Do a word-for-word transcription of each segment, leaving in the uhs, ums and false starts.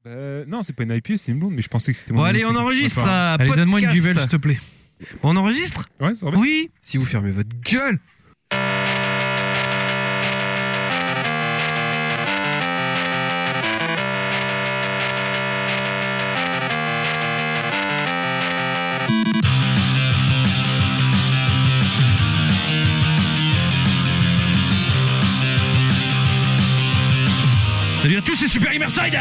Euh, non, c'est pas une I P A, c'est une blonde, mais je pensais que c'était mon Bon, allez, on enregistre. Euh, allez, donne-moi une duvel, s'il te plaît. On enregistre ? Ouais, ça va. Oui. Si vous fermez votre gueule. Salut à tous, c'est Super Gamerside.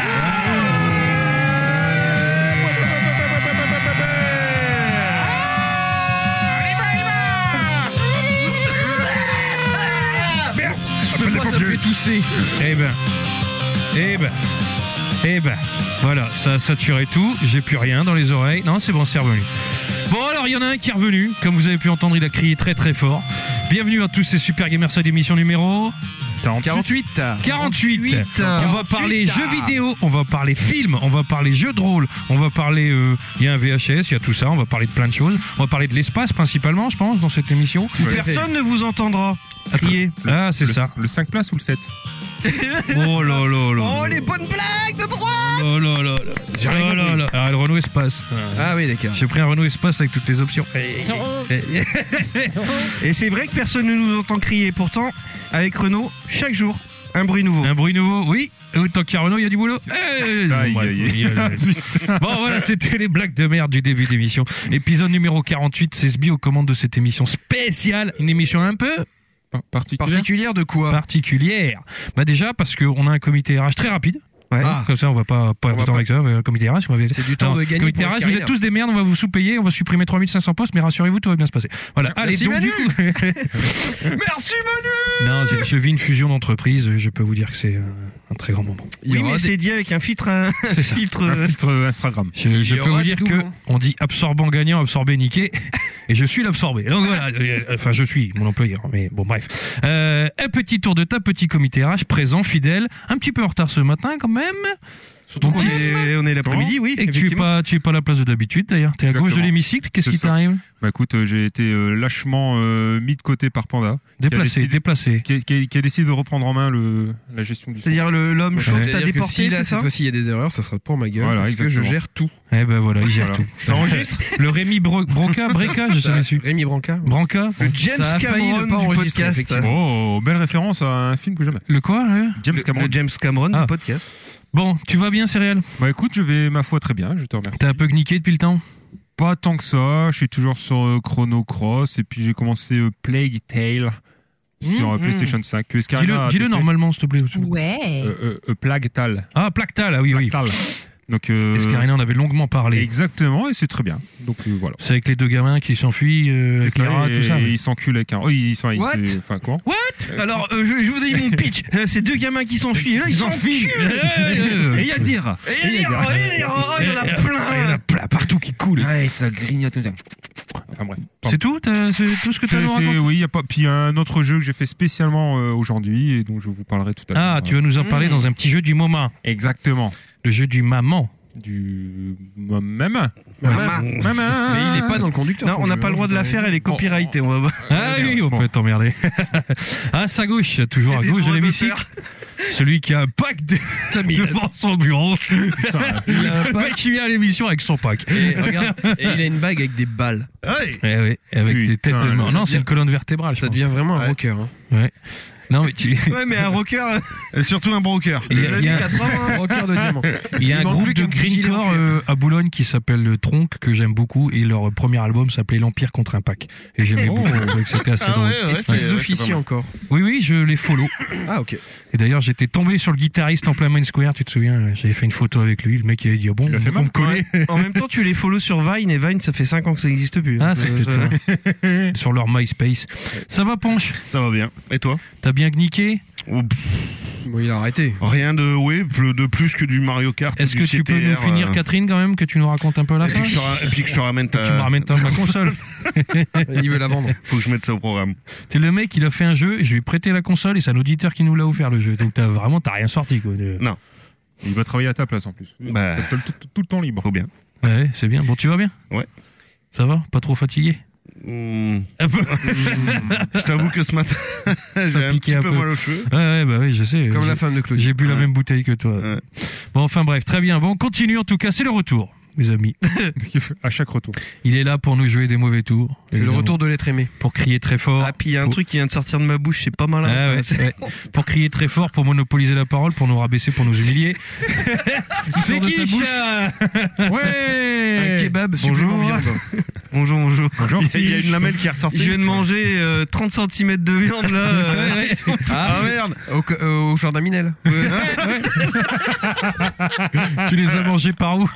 Je peux pas, ça me fait tousser. Eh ben, eh ben, eh ben, voilà, ça a saturé tout, j'ai plus rien dans les oreilles. Non, c'est bon, c'est revenu. Bon, alors, il y en a un qui est revenu. Comme vous avez pu entendre, il a crié très très fort. Bienvenue à tous, c'est Super Gamerside, émission numéro... quarante-huit. quarante-huit. On va parler jeux vidéo, on va parler films, on va parler jeux de rôle, on va parler... Il euh, y a un V H S, il y a tout ça, on va parler de plein de choses. On va parler de l'espace principalement, je pense, dans cette émission. Ouais. Personne ne vous entendra crier. Ah, c'est le, ça. Le cinq places ou le sept? Oh là là là. Oh, les bonnes blagues de droite. Oh là là là. J'ai rien oh là là. Ah, le Renault Espace. Ah oui, d'accord. J'ai pris un Renault Espace avec toutes les options. Et c'est vrai que personne ne nous entend crier. Pourtant, avec Renault, chaque jour, un bruit nouveau. Un bruit nouveau, oui. Tant qu'il y a Renault, il y a du boulot. Eh, aïe, bon, bref, aïe, aïe. a... bon, voilà, c'était les blagues de merde du début d'émission. Épisode numéro quarante-huit, c'est Sbi aux commandes de cette émission spéciale. Une émission un peu... Particulière. Particulière de quoi? Particulière. Bah déjà parce qu'on a un comité R H très rapide. Ouais. Ah. Comme ça, on va pas perdre du temps avec ça. Le comité R H, on va... c'est du temps Alors, de gagner. Comité R H, vous êtes tous des merdes, on va vous sous-payer, on va supprimer trois mille cinq cents postes, mais rassurez-vous, tout va bien se passer. Voilà. Merci, allez, donc Manu. du coup. Merci Manu. Non, je, je vis une fusion d'entreprises. Je peux vous dire que c'est un, un très grand moment. Oui, mais c'est dit avec un filtre, un filtre, un filtre Instagram. Je, je peux vous dire que on dit absorbant gagnant, absorbé niqué, et je suis l'absorbé. Donc voilà, enfin je suis mon employeur, mais bon bref. Euh, un petit tour de table, petit comité R H, présent, fidèle, un petit peu en retard ce matin quand même. Surtout qu'on est, on est l'après-midi, oui. Et que tu es pas, tu es pas à la place de d'habitude d'ailleurs. T'es à Exactement. gauche de l'hémicycle. Qu'est-ce qui t'arrive? Bah écoute, euh, j'ai été euh, lâchement euh, mis de côté par Panda. Déplacé, qui a décidé, déplacé. Qui a, qui, a, qui a décidé de reprendre en main le, la gestion du. C'est-à-dire le, l'homme chauve Ouais. t'a déporté, si là, c'est cette ça? fois-ci il y a des erreurs, ça sera pour ma gueule Voilà, parce exactement. que je gère tout. Eh ben voilà, il gère Voilà. tout. T'enregistres? Le Rémi Bro- Broca, Breca, je savais su. Rémi Branca. Branca. Le James Ça a failli Cameron ne pas du enregistrer, podcast. effectivement. Oh, belle référence à un film que j'aime. Le quoi, là? James Le, Cameron. le James Cameron Ah. du podcast. Bon, tu vas bien, Céréal? Bah écoute, je vais ma foi très bien, je te remercie. T'es un peu gniqué depuis le temps? Pas tant que ça, je suis toujours sur euh, Chrono Cross et puis j'ai commencé euh, Plague Tale sur euh, Mmh, PlayStation cinq. Que Escarina Dis-le, a dis-le testé. normalement, s'il te plaît. Ouais. Euh, euh, euh, Plague Tale. Ah, Plactal, ah oui, oui. Plague Tale. Donc, euh, Escarina, on avait longuement parlé. exactement, et c'est très bien. Donc euh, voilà. C'est avec les deux gamins qui s'enfuient, euh, avec C'est ça, les rats, et, tout ça. et oui. ils s'enculent avec un. Oh, ils sont. ils- What c'est- Enfin, quoi Alors, euh, je, je vous dis mon pitch. Euh, Ces deux gamins qui s'enfuient, et là, ils s'enfuient. Et il y a dire. Et il y en a- il y en a- il y en a Il y en plein. a plein partout qui coulent. Ouais, ça grignote. Enfin bref. C'est tout? T'as- C'est tout ce que tu as à C'est- nous c'est- raconter? oui, il y a pas. Puis il y a un autre jeu que j'ai fait spécialement euh, aujourd'hui et dont je vous parlerai tout à l'heure. Ah, tu vas nous en parler Mmh. dans un petit jeu du moment. Exactement. Le jeu du maman. Du même. Maman. Mais il est pas dans le conducteur. Non, on n'a pas le droit de la faire, elle est copyrightée. On va voir. Ah oui, on Bon. peut t'emmerder. À sa gauche, toujours à Des gauche de droits l'hémicycle, celui qui a un pack de... devant son bureau. Il a un Le mec qui vient à l'émission avec son pack. Et regarde, et il a une bague avec des balles. Ouais. Eh oui, avec Putain, des têtes de mort. ça Non, c'est devient- une colonne vertébrale. je Ça pense. devient vraiment un Ouais. rocker. Hein. Ouais. Non, mais tu... Ouais, mais un rocker, et surtout un broker. Il y a- Les il y années a- quatre-vingts. Rocker de diamant. Il y a Il un manque groupe plus de qu'un petit gilet en greencore cuir. euh, à Boulogne qui s'appelle le Tronc, que j'aime beaucoup, et leur premier album s'appelait L'Empire contre un pack. Et j'aimais Oh. beaucoup, je trouvais que c'était assez Ah drôle. ouais, ouais, Est-ce c'est- qu'ils ouais, officient c'est pas mal. encore? Oui, oui, je les follow. Ah ok. Et d'ailleurs, j'étais tombé sur le guitariste en plein Main Square, tu te souviens? J'avais fait une photo avec lui, le mec il avait dit, ah bon, Il a fait on mal. me connaît. En même temps, tu les follow sur Vine, et Vine, ça fait cinq ans que ça n'existe plus. Ah, c'est Euh, peut-être ça. Sur leur MySpace. Ça va, Ponche? Ça va bien. Et toi? T'as bien gniqué? Oh, pff, Bon, il a arrêté. Rien de, oui, de plus que du Mario Kart. Est-ce ou que du tu peux C T nous R, finir, euh, Catherine, quand même, que tu nous racontes un peu la et, puis fin? que je te ra- et puis que je te ramène ta. Tu me ramènes ta, ma console. Il veut la vendre. Faut que je mette ça au programme. C'est le mec, il a fait un jeu, et je lui ai prêté la console, et c'est un auditeur qui nous l'a offert, le jeu. Donc t'as vraiment, t'as rien sorti, quoi. De- Non. Il va travailler à ta place en plus. Bah. T'as le- tout, tout le temps libre. Faut bien. Ouais, c'est bien. Bon, tu vas bien? Ouais. Ça va? Pas trop fatigué? Mmh. Je t'avoue que ce matin, j'ai un piquait petit un peu, peu. mal aux cheveux. Ouais, ouais, bah oui, je sais. Comme J'ai- la femme de Claude. J'ai bu la Ouais. même bouteille que toi. Ouais. Bon, enfin bref, très bien. Bon, on continue en tout cas. C'est le retour, mes amis. À chaque retour. Il est là pour nous jouer des mauvais tours. C'est le Évidemment. retour de l'être aimé. Pour crier très fort. Ah, puis il y a un Pour- truc qui vient de sortir de ma bouche, c'est pas malin. Ah ouais, ouais. Pour crier très fort, pour monopoliser la parole, pour nous rabaisser, pour nous humilier. C'est sort de qui sa bouche. ça Ouais Un kebab Bonjour. supplément viande. Bonjour, bonjour. Bonjour, Il y a Fiche. une lamelle qui est Je ressortie. viens de manger euh, trente centimètres de viande là. euh, Ah merde. Au, co- euh, au jardin Minel. Tu les as mangés par où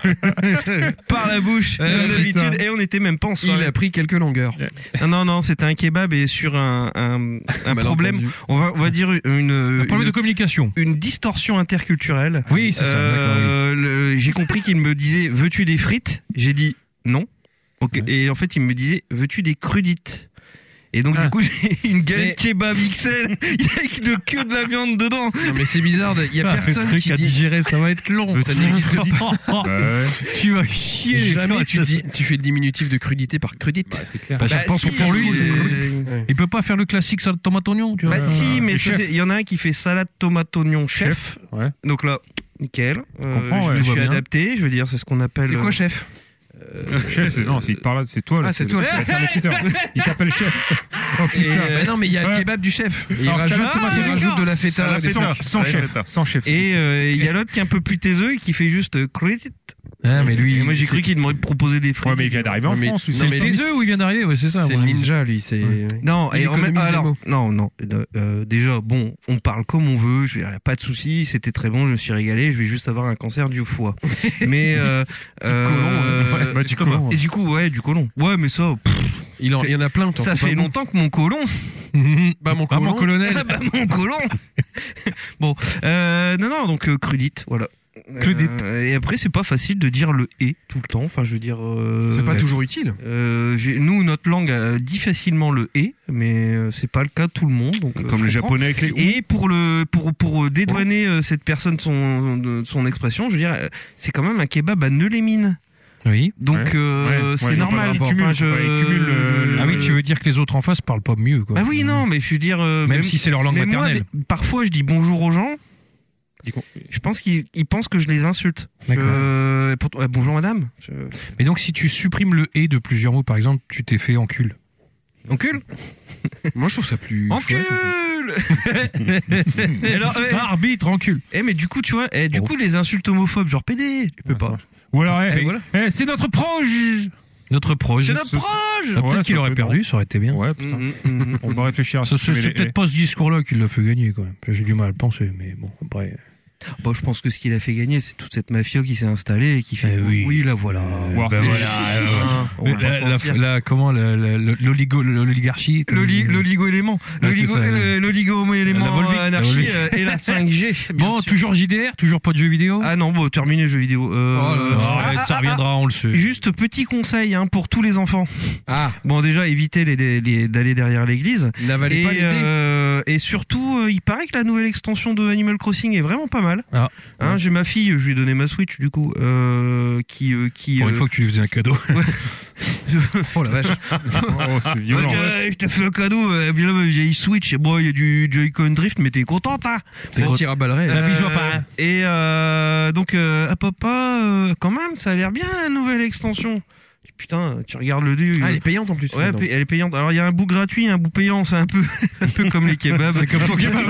par la bouche, Ouais, comme putain. d'habitude. Et on était même pas en Il soirée. a pris quelques longueurs. Non, non, non, c'était un kebab et sur un, un, un Mal problème, entendu. on va, on va dire une, Un problème une, de communication. une distorsion interculturelle. Oui, c'est ça. D'accord, oui. Euh, le- j'ai compris qu'il me disait veux-tu des frites? J'ai dit non. Ok. Ouais. Et en fait, il me disait veux-tu des crudites? Et donc Ah. du coup, j'ai une galette Mais- kebab X L avec de que de la viande dedans. Non mais c'est bizarre, il y a Ah, le personne truc qui à dit. digérer, ça va être long. Ça n'existe pas. Ouais. Tu vas chier. Jamais Non, tu ça, dis, tu fais le diminutif de crudité par crudite. Bah, c'est clair. Bah, je Bah, pense si, que pour lui, c'est- c'est- il peut pas faire le classique salade tomate oignon, tu vois. Bah si, mais le ça, chef. c'est- il y en a un qui fait salade tomate oignon chef. Ouais. Donc là, nickel. Euh, comprends, je ouais. me Tout va suis bien. adapté. Je veux dire, c'est ce qu'on appelle. C'est quoi chef? Chef, c'est, non, c'est, il te parle, c'est toi, là. Ah, c'est toi, le chef. l'interlocuteur. Il t'appelle chef. Oh, Et, putain. euh, Bah non mais il y a le Ouais. kebab du chef. Et il Alors, rajoute, salade tomate il oignon. rajoute de la feta. Salade des- feta. Sans, sans Ouais, chef. c'est ça. Sans chef. Et euh, il y a l'autre qui est un peu plus taiseux et qui fait juste euh, credit. Ah, mais lui, Et moi j'ai c'est- cru qu'il m'aurait proposé des frites. Ouais, mais il vient d'arriver en Mais- France, lui. non, C'est mais le Des œufs où il vient d'arriver, ouais, c'est ça. C'est à le mon avis. ninja lui. C'est. Non, Il et en même économise les alors, mots. non, non. euh, euh, déjà, bon, on parle comme on veut. Je veux dire, y a pas de souci. C'était très bon. Je me suis régalé. Je vais juste avoir un cancer du foie. Mais euh, euh, côlon, ouais. Bah, du côlon, ouais. Et du coup, ouais, du côlon. Ouais, mais ça, pff, Il en- il y en a plein. t'en ça trouves fait pas longtemps que mon colon. Bah mon Ah, mon colon. colonel. Ah bah mon colon. Bon, euh, non, non, donc euh, crudite, voilà. Crudite. Euh, et après, c'est pas facile de dire le et tout le temps. Enfin, je veux dire. euh, C'est pas toujours utile. Euh, j'ai- nous, notre langue euh, dit facilement le et, mais euh, c'est pas le cas de tout le monde. Donc, euh, Comme je le comprends. japonais avec les ou. Et pour le pour pour euh, dédouaner euh, cette personne de son de son expression, je veux dire, euh, c'est quand même un kebab à Neulémine. Oui. Donc Ouais. euh, Ouais. c'est Ouais, je vois normal. pas le rapport. Enfin, Il cumule, ouais, il cumule, euh, Ah oui, tu veux dire que les autres en face parlent pas mieux, quoi. Bah oui, non, mais je veux dire. euh, Même si c'est leur langue mais moi, maternelle. des- parfois, je dis bonjour aux gens. Il con- Je pense qu'ils ils pensent que je les insulte. D'accord. Euh, pour- ouais, bonjour madame. Je... Mais donc, si tu supprimes le et de plusieurs mots, par exemple, tu t'es fait encul. Encule. Moi je trouve ça plus. Encule. Et alors, ouais. Arbitre, encul. Eh mais du coup tu vois, eh, du Oh. coup les insultes homophobes genre pédé, tu peux Ouais, ça pas. marche. Ou alors, eh, Et voilà. eh, c'est notre proche. Notre proche. C'est notre ce- proche. Ah, Ouais, peut-être qu'il ça aurait peut- perdu, ça aurait été bien. Ouais, putain. Mhm, mhm. On va réfléchir à Ça, ça. C'est c'est peut-être pas ce discours-là qui l'a fait gagner, quand même. J'ai du mal à le penser, mais bon, après. Bon, je pense que ce qu'il a fait gagner, c'est toute cette mafia qui s'est installée et qui fait. Eh oui. la voilà. Ou alors Ben c'est- voilà, Hein, on va pas La, se la, mentir. la- comment, la- la- le- l'oligo- l'oligarchie. comme Le li- dit- l'oligo-élément, Ouais, l'oligo- c'est ça, le- l'oligo-élément La Volvic, la anarchie Volvic. euh, et la cinq G. bien Bon, sûr. toujours J D R, toujours pas de jeux vidéo. Ah non, bon, terminé jeux vidéo. Euh, Oh là là. Ah, arrête, ça reviendra, on le sait. Juste petit conseil hein, pour tous les enfants. Ah, Bon, déjà évitez les, les- les- d'aller derrière l'église. n'avalez Et, pas les dés. euh, et surtout, euh, il paraît que la nouvelle extension de Animal Crossing est vraiment pas mal. Ah. Hein, j'ai ma fille, je lui ai donné ma Switch du coup, euh, qui euh, qui. Pour une euh, fois que tu lui faisais un cadeau. Oh la vache. Oh, c'est violent. Euh, je te fais un cadeau, euh, bien là, ma vieille Switch. Bon, il y a du Joy-Con Drift, mais t'es contente, hein. C'est un tir à balles réelles. La Euh, visu à part, hein. Et euh, donc, euh, à papa, euh, quand même, ça a l'air bien la nouvelle extension. Putain, tu regardes le dieu. Ah, elle est payante en plus. Ouais, maintenant. pa- elle est payante. Alors il y a un bout gratuit, un bout payant, c'est un peu, un peu comme les kebabs. C'est comme ton kebab.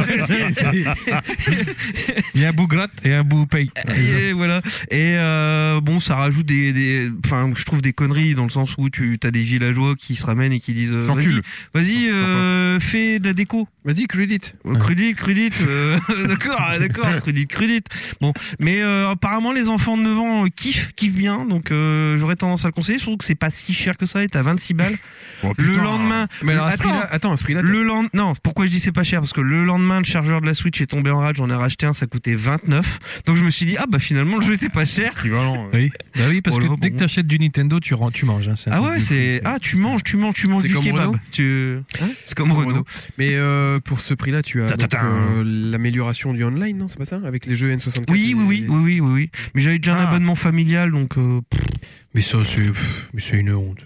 Il y a un bout gratte et un bout paye. Et voilà. Et euh, bon, ça rajoute des, des, enfin, je trouve des conneries dans le sens où tu as des villageois qui se ramènent et qui disent, euh, vas-y, S'encule. vas-y, euh, fais de la déco. Vas-y, credit. Euh, Crudite, crudite, euh, d'accord, d'accord, crudite, crudite. Bon, mais euh, apparemment les enfants de neuf ans euh, kiffent, kiffent bien, donc euh, j'aurais tendance à le conseiller, surtout que c'est pas si cher que ça, et t'as vingt-six balles. Oh, Le putain. lendemain, Mais alors à ce attends, prix-là, attends, à ce prix-là, le lendemain, non, pourquoi je dis c'est pas cher, parce que le lendemain le chargeur de la Switch est tombé en rade, j'en ai racheté un, ça coûtait vingt-neuf, donc je me suis dit ah bah finalement le jeu était pas cher. Équivalent. Oui, bah oui, parce Oh que là, dès bon. que t'achètes du Nintendo, tu, rends- tu manges. Hein, c'est un Ah truc ouais, de c'est fou, ah tu manges, tu manges, tu manges C'est du comme kebab. Renault Tu Hein c'est comme Renault. Renault. Mais euh, pour ce prix-là, tu as donc, Ta-ta-ta. euh, l'amélioration du online, non? C'est pas ça? Avec les jeux N soixante-quatre. Oui, oui, oui, et- oui, oui, oui, oui. Mais j'avais déjà un Ah. abonnement familial, donc. Euh, pff. Mais ça, c'est, pff, mais c'est une honte. Ouais.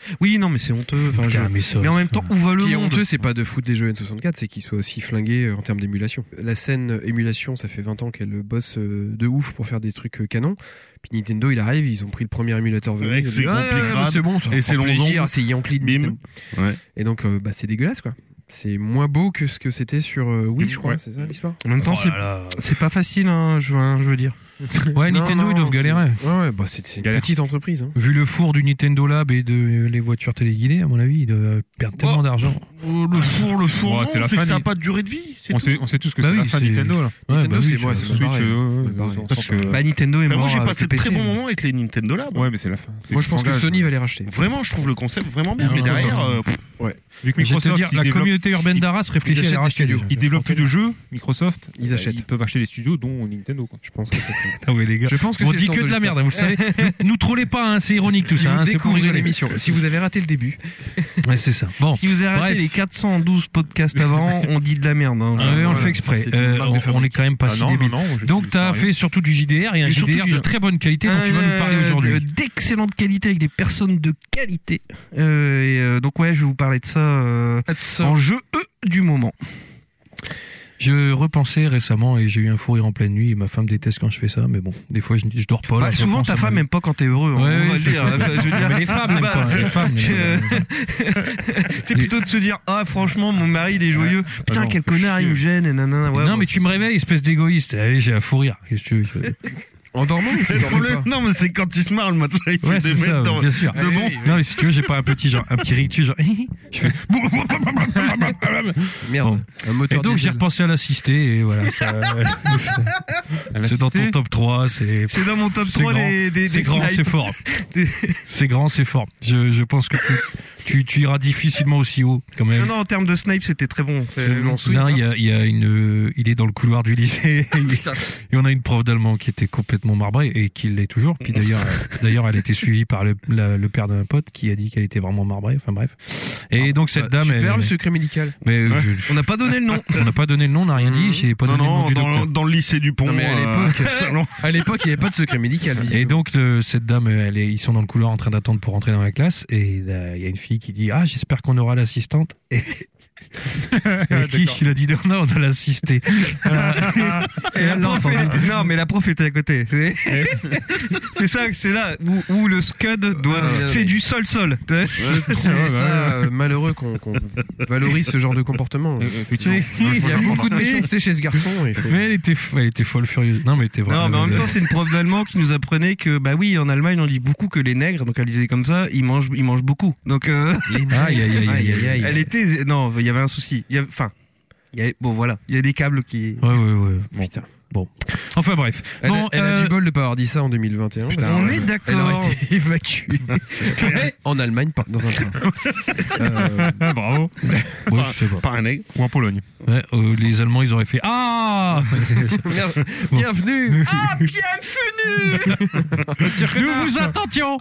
Oui, non, mais c'est honteux. Enfin, je- Putain, mais, ça, mais en même temps, où va Ce le qui est monde? honteux, c'est pas de foutre les jeux N soixante-quatre, c'est qu'ils soient aussi flingués euh, en termes d'émulation. La scène euh, émulation, ça fait vingt ans qu'elle bosse euh, de ouf pour faire des trucs euh, canons. Puis Nintendo, il arrive, ils ont pris le premier émulateur venu. Avec ils ont ses dit, gros ah, pics crades c'est bon, ça et leur ses fera longs plaisir, ongles. c'est Yankee de Bim. Nintendo. Ouais. Et donc, euh, bah, c'est dégueulasse, quoi. C'est moins beau que ce que c'était sur euh, Wii, je crois, Ouais. c'est ça l'histoire. En même temps, Oh c'est là là. c'est pas facile, hein, je, hein, je veux dire. Ouais, Non, Nintendo, non, ils doivent c'est- galérer. Ouais, ouais, bah, c'est c'est une Galère. petite entreprise. Hein. Vu le four du Nintendo Lab et de les voitures téléguidées, à mon avis, ils doivent perdre tellement Oh. d'argent. Oh, le four, le four, Ouais, non, c'est la c'est fin que ça du- n'a pas de durée de vie. c'est On tout. sait, on sait tous que Bah c'est oui, la fin c'est- Nintendo, là. Ouais, Nintendo, bah oui, c'est moi, je- c'est Switch, pas pareil. euh, C'est ouais, pareil. ouais, parce que- Bah, Nintendo est Enfin, mort. moi, j'ai avec passé le de très P C. bons moments avec les Nintendo Lab. Ouais, mais c'est la fin. C'est Moi, je pense que s'engage, Sony ouais. va les racheter. Vraiment, je trouve le concept vraiment bien. Non, mais non, derrière, ça, euh, Vu que Je vais te Microsoft, dire, ils la développent- communauté urbaine d'Arras réfléchit ils à les achètent des racheter. studios. déjà. Ils développent plus de jeux, Microsoft. Ils euh, achètent. Ils peuvent acheter les studios, dont Nintendo, quoi. Je pense que c'est ça. Non, mais les gars, Je pense que on c'est dit le que sens de la l'histoire. merde, vous le savez. Nous, nous trollez pas, hein, c'est ironique tout Si ça. vous hein, c'est pour découvrez rigoler. l'émission, si vous avez raté le début, Ouais, c'est ça. Bon. Si vous avez raté Bref. les quatre cent douze podcasts avant, on dit de la merde. Hein. Ah, ouais, on le voilà, fait exprès. c'est une Euh, marque de on, on fabrique. est quand même pas Ah si non, débile. non, non, je- Donc, je- t'as ça fait surtout du J D R et un Et surtout J D R du- de très bonne qualité dont tu vas nous parler Euh, aujourd'hui. de- D'excellente qualité avec des personnes de qualité. Euh, et, euh, donc ouais, je vais vous parler de ça euh, en jeu euh, du moment. Je repensais récemment et j'ai eu un fou rire en pleine nuit et ma femme déteste quand je fais ça, mais bon, des fois je, je dors pas. Bah, là, je souvent repense ta à femme ma- aime pas quand t'es heureux. hein, Ouais, on va ouais, le c'est dire. ça. Enfin, je veux dire, Mais les femmes n'aiment bah, pas, les femmes je- n'aiment C'est plutôt de se dire ah franchement mon mari il est joyeux. Putain non, quel faut connard il me gêne et nanana. Ouais, non, bon, mais tu me réveilles, espèce d'égoïste. Allez, j'ai à fou rire. Qu'est-ce que tu veux, je- en dormant, ou tu le dormais problème- pas non, mais c'est quand il se marre le matin, il fait Ouais, des c'est ça, mètres dans. ouais, bien sûr. Ah oui, bon. oui, oui. Non, mais si tu veux, j'ai pas un petit genre, un petit rictus, genre, je fais. Merde, un Et moteur donc j'ai diesel. repensé à l'assister et voilà. ça- c'est dans ton top trois, c'est. C'est dans mon top C'est trois grand. des, des, C'est des grand, snipes. c'est fort. C'est grand, c'est fort. Je, je pense que tu, tu, tu iras difficilement aussi haut, quand même. Non non en termes de snipe c'était très bon. Je m'en souviens. Non, il y a, il y a une, il est dans le couloir du lycée et on a une prof d'allemand qui était complètement marbrée et qui l'est toujours. Puis d'ailleurs, d'ailleurs, elle était suivie par le, la- le père d'un pote qui a dit qu'elle était vraiment marbrée. Enfin bref. Et donc cette Bah, dame, super elle- le secret médical. mais euh, je- On n'a pas donné le nom. on n'a pas donné le nom, on n'a rien dit. J'ai pas Non, donné le nom non, du dans, docteur. dans le lycée du Pont. Non, mais à euh, l'époque- salon. À l'époque, il n'y avait pas de secret médical. Et visiblement. donc le- cette dame, elle est, ils sont dans le couloir en train d'attendre pour rentrer dans la classe et là, il y a une fille qui dit ah j'espère qu'on aura l'assistante. Et, et qui il a dit non non on a l'assisté. Et la non, prof, elle pardon. était... Non, mais la prof était à côté. C'est c'est ça, c'est là où, où le scud doit. Ouais, c'est ouais. du sol-sol. Je trouve ça euh, malheureux qu'on qu'on valorise ce genre de comportement. Effectivement. Il y a beaucoup de méchanceté chez ce garçon. il faut- Mais elle était, f- elle était folle furieuse. Non mais elle était vraiment. Non, mais en même temps, c'est une prof d'allemand qui nous apprenait que, bah oui, en Allemagne, on dit beaucoup que les nègres, donc elle disait comme ça, ils mangent, ils mangent beaucoup. Donc, euh, Aïe aïe aïe aïe aïe. aïe. elle était, non, il y avait un souci. Il y avait, enfin, il y avait, bon, voilà, il y a des câbles qui. Ouais ouais ouais. Bon. Putain. Bon. Enfin bref. Elle, bon, a, elle euh, a du bol de pas avoir dit ça en deux mille vingt et un. parce on que, est euh, d'accord. Elle aurait été évacuée. en Allemagne, pas dans un train. Euh, Ah, bravo. bon, je sais pas. Par un nègre. Ou en Pologne. Ouais, euh, les Allemands ils auraient fait ah. Bien- Bienvenue. Ah, bienvenue! Nous vous attendions.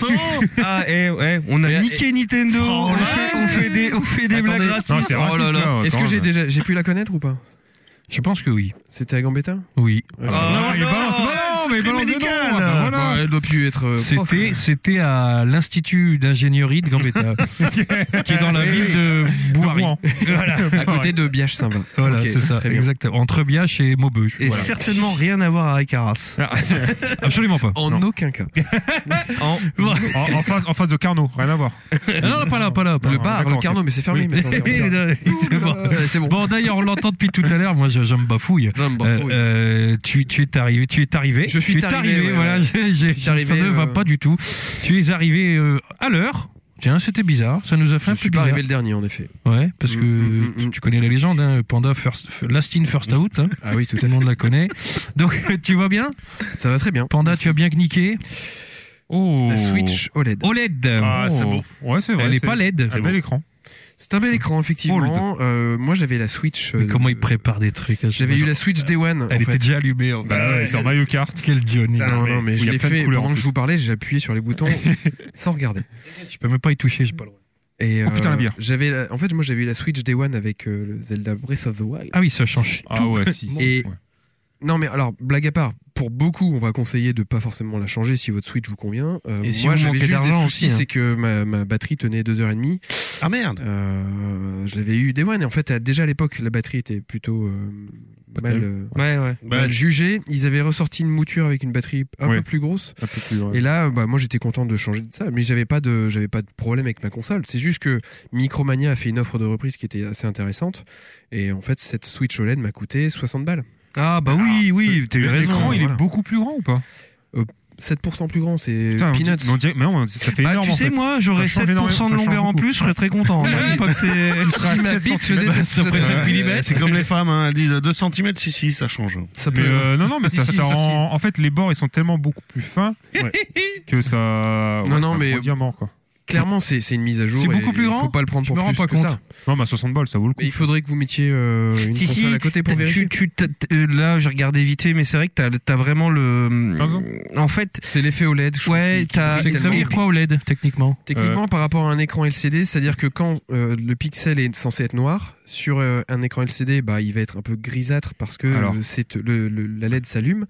Ah, eh, ouais, on a Et- niqué Nintendo, Oh, on, ouais. fait, on fait des, on fait des Attendez. blagues racistes. Non, c'est oh là raciste, là. là. Est-ce Quand que j'ai même. déjà, j'ai pu la connaître ou pas? Je pense que oui. C'était à Gambetta? Oui. Ah, non, il non, balance, non, balance, mais secret balance médical. dedans. Ah, bah, voilà. Bon, elle doit plus être euh, prof. C'était c'était à l'institut d'ingénierie de Gambetta qui est dans la ville de Bouhari. Rouen. Voilà. à côté de Biache-Saint-Va. Voilà, Ok, c'est ça. très bien. Exactement. Entre Biache et Maubeuge. Et Voilà. certainement rien à voir avec Arras. Absolument pas. En Non. aucun cas. En- Bon. En, en face, en face de Carnot, rien à voir. Ah non, pas là, pas là. Pas Le là. bar, d'accord, le Carnot, mais c'est fermé Oui. maintenant. C'est bon. Ouais, c'est bon. Bon, d'ailleurs, on l'entend depuis tout à l'heure. Moi, je, je me bafouille. Non, me Euh, bafouille. euh, tu, tu es arrivé, tu es arrivé. Je suis tu es arrivé, ouais, voilà, ouais. j'ai- j'ai- Je suis arrivé, ça ne va euh, pas du tout. Tu es arrivé euh, à l'heure. Tiens, c'était bizarre. Ça nous a fait Je un suis peu pas bizarre. arrivé le dernier, en effet. Ouais, parce que Mm, mm, mm, tu, mm. tu connais la légende, hein, Panda first, last in first out. Hein, Ah oui, tout tout le monde la connaît. Donc, tu vas bien, Ça va très bien. Panda, tu as bien kniqué. Oh. La Switch O L E D. O L E D. Ah, c'est beau. Ouais, c'est vrai. Elle est c'est- pas L E D. C'est un bel écran. C'est un bel écran, effectivement. Euh, moi, j'avais la Switch. Mais euh, comment il prépare des trucs à chaque J'avais fois. eu la Switch Day One. Elle en était fait. déjà allumée. En fait. Bah ouais, sur Mario Kart. Quel Johnny. Non, non, mais où je il y a l'ai plein de fait couleurs, en pendant que plus. je vous parlais, j'ai appuyé sur les boutons sans regarder. Je peux même pas y toucher, j'ai pas le droit. Et, Oh, putain, la bière. J'avais, la- en fait, moi, j'avais eu la Switch Day One avec euh, le Zelda Breath of the Wild. Ah oui, ça change Ah tout. ouais, si. Et- Ouais. Non, mais alors, blague à part, pour beaucoup, on va conseiller de pas forcément la changer si votre Switch vous convient. Euh, Et si moi, vous j'avais manquez juste des d'argent soucis, aussi, hein. c'est que ma, ma batterie tenait deux heures trente. Ah merde. Euh, je l'avais eu des one, et en fait, déjà à l'époque, la batterie était plutôt euh, Pas mal, terrible. euh, Ouais, ouais. Bah, mal jugée. Ils avaient ressorti une mouture avec une batterie un Ouais. peu plus grosse. Un peu plus, ouais. Et là, bah, moi, j'étais content de changer de ça, mais j'avais pas de, j'avais pas de problème avec ma console. C'est juste que Micromania a fait une offre de reprise qui était assez intéressante, et en fait, cette Switch O L E D m'a coûté soixante balles. Ah bah oui, oui, t'as eu raison. L'écran, il voilà. est beaucoup plus grand ou pas sept pour cent plus grand, c'est Putain, on dit- peanuts. mais on dirait- mais non, ça fait Bah, énorme. tu en sais, fait. moi, j'aurais Ça change sept pour cent de énormément, ça longueur change en beaucoup. plus, je serais très content. Moi, je dis pas que c'est... Si ma bite faisait Bah, cette ferait sept millimètres. C'est comme les femmes, hein, elles disent deux centimètres, si, si, ça change. Ça Mais peut. euh, non, non, mais ça, Si, si, ça si, rend. En fait, les bords, ils sont tellement beaucoup plus fins Ouais. que ça. Non, ouais, non, c'est un mais- gros diamant, quoi. Clairement, c'est c'est une mise à jour. C'est beaucoup et plus il grand Faut pas le prendre Je pour me rends plus pas que compte. ça. Non, mais à soixante balles, ça vaut le coup. Mais il faudrait que vous mettiez euh, une Si, console si, à côté pour t'as- vérifier. tu, tu, t'as- euh, là, j'ai regardé vite fait, mais c'est vrai que t'as, t'as vraiment le... Pardon En fait, C'est l'effet O L E D. je pense, Ouais, qui- qui t'as- brille C'est que ça veut tellement. dire quoi O L E D, techniquement Techniquement, par rapport à un écran L C D, c'est-à-dire que quand euh, le pixel est censé être noir, sur euh, un écran L C D, bah, il va être un peu grisâtre parce que Alors. euh, c'est le, le- la L E D s'allume.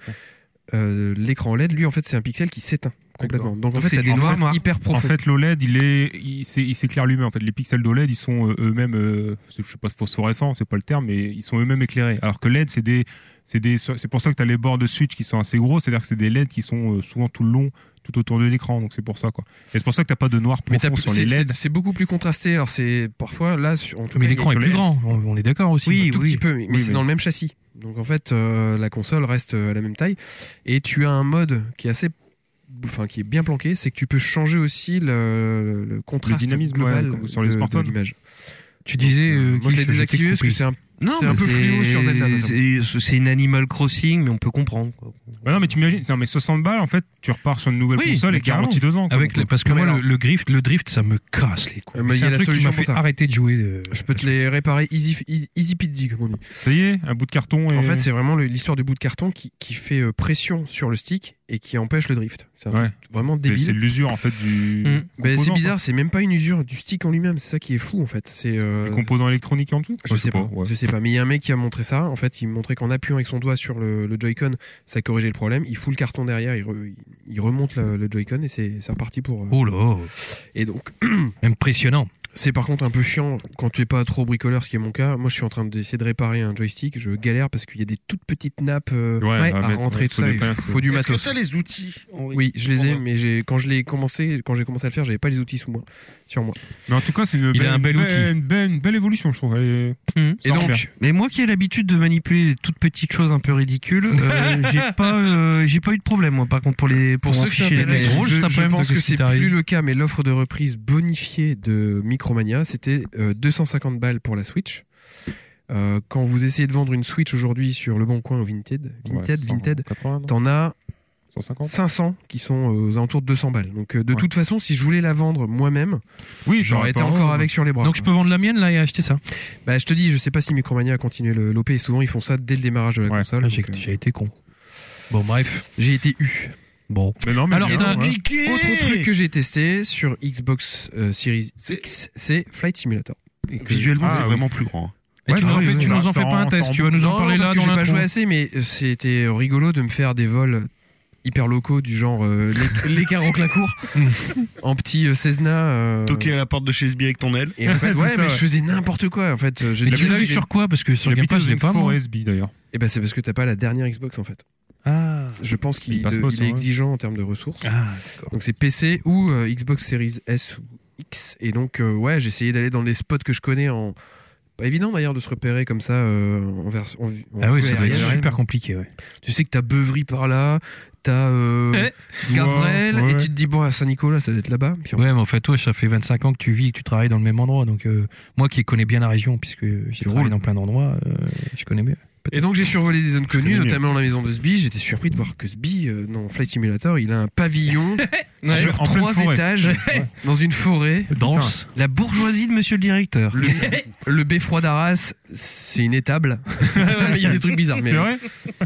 Euh, L'écran O L E D, lui, en fait, c'est un pixel qui s'éteint complètement. Donc, en Donc fait, c'est t'as des en noirs fait, noir. hyper En profonds. fait, l'O L E D, il est, il, s'é- il s'éclaire lui-même. En fait, les pixels d'O L E D, ils sont euh, eux-mêmes, euh, je sais pas, phosphorescents, c'est pas le terme, mais ils sont eux-mêmes éclairés. Alors que L E D, c'est des, c'est des, c'est pour ça que t'as les bords de switch qui sont assez gros. C'est-à-dire que c'est des L E D qui sont euh, souvent tout le long, tout autour de l'écran. Donc c'est pour ça, quoi. Et c'est pour ça que t'as pas de noir Mais t'as- profond sur c'est les L E D. c'est- c'est beaucoup plus contrasté. Alors, c'est parfois là, sur, en tout Mais cas, l'écran est sur plus les grand, on, on est d'accord aussi. Oui, un tout petit peu, mais, mais Oui, c'est mais- dans le même châssis. Donc en fait, euh, la console reste à la même taille. Et tu as un mode qui est assez, enfin qui est bien planqué, c'est que tu peux changer aussi le, le contraste Le dynamisme, global ouais, comme sur les de- de smartphones. l'image. Tu disais. euh, Moi, je l'ai Keith, désactivé t'ai parce que coupé. c'est un. Non, C'est un mais peu fluo sur Zelda, notamment. C'est, c'est une Animal Crossing, mais on peut comprendre. Quoi. Bah non, mais tu imagines, non, mais soixante balles, en fait, tu repars sur une nouvelle Oui, console mais et garantie deux ans. quoi. Avec Donc, les- parce que Non, mais moi, alors- le, le drift, le drift, ça me casse les couilles. Euh, mais il y c'est a un la truc qui solution m'a fait pour ça. arrêter de jouer. euh, Je peux te les réparer easy, easy peasy, comme on dit. Ça y est, un bout de carton. Et... En fait, c'est vraiment le- l'histoire du bout de carton qui, qui fait euh, pression sur le stick et qui empêche le drift. C'est un Ouais. truc vraiment c'est, c'est débile. l'usure, en fait, du. Mm. Ben, c'est composant, bizarre, c'est même pas une usure du stick en lui-même. C'est ça qui est fou en fait. C'est euh, Le composant électronique en dessous. Je Ouais, sais pas, ouais. je sais pas, mais il y a un mec qui a montré ça. En fait, il montrait qu'en appuyant avec son doigt sur le, le Joy-Con, ça corrigeait le problème. Il fout le carton derrière, il, re- il remonte le, le Joy-Con et c'est c'est reparti pour. euh, Oh là, Et donc, impressionnant. c'est par contre un peu chiant quand tu es pas trop bricoleur, ce qui est mon cas. Moi, je suis en train d'essayer de réparer un joystick. Je galère parce qu'il y a des toutes petites nappes euh, Ouais, Ouais, à à mettre, rentrer, ouais, tout faut ça. des Il pinces, faut du Est-ce que matos. t'as les outils, Henri Oui, je les ai, Pour- mais j'ai quand je l'ai commencé, quand j'ai commencé à le faire, j'avais pas les outils sous moi, sur moi. Mais en tout cas, c'est une, Il belle, a un bel une outil. belle- Une belle, une belle évolution, je trouve. Elle est- Hum. Et Ça rend donc, bien. Mais moi qui ai l'habitude de manipuler des toutes petites choses un peu ridicules, euh, j'ai pas, euh, j'ai pas eu de problème moi. Par contre pour les, pour, Pour ceux que ça afficher les intéresse, mails. drôle, je, cet je après-midi, pense de que ce qui c'est t'arrive. plus le cas, mais l'offre de reprise bonifiée de Micromania, c'était euh, deux cent cinquante balles pour la Switch. Euh, quand vous essayez de vendre une Switch aujourd'hui sur Le Bon Coin ou Vinted, Vinted, Ouais, cent Vinted, quatre-vingts, non t'en as cent cinquante. cinq cents qui sont euh, aux alentours de deux cents balles. Donc euh, de Ouais. toute façon, si je voulais la vendre moi-même, Oui, j'aurais été pas- encore avec sur les bras. Donc je quoi. peux vendre la mienne là et acheter ça. Bah, je te dis, je sais pas si Micromania a continué le l'O P. Souvent, ils font ça dès le démarrage de la Ouais. console. Là, donc, j'ai euh, j'ai été con. Bon, bref. j'ai été eu. Bon. Mais non, mais Alors, bien, t'as- ouais. Autre truc que j'ai testé sur Xbox euh, Series X, c'est Flight Simulator. Et que- Visuellement, Ah, c'est oui. vraiment plus grand. Et Ouais, tu ça nous en va, fais, oui, tu oui. nous en Ça fais pas un rend- test, ça tu vas nous en Non, parler parce là que dans j'ai pas l'intro. joué assez, mais euh, c'était rigolo de me faire des vols hyper locaux du genre euh, les, les Caron-Clacourt en petit euh, Cessna. euh, Toquer à la porte de chez S B avec ton aile. Et en fait, C'est ouais, ça, mais ouais. je faisais n'importe quoi. En fait, euh, j'ai Mais de tu la l'as vu musique. sur quoi? Parce que sur Il Game habite Pass, dans je l'ai une pas, moi. forêt S B d'ailleurs. Et ben c'est parce que t'as pas la dernière Xbox en fait. Ah. Je pense qu'il Il passe de- pas, il ça, est ouais. exigeant en termes de ressources. Ah, d'accord. Donc c'est P C ou euh, Xbox Series S ou X. Et donc euh, ouais, j'ai essayé d'aller dans les spots que je connais en. Pas évident d'ailleurs de se repérer comme ça euh, en version. En, en Ah oui, vue ça doit être aérienne. super compliqué, ouais. Tu sais que t'as Beuvry par là, t'as euh, Eh. Gavrel, Ouais, ouais. et tu te dis bon à Saint-Nicolas ça doit être là-bas. Puis en- Ouais, mais en fait, toi, ça fait vingt-cinq ans que tu vis et que tu travailles dans le même endroit. Donc, euh, moi qui connais bien la région, puisque j'ai travaillé roules. dans plein d'endroits, euh, je connais mieux. Et donc j'ai survolé des zones connues, connais mieux. notamment la maison de Sbi. J'étais surpris de voir que Sbi, euh, dans Flight Simulator, il a un pavillon Ouais, sur en pleine trois forêt. étages dans une forêt. Danse. La bourgeoisie de Monsieur le Directeur. Le, le beffroi d'Arras, c'est une étable. Il y a des trucs bizarres. Mais... C'est vrai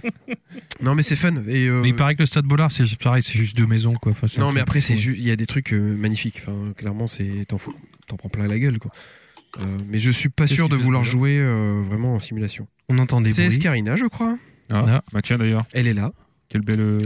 Non mais c'est fun. Et, euh, Mais il paraît que le Stade Bollard, c'est pareil, c'est juste deux maisons, quoi. Enfin, c'est un Non mais truc- après c'est ouais. juste, il y a des trucs euh, magnifiques. Enfin clairement c'est t'en fous, t'en prends plein la gueule quoi. Euh, mais je suis pas Qu'est-ce sûr de qui te vouloir plaît jouer euh, vraiment en simulation. On entend des C'est bruits. Escarina je crois. Ah, Ah. bah tiens d'ailleurs, Elle est là. quelle belle. euh,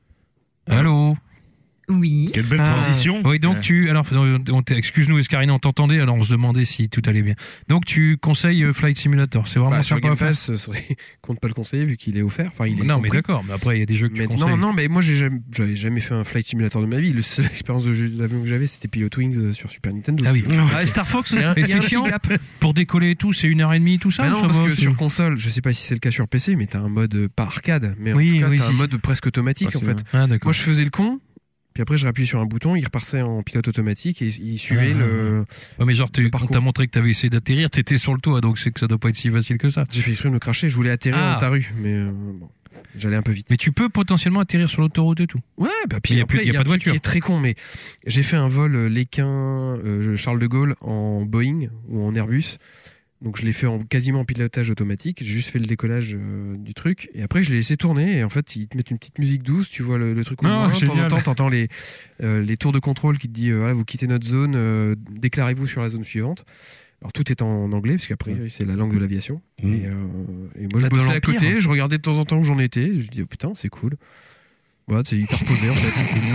Allô. Oui. Quelle belle Ah. transition. Oui, donc Ouais. tu, alors, on t'- excuse-nous, Escarina, on t'entendait, alors on se demandait si tout allait bien. Donc tu conseilles euh, Flight Simulator, c'est vraiment Bah, sur le sympa à Game faire. Pass, ce serait compte pas le conseiller vu qu'il est offert. Enfin, il est Non, mais compris. d'accord, mais après il y a des jeux que tu Mais conseilles. non, non, mais moi j'ai jamais, j'avais jamais fait un Flight Simulator de ma vie. La seule expérience de jeu d'avion que j'avais, c'était Pilot Wings euh, sur Super Nintendo. Ah oui. Ah, Star Fox Il y aussi. a un- Et il y a c'est un petit chiant gap. Pour décoller et tout, c'est une heure et demie, tout ça Bah ou non, ça parce va, que c'est- sur console, je sais pas si c'est le cas sur P C, mais t'as un mode euh, pas arcade, mais en Oui, tout cas, oui, t'as un si, mode presque automatique Ah, en c'est fait. vrai. Ah, d'accord. Moi, je faisais le con, puis après, je rappuyais sur un bouton, il repartait en pilote automatique et il suivait Ah. le. Ouais, mais genre, tu- le quand parcours. t'as montré que t'avais essayé d'atterrir, t'étais sur le toit, donc c'est que ça doit pas être si facile que ça. J'ai fait exprès de me cracher, je voulais atterrir Ah. dans ta rue, mais euh, bon, j'allais un peu vite. Mais tu peux potentiellement atterrir sur l'autoroute et tout. Ouais, bah puis Il y a après, plus- il y a il y a, pas de un truc voiture. qui est très con, mais j'ai fait un vol euh, Léquin euh, Charles de Gaulle en Boeing ou en Airbus. Donc je l'ai fait en quasiment en pilotage automatique, j'ai juste fait le décollage euh, du truc et après je l'ai laissé tourner et en fait ils te mettent une petite musique douce, tu vois le, le truc au Non, loin, de temps en génial. temps t'entends les euh, les tours de contrôle qui te dit euh, voilà, vous quittez notre zone, euh, déclarez-vous sur la zone suivante. Alors tout est en anglais parce qu'après c'est la langue de l'aviation Mmh. et, euh, et moi je Bah, de bossais à l'Empire. côté, je regardais de temps en temps où j'en étais, je dis oh, putain c'est cool. Voilà, c'est hyper posé en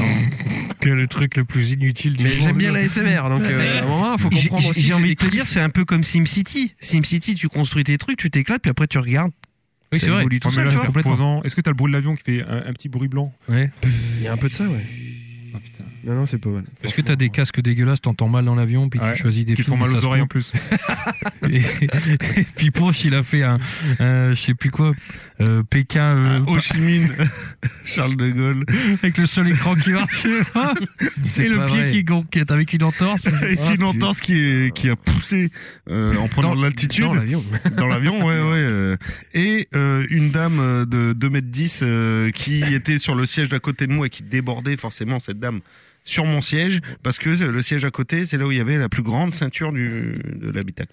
fait. C'est le truc le plus inutile du Mais monde. j'aime bien la S M R, donc euh, à un moment, il faut J'ai comprendre aussi. j'ai que envie de des te clips. dire, c'est un peu comme SimCity. SimCity, tu construis tes trucs, tu t'éclates, puis après tu regardes. Oui, ça c'est vrai. évolue tout Oh, mais seul, là, tu c'est vois. reposant. Est-ce que t'as le bruit de l'avion qui fait un, un petit bruit blanc? Ouais. Il y a un peu de ça, ouais. Ah putain. Non, non, c'est pas mal. Est-ce que t'as des casques dégueulasses, t'entends mal dans l'avion, puis Ouais, tu choisis des Qui te font films mal et ça aux se oreilles en coupe. plus. Et, et puis Ponche, il a fait un, un je sais plus quoi, euh, Pékin euh, Ho Chi Minh, Charles de Gaulle, avec le seul écran qui marchait, C'est et le pas pied vrai. qui gonfle, qui est avec une entorse. avec Ah, une entorse qui, est, qui a poussé euh, en prenant de l'altitude Dans l'avion. dans l'avion, ouais, ouais. euh, et euh, une dame euh, de deux mètres dix euh, qui était sur le siège d'à côté de moi et qui débordait forcément cette dame sur mon siège, parce que le siège à côté, c'est là où il y avait la plus grande ceinture du, de l'habitacle.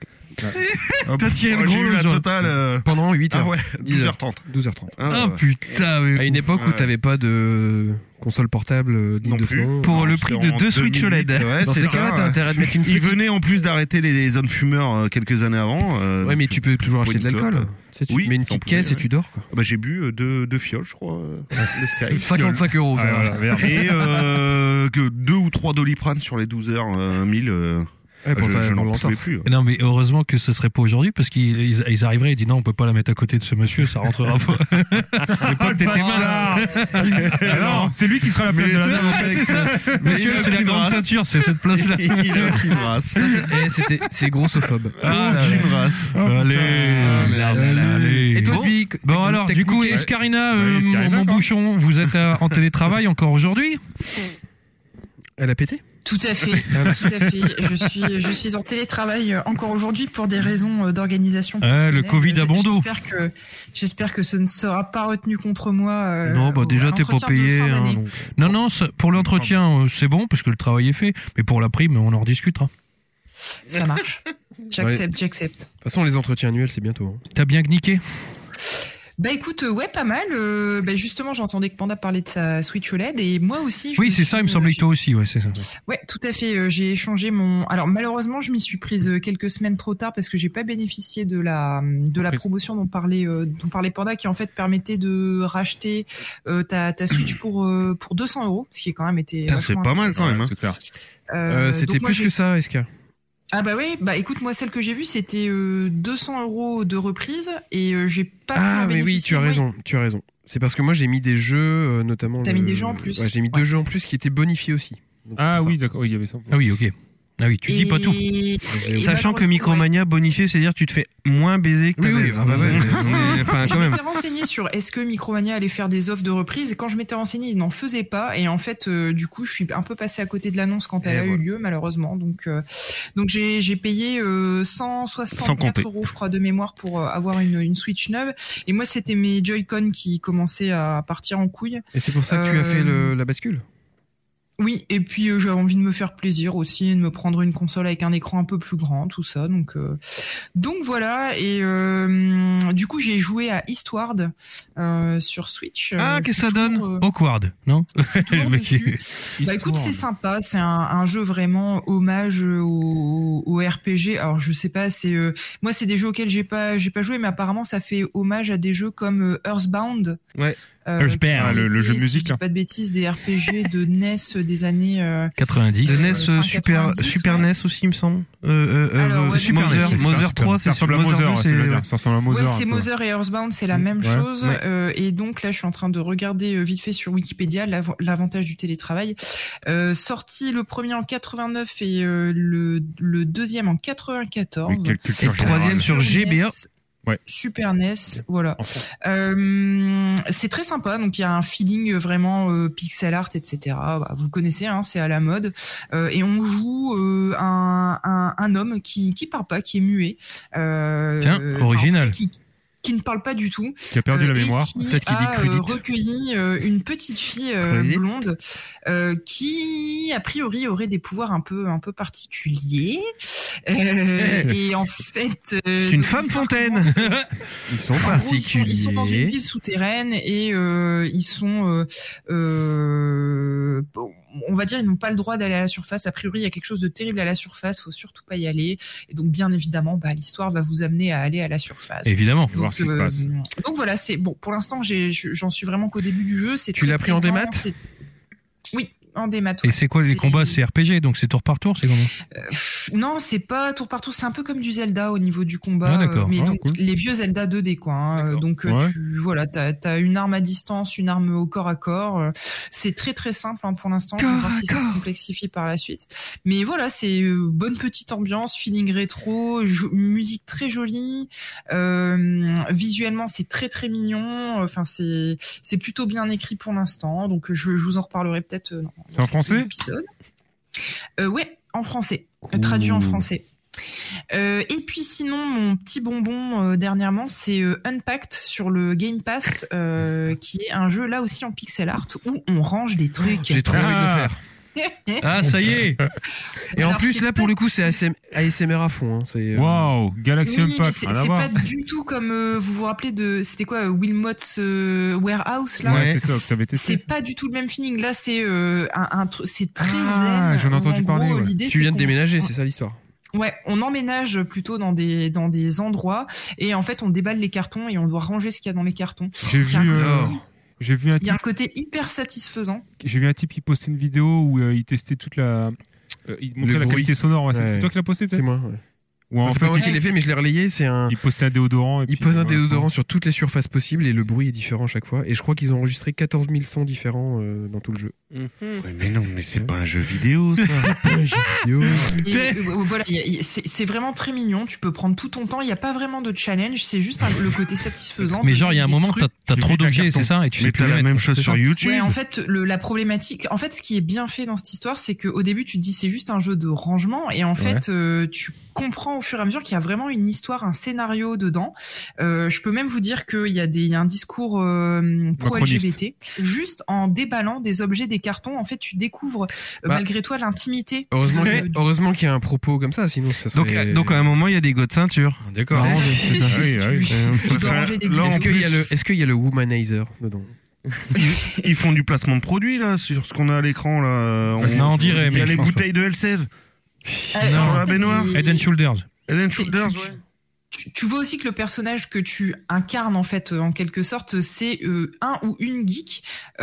Hop. T'as tiré le Ouais, gros J'ai eu lot, la genre. totale. euh, Pendant huit Ah heures. ouais, dix douze heures. heures trente. douze heures trente. Ah, Oh ouais. putain, mais À une époque où Ouais. t'avais pas de console portable euh, digne Non de plus. ce nom. Pour Non, le c'était prix de en deux Switch O L E D. deux mille huit, Ouais, Dans c'est ces ça, cas-là, t'as ouais. intérêt de mettre une Il petite. venait en plus d'arrêter les zones fumeurs euh, quelques années avant. euh, Ouais, mais tu peux toujours acheter de Point de l'alcool. clope. Tu sais, tu Oui, te mets une ça, on petite pouvait, caisse et ouais. tu dors, quoi. Bah, j'ai bu euh, deux, deux fioles, je crois. euh, le Sky. cinquante-cinq euros, ça Ah, va. voilà, merde. Et euh, que deux ou trois Doliprane sur les douze heures euh, mille. Euh, Ouais, pour je ta- je pour n'en pouvais l'entorse. plus. non, mais heureusement que ce serait pas aujourd'hui, parce qu'ils ils, ils arriveraient et disent non, on peut pas la mettre à côté de ce monsieur, ça rentrera pas. À l'époque, t'étais mince. Ah non, c'est lui qui sera à la place de la dame. Monsieur, il a c'est la aucune grande race. ceinture, c'est cette place-là. Il a aucune race. Ça, c'est- eh, c'était- C'est grossophobe. Ah, là, Aucune race. Allez, là, là, là. allez. Et toi, Bon. Sbi, Bon technique- alors, du coup, technique, Escarina, euh, Ouais, Escarina, mon, mon quoi. bouchon, vous êtes à- en télétravail encore aujourd'hui? elle a pété. Tout à fait, tout à fait. Je suis, je suis en télétravail euh, encore aujourd'hui pour des raisons euh, d'organisation. Ah, le personnelle. Covid à J- bon dos. J'espère que, j'espère que ce ne sera pas retenu contre moi. euh, Non, bah au- déjà à t'es pas l'entretien de payé. fin hein, d'année. donc. Non, non, ça- pour l'entretien, euh, c'est bon, parce que le travail est fait, mais pour la prime, on en rediscutera. Ça marche. J'accepte, j'accepte. De toute façon, les entretiens annuels, c'est bientôt. hein. T'as bien gniqué? Bah écoute, euh, ouais, pas mal. Euh, bah justement, j'entendais que Panda parlait de sa Switch O L E D et moi aussi. je Oui, me c'est suis, ça, il me euh, semblait que j'ai- toi aussi, ouais, c'est ça. Ouais, tout à fait. euh, J'ai échangé mon. Alors malheureusement, je m'y suis prise euh, quelques semaines trop tard parce que j'ai pas bénéficié de la de la Après- promotion dont parlait euh, dont parlait Panda, qui en fait permettait de racheter euh, ta ta Switch pour euh, pour deux cents euros, ce qui est quand même été. Putain, c'est vachement pas mal quand même. hein. C'est clair. Euh, Euh, C'était donc moi, plus j'ai- que ça, S K. Ah bah oui, bah écoute, moi celle que j'ai vue c'était euh, deux cents euros de reprise et euh, j'ai pas pu Ah, en mais oui, bénéficier, tu as moi. raison, tu as raison. C'est parce que moi, j'ai mis des jeux, euh, notamment. T'as le- mis des jeux en plus. Ouais, j'ai mis Ouais. deux jeux en plus qui étaient bonifiés aussi. Donc, Ah c'est pour oui, d'accord, oui, il y avait ça. Ah oui, ok. Ah oui, tu dis pas tout. Et- et Sachant que malheureusement, Micromania bonifié, c'est-à-dire que tu te fais moins baiser que ta Oui, oui, baise. ah bah ouais, mais- Mais, enfin, Je quand même. m'étais renseigné sur est-ce que Micromania allait faire des offres de reprise et quand je m'étais renseigné, ils n'en faisaient pas et en fait euh, du coup, je suis un peu passé à côté de l'annonce quand elle Et a eu voilà. lieu malheureusement. Donc euh, donc j'ai j'ai payé euh, cent Sans soixante-quatre compter. euros je crois de mémoire pour euh, avoir une une Switch neuve et moi c'était mes Joy-Con qui commençaient à partir en couille. Et c'est pour ça que tu as Euh, fait le- la bascule. Oui, et puis euh, j'avais envie de me faire plaisir aussi, de me prendre une console avec un écran un peu plus grand, tout ça. Donc, euh, donc voilà. Et euh, du coup, j'ai joué à Eastward euh, sur Switch. Ah, Euh, qu'est-ce je que ça suis donne toujours, euh, Awkward, non? toujours Le mec qui- dessus. Bah écoute, c'est sympa. C'est un, un jeu vraiment hommage au, au R P G. Alors je sais pas, c'est euh, moi c'est des jeux auxquels j'ai pas j'ai pas joué, mais apparemment ça fait hommage à des jeux comme euh, Earthbound. Ouais. Euh, Earthbound, qui ont le- le été, jeu si musique, je dis là. pas de bêtises, des R P G de N E S des années. Euh, quatre-vingt-dix. Le N E S fin euh, Super, quatre-vingt-dix, Super ouais. N E S aussi, il me semble. Euh, euh, euh, Alors, ouais, c'est Super Mother, Mother, Mother trois, c'est ça ressemble à Mother Mother, deux, ouais, c'est. ça veut dire. Ça ressemble à Ouais, Mother. c'est un peu. Mother et Earthbound, c'est la même Ouais, chose. ouais. Euh, et donc là, je suis en train de regarder euh, vite fait sur Wikipédia l'av- l'avantage du télétravail. Euh, sorti le premier en quatre-vingt-neuf et euh, le, le deuxième en quatre-vingt-quatorze. Oui, quelle culture Et le troisième générale. sur G B A. N E S, Ouais. Super N E S, voilà. En France. Euh, c'est très sympa, donc il y a un feeling vraiment euh, pixel art, et cetera. Bah, vous connaissez, hein, c'est à la mode. Euh, et on joue euh, un, un, un homme qui qui parle pas, qui est muet. Euh, Tiens, enfin, original. Qui, qui ne parle pas du tout. Qui a perdu Euh, la et mémoire. qui Peut-être qu'il dit a, crudite. euh, recueilli euh, une petite fille euh, Crudite. blonde euh, qui a priori aurait des pouvoirs un peu un peu particuliers. Euh, et en fait, euh, C'est une donc femme l'histoire fontaine. commence- Ils sont en gros, ils, sont, particuliers. ils sont dans une ville souterraine et euh, ils sont, euh, euh, bon, on va dire, ils n'ont pas le droit d'aller à la surface. A priori, il y a quelque chose de terrible à la surface. Faut surtout pas y aller. Et donc, bien évidemment, bah, l'histoire va vous amener à aller à la surface. Évidemment. Voir ce qui se euh, passe. donc voilà, c'est bon. Pour l'instant, j'ai, j'en suis vraiment qu'au début du jeu. C'est Tu très l'as pris en plaisant, démat c'est- Oui, en démat. Et ouais. c'est quoi les C'est- combats? C'est R P G, donc c'est tour par tour, c'est comment? Pff, Non, c'est pas tour par tour. C'est un peu comme du Zelda au niveau du combat. Ah, d'accord. euh, Mais Ah, donc, cool. les vieux Zelda deux D, quoi. hein. D'accord. Donc, euh, Ouais. tu, voilà, t'as, t'as une arme à distance, une arme au corps à corps. euh, C'est très très simple hein, pour l'instant. Je vais Corps voir à si ça se corps. complexifie par la suite. Mais voilà, c'est euh, bonne petite ambiance, feeling rétro, jo- musique très jolie. Euh, visuellement, c'est très très mignon. Enfin, c'est c'est plutôt bien écrit pour l'instant. Donc, je, je vous en reparlerai peut-être. euh, dans- C'est en dans français l'épisode. Euh, ouais, en français, euh, traduit en français. Euh, et puis sinon, mon petit bonbon euh, dernièrement, c'est euh, Unpacked sur le Game Pass, euh, qui est un jeu là aussi en pixel art où on range des trucs. J'ai trop envie de le faire. Ah, ça y est! Et en Alors, plus, c'est là, pour pas- le coup, c'est A S M R à fond. Hein. C'est, euh, Waouh, Galaxy Oui, mais Unpacked, c'est rien à c'est voir. pas du tout comme euh, vous vous rappelez de c'était quoi euh, Wilmot's euh, Warehouse là. Ouais, c'est ça que t'avais testé. C'est pas du tout le même feeling. Là, c'est euh, un, un truc, c'est très Ah, zen. j'en ai entendu En gros, parler, ouais. l'idée, Tu c'est viens de qu'on- déménager, on- c'est ça l'histoire. Ouais, on emménage plutôt dans des dans des endroits et en fait on déballe les cartons et on doit ranger ce qu'il y a dans les cartons. J'ai Il y a vu, un euh, côté- j'ai vu un il y a un type, côté hyper satisfaisant. j'ai vu un type qui postait une vidéo où euh, il testait toute la, euh, il montrait Le la bruit. qualité sonore. Ouais, c'est Ouais. c'est toi qui l'as posté C'est peut-être? moi. Ouais. Ou en c'est fait, pas moi il, qui l'ai fait, mais je l'ai relayé. C'est un. il postait un déodorant. Et Ils puis, posent un voilà. déodorant sur toutes les surfaces possibles et le bruit est différent à chaque fois. Et je crois qu'ils ont enregistré quatorze mille sons différents euh, dans tout le jeu. Ouais, mais non, mais c'est pas un jeu vidéo, ça. Vidéo. Et, euh, voilà, il y a- il y a- c'est c'est vraiment très mignon. Tu peux prendre tout ton temps. Il n'y a pas vraiment de challenge. C'est juste un- le côté satisfaisant. Mais de genre, il y a un des moment, trucs. t'as t'as Tu trop mets ta d'objets, carton. c'est ça? Et tu sais Mais plus t'as les la mettre, même c'est chose ça sur YouTube. Ouais, en fait, le, la problématique, en fait, ce qui est bien fait dans cette histoire, c'est qu'au début, tu te dis c'est juste un jeu de rangement, et en fait, euh, tu comprends au fur et à mesure qu'il y a vraiment une histoire, un scénario dedans. Euh, je peux même vous dire qu'il y a des, il y a un discours euh, pro-L G B T. Juste en déballant des objets des cartons, en fait, tu découvres euh, Bah, malgré toi l'intimité. Heureusement, de- qu'il y a- du- heureusement qu'il y a un propos comme ça, sinon ça Donc, serait. euh, donc à un moment, il y a des go de ceinture. D'accord. Non, C'est- c'est ça. Ah oui, ah oui. Euh, tu dois ranger des Là, en Est-ce qu'il y a plus- le, est-ce qu'il y a le womanizer dedans? Ils font du placement de produits, là, sur ce qu'on a à l'écran, là. On- Non, on dirait, Il y mais a je les pense bouteilles de Elseve. Ah, Non, en la fait, baignoire. il- Head and Shoulders. Helen Tu- Shoulders, tu- ouais. tu, tu vois aussi que le personnage que tu incarnes en fait en quelque sorte c'est euh, un ou une geek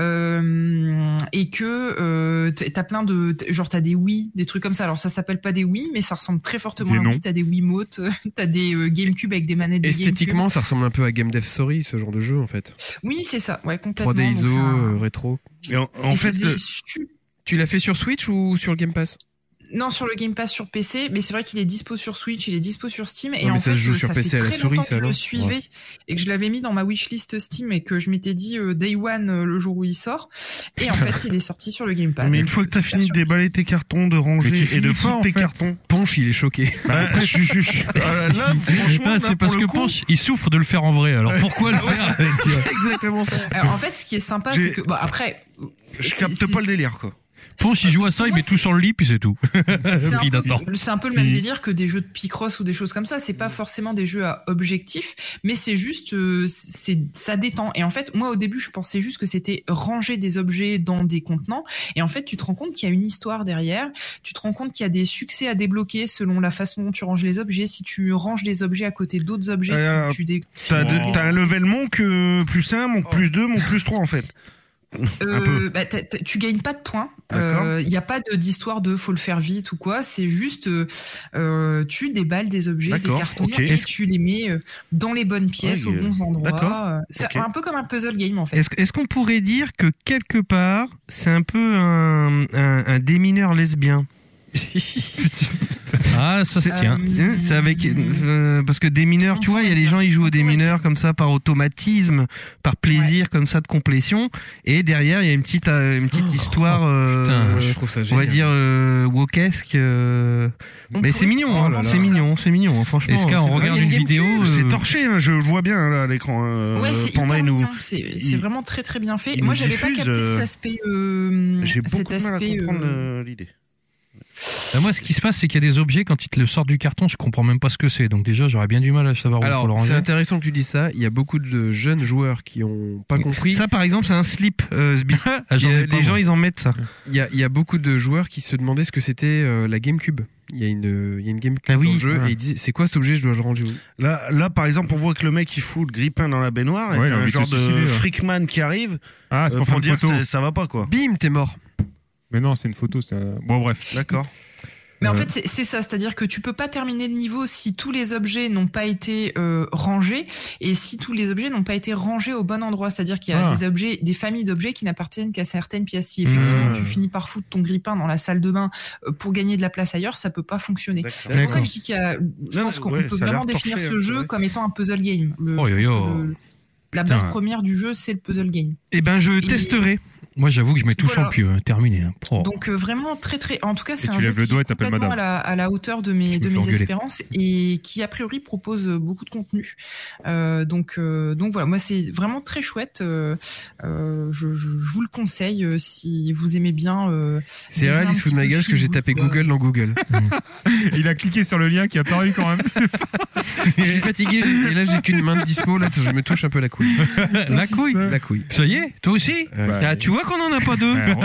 euh, et que euh, t'as plein de t- genre t'as des Wii, des trucs comme ça. Alors ça s'appelle pas des Wii, mais ça ressemble très fortement Des à un noms. Wii. T'as des Wiimote, t'as des euh, GameCube avec des manettes de Esthétiquement, ça ressemble un peu à Game Dev Story, ce genre de jeu en fait. GameCube. Oui, c'est ça, ouais, complètement. trois D Donc, I S O, c'est un- euh, rétro. Et en, en et fait, c'est- le- su- Tu l'as fait sur Switch ou sur le Game Pass? Non, sur le Game Pass sur P C, mais c'est vrai qu'il est dispo sur Switch, il est dispo sur Steam, et Ouais, en mais ça fait, se joue euh, sur ça P fait C à la très souris, longtemps ça, que je non le suivais et que je l'avais mis dans ma wishlist Steam et que je m'étais dit euh, Day One euh, le jour où il sort, et en fait, il est sorti sur le Game Pass. mais une fois que t'as fini de déballer tes cartons, de Mais ranger tu et de finis pas, foutre en tes fait. cartons. Ponche, il est choqué. Bah, je, je, je- ah, là, franchement, Ah, là, c'est parce pour que le coup, Ponche, il souffre de le faire en vrai. Alors pourquoi le faire? Tu vois. exactement ça. Alors en fait, ce qui est sympa, J'ai- c'est que bon après, Je c'est- capte c'est- pas le délire, quoi. Ponche, il joue à ça, il Moi, met tout sur le lit, puis c'est tout. C'est Puis il un, attend. peu, c'est un peu le même Oui. délire que des jeux de Picross ou des choses comme ça. C'est pas forcément des jeux à objectif, mais c'est juste, euh, c'est ça détend. Et en fait, moi au début, je pensais juste que c'était ranger des objets dans des contenants. Et en fait, tu te rends compte qu'il y a une histoire derrière. Tu te rends compte qu'il y a des succès à débloquer selon la façon dont tu ranges les objets. Si tu ranges des objets à côté d'autres objets, Euh, tu, tu dé... T'as, de- Oh. t'as un level monk euh, plus un, monk plus deux, monk plus trois en fait. Euh, Un peu. bah, t'as- t'as- tu gagnes pas de points. Il D'accord. n'y a pas de, d'histoire de faut le faire vite ou quoi. C'est juste euh, euh, tu déballes des objets, des D'accord, cartons ok. et tu les mets euh, dans les bonnes pièces, Ouais, aux bons endroits. d'accord, Euh, C'est ok. un peu comme un puzzle game en fait. Est-ce, est-ce qu'on pourrait dire que quelque part, c'est un peu un, un, un démineur lesbien? Ah, ça se tient. Euh, C'est, c'est avec euh, parce que démineur, tu vois, il y a des gens ils jouent au démineur comme ça par automatisme, par plaisir comme ça de complétion, et derrière il y a une petite euh, une petite histoire, euh, putain, euh, je trouve ça on génial. va dire euh, wokesque. euh, On mais pourrait- c'est mignon, hein, Oh là là. c'est mignon, c'est mignon, hein, franchement. Est-ce qu'on c'est- regarde il y a une une vidéo GameCube, euh, C'est torché, hein, je le vois bien là, à l'écran. Hein. Ouais, c'est Panda, hyper il nous- mignon. C'est, c'est il- vraiment très très bien fait. il Moi, nous j'avais pas diffuse, capté euh, cet aspect. Euh, J'ai beaucoup cet de mal à aspect. comprendre euh, euh, l'idée. Bah, moi, ce qui se passe, c'est qu'il y a des objets, quand ils te le sortent du carton, je comprends même pas ce que c'est. Donc déjà, j'aurais bien du mal à savoir où il faut le Alors, c'est ranger. intéressant que tu dis ça. Il y a beaucoup de jeunes joueurs qui ont pas compris. Ça par exemple, c'est un slip. Euh, Sbi. Ah, j'en Il y a- ai pas, les gens moi. ils en mettent ça. Il y a, il y a beaucoup de joueurs qui se demandaient ce que c'était euh, la GameCube. Il y a une, il y a une GameCube Ah oui, dans le jeu voilà. et ils disaient c'est quoi cet objet, je dois le ranger où? Là, là, par exemple, on voit que le mec il fout le grippin dans la baignoire, et Ouais, il t'as a un envie de genre se suicider, de ouais. freakman qui arrive Ah, c'est euh, pour faire pour une dire photo. ça, ça va pas quoi. Bim, t'es mort. Mais non, c'est une photo. Ça... Bon, bref. D'accord. Mais en Euh, fait, c'est, c'est ça, c'est-à-dire que tu peux pas terminer le niveau si tous les objets n'ont pas été euh, rangés et si tous les objets n'ont pas été rangés au bon endroit. C'est-à-dire qu'il y a Ah. des objets, des familles d'objets qui n'appartiennent qu'à certaines pièces. Si effectivement Mmh. tu finis par foutre ton grippin dans la salle de bain euh, pour gagner de la place ailleurs, ça peut pas fonctionner. D'accord. C'est pour ça D'accord. que je dis qu'il y a, je Non, pense qu'on ouais, peut ça a l'air vraiment définir torché, ce hein, jeu ouais. comme étant un puzzle game. Le, Oh, je yo, pense yo. que le- la base Putain. première du jeu, c'est le puzzle game. Eh ben je Et- testerai. Moi, j'avoue que je mets tout Voilà. sur le pied. hein. Terminé. hein. Oh. Donc euh, vraiment très très. En tout cas, c'est tu un jeu lèves le qui doigt est et t'appelles complètement à madame. la, à la hauteur de Je mes me de fais mes engueuler. espérances et qui a priori propose euh, beaucoup de contenu. Euh, donc euh, donc voilà, moi c'est vraiment très chouette. Euh, euh, je, je, je vous le conseille euh, si vous aimez bien. Euh, C'est des vrai, jeux un il se fout de petit ma peu gueule parce que j'ai feel tapé good, quoi. Google dans Google. Il a cliqué sur le lien qui est apparu quand même. Je suis fatigué et là j'ai qu'une main de dispo, là je me touche un peu la couille. La couille. La couille. Ça y est, toi aussi Euh, Bah, Ah, tu vois qu'on en a pas deux. Ouais,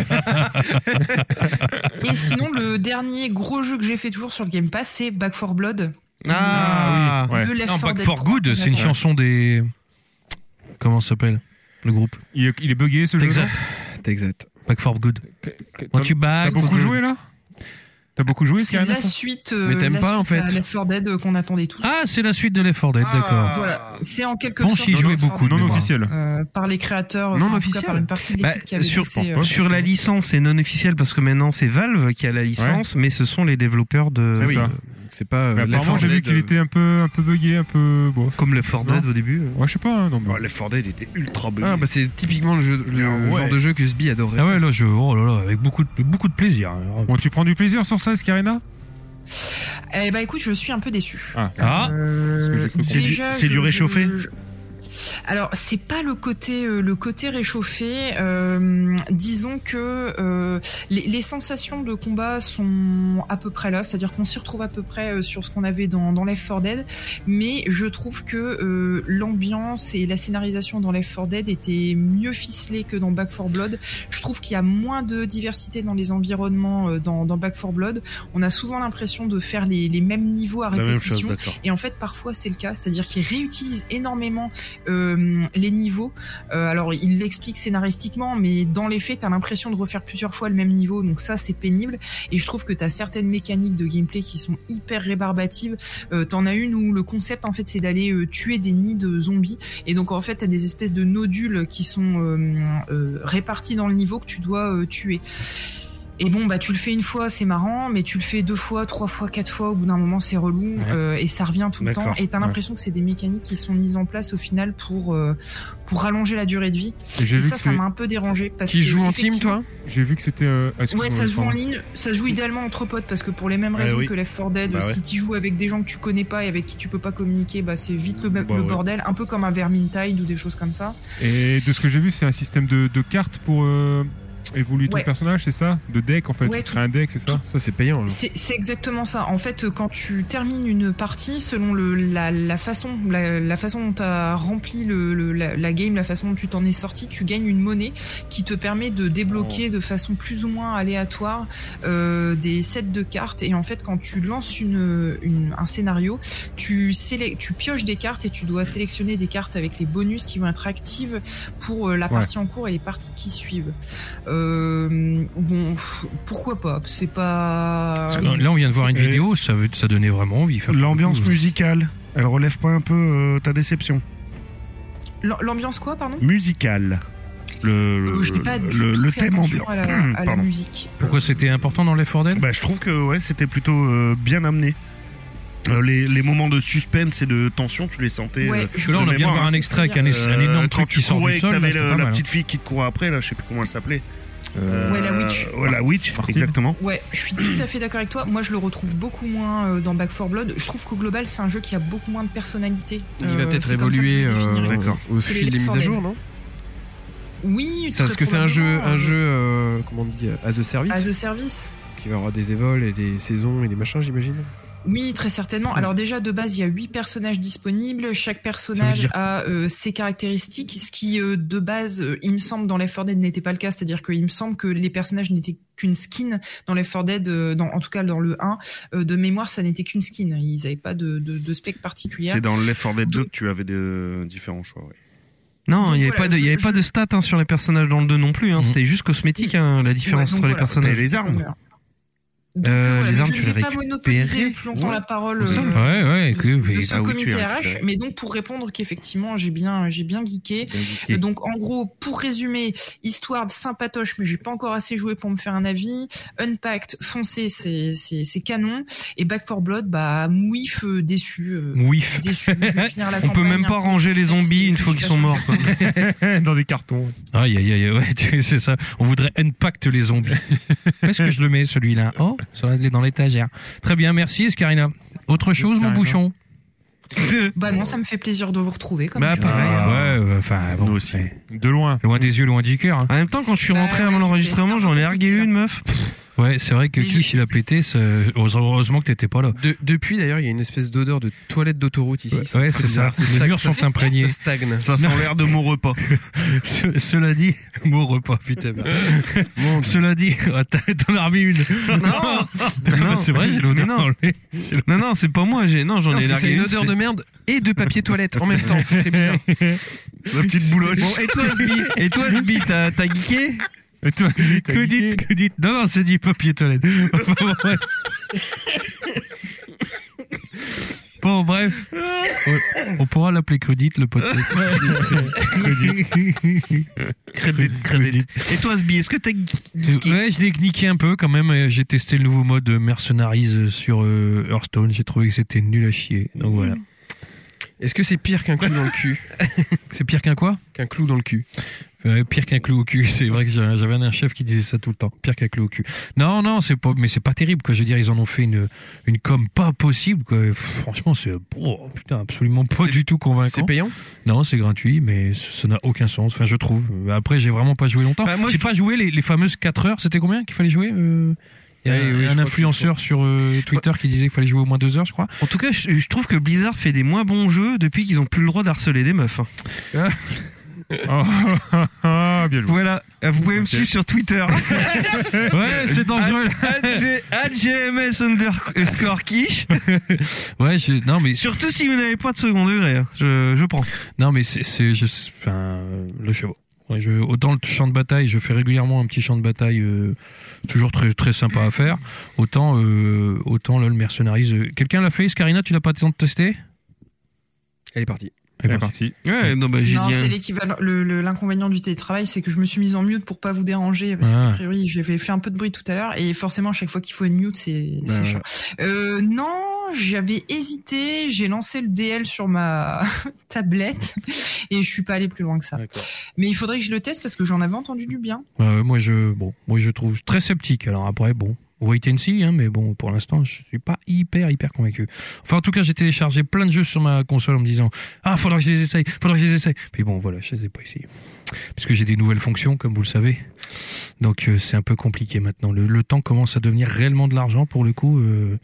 Et sinon, le dernier gros jeu que j'ai fait toujours sur le Game Pass, c'est Back four Blood. Ah, Ouais. de Left Non, four Back Dead for trois. Good, c'est une Ouais. chanson des. Comment ça s'appelle le groupe il, est, il est bugué ce jeu. Exact. T'es exact. Back for Good. T'as Quand tu t'as back. beaucoup joué là T'as beaucoup joué, C'est Skyrim, la ça suite. euh, Mais t'aimes la pas, en suite à fait. Left four Dead euh, qu'on attendait tous. Ah, c'est la suite de Left four Dead, Ah. d'accord. Voilà, c'est en quelque Ponche sorte y jouait Left four beaucoup, Dead, de Non mémoire. officiel. euh, par les créateurs, Non enfin, en tout cas, officiel. par une partie de Bah, l'équipe qui avait sur, bossé, pense euh, pas. sur la licence, c'est non officiel parce que maintenant c'est Valve qui a la licence, mais ce sont les développeurs de. C'est ça. C'est pas. Mais euh, apparemment, Left j'ai four vu Dead, qu'il était un peu, un peu bugué, un peu. Bon. Comme Left four Dead au début. Ouais, je sais pas. hein, Non, mais... Oh, Left four Dead était ultra bugué. Ah bah c'est typiquement le, jeu, le Ah ouais. genre de jeu que Sbi adorerait. Ah ouais, là, je. Oh là là, avec beaucoup de, beaucoup de plaisir. Bon, tu prends du plaisir sur ça, Skyrim? Eh ben écoute, je suis un peu déçu. Ah. Ah. Euh, Parce que j'ai cru C'est du- déjà, c'est je- du réchauffé je- Alors c'est pas le côté euh, le côté réchauffé. Euh, disons que euh, les, les sensations de combat sont à peu près là, c'est-à-dire qu'on s'y retrouve à peu près euh, sur ce qu'on avait dans, dans Left four Dead, mais je trouve que euh, l'ambiance et la scénarisation dans Left four Dead étaient mieux ficelées que dans Back four Blood. Je trouve qu'il y a moins de diversité dans les environnements euh, dans, dans Back four Blood. On a souvent l'impression de faire les, les mêmes niveaux à La même chose, répétition. d'accord. Et en fait, parfois, c'est le cas. C'est-à-dire qu'ils réutilisent énormément euh, les niveaux. Euh, alors, ils l'expliquent scénaristiquement, mais dans les faits, t'as l'impression de refaire plusieurs fois le même niveau. Donc ça, c'est pénible. Et je trouve que t'as certaines mécaniques de gameplay qui sont hyper rébarbatives. Euh, t'en as une où le concept, en fait, c'est d'aller euh, tuer des nids de zombies. Et donc, en fait, t'as des espèces de nodules qui sont euh, euh, répartis dans le niveau que tu dois euh, tuer. Et bon, bah tu le fais une fois, c'est marrant, mais tu le fais deux fois, trois fois, quatre fois, au bout d'un moment, c'est relou, Ouais. euh, et ça revient tout le temps. D'accord. Et t'as l'impression que c'est des mécaniques qui sont mises en place au final pour euh, pour rallonger la durée de vie. Et j'ai Et vu ça, que ça c'est- m'a un peu dérangé. Parce Tu que, joues en team effectivement, toi? j'ai vu que c'était. euh, ah, excuse-moi, Ouais, ça se joue en pardon. ligne. Ça se joue idéalement entre potes parce que pour les mêmes Ouais, raisons oui. que Left four Dead, Bah ouais. si tu joues avec des gens que tu connais pas et avec qui tu peux pas communiquer, bah c'est vite le, Bah le ouais. bordel, un peu comme un Vermintide ou des choses comme ça. Et de ce que j'ai vu, c'est un système de, de cartes pour. euh, évolue ton Ouais. personnage, c'est ça? De deck en fait, Ouais, tu crées un deck, c'est ça? Ça, c'est payant. alors. C'est c'est exactement ça. En fait, quand tu termines une partie, selon le, la, la façon, la, la façon dont tu as rempli le, le, la, la game, la façon dont tu t'en es sorti, tu gagnes une monnaie qui te permet de débloquer de façon plus ou moins aléatoire euh, des sets de cartes. Et en fait, quand tu lances une, une, un scénario, tu, sélec- tu pioches des cartes et tu dois sélectionner des cartes avec les bonus qui vont être actives pour euh, la partie en cours et les parties qui suivent. Euh, bon, pff, pourquoi pas? C'est pas... Parce que là, on vient de voir une Et- vidéo, ça, veut, ça donnait vraiment envie. Enfin, L'ambiance pour le coup, musicale, elle relève pas un peu euh, ta déception? L'am- L'ambiance quoi, pardon? Musicale. Le, le, Euh, je n'ai pas du le, tout le fait thème attention ambiant. à la, à la Pardon. musique. Pourquoi c'était important dans Left four Dead? Bah, je trouve que ouais, c'était plutôt euh, bien amené. Euh, les, les moments de suspense et de tension, tu les sentais. Ouais, euh, Parce que là, on a de bien mémoire, voir un hein. extrait avec un, Euh, un énorme quand truc tu qui sort courais du et que sol. là, t'avais c'était le- pas la mal, petite fille qui te courait après, là, je sais plus comment elle s'appelle. Euh, Ouais, la witch. Ouais, la witch, Martine. exactement. Ouais, je suis tout à fait d'accord avec toi. Moi, je le retrouve beaucoup moins euh, dans Back four Blood. Je trouve qu'au global, c'est un jeu qui a beaucoup moins de personnalité. Il va Euh, peut-être c'est comme ça que je évoluer le euh, définirais. D'accord. au C'est les fil des Left mises à four jour, non? Oui, C'est parce très que c'est un jeu, probablement, un euh, jeu, euh, comment on dit, as a service, as a service. qui va avoir des évols et des saisons et des machins, j'imagine. Oui, très certainement. Alors déjà, de base, il y a huit personnages disponibles. Chaque personnage dire- a euh, ses caractéristiques, ce qui, euh, de base, euh, il me semble, dans Left four Dead n'était pas le cas. C'est-à-dire qu'il me semble que les personnages n'étaient qu'une skin dans Left four Dead, euh, dans, en tout cas dans le un. Euh, de mémoire, ça n'était qu'une skin. Ils n'avaient pas de, de, de spec particulière. C'est dans Left four Dead deux Donc- que tu avais de différents choix. Ouais. Non, Donc il n'y avait, voilà, pas de, il y je- avait je- pas de stats hein, sur les personnages dans le deux non plus. Hein. Mhm. C'était juste cosmétique, hein, la différence Ouais, donc entre les voilà. personnages. T'avais les armes. Donc, Euh, voilà, les je armes, ne tu vais les pas monopoliser récupérais. plus longtemps Ouais. la parole Au sein. Ouais, ouais, de, que- de mais- ce Ah oui, comité tu as R H. récupéré. Mais donc pour répondre qu'effectivement j'ai bien j'ai bien geeké. Ok. Donc en gros, pour résumer, histoire sympatoche, mais j'ai pas encore assez joué pour me faire un avis. Unpacked, foncé, c'est c'est c'est canon. Et Back four Blood, bah mouif, euh, déçu, euh, Wif. déçu. Je vais finir la On peut campagne même un pas peu ranger les sexy, zombies une fois qu'ils sont morts. Quoi. Dans des cartons. Aïe, aïe, aïe, ouais, tu- c'est ça. On voudrait unpact les zombies. Où est-ce que je le mets, celui-là? Oh, ça va aller dans l'étagère. Très bien, merci, Escarina. Autre chose, mon Escarina. bouchon? Bah non, ça me fait plaisir de vous retrouver. Comme Bah, toujours. pareil. Ah, ouais, enfin, bon, Nous aussi. ouais. De loin. Loin des yeux, loin du cœur. Hein. En même temps, quand je suis Bah, rentré ouais, avant je l'enregistrement, sais, j'en ai c'est un peu argué compliqué, une meuf. Ouais, c'est vrai que Mais Kish, je- il a pété. ça- Heureusement que t'étais pas là. De- depuis, d'ailleurs, il y a une espèce d'odeur de toilette d'autoroute ici. Ouais, c'est ça. Les murs sont imprégnés. Ça stagne. Ça sent l'air de mon repas. Ce- Cela dit, mon repas, putain. Mon Dieu. Cela dit, ah, t'as- t'en as remis une. Non. C'est vrai, j'ai l'odeur Mais non. dans le nez. Non, non, c'est pas moi. J'ai non, j'en Non, ai parce que largué c'est une une. odeur c'était- de merde et de papier toilette en même temps. C'est très bizarre. La petite boulogne. Bon, et toi, Sbi, et toi, Sbi, t'as t'as geeké? Et toi, Julie, t'as Que geeké dites, que dites. Non, non, c'est du papier toilette. Enfin, bon, bref. Bon, bref. On, on pourra l'appeler Crudite, le podcast. Crédit, crédit. Et toi, Sbi, est-ce que t'as geeké? Ouais, je l'ai niqué un peu quand même. J'ai testé le nouveau mode Mercenaries sur euh, Hearthstone. J'ai trouvé que c'était nul à chier. Donc voilà. Est-ce que c'est pire qu'un clou dans le cul? C'est pire qu'un quoi? Qu'un clou dans le cul. Ouais, pire qu'un clou au cul. C'est vrai que j'ai- j'avais un chef qui disait ça tout le temps. Pire qu'un clou au cul. Non, non, c'est pas, mais c'est pas terrible, quoi. Je veux dire, ils en ont fait une, une com pas possible, quoi. Pff, franchement, c'est, oh, putain, absolument pas C'est- du tout convaincant. C'est payant? Non, c'est gratuit, mais ça ça n'a aucun sens. Enfin, je trouve. Après, j'ai vraiment pas joué longtemps. Bah, moi, j'ai je pas joué les, les fameuses quatre heures. C'était combien qu'il fallait jouer? euh... Il y a Oui, oui, je un crois influenceur sur euh, Twitter qui disait qu'il fallait jouer au moins deux heures, je crois. En tout cas, je, je trouve que Blizzard fait des moins bons jeux depuis qu'ils ont plus le droit d'harceler des meufs. hein. Oh, ah, bien joué. Voilà, vous pouvez me Ok. suivre sur Twitter. Ouais, c'est dangereux. at G M S underscore quiche. Ouais, j'ai- non, mais Surtout si vous n'avez pas de second degré, hein. je, je prends. non, mais c'est, c'est, je, enfin, euh, le cheval. Ouais, je, autant le champ de bataille, je fais régulièrement un petit champ de bataille, euh, toujours très très sympa à faire. Autant, euh, autant là, le Mercenaries. euh, Quelqu'un l'a fait, Scarina, tu l'as pas tenté de tester? Elle est partie. Eh C'est ben, parti. Ouais, non, bah, j'ai Non, dit. c'est un- l'équivalent. Le, le- l'inconvénient du télétravail, c'est que je me suis mise en mute pour pas vous déranger, parce Ah. qu'a priori, j'avais fait un peu de bruit tout à l'heure, et forcément, chaque fois qu'il faut une mute, c'est, Bah, c'est chiant. Euh, non, j'avais hésité, j'ai lancé le D L sur ma tablette, et je suis pas allé plus loin que ça. D'accord. Mais il faudrait que je le teste parce que j'en avais entendu du bien. Bah, ouais, moi je, bon, moi je trouve très sceptique. Alors après, bon, wait and see, hein, mais bon, pour l'instant, je suis pas hyper, hyper convaincu. Enfin, en tout cas, j'ai téléchargé plein de jeux sur ma console en me disant, ah, faudra que je les essaye, faudra que je les essaye. Puis bon, voilà, je les ai pas essayés. Puisque j'ai des nouvelles fonctions, comme vous le savez. Donc, euh, c'est un peu compliqué maintenant. Le, le temps commence à devenir réellement de l'argent, pour le coup, euh,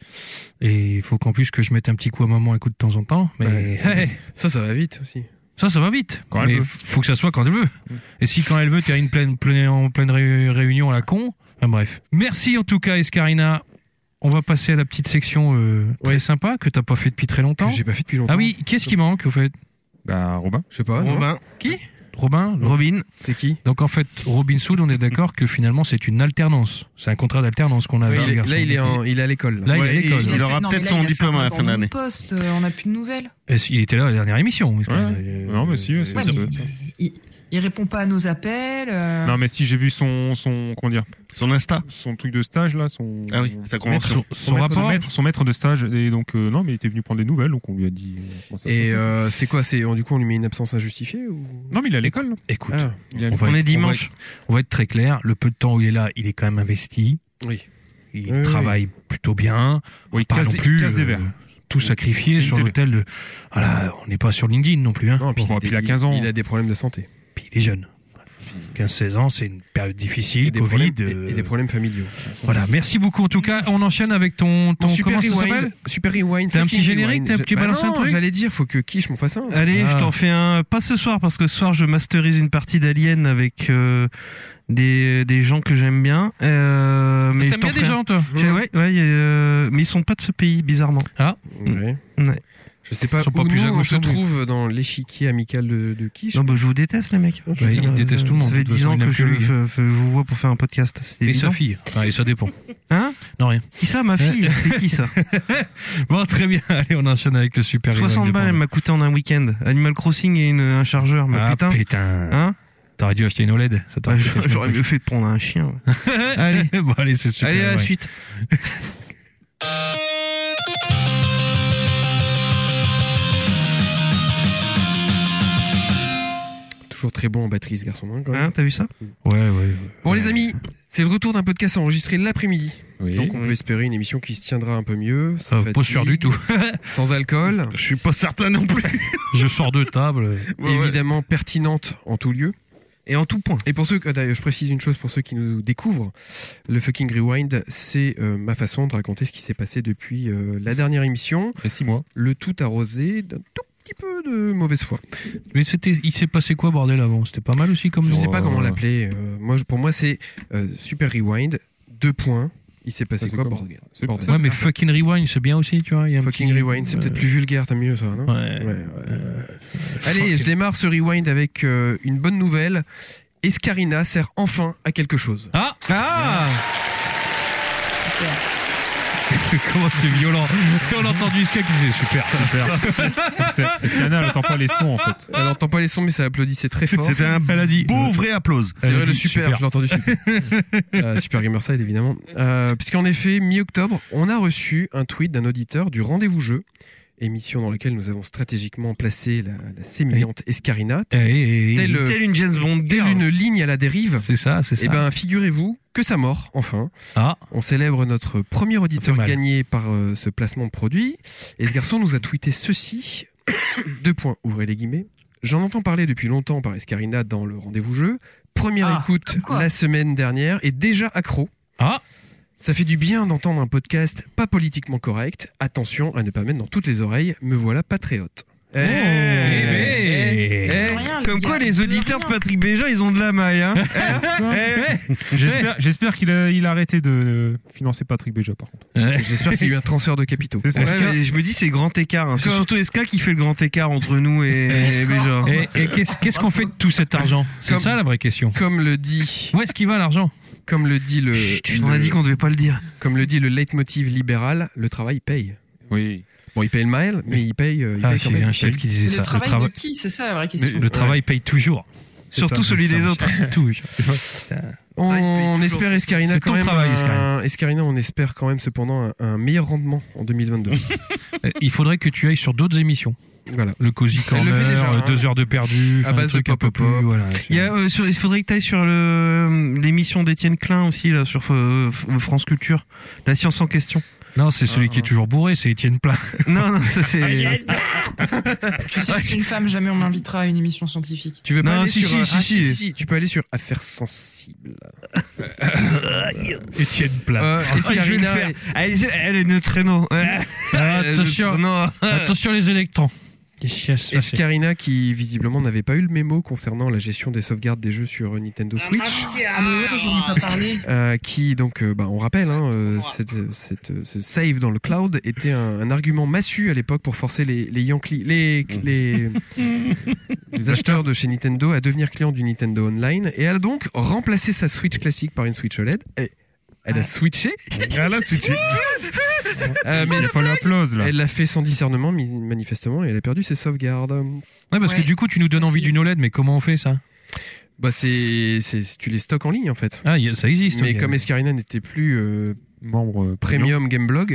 et il faut qu'en plus que je mette un petit coup à maman un coup de temps en temps, mais Ouais. hey, Ça, ça va vite aussi. ça, ça va vite. Quand elle mais veut. faut que ça soit quand elle veut. Et si quand elle veut, t'es à une pleine, pleine, en pleine ré- réunion à la con. Enfin bref. Merci en tout cas, Escarina. On va passer à la petite section euh, très Ouais. sympa que t'as pas fait depuis très longtemps. Que j'ai pas fait depuis longtemps. Ah oui, qu'est-ce qui manque au fait? Bah, Robin. Je sais pas. non Robin. Qui? Robin. Robin. C'est qui? Donc en fait, Robin Hood, on est d'accord que finalement c'est une alternance. C'est un contrat d'alternance qu'on a Oui, avec il le est- garçon. Là, il est, en, il est à l'école. là. Là, il est à Ouais, l'école. il- a il fait- aura non, peut-être mais là, son il a fait diplôme un à la fin abandon de d'année. poste, euh, on n'a plus de nouvelles. Et il était là à la dernière émission. Ouais. Non, mais si, ouais, c'est Ouais, ça mais doit être ça. il, il répond pas à nos appels. euh, Non, mais si j'ai vu son, son, comment dire, Son Insta. son truc de stage là, son. Ah oui, sa convention. Son, son Son rapport. maître, son maître de stage, et donc euh, non, mais il était venu prendre des nouvelles, donc on lui a dit. euh, comment ça se Et passait. euh, c'est quoi? C'est du coup on lui met une absence injustifiée ou? Non, mais il est à l'école. là. Écoute, Ah, Il est à on l'école. va On être- est dimanche. On va, être, on va être très clair. Le peu de temps où il est là, il est quand même investi. oui. Il Oui, travaille plutôt bien. Oui, Pas casé- non plus casé euh, vert. tout sacrifié sur Intel. l'hôtel de. Voilà, on n'est pas sur LinkedIn non plus. Hein. Non, puis, Bon, il, a puis des- il a quinze ans. Il a des problèmes de santé. Puis il est jeune. quinze seize ans, c'est une période difficile, Et des, Covid. problèmes, euh, et, et des problèmes familiaux. Voilà, merci beaucoup en tout cas. On enchaîne avec ton, ton Bon, super comment ça rewind. s'appelle Super rewind. T'as un fucking petit générique, rewind. t'as un Je- petit bah balance un non, truc J'allais dire, faut que Kish m'en fasse un. Allez, Ah. je t'en fais un. Pas ce soir, parce que ce soir, je masterise une partie d'Alien avec euh, des, des gens que j'aime bien. Euh, mais je T'aimes t'en bien des ferai un. gens, toi J'ai- Ouais, ouais, il y a, euh, mais ils sont pas de ce pays, bizarrement. Ouais. Ouais. Je sais pas Ils sont pas où plus nous, à on gauche se non plus. trouve dans l'échiquier amical de, de Kish. Non, bah, je vous déteste, les mecs. Ouais, il déteste tout le monde, Ça fait de toute dix façon, ans il que n'aime je, que lui. je- je vous vois pour faire un podcast. C'est Et évident. sa fille. Enfin, et ça dépend. Hein? Non, rien. Qui ça, ma fille? C'est qui ça? Bon, très bien. Allez, on enchaîne avec le super rewind soixante de balles, elle Panda. m'a coûté en un week-end. Animal Crossing et une, un chargeur. Mais Ah, putain. putain. Hein? T'aurais dû acheter une O L E D. Ça Bah, t'aurait coûté vachement J'aurais plus. mieux fait de prendre un chien. ouais. Allez. Bon, allez, c'est super. Allez, à la ouais. suite. Toujours très bon en batterie, ce garçon. Hein, quand même. Hein, t'as vu ça? Ouais, ouais. ouais. Bon, les amis, c'est le retour d'un podcast enregistré l'après-midi. Oui. Donc, on peut espérer une émission qui se tiendra un peu mieux. Ça sans va pas sûr du fatigue, tout. Sans alcool. Je suis pas certain non plus. Je sors de table. Ouais, ouais. Évidemment pertinente en tout lieu. Et en tout point. Et pour ceux que, d'ailleurs, je précise une chose pour ceux qui nous découvrent, le fucking rewind, c'est euh, ma façon de raconter ce qui s'est passé depuis euh, la dernière émission, Il y a six mois. le tout arrosé d'un tout petit peu de mauvaise foi. Mais c'était, il s'est passé quoi, bordel, avant? C'était pas mal aussi comme Je nom. sais pas euh, comment l'appeler. euh, moi, je- pour moi, c'est euh, super rewind. Deux points. Il s'est passé Ça, c'est quoi, comment bordel C'est Bordel. Ouais, mais fucking rewind, c'est bien aussi, tu vois. Il y a un Fucking petit- rewind, c'est Ouais. peut-être plus vulgaire, t'as mieux ça, non Ouais. Ouais, ouais. Euh, Allez, je démarre ce rewind avec euh, une bonne nouvelle. Escarina sert enfin à quelque chose. Ah! Ah! Comment c'est violent. On a entendu Iska qui disait super, super. Escana, elle entend pas les sons en fait. Elle entend pas les sons, mais ça applaudissait très fort. C'était un Elle a dit. beau vrai applause. C'est Elle a vrai, le dit super, super. je l'ai entendu super. Euh, super Gamerside, évidemment. Euh, Puisqu'en effet, mi-octobre, on a reçu un tweet d'un auditeur du Rendez-vous Jeu, émission dans laquelle nous avons stratégiquement placé la, la sémillante Escarina, Eh, eh, eh, Tel le- Telle une James Bond telle girl. une ligne à la dérive. C'est ça, c'est ça. Eh ben, figurez-vous que ça mort, enfin. Ah. On célèbre notre premier auditeur mal. gagné par euh, ce placement de produit. Et ce garçon nous a tweeté ceci. Deux points, ouvrez les guillemets. J'en entends parler depuis longtemps par Escarina dans le Rendez-vous Jeu. Première Ah, écoute comme quoi. la semaine dernière et déjà accro. Ah. Ça fait du bien d'entendre un podcast pas politiquement correct. Attention à ne pas mettre dans toutes les oreilles. Me voilà patriote. Eh, Eh, eh, eh, Rien, le Comme gars, quoi, les de auditeurs de rien. Patrick Béja, ils ont de la maille, hein. Eh, eh. J'espère, j'espère qu'il a, il a arrêté de financer Patrick Béja par contre. J'espère qu'il y a eu un transfert de capitaux. C'est ça. Ouais, mais je me dis, c'est grand écart. hein. C'est Comme- surtout Eska qui fait le grand écart entre nous et, et Béja. Et, et qu'est-ce, qu'est-ce qu'on fait de tout cet argent? C'est Comme- ça la vraie question. Comme le dit, Où est-ce qu'il va l'argent? comme le dit le, Chut, on le- a dit qu'on devait pas le dire. comme le dit le leitmotiv libéral, le travail paye. Oui. Bon, il paye le mail, mais il paye, euh, il Ah, paye quand j'ai même. un chef qui disait Le ça. travail, le travail, de qui? C'est ça la vraie question. le travail paye toujours. Surtout ça, celui c'est des ça, autres. Tout. On, Ça, il paye on toujours. espère Escarina C'est quand ton même. travail, un- Escarina. Escarina, on espère quand même cependant un, un meilleur rendement en deux mille vingt-deux. Il faudrait que tu ailles sur d'autres émissions. Voilà. Le Cozy Elle le fait Corner, déjà, hein. deux heures de perdu, À enfin, base un truc de un peu plus, pop-up. voilà. Il y a euh, sur, il faudrait que tu ailles sur le l'émission d'Étienne Klein aussi là sur euh, France Culture, la science en question. Non, c'est celui qui est toujours bourré, c'est Étienne Plein. Non non, ça c'est Tu sais, je suis une femme, jamais on m'invitera à une émission scientifique. Tu veux pas Non, aller si, sur si, euh, si, ah, si. si, si, tu peux aller sur Affaires sensibles. Étienne Plein. Euh, Ah, je vais le Escarina, faire. Elle, elle est neutrino. Ah, attention, Non. attention les électrons. Qu'est-ce qui va se passer ? Escarina qui visiblement n'avait pas eu le mémo concernant la gestion des sauvegardes des jeux sur Nintendo Switch, Ah mais ouais, j'en ai pas parlé. euh, qui donc, euh, bah, on rappelle, hein, euh, cette, cette, ce save dans le cloud était un, un argument massu à l'époque pour forcer les, les Yankees, les, les, les acheteurs de chez Nintendo à devenir clients du Nintendo Online, et elle a donc remplacé sa Switch classique par une Switch O L E D. Et elle a switché. Elle a switché. Euh, mais Il n'y a pas l'applause là. elle l'a fait sans discernement, mi- manifestement, et elle a perdu ses sauvegardes. Ouais, parce Ouais. que du coup, tu nous donnes envie d'une O L E D, mais comment on fait ça ? Bah c'est, c'est, tu les stocks en ligne en fait. Ah, y a- ça existe. Mais ok. comme Escarina n'était plus euh, Membre euh, Premium Gameblog,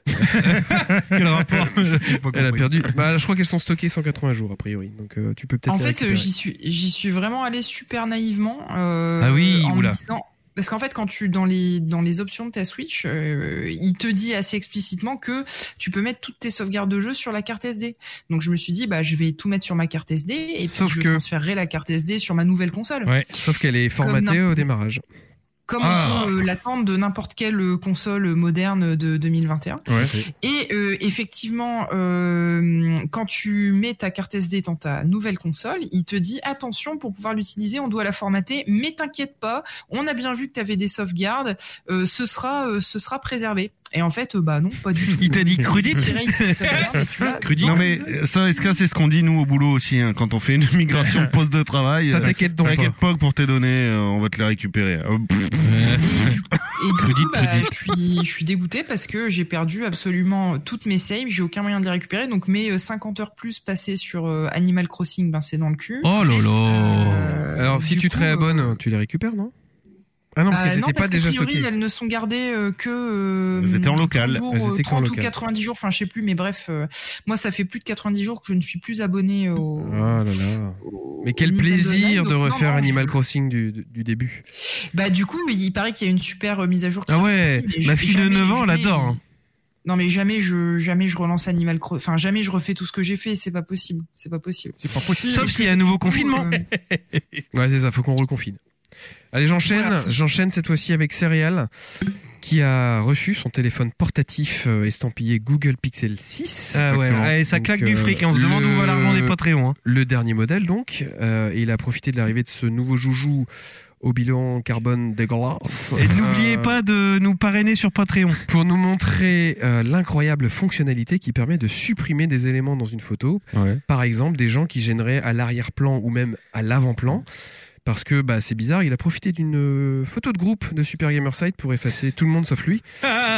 Quel rapport J'ai pas elle a compris. perdu. Bah je crois qu'elles sont stockées cent quatre-vingts jours a priori, donc euh, tu peux peut-être. En les fait, euh, récupérer. j'y suis, j'y suis vraiment allé super naïvement. Euh, Ah oui, en me oula. disant- Parce qu'en fait, quand tu dans les dans les options de ta Switch, euh, il te dit assez explicitement que tu peux mettre toutes tes sauvegardes de jeu sur la carte S D. Donc je me suis dit, bah je vais tout mettre sur ma carte S D et Sauf puis je que- transférerai la carte S D sur ma nouvelle console. Ouais. Sauf qu'elle est formatée n'importe- au démarrage. Comme Ah. on peut euh, l'attendre de n'importe quelle euh, console moderne de deux mille vingt et un. Et euh, effectivement, euh, quand tu mets ta carte S D dans ta nouvelle console, il te dit attention, pour pouvoir l'utiliser, on doit la formater, mais t'inquiète pas, on a bien vu que tu avais des sauvegardes, euh, ce sera euh, ce sera préservé. Et en fait, euh, bah non, pas du tout. Il t'a dit crudite. Tiré, il s'est sauvegarde, et tu l'as Non dans- mais ça, est-ce que c'est ce qu'on dit nous au boulot aussi hein, quand on fait une migration de poste de travail. euh, T'inquiète donc T'inquiète pas. pas que pour tes données, euh, on va te les récupérer. Euh, pff, Et du, et du Crudite, coup, bah, crudite. je suis, je suis dégoûté parce que j'ai perdu absolument toutes mes saves, j'ai aucun moyen de les récupérer. Donc mes euh, cinquante heures plus passées sur euh, Animal Crossing, ben c'est dans le cul. Oh là là. Euh, Alors si du tu te coup, euh, réabonnes, tu les récupères, non? Ah non, parce bah, qu'elles non, n'étaient pas parce qu'a déjà priori, stockées. elles ne sont gardées euh, que euh, Elles étaient en local. trente jours, Elles étaient euh, qu'en trente ou local. quatre-vingt-dix jours, enfin je sais plus, mais bref, euh, moi ça fait plus de quatre-vingt-dix jours que je ne suis plus abonné au. Oh là là. au- Mais quel au Nintendo plaisir Online, de donc non, refaire non, Animal je- Crossing du, du- du début. Bah du coup, il paraît qu'il y a une super euh, mise à jour. Qui Ah est ouais, sortie, mais ma je- fille de jamais- neuf ans, elle jamais- adore. hein. Non mais jamais je jamais je relance Animal Crossing. Enfin jamais je refais tout ce que j'ai fait. C'est pas possible. C'est pas possible. C'est pas possible. Sauf s'il y a un nouveau confinement. Euh, Ouais, c'est ça, faut qu'on reconfine. Allez, j'enchaîne, Voilà. j'enchaîne cette fois-ci avec Céréal, qui a reçu son téléphone portatif euh, estampillé Google Pixel six. Ah ouais, Exactement. allez, ça Donc, claque du euh, fric. hein. On se demande le- où va l'argent des Patreons. Hein. Le dernier modèle donc, euh, et il a profité de l'arrivée de ce nouveau joujou au bilan carbone dégueulasse. Et n'oubliez Euh, pas de nous parrainer sur Patreon. pour nous montrer euh, l'incroyable fonctionnalité qui permet de supprimer des éléments dans une photo. Ouais. Par exemple, des gens qui gêneraient à l'arrière-plan ou même à l'avant-plan. Parce que bah, c'est bizarre, il a profité d'une euh, photo de groupe de Super Gamerside pour effacer tout le monde sauf lui.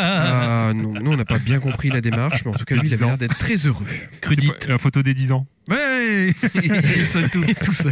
Euh, nous, nous, on n'a pas bien compris la démarche, mais en tout cas, lui, il avait l'air d'être très heureux. Crudite. C'est pas- La photo des dix ans. Ouais, il sonne tout. Tout seul.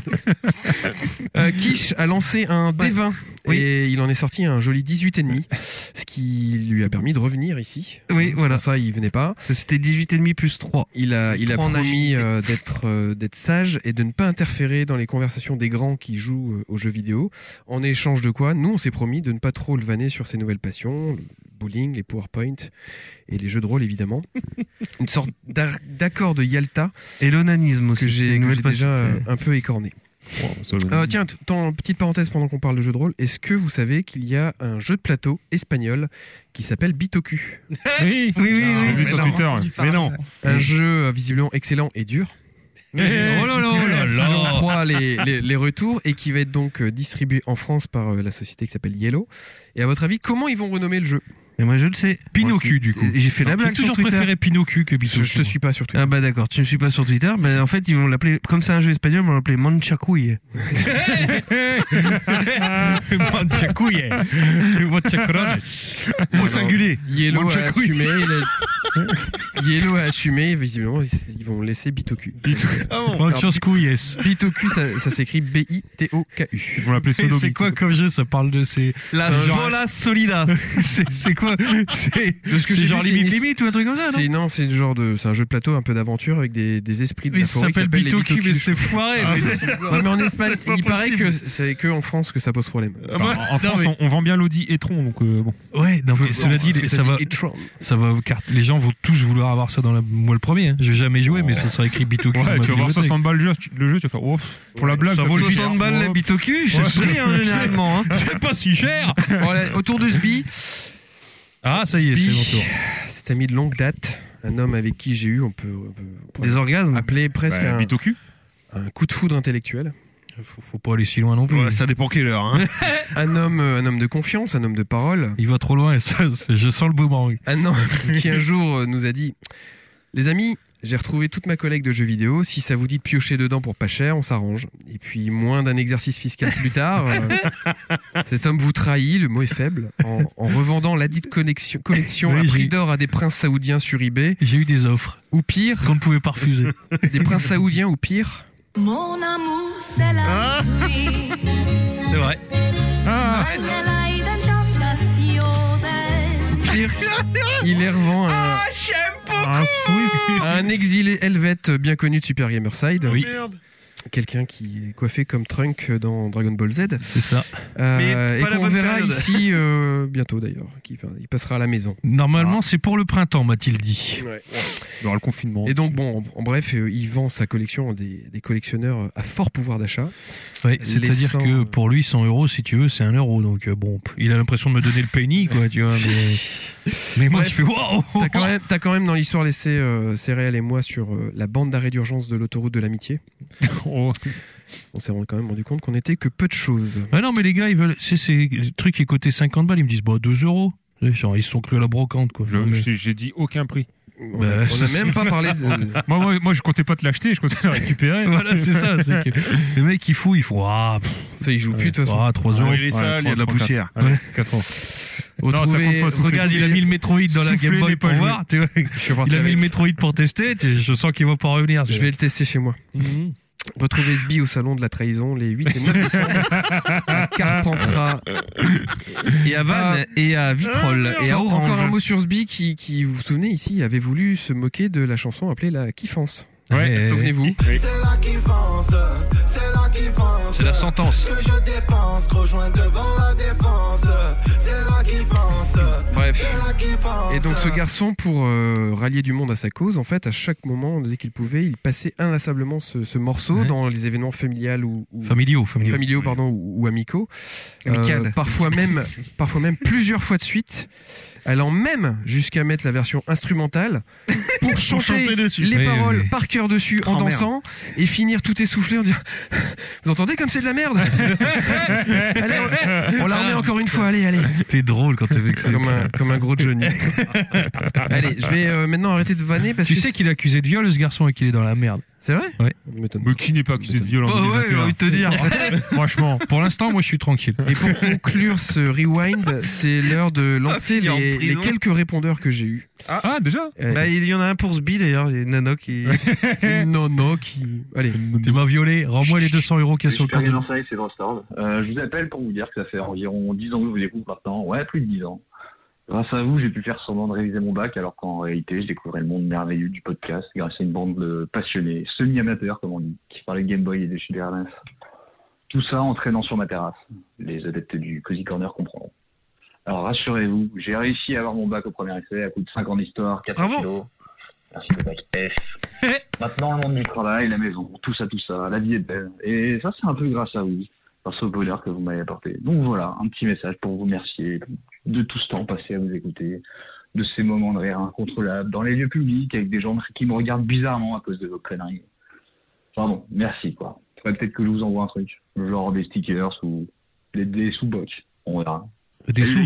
Euh, Kish a lancé un D vingt Oui. et il en est sorti un joli dix-huit virgule cinq, ce qui lui a permis de revenir ici. Oui, Sans voilà. ça, il venait pas. Ça, c'était dix-huit virgule cinq plus trois. Il a, il a Trois en promis agilité. euh, d'être euh, d'être sage et de ne pas interférer dans les conversations des grands qui jouent euh, aux jeux vidéo. En échange de quoi, nous, on s'est promis de ne pas trop le vanner sur ses nouvelles passions, le bowling, les PowerPoint et les jeux de rôle, évidemment. Une sorte d'ar- d'accord de Yalta Et l'onanisme aussi. que c'est une j'ai que nouvelle j'ai déjà passion, euh, un peu écorné. Wow, ça, le- Euh, tiens, t- tant, petite parenthèse pendant qu'on parle de jeux de rôle, est-ce que vous savez qu'il y a un jeu de plateau espagnol qui s'appelle Bitoku? Oui, Oui, oui, J'ai oui. vu sur Twitter. entendu Mais parler. non. Un jeu euh, visiblement excellent et dur. Oh là là, oh là Si j'en là. crois les, les, les retours, et qui va être donc euh, distribué en France par euh, la société qui s'appelle Yellow. Et à votre avis, comment ils vont renommer le jeu? Mais moi, je le sais. Pinocchio, du coup. J'ai fait la J'ai blague sur toujours Twitter. préféré Pinocchio que Je, Bitoku. je te suis pas sur Twitter. Ah bah d'accord, tu ne suis pas sur Twitter, mais en fait ils vont l'appeler, comme c'est un jeu espagnol, ils vont l'appeler Manchacouille. Manchacouille. Manchacrones. Au singulier. Yellow a Manchacouille. assumé, il a, Yellow a assumé, visiblement, ils vont laisser bite au cul. Ah bon. Bonne chance, coup, yes. Bite au cul, ça, ça s'écrit B I T O K U. Ils vont l'appeler Et Sonobi. c'est quoi comme jeu? Ça parle de ces. La C'est genre- Bola Solida. C'est c'est quoi? C'est De ce que c'est j'ai genre vu, c'est limite une- limite ou un truc comme ça, non? C'est non, c'est le genre de, c'est un jeu de plateau un peu d'aventure avec des, des esprits de Oui, la ça forêt qui s'appelle s'appellent les Bite au cul, mais Bitoku. c'est foiré. mais- Non mais en Espagne, C'est pas il paraît possible. que c'est que en France que ça pose problème. Ah bah, En non, France, mais- on, on vend bien l'Audi e-tron, donc euh, bon. Ouais, non, mais cela dit, Parce que ça va, dit e-tron. ça va, car les gens vont tous vouloir avoir ça dans la, moi le premier, hein. Je vais jamais jouer, mais ça sera écrit Bite au cul. dans Ouais, ma tu vas voir bibliothèque. soixante balles le jeu, tu- le jeu, tu vas faire, oh, pour la blague, Ça vaut suffit, soixante hein. balles la Oh, bite au cul, je Ouais. sais, hein, généralement. Hein. C'est pas si cher. Voilà, autour de Sbi, Ah, ça y est, c'est mon tour. cet ami de longue date, un homme avec qui j'ai eu, on peut, on peut- on pourrait Des orgasmes. appeler presque Bah, un, bite au cul. un coup de foudre intellectuel. Faut, faut pas aller si loin non plus. Ouais, ça dépend quelle heure. Hein. Un homme, euh, un homme de confiance, un homme de parole, Il va trop loin et ça, c'est- je sens le boomerang. un homme qui un jour euh, nous a dit « Les amis, j'ai retrouvé toute ma collecte de jeux vidéo. Si ça vous dit de piocher dedans pour pas cher, on s'arrange. » Et puis, moins d'un exercice fiscal plus tard, euh, cet homme vous trahit, le mot est faible, en, en revendant ladite collection, collection Oui, à prix j'ai- d'or à des princes saoudiens sur eBay. J'ai eu des offres Ou pire, qu'on ne pouvait pas refuser. des princes saoudiens ou pire. Mon amour, c'est la suite. C'est vrai. Ah, Pire, il les revend à, un sweet. à un exilé helvète bien connu de Super Gamerside. Oui. Quelqu'un qui est coiffé comme Trunk dans Dragon Ball Z. C'est ça. Euh, Mais et pas la qu'on bonne verra période. ici euh, bientôt d'ailleurs. Qui- enfin, Il passera à la maison. Normalement, c'est pour le printemps, m'a-t-il dit. Il y aura le confinement. Et donc bon, en, en bref, euh, il vend sa collection à des, des collectionneurs à fort pouvoir d'achat. Ouais, c'est-à-dire Laissant- que pour lui, cent euros, si tu veux, c'est un euro. Donc euh, bon, il a l'impression de me donner le penny, quoi, tu vois. Mais, mais moi, Bref, je fais waouh. T'as quand même, t'as quand même dans l'histoire laissé euh, Céréales et moi sur euh, la bande d'arrêt d'urgence de l'autoroute de l'amitié. Oh, On s'est quand même rendu compte qu'on était que peu de choses. Ah non, mais les gars, ils veulent. C'est c'est le truc qui est coté cinquante balles. Ils me disent, bah deux euros. Genre, ils se sont crus à la brocante, quoi. je- Non, mais- j'ai j'ai dit aucun prix. On Bah, a- on c'est n'a ça. même pas parlé de... Moi, moi, moi, je comptais pas te l'acheter, je comptais le récupérer. Voilà, c'est ça. C'est que les mecs, ils fouillent, ils font, ah, pff, Ça, il joue plus de toute façon. ah, trois euros. Oh, il est sale, il y a de la trois, trois, poussière. quatre. Ouais, quatre ans. Non, ça Retrouver- compte pas, Regarde, il a mis le Metroid dans la Souffler Game Boy n'est pas pour joué. voir, tu vois. Je suis parti Il a mis avec. le Metroid pour tester, tu- je sens qu'il va pas revenir. Je vais le tester chez moi. Mhm. Retrouvez Sbi au salon de la trahison les huit et neuf décembre à Carpentras. Et à Vannes, et à Vitrolles, et à Encore un Orange. mot sur Sbi qui, qui, vous vous souvenez ici, avait voulu se moquer de la chanson appelée la kiffance. Ouais, Souvenez-vous. C'est là qui fonce, c'est là qui fonce. c'est la sentence. Que je dépense, rejoins devant la défense. C'est là qui fonce, Bref. c'est là qui fonce. Et donc ce garçon, pour euh, rallier du monde à sa cause, en fait, à chaque moment, dès qu'il pouvait, il passait inlassablement ce, ce morceau Ouais. dans les événements familiales ou, ou Familiaux, familiaux. familiaux, pardon, ou, ou amicaux. Amical. Euh, parfois même, parfois même plusieurs fois de suite, allant même jusqu'à mettre la version instrumentale pour chanter, chanter dessus. les Oui, paroles oui. par cœur dessus en Oh, merde. dansant et finir tout essoufflé en disant vous entendez comme c'est de la merde. Allez, on, on la remet encore une fois. Allez, allez. T'es drôle quand t'es vexé. Comme un, comme un gros Johnny. Allez, je vais euh, maintenant arrêter de vanner parce Tu que sais qu'il est accusé de viol, ce garçon, et qu'il est dans la merde. c'est vrai. Ouais. Ça m'étonne. Mais qui n'est pas accusé de viol en Oh ouais, j'ai deux mille vingt et un? envie de te dire. Franchement. Pour l'instant, moi, je suis tranquille. Et pour conclure ce rewind, c'est l'heure de lancer finir en les, prison. les quelques répondeurs que j'ai eus. Ah, déjà Euh, Bah, il y en a un pour Sbi d'ailleurs, il y a Nano qui. non, non, qui. Allez. Tu m'as violé, rends-moi les deux cents euros qu'il y a sur le Super compte. bien installé, c'est Drostard. Euh, je vous appelle pour vous dire que ça fait environ dix ans que je vous écoute maintenant. Ouais, plus de dix ans. Grâce à vous, j'ai pu faire semblant de réviser mon bac, alors qu'en réalité, je découvrais le monde merveilleux du podcast grâce à une bande de passionnés, semi-amateurs, comme on dit, qui parlaient de Game Boy et de Super N E S. Tout ça en traînant sur ma terrasse. Les adeptes du Cozy Corner comprendront. Alors rassurez-vous, j'ai réussi à avoir mon bac au premier essai à coup de cinq ans d'histoire, quatre Bravo. kilos. Merci le bac F. Maintenant, le monde du travail, la maison, tout ça, tout ça, la vie est belle. Et ça, c'est un peu grâce à vous, grâce au bonheur que vous m'avez apporté. Donc voilà, un petit message pour vous remercier de tout ce temps passé à vous écouter, de ces moments de rire incontrôlables dans les lieux publics avec des gens qui me regardent bizarrement à cause de vos conneries. Enfin bon, merci quoi. Faudrait peut-être que je vous envoie un truc, genre des stickers ou des, des sous-bocs. On verra. Des Salut, sous. les gars.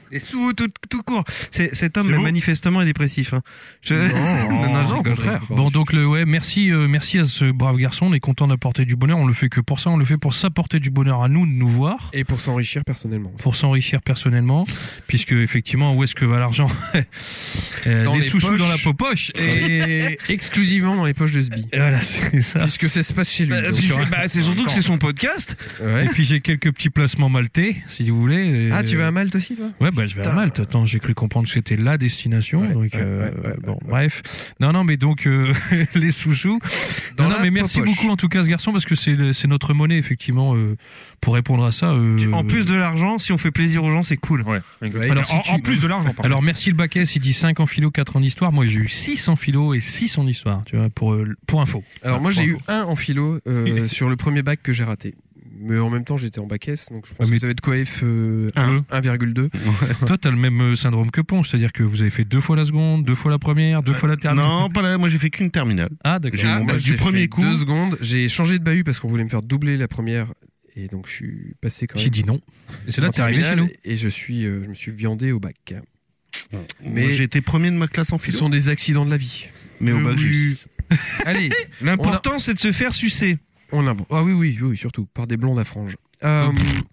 Et sous tout, tout court. C'est, cet homme C'est est beau. manifestement est dépressif. Hein. Je... Non, non, non, au contraire. Bon, donc le ouais, merci, euh, merci à ce brave garçon. On est content d'apporter du bonheur. On le fait que pour ça. On le fait pour s'apporter du bonheur à nous, de nous voir, Et pour s'enrichir personnellement. pour s'enrichir personnellement, puisque effectivement, où est-ce que va l'argent Euh, Dans Les les sous-sous poches. dans la popoche. Et Exclusivement dans les poches de Sbi. et voilà, c'est ça. Puisque ça se passe chez lui. Bah, donc, puis sur- c'est, bah, c'est surtout que c'est son podcast. Ouais. Et puis j'ai quelques petits placements maltais, si vous voulez. Ah, Et- tu vas à Malte aussi, toi? Ouais, bah je vais à Malte. Attends, j'ai cru comprendre que c'était la destination. Ouais, donc, ouais, euh, ouais, ouais, bon, ouais. bref. Non, non, mais donc euh, les sous-sous. Dans Non, non, la mais merci popoche. beaucoup en tout cas ce garçon parce que c'est c'est notre monnaie effectivement euh, pour répondre à ça. euh, En plus de l'argent, si on fait plaisir aux gens, c'est cool. Ouais, exactement. Alors, en, si tu- en plus de l'argent, par Alors merci le Baquès, il dit cinq en philo, quatre en histoire. Moi j'ai eu six en philo et six en histoire, tu vois, pour euh, pour info. Alors moi Pour j'ai eu info. un en philo euh, sur le premier bac que j'ai raté. Mais en même temps j'étais en bac S, donc je pense Ouais, mais- que ça va être coef euh, Un. un virgule deux. Toi t'as le même euh, syndrome que Ponche, c'est-à-dire que vous avez fait deux fois la seconde, deux fois la première, deux fois la terminale. Non, pas là. Moi, j'ai fait qu'une terminale. Ah d'accord. J'ai Ah, mon bah, bac du j'ai premier fait coup. Deux secondes, j'ai changé de bahut parce qu'on voulait me faire doubler la première. Et donc je suis passé quand même. J'ai dit non. Et c'est là en que t'es arrivé chez terminale, nous. Et je suis, euh, je me suis viandé au bac. Mais Mais j'ai été premier de ma classe en ce philo. sont des accidents de la vie. Mais au Euh, bac, j'ai eu oui. six. Allez, L'important, c'est de se faire sucer. on a. Ah oui, oui, oui, surtout par des blondes à franges. Euh,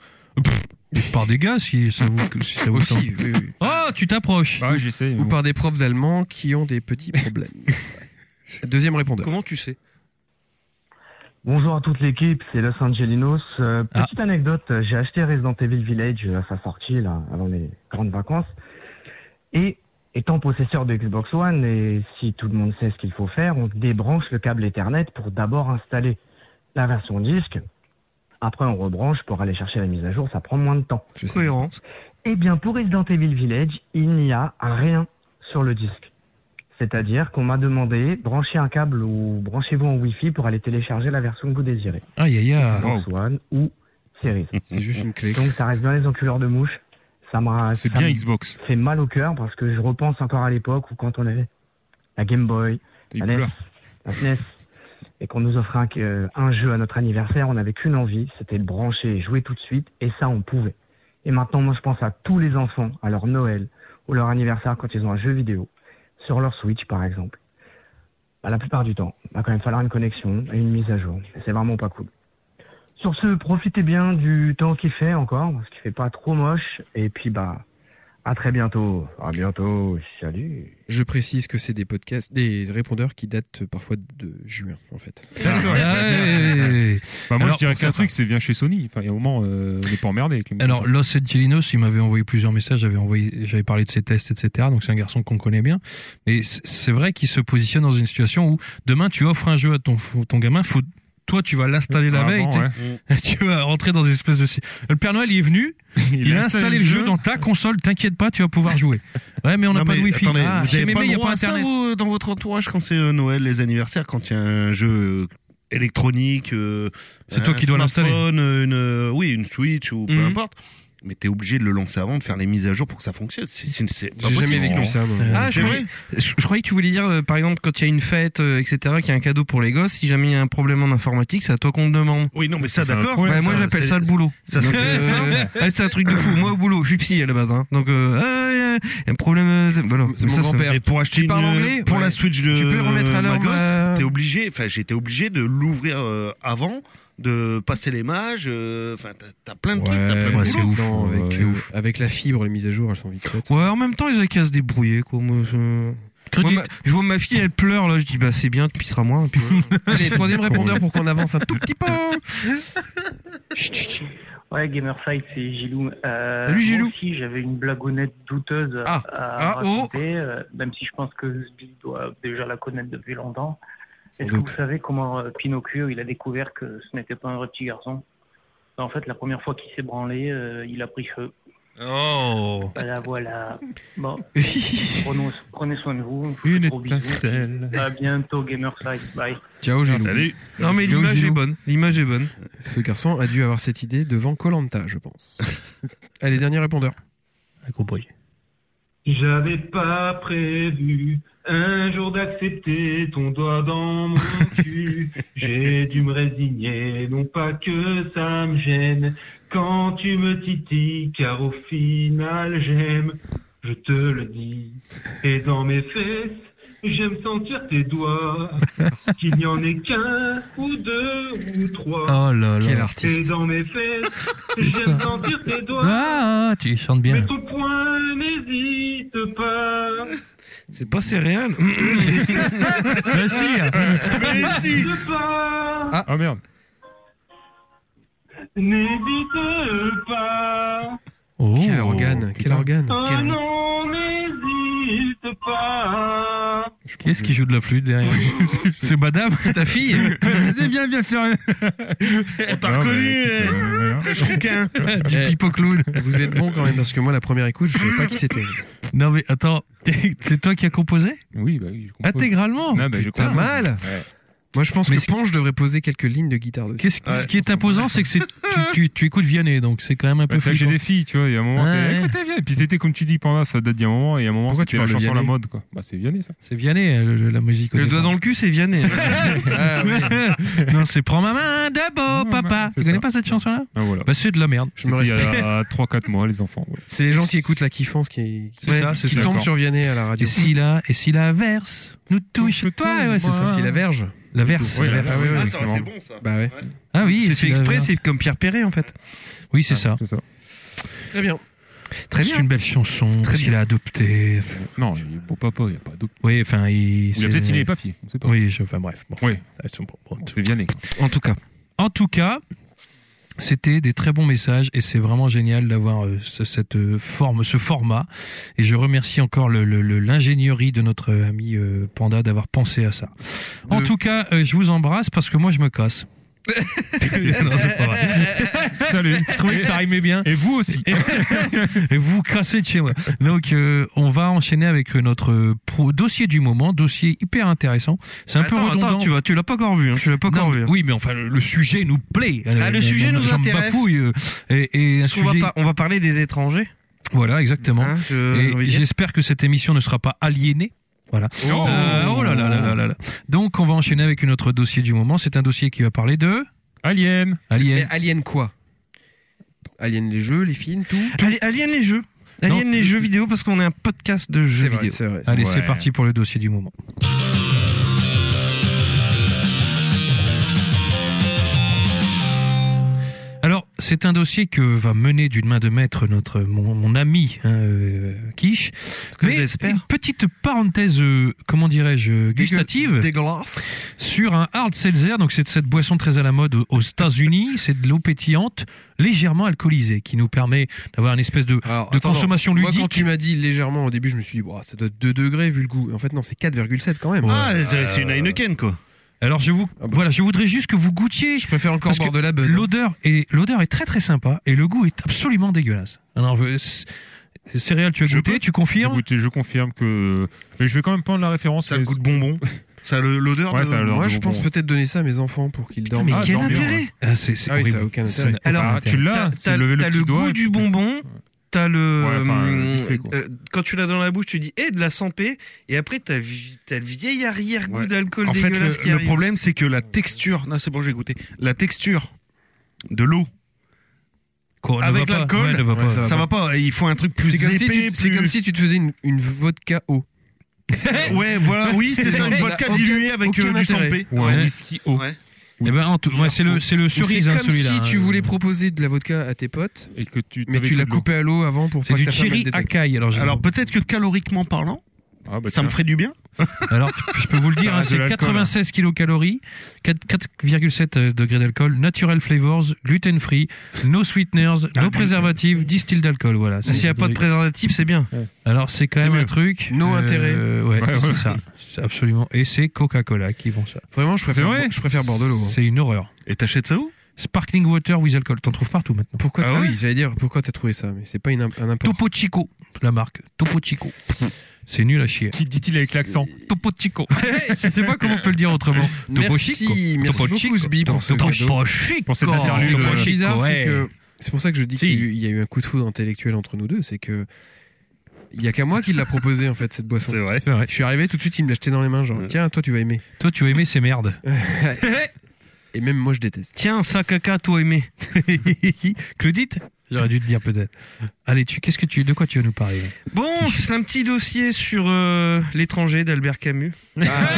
Par des gars si ça vous si ça vous tente. aussi, oui, oui. Oh, tu t'approches. Ouais, j'essaie. mais Ou bon. par des profs d'allemand qui ont des petits problèmes. Deuxième répondeur. Comment tu sais? Bonjour à toute l'équipe, c'est Los Angelinos. Euh, Ah. petite anecdote, euh, j'ai acheté Resident Evil Village à sa sortie, là, avant les grandes vacances. Et étant possesseur de Xbox One, et si tout le monde sait ce qu'il faut faire, on débranche le câble Ethernet pour d'abord installer la version disque. Après, on rebranche pour aller chercher la mise à jour, ça prend moins de temps. Je sais. Cohérence. Eh bien, pour Resident Evil Village, il n'y a rien sur le disque. C'est-à-dire qu'on m'a demandé, branchez un câble ou branchez-vous en Wi-Fi pour aller télécharger la version que vous désirez. Aïe aïe aïe. Xbox One ou Series. C'est juste une clé. Donc ça reste bien les enculeurs de mouches. Ça m'a C'est ça bien me Xbox. fait mal au cœur parce que je repense encore à l'époque où quand on avait la Game Boy, Il la N E S, pleure. la S N E S, et qu'on nous offrait un, euh, un jeu à notre anniversaire, on n'avait qu'une envie, c'était de brancher et jouer tout de suite, et ça on pouvait. Et maintenant moi je pense à tous les enfants, à leur Noël ou leur anniversaire quand ils ont un jeu vidéo, sur leur Switch par exemple. Bah, la plupart du temps, il va quand même falloir une connexion et une mise à jour. Et c'est vraiment pas cool. Sur ce, profitez bien du temps qu'il fait encore, parce qu'il fait pas trop moche. Et puis, bah, à très bientôt. À bientôt. Salut. Je précise que c'est des podcasts, des répondeurs qui datent parfois de juin, en fait. D'accord. Ouais. Bah, moi, Alors, je dirais pour qu'un ça, truc, c'est viens chez Sony. Enfin, il y a un moment, euh, on n'est pas emmerdé avec les Alors, Los Angelinos, il m'avait envoyé plusieurs messages, j'avais envoyé, j'avais parlé de ses tests, et cetera. Donc, c'est un garçon qu'on connaît bien. Mais c- c'est vrai qu'il se positionne dans une situation où demain, tu offres un jeu à ton, ton gamin, faut, toi, tu vas l'installer la Avant, veille, tu sais. ouais. Tu vas rentrer dans des espèces de... Le Père Noël, il est venu, il, a installé le jeu dans ta console, t'inquiète pas, tu vas pouvoir jouer. Ouais, mais on n'a Non, pas mais de Wi-Fi. attendez, Ah, vous chez avez Mémé, pas il n'y le a droit pas à ça, Internet. vous, dans votre entourage, quand c'est euh, Noël, les anniversaires, quand il y a un jeu euh, électronique, euh, C'est toi un qui dois l'installer. smartphone, une, euh, oui, une Switch ou peu Mhm. importe. Mais t'es obligé de le lancer avant, de faire les mises à jour pour que ça fonctionne. C'est, c'est, c'est pas J'ai jamais possible. vécu ça, moi. Ah, C'est je vrai. croyais, je, je croyais que tu voulais dire, euh, par exemple, quand il y a une fête, euh, et cetera, qu'il y a un cadeau pour les gosses, si jamais il y a un problème en informatique, c'est à toi qu'on te demande. Oui, non, mais ça, C'est un d'accord. problème, Ouais, moi, ça, j'appelle c'est- ça le boulot. ça, Donc, c'est- euh, ouais, c'est un truc de fou. Moi, au boulot, je suis psy à la base, hein. Donc, euh, ah, il y a un problème. euh, voilà. C'est mon Ça, grand-père. Mais pour acheter Tu parles une, anglais pour Ouais. la Switch de Tu peux remettre à l'heure ma gosse, ma- t'es obligé, enfin, j'étais obligé de l'ouvrir euh, avant, de passer les mages, euh, enfin, t'as, t'as plein de trucs, t'as plein de ouais, boulot. c'est ouf. Non, avec, Ouais, euh, ouf. avec la fibre, les mises à jour, elles sont vite faites. Ouais, en même temps, ils avaient qu'à se débrouiller, quoi. Moi, je... Moi, Crédit. ma- je vois ma fille, elle pleure, là, je dis, bah, c'est bien, tu pisseras moins, et puis voilà. Allez, troisième répondeur pour qu'on avance un tout petit peu. Ouais, Gamerside, c'est Gilou. Euh, Salut, Gilou. Moi aussi, j'avais une blagounette douteuse Ah. à Ah, oh. raconter, euh, même si je pense que Sbi doit déjà la connaître depuis longtemps. Sans Est-ce que doute. vous savez comment euh, Pinocchio, il a découvert que ce n'était pas un vrai petit garçon? En fait, la première fois qu'il s'est branlé, euh, il a pris feu. Oh. Voilà, voilà. Bon, prenons- prenez soin de vous. Je vous fais Une gros bisous. étincelle. À bientôt, Gamerside. Bye. Ciao, Gilou. Salut. Non, mais Gilou, l'image Gilou. est bonne. L'image est bonne. Ce garçon a dû avoir cette idée devant Koh-Lanta, je pense. Allez, dernier répondeur. J'ai compris. J'avais pas prévu Un jour d'accepter ton doigt dans mon cul, j'ai dû me résigner, non pas que ça me gêne, quand tu me titilles, car au final j'aime, je te le dis, et dans mes fesses, j'aime sentir tes doigts, qu'il n'y en ait qu'un, ou deux, ou trois. Oh là là. Quel Et artiste. dans mes fesses, C'est j'aime ça. sentir tes doigts. Ah, tu chantes bien. Mais ton poing n'hésite pas. C'est pas céréales. Ah, si. Mais si. N'hésite pas. Ah, oh merde. N'hésite pas. Oh. Quel organe, quel organe. Oh Quel- non, n'hésite pas. Qui est-ce qui joue de la flûte derrière? C'est madame? C'est ta fille? Vas-y, viens, viens faire. On t'a Non, reconnu, mais écoute, euh, euh, le chouquin. Du Eh. pipo clown. Vous êtes bon quand même parce que moi la première écoute je savais pas qui c'était. Non mais attends, c'est toi qui as composé? Oui, bah oui, je comprends. Intégralement? Non, bah, je Pas comprends. mal. Ouais. Moi je pense Mais que c'est- Ponge devrait poser quelques lignes de guitare dessus. Qu'est-ce, Ouais. Ce qui est imposant, c'est que c'est, tu, tu, tu écoutes Vianney, donc c'est quand même un peu Bah, t'as- j'ai flippant. des filles, tu vois, il y a un moment, Ouais. c'est écoutez, viens. Et puis c'était comme tu dis, Panda, ça date d'il y a un moment, et à un moment, Pourquoi tu c'était la parles de chanson à la Vianney mode, quoi. Bah, c'est Vianney, ça. C'est Vianney, euh, le- la musique. au Le doigt départ. dans le cul, c'est Vianney. Ah, oui. Non, c'est Prends ma main de beau Ouais, papa. c'est Tu connais ça. pas cette chanson-là? Ah, voilà. Bah, c'est de la merde. Je me C'était il y respecte. a trois quatre mois, les enfants. ouais. C'est les gens qui écoutent la kiffance qui, qui, C'est ça, c'est qui ça. tombent D'accord. sur Vianney à la radio. Et si la, et si la verse nous touche, Touche toi, ouais, c'est moi. ça. Si la verge. La verse. Oui, la la- verse. ah oui, oui, Ah, oui, ça, c'est c'est marrant. bon, ça. Bah ouais. Ah oui, C'est si fait la exprès, verse. c'est comme Pierre Perret, en fait. Oui, c'est ça. C'est ça. Très bien. Très bien. C'est une belle chanson, parce qu'il a adopté. Non, il- pour papa, il n'y a pas d'autre. Oui, enfin, il. Ou il a c'est- peut-être signé les papiers, on sait pas. Oui, je, enfin bref. Bon. Oui. Elles sont bon, bon. C'est Vianney. En tout cas. En tout cas, c'était des très bons messages et c'est vraiment génial d'avoir euh, ce, cette euh, forme, ce format. Et je remercie encore le, le, le- l'ingénierie de notre ami euh, Panda d'avoir pensé à ça. En De- tout cas, euh, je vous embrasse parce que moi je me casse. Non, c'est pas vrai. Salut. Je trouvais que ça rimait bien. Et vous aussi. Et vous crassez de chez moi. Donc, euh, on va enchaîner avec notre pro- dossier du moment, dossier hyper intéressant. C'est un peu Attends, redondant. attends, tu, vas, tu l'as pas encore vu. Hein, tu l'as pas encore Non, vu. mais- oui, mais enfin, le, le sujet nous plaît. Ah, le Euh, sujet on- nous j'en intéresse. bafouille, euh, et, et un Parce qu'on sujet. va, pas- on va parler des étrangers. Voilà, exactement. Hein, je- j'ai envie et de dire. j'espère que cette émission ne sera pas aliénée. Voilà. Oh. Euh, oh là là là là là là. Donc, on va enchaîner avec notre dossier du moment. C'est un dossier qui va parler de Alien. Et Alien. Alien quoi? Alien les jeux, les films, tout. Ali- Alien les jeux. Alien Non. les jeux vidéo parce qu'on est un podcast de jeux C'est vrai, vidéo. c'est vrai. Allez, Ouais. c'est parti pour le dossier du moment. Alors, c'est un dossier que va mener d'une main de maître notre mon, mon ami hein, euh, Quiche. Que Mais j'espère. une petite parenthèse, euh, comment dirais-je, gustative Dégueulasse. sur un hard seltzer. Donc, c'est cette boisson très à la mode aux États-Unis. C'est de l'eau pétillante, légèrement alcoolisée, qui nous permet d'avoir une espèce de, Alors, de attends, consommation Moi, ludique. quand tu m'as dit légèrement au début, je me suis dit, oh, ça doit être deux degrés vu le goût. En fait, non, c'est quatre virgule sept quand même. Ah, c'est c'est une Heineken, quoi. Alors, je vous, Ah bon. voilà, je voudrais juste que vous goûtiez. Je préfère encore Parce boire que de la bonne. L'odeur est, l'odeur est très très sympa et le goût est absolument dégueulasse. Alors, euh, c- céréales, tu as Je goûté, peux tu confirmes? Écoutez, je confirme que. Mais je vais quand même prendre la référence. Ça a le goût de bonbon. Ça a le- l'odeur Ouais, de... ça a l'odeur Moi, de je pense bonbon. peut-être donner ça à mes enfants pour qu'ils dorment. mais Ah, quel dormir, intérêt ouais. Ah, c'est, c'est Ah oui, horrible. ça a aucun Ça intérêt. n'a Alors, aucun Ah, tu intérêt. l'as, T'as c'est t'as- lever le t'as petit le doigt goût et du puis- bonbon, t'as le... Ouais, enfin, hum, vite fait, quoi. euh, quand tu l'as dans la bouche, tu dis « Eh, de la santé » et après, t'as vi- t'as le vieil arrière-goût Ouais. d'alcool En fait, dégueulasse le, qui le arrive. problème, c'est que la texture... Non, c'est bon, j'ai goûté. La texture de l'eau, Quoi, ne avec va pas. l'alcool, Ouais, ne va ouais, pas. ça va ça va pas. Il faut un truc plus C'est comme, si épais, tu, c'est plus- comme si tu te faisais une, une vodka eau. Ouais, voilà, oui, c'est ça, une Ça n'a vodka aucun- diluée avec aucun euh, du intérêt. sampé. Ou Ouais. un whisky haut. Ouais. Eh ben, en tout- ouais, c'est le, c'est le Ou cerise, c'est hein, comme celui-là. si hein. tu voulais proposer de la vodka à tes potes, Et que tu. mais t'avais tu que l'as de l'eau. coupé à l'eau avant pour C'est pas du que ta femme cherry elle détecte. Akai. Alors, je- Alors peut-être que caloriquement parlant, Ah, bah, ça me tiens. ferait du bien. alors, je peux vous le dire, Ça hein, reste de c'est l'alcool, quatre-vingt-seize kilocalories, quatre virgule sept degrés d'alcool, natural flavors, gluten free, no sweeteners, no préservatifs, distilled d'alcool. Voilà. S'il n'y a pas de préservatif, c'est bien. Alors, c'est quand C'est même mieux. un truc. No intérêt. Ouais, Ouais, c'est ouais. ça. C'est absolument. Et c'est Coca-Cola qui vend ça. Vraiment, je préfère, C'est vrai bo- je préfère boire de l'eau. hein. C'est une horreur. Et t'achètes ça où? Sparkling water with alcool. T'en trouves partout maintenant. Pourquoi Ah ah ouais oui, j'allais dire, pourquoi t'as trouvé ça, mais c'est pas une, un import. Topo Chico, la marque. Topo Chico. C'est nul à chier. Qui dit-il avec l'accent? Topo Chico. Je sais pas comment on peut le dire autrement. Topo Chico. Merci, merci Topo beaucoup Chico. Sbi pour ce Topo cadeau. Chico. Pour cette Oh, interlude, Topo euh, Le Chico, bizarre, ouais. c'est que c'est pour ça que je dis Si. qu'il y a eu- il y a eu un coup de foudre intellectuel entre nous deux, c'est que Il y a qu'à moi qui l'a proposé en fait cette boisson. C'est vrai. C'est vrai. Je suis arrivé tout de suite, il me l'a jeté dans les mains, genre tiens, toi tu vas aimer. Toi, tu as aimé ces merdes. Et même moi je déteste. Tiens, ça caca, toi aimé. Claudite, j'aurais dû te dire peut-être. Allez, tu, qu'est-ce que tu, de quoi tu vas nous parler? Bon, c'est un petit dossier sur euh, l'étranger d'Albert Camus. Ah,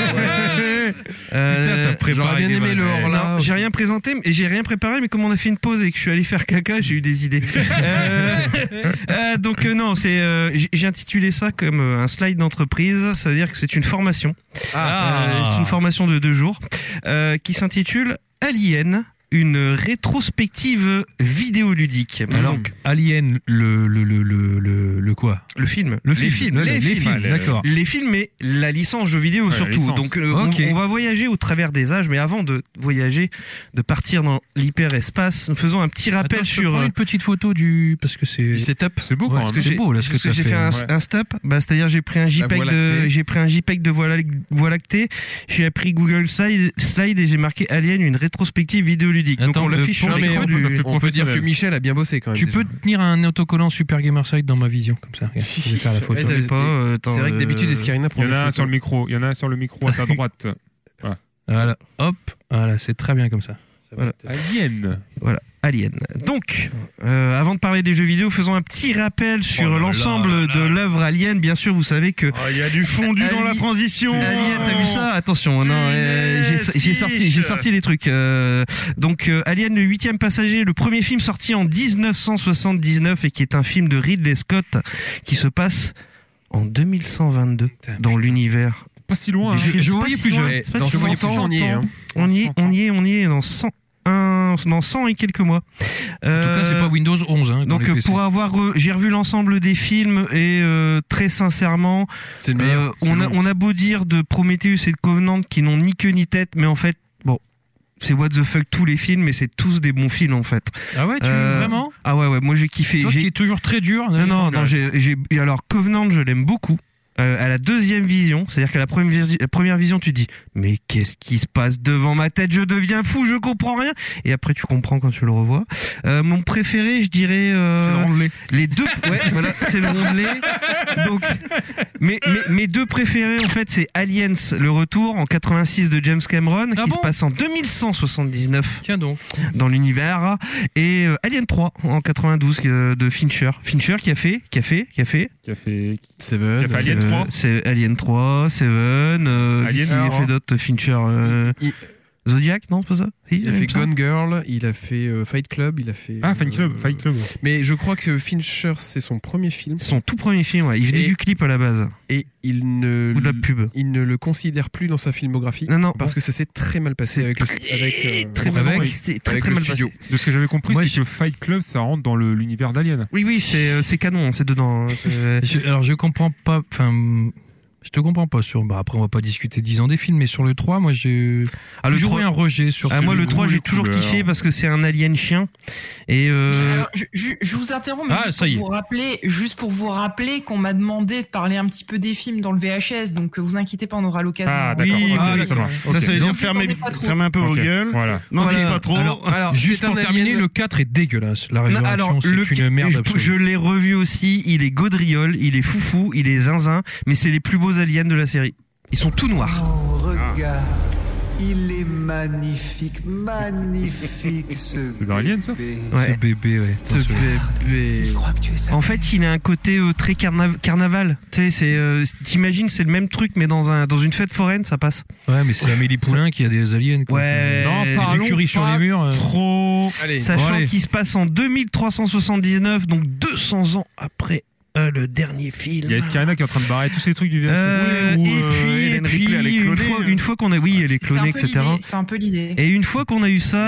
ouais. Euh, Putain, t'as préparé J'aurais bien des aimé vannes. le hors-là. Non, j'ai rien présenté et j'ai rien préparé, mais comme on a fait une pause et que je suis allé faire caca, j'ai eu des idées. euh, euh, donc euh, non, c'est euh, j'ai- j'ai intitulé ça comme euh, un slide d'entreprise, ça veut dire que c'est une formation. Ah. Euh, c'est une formation de deux jours euh, qui s'intitule Alien, une rétrospective vidéoludique. Alors, donc, Alien, le, le, le, le, le, le quoi? Le film, Le les film, films, le- les, les films, films, d'accord. Les films et la licence jeux vidéo Ouais, la surtout. licence. Donc euh, Ok. on, on va voyager au travers des âges, mais avant de voyager, de partir dans l'hyperespace, nous faisons un petit rappel Attends, je peux sur. prendre euh, une petite photo du, parce que c'est, Du setup. C'est beau Ouais, quand parce même. que c'est beau là ce que parce tu as j'ai fait. fait un, ouais. un stop, bah, c'est-à-dire j'ai pris un JPEG Voie de, lactée. j'ai pris un JPEG de Voie lac- Voie lactée, j'ai appris Google Slide, Slide et j'ai marqué Alien, une rétrospective vidéoludique. Donc Attends, on l'affiche euh, sur non, mais l'écran on du. peut- ça fait On peut dire que professionnel. Michel a bien bossé quand même. Tu déjà. peux tenir un autocollant Super Gamerside dans ma vision, comme ça. Regarde, je vais faire la photo. Ouais, Je sais pas, euh, attends, C'est vrai que d'habitude euh, Escarina Il prend y en des a un photos. sur le micro. Il y en a un sur le micro à ta droite. Voilà, hop, voilà, c'est très bien comme ça. Ça va Voilà. être- Alien. Voilà, Alien. Donc, euh, avant de parler des jeux vidéo, faisons un petit rappel sur Oh là l'ensemble là là de là. l'œuvre Alien. Bien sûr, vous savez que Oh, il y a du fondu dans la Ali- transition. Alien, t'as vu ça? Attention, non, euh, Punaise, j'ai j'ai sorti, j'ai sorti les trucs. Euh, donc, euh, Alien, le huitième passager, le premier film sorti en dix-neuf cent soixante-dix-neuf et qui est un film de Ridley Scott qui se passe en deux mille cent vingt-deux Putain, dans l'univers. Pas si loin. hein. Je- je c'est voyais pas plus si loin, jeune. c'est pas Dans si loin. cent ans, on y est. Hein. On y est, on y est, on y est dans cent un, dans cent et quelques mois. En tout cas, c'est pas Windows onze. Hein, dans Donc les euh, P C. pour avoir re- j'ai revu l'ensemble des films et euh, très sincèrement C'est le meilleur. euh, on a on a beau dire de Prometheus et de Covenant qui n'ont ni queue ni tête, mais en fait bon c'est what the fuck tous les films, mais c'est tous des bons films en fait. Ah ouais, tu Euh, vraiment? Ah ouais ouais, moi j'ai kiffé. Toi J'ai- qui es toujours très dur. Non non non, j'ai j'ai alors Covenant je l'aime beaucoup. Euh, à la deuxième vision, c'est-à-dire qu'à la première, visi- la première vision, tu te dis mais qu'est-ce qui se passe devant ma tête? Je deviens fou, je comprends rien. Et après, tu comprends quand tu le revois. Euh, mon préféré, je dirais euh, C'est le rondelet. les deux. Ouais, voilà, c'est le rondelet. Donc, mes, mes, mes deux préférés en fait, c'est Aliens, le retour en quatre-vingt-six de James Cameron, Ah qui bon se passe en deux mille cent soixante-dix-neuf Tiens donc. dans l'univers, et euh, Alien trois en quatre-vingt-douze euh, de Fincher. Fincher qui a fait, qui a fait, qui a fait. Qui a fait. Seven. Qui a fait Alien Euh, trois. C'est Alien trois, Seven, euh, Alien qu'est-ce qu'il a alors, fait d'autres Fincher, euh, Il, Zodiac, non, c'est pas ça? Si, il a il fait me semble. Gone Girl, il a fait euh, Fight Club, il a fait. Ah, Fight Club. euh, Fight Club. Mais je crois que Fincher, c'est son premier film. Son tout premier film, ouais. Il venait Et- du clip à la base. Et il ne, Ou de la pub. il ne le considère plus dans sa filmographie. Non, non. Parce que ça s'est très mal passé C'est avec le, très, avec, euh, très avec- mal, avec- c'est très avec très le mal studio. passé. De ce que j'avais compris, Moi, c'est je- que Fight Club, ça rentre dans le- l'univers d'Alien. Oui, oui, c'est, euh, c'est canon, c'est dedans. hein, c'est- Je- alors je comprends pas. Enfin, je te comprends pas sur. Bah après, on va pas discuter dix ans des films, mais sur le trois, moi j'ai Ah, le toujours trois- eu un rejet sur. Ah, ce- moi, le trois, goût, j'ai les toujours couleurs. kiffé parce que c'est un alien chien. Et, Mais euh, alors, je, je- je vous interromps, mais Ah, juste, ça y pour est. vous rappeler, juste pour vous rappeler qu'on m'a demandé de parler un petit peu des films dans le V H S, donc euh, vous inquiétez pas, on aura l'occasion. Ah, oui, d'accord. oui, ok, ah, ça d'accord. marche. ça, Ok. ça veut Donc, dire fermer, attendez pas trop. fermer un peu vos Ok, gueules. Voilà. Non, Ok. mais pas trop. Alors, Alors, juste c'est pour un terminer, alien- le quatre est dégueulasse. La Non, résurrection, alors, le, c'est une merde je, absolue. je l'ai revu aussi, il est gaudriole, il est foufou, il est zinzin, mais c'est les plus beaux aliens de la série. Ils sont tout noirs. Oh, regarde, il est magnifique, magnifique ce C'est dans Alien, ça bébé. Ouais. Ce bébé, ouais. Ce bébé. Je crois que tu es sa En fait, il a un côté euh, très carna- carnaval. Tu sais, c'est, euh, t'imagines, c'est le même truc, mais dans un, dans une fête foraine, ça passe. Ouais, mais c'est Amélie Poulain qui a des aliens. quoi. Ouais. Non, Et par du du curry curry sur les murs. euh. Trop. Allez, Sachant Bon, allez. qu'il se passe en deux mille trois cent soixante-dix-neuf, donc deux cents ans après euh, le dernier film. Il y a Escarina qui est en train de barrer tous ces trucs du V H S. Euh, Ou, et euh, puis, et Hélène puis Ripley, elle est une, clonée, fois, hein. une fois qu'on a, oui, elle est C'est un clonée, peu et cetera. l'idée, c'est un peu l'idée. Et une fois qu'on a eu ça,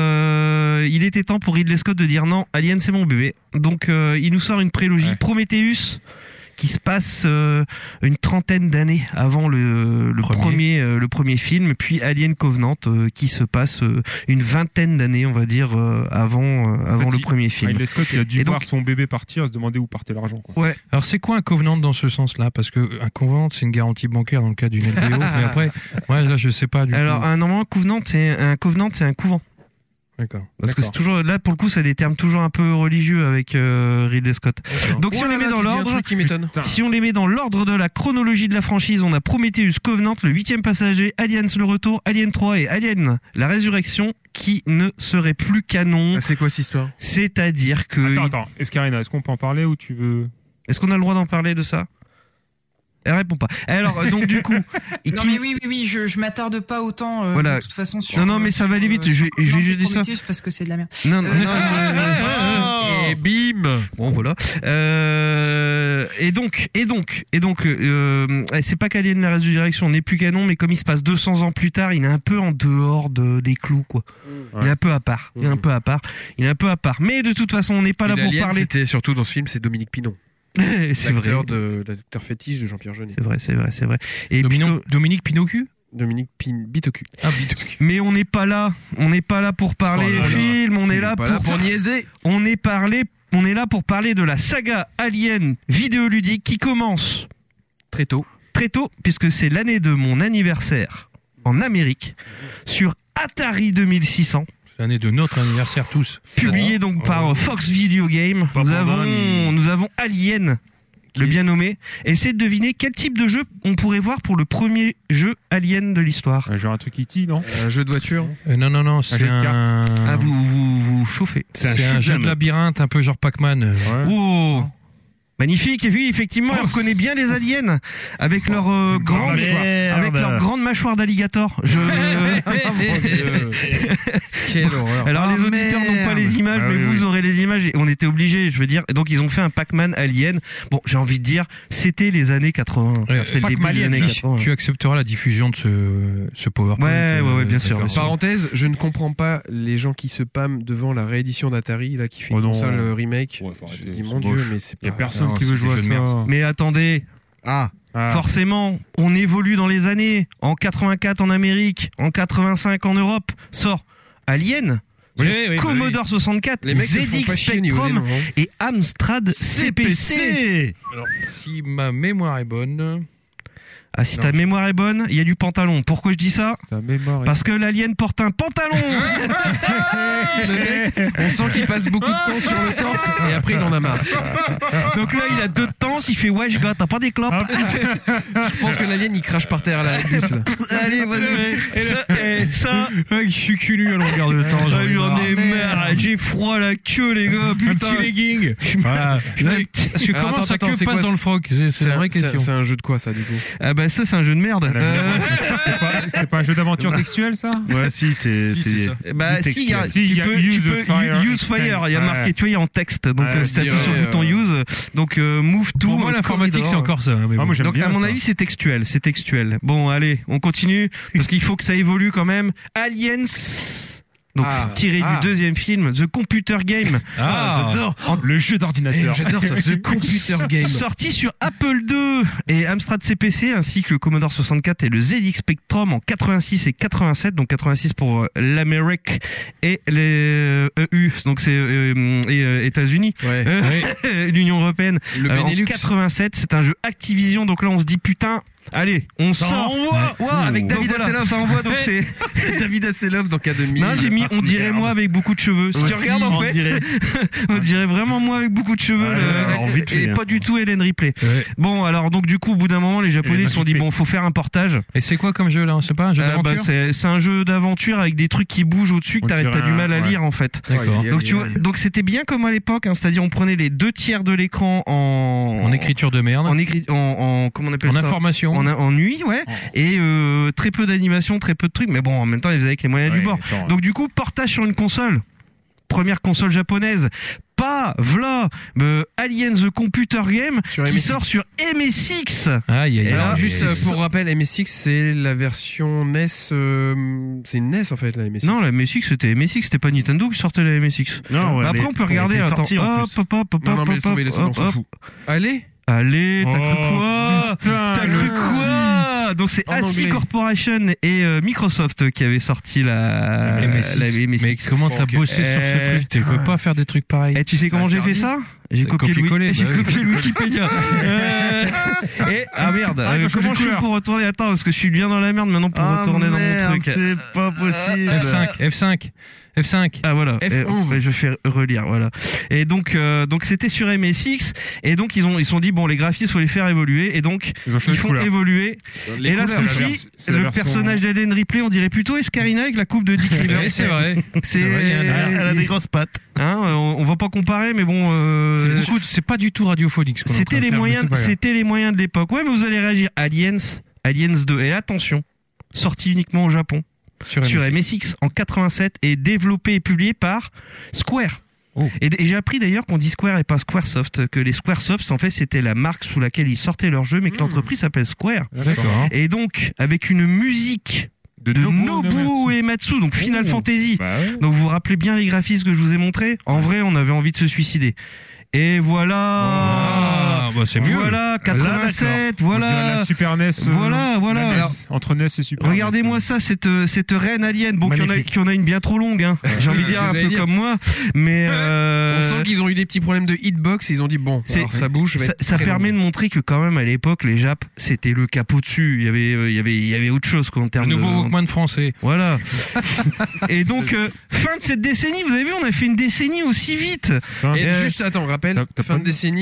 euh, il était temps pour Ridley Scott de dire non, Alien c'est mon bébé. Donc euh, il nous sort une prélogie Ouais. Prometheus qui se passe euh, une trentaine d'années avant le, le Premier. premier, euh, le premier film, puis Alien Covenant euh, qui se passe euh, une vingtaine d'années, on va dire, euh, avant euh, avant fait, le il- premier film. Ridley Scott, il a dû Et donc- voir son bébé partir, se demander où partait l'argent. quoi. Ouais. Alors c'est quoi un covenant dans ce sens-là? Parce que un covenant, c'est une garantie bancaire dans le cas d'une L B O. Mais après, ouais, là je sais pas du Alors coup. un normalement Covenant c'est un Covenant c'est un couvent. D'accord. Parce que D'accord. c'est toujours là pour le coup, c'est des termes toujours un peu religieux avec euh, Ridley Scott. D'accord. Donc si Oh on là les met là, dans tu dis un l'ordre, truc qui m'étonne. si on les met dans l'ordre de la chronologie de la franchise, on a Prometheus, Covenant, le huitième passager, Aliens le retour, Alien trois et Alien la résurrection qui ne serait plus canon. Ah, c'est quoi cette histoire? C'est-à-dire que Attends, attends. Escarina, est-ce qu'on peut en parler ou tu veux... est-ce qu'on a le droit d'en parler de ça? Elle répond pas. Alors donc du coup, et Non qui- mais oui, oui, oui, je, je m'attarde pas autant euh, Voilà. de toute façon sur. Non, non, mais ça va aller vite, je vais- je vais juste dire ça. Prometheus parce que c'est de la merde. non, non, Euh, non, Et bim. bon voilà. Euh, et donc, et donc, et donc, euh, c'est pas qu'Alien la résurrection n'est plus canon, mais comme il se passe deux cents ans plus tard, il est un peu en dehors de, des clous, quoi. Il est un peu à part. Il est un peu à part. Il est un peu à part. Mais de toute façon, on n'est pas là Et pour l'alien, parler. C'était surtout dans ce film, c'est Dominique Pinon. C'est vrai. L'acteur de l'acteur fétiche de Jean-Pierre Jeunet. C'est vrai, c'est vrai, c'est vrai. Et Domino- puis, Dominique Pinocu. Dominique Pin Bitocu. Ah, Bitocu. mais on n'est pas là. On n'est pas là pour parler Oh là là. film. On est Il là est pas pour, là pour niaiser. On est parlé. On est là pour parler de la saga Alien vidéoludique qui commence Très tôt. très tôt puisque c'est l'année de mon anniversaire en Amérique sur Atari deux mille six cents. C'est l'année de notre anniversaire tous. Publié donc par Fox Video Game. Pas Nous pour avons, Dan, nous avons Alien, le bien nommé. Essayez de deviner quel type de jeu on pourrait voir pour le premier jeu Alien de l'histoire. Euh, Genre un truc E T, non? Un jeu de voiture. Euh, non, non, non, c'est jeu de un. Ah, vous, vous, vous chauffez. C'est un, un shoot jeu them. de labyrinthe, un peu genre Pac-Man. Ouais. Oh, magnifique. Et oui, effectivement, on reconnaît bien les aliens avec leur euh, grande, merde. avec leur grande mâchoire d'alligator. Je... Quelle horreur. Alors Ah, les auditeurs merde. n'ont pas les images, Ah mais oui, vous oui. aurez les images. Et on était obligés, je veux dire. Et donc ils ont fait un Pac-Man Alien. Bon, j'ai envie de dire, c'était les années quatre-vingts. Ouais, C'était le début Pac-Man des Alien, années Tu, quatre-vingts. tu accepteras la diffusion de ce, ce PowerPoint. Ouais, ouais, ouais, bien sûr, d'accord. bien sûr. Parenthèse, je ne comprends pas les gens qui se pâment devant la réédition d'Atari là qui fait Oh une non. console euh, remake. Ouais, faut je arrêter, dis c'est mon moche. Dieu, mais c'est Y a pas. personne non, qui c'est veut des jouer à jeux de merde. ça. Mais attendez, Ah, Ah. forcément, on évolue dans les années. En quatre-vingt-quatre en Amérique, en quatre-vingt-cinq en Europe, sort Alien, Oui, sur oui, oui, Commodore soixante-quatre, les mecs se Z font X pas chier au niveau des Spectrum noms, hein. et Amstrad C P C. Alors, si ma mémoire est bonne. Ah, si Non. ta mémoire est bonne, il y a du pantalon. Pourquoi je dis ça? Ta mémoire est- Parce que l'alien porte un pantalon. Le mec, on sent qu'il passe beaucoup de temps sur le torse et après il en a marre. Donc là, il a deux temps, il fait ouais, je gars, t'as pas des clopes? Je pense que l'alien il crache par terre à la bus là. Allez, vas-y. Ça, eh, ça, Je suis cul nu à longueur de temps. ah, j'en ai marre. marre. J'ai froid à la queue, les gars. Un Putain. petit legging. Voilà. Parce que Alors, comment attends, ça attends, que c'est passe quoi, dans le froc? C'est c'est C'est la un, vraie c'est- question. c'est un jeu de quoi ça du coup? Ah bah ça, c'est un jeu de merde. Ah, Euh, C'est pas, c'est pas un jeu d'aventure textuel, ça? Ouais, si, c'est. Si, c'est ça. Bah si, il y a, Si, il tu y a peux, use tu peux fire, use fire, il y a ouais. marqué, tu vois, il y a en texte. Donc Ouais, euh, je si t'appuies dirais, sur le bouton euh, use, donc euh, move to. Pour moi, euh, l'informatique, corridor. c'est encore ça. Mais Ah, bon. moi, j'aime Donc bien à mon ça. avis, c'est textuel, c'est textuel. Bon, allez, on continue parce qu'il faut que ça évolue quand même. Aliens. Donc Ah, tiré ah. du deuxième film, The Computer Game, Ah, j'adore. Le jeu Eh, d'ordinateur. j'adore ça, The Computer Game. sorti sur Apple deux et Amstrad C P C ainsi que le Commodore soixante-quatre et le Z X Spectrum en quatre-vingt-six et quatre-vingt-sept, donc quatre-vingt-six pour euh, l'Amérique et les euh, E U, donc c'est euh, et, euh, États-Unis, Ouais. Euh, l'Union européenne. Le Euh, en Benelux. quatre-vingt-sept, c'est un jeu Activision, donc là on se dit putain. Allez, on Ça sort. envoie. Ouah, avec Donc David voilà, Hasselhoff. ça envoie, donc c'est. C'est David Hasselhoff dans K deux mille. Non, j'ai mis, on dirait moi avec beaucoup de cheveux. Si tu Aussi, regardes en on fait, dirait. on dirait vraiment moi avec beaucoup de cheveux. Ouais, le- alors, vite fait, et hein. pas du tout Hélène Ripley. Ouais. Bon, alors donc du coup, au bout d'un moment, les Japonais Hélène se sont dit Ripley. bon, faut faire un portage. Et c'est quoi comme jeu là? C'est pas un jeu Euh, bah, d'aventure? c'est c'est un jeu d'aventure avec des trucs qui bougent au-dessus que On t'arrêtes, dirait t'as du mal à un- ouais. lire en fait. D'accord. Ouais, Donc tu vois, donc c'était bien comme à l'époque, hein, c'est-à-dire on prenait les deux tiers de l'écran en En écriture de merde. en écrit, en, en comment on appelle En ça information. en, en nuit, ouais, et euh, très peu d'animation, très peu de trucs, mais bon, en même temps, ils faisaient avec les moyens Ouais, du bord. attends, Donc du coup, portage sur une console. Première console japonaise. Pas, v'là, euh, Alien the Computer Game, Sur qui M S X. sort sur M S X. Aïe, aïe, aïe. Alors Ah, juste et euh, ça- pour rappel, M S X c'est la version N E S, euh, c'est une N E S en fait la M S X. Non, la M S X, c'était M S X, c'était pas Nintendo qui sortait la M S X. Non, ouais, Bah, après, elle on peut est- regarder, elle est attends, sortie, en hop, plus. hop, hop, hop, Non, non, mais hop, laisse tomber, laisse tomber, on hop, s'en hop. fout. Allez, Allez, t'as cru Oh, quoi? putain, T'as le cru coup. quoi? Donc c'est En ASCII anglais. Corporation et euh, Microsoft qui avaient sorti la, M S X. la M S X. Mais comment t'as Ok. bossé sur ce Euh, truc? Tu peux pas faire des trucs pareils. Et tu sais comment C'est j'ai fait interdit. ça? J'ai T'as copié, le, copié-collé, Wik- j'ai bah oui. copié le Wikipédia. Euh, et ah merde, Ah, ils euh, ont changé comment de je fais couleur. pour retourner? Attends, parce que je suis bien dans la merde maintenant pour Ah, retourner dans merde, mon truc. c'est pas possible. F cinq, F cinq, F cinq. Ah voilà. F Et, onze. ouais, je vais relire, voilà. Et donc, euh, donc c'était sur M S X, et donc ils ont, ils se sont dit bon, les graphismes faut les faire évoluer, et donc Ils ont changé ils de font couleur. évoluer. Les et là, couleurs, c'est la ceci, vers- c'est la le version- personnage d'Ellen Ripley, on dirait plutôt Escarina avec la coupe de Dick Rivers. Ouais, c'est vrai. C'est, vrai, il y en a- Elle a des grosses pattes. hein, on, on va pas comparer, mais bon. Euh, C'est beaucoup- c'est pas du tout radiophonique. ce qu'on est en train C'était de les faire, mais moyens, c'est pas grave. c'était les moyens de l'époque. Ouais, mais vous allez réagir. Aliens, Aliens deux. Et attention, sorti uniquement au Japon Sur sur M S. M S X en quatre-vingt-sept et développé et publié par Square. Oh. Et, et j'ai appris d'ailleurs qu'on dit Square et pas Squaresoft, que les Squaresoft en fait c'était la marque sous laquelle ils sortaient leurs jeux, mais que l'entreprise s'appelle Square. D'accord. Et donc avec une musique de, Nobuo Uematsu, donc Final Oh. Fantasy. Bah ouais. Donc vous vous rappelez bien les graphismes que je vous ai montrés. En vrai, on avait envie de se suicider. Et voilà. Ah, bah c'est mieux. Voilà, quatre-vingt-sept, voilà. La Super N E S. euh, Voilà, voilà. la N E S, Alors, entre N E S et Super. regardez-moi ça, cette cette reine alien. Bon, qu'il y en a, Magnifique. qu'il y en a une bien trop longue, hein. J'ai envie de dire Vous un allez peu dire. comme moi, mais euh, On sent qu'ils ont eu des petits problèmes de hitbox et ils ont dit bon, C'est- alors ça bouge. je vais ça, être ça très permet long. de montrer que quand même à l'époque les Japs c'était le capot dessus. Il y avait euh, il y avait il y avait autre chose qu'en Le termes nouveau de Walkman français. voilà. Et donc euh, fin de cette décennie, vous avez vu, on a fait une décennie aussi vite. Et Euh, juste, attends, rappelle, t'as- t'as fin pas de vu décennie.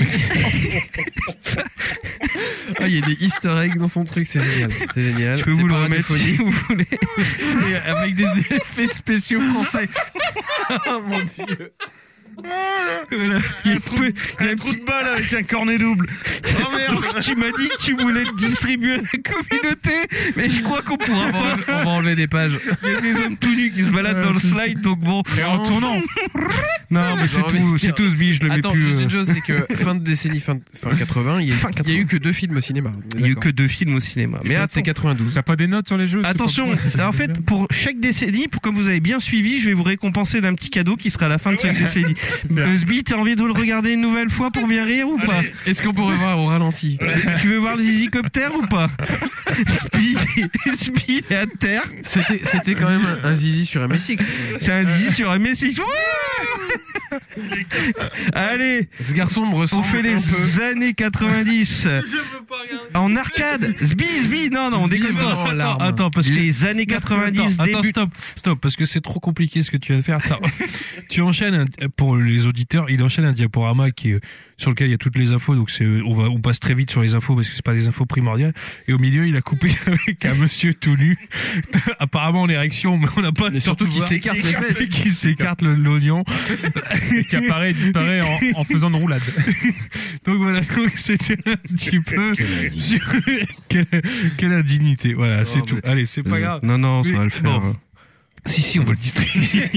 Ah, il y a des easter eggs dans son truc, c'est génial. C'est génial. Je peux C'est vous le pas remettre si radiophonique. vous voulez. Et avec des effets spéciaux français. Oh mon dieu. Voilà. Il y a, un peu- il y a un Trou petit de balle avec un cornet double. Oh merde, tu m'as dit que tu voulais le distribuer à la communauté, mais je crois qu'on pourra On pas. va, on va enlever des pages. Il y a des hommes tout nus qui se baladent dans le slide, donc bon. Et en tournant. Non, mais c'est Non, mais tout, c'est- c'est tout ce biche, je le mets Attends, plus. juste euh, une chose, c'est que fin de décennie, fin, fin quatre-vingts, il y, a, Fin il y a eu que deux films au cinéma. Il y a eu que deux films au cinéma. Mais Mais c'est attends, quatre-vingt-douze. T'as pas des notes sur les jeux? c'est attention, pas- c'est- en fait, pour chaque décennie, pour comme vous avez bien suivi, je vais vous récompenser d'un petit cadeau qui sera à la fin de chaque décennie. Euh, Sbi, t'as envie de le regarder une nouvelle fois pour bien rire ou pas? Est-ce qu'on pourrait voir au ralenti? Tu veux voir le zizicoptère ou pas? Sbi, Sbi est à terre. C'était, c'était quand même un, un zizi sur M S X. C'est un zizi sur un message. Ouais. Allez, Ce garçon me ressemble on fait un les peu. années quatre-vingt-dix. En arcade. Sbi, Sbi, non, non, on Sbi déconne est vraiment pas. en larmes. Attends, parce que Les années quatre-vingt-dix, Attends, attends, début. stop, stop, parce que c'est trop compliqué ce que tu viens de faire. Attends. Tu enchaînes un- pour les auditeurs, il enchaîne un diaporama qui est sur lequel il y a toutes les infos, donc c'est on va on passe très vite sur les infos parce que c'est pas des infos primordiales. Et au milieu, il a coupé avec un monsieur tout nu, apparemment en érection, mais on n'a pas Mais surtout qui s'écarte les fesses. qui s'écarte le- l'oignon. Qui apparaît et disparaît en, en faisant une roulade. Donc voilà, donc c'était un petit peu sur quelle, quelle indignité. Voilà, c'est tout. Allez, c'est pas grave. Non, non, ça Mais va le faire. bon. Si, si, on va le distribuer.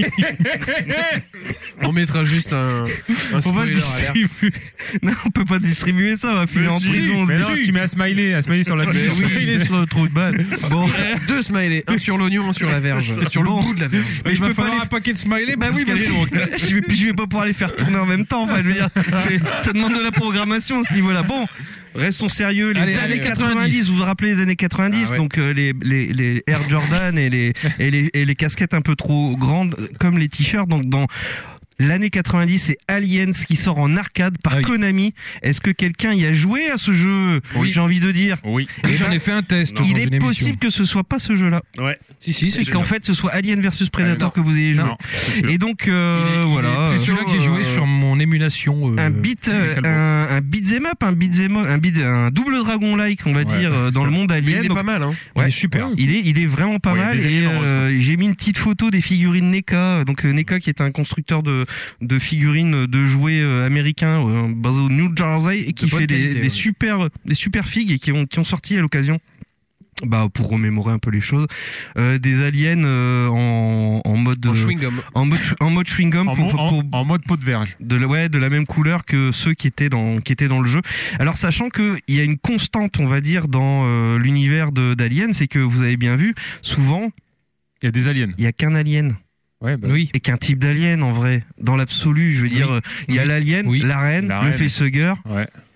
On mettra juste un, un On va le spoiler alert. distribuer. Non, on peut pas distribuer ça, on va finir en Si, prison. mais non, tu mets un smiley, un smiley sur la Mais fiche. oui, Il est sur le trou de balle. Bon, Deux smileys, un sur l'oignon, un sur la verge, sur le Bon. bout de la verge. mais il je va peux pas falloir les un paquet de smiley Bah oui, parce qu'elle est longue. que je vais, puis je vais pas pouvoir les faire tourner en même temps. Enfin, je veux dire, c'est- ça demande de la programmation à ce niveau-là. Bon, restons sérieux. Les Allez, années allez, quatre-vingt-dix, vous vous rappelez les années quatre-vingt-dix, Ah ouais. donc euh, les, les, les Air Jordan et les, et les et les casquettes un peu trop grandes, comme les t-shirts. Donc dans l'année quatre-vingt-dix, c'est Aliens qui sort en arcade par Ah oui. Konami. Est-ce que quelqu'un y a joué à ce jeu? Oui. J'ai envie de dire. Oui. Et j'en ai fait un test. dans Il une est émission. possible que ce soit pas ce jeu-là. Ouais. Si, si, c'est Qu'en fait, ce soit Alien versus Predator que vous ayez joué. Non. Et donc, euh, Il est- il est- voilà. C'est celui-là que j'ai joué sur mon émulation. euh, un beat, euh, Metal un, un beat'em up, un beat'em up, un beat, un double dragon like, on va Ouais, dire, euh, dans le monde Mais alien. il est Donc, pas mal, hein. Il ouais. est super. il est, il est vraiment pas Ouais, il y a mal. des Et aliens, euh, j'ai mis une petite photo des figurines NECA. Donc euh, NECA qui est un constructeur de de figurines de jouets euh, américains euh, basé au New Jersey et qui De bonne fait des, qualité, des ouais. super des super figues et qui ont qui ont sorti à l'occasion. Bah pour remémorer un peu les choses, euh, des aliens euh, en en mode En euh, chewing-gum. en mode en mode chewing gum En, pour, mo- en- pour en mode peau de verge. de la, ouais, de la même couleur que ceux qui étaient dans qui étaient dans le jeu. Alors sachant que il y a une constante, on va dire, dans euh, l'univers de d'Alien, c'est que vous avez bien vu, souvent Il y a des aliens. il y a qu'un alien Ouais, bah, Oui. et qu'un type d'alien en vrai. Dans l'absolu, je veux dire, Oui. il y a Oui. l'alien, Oui. la reine, La le reine. facehugger, Ouais.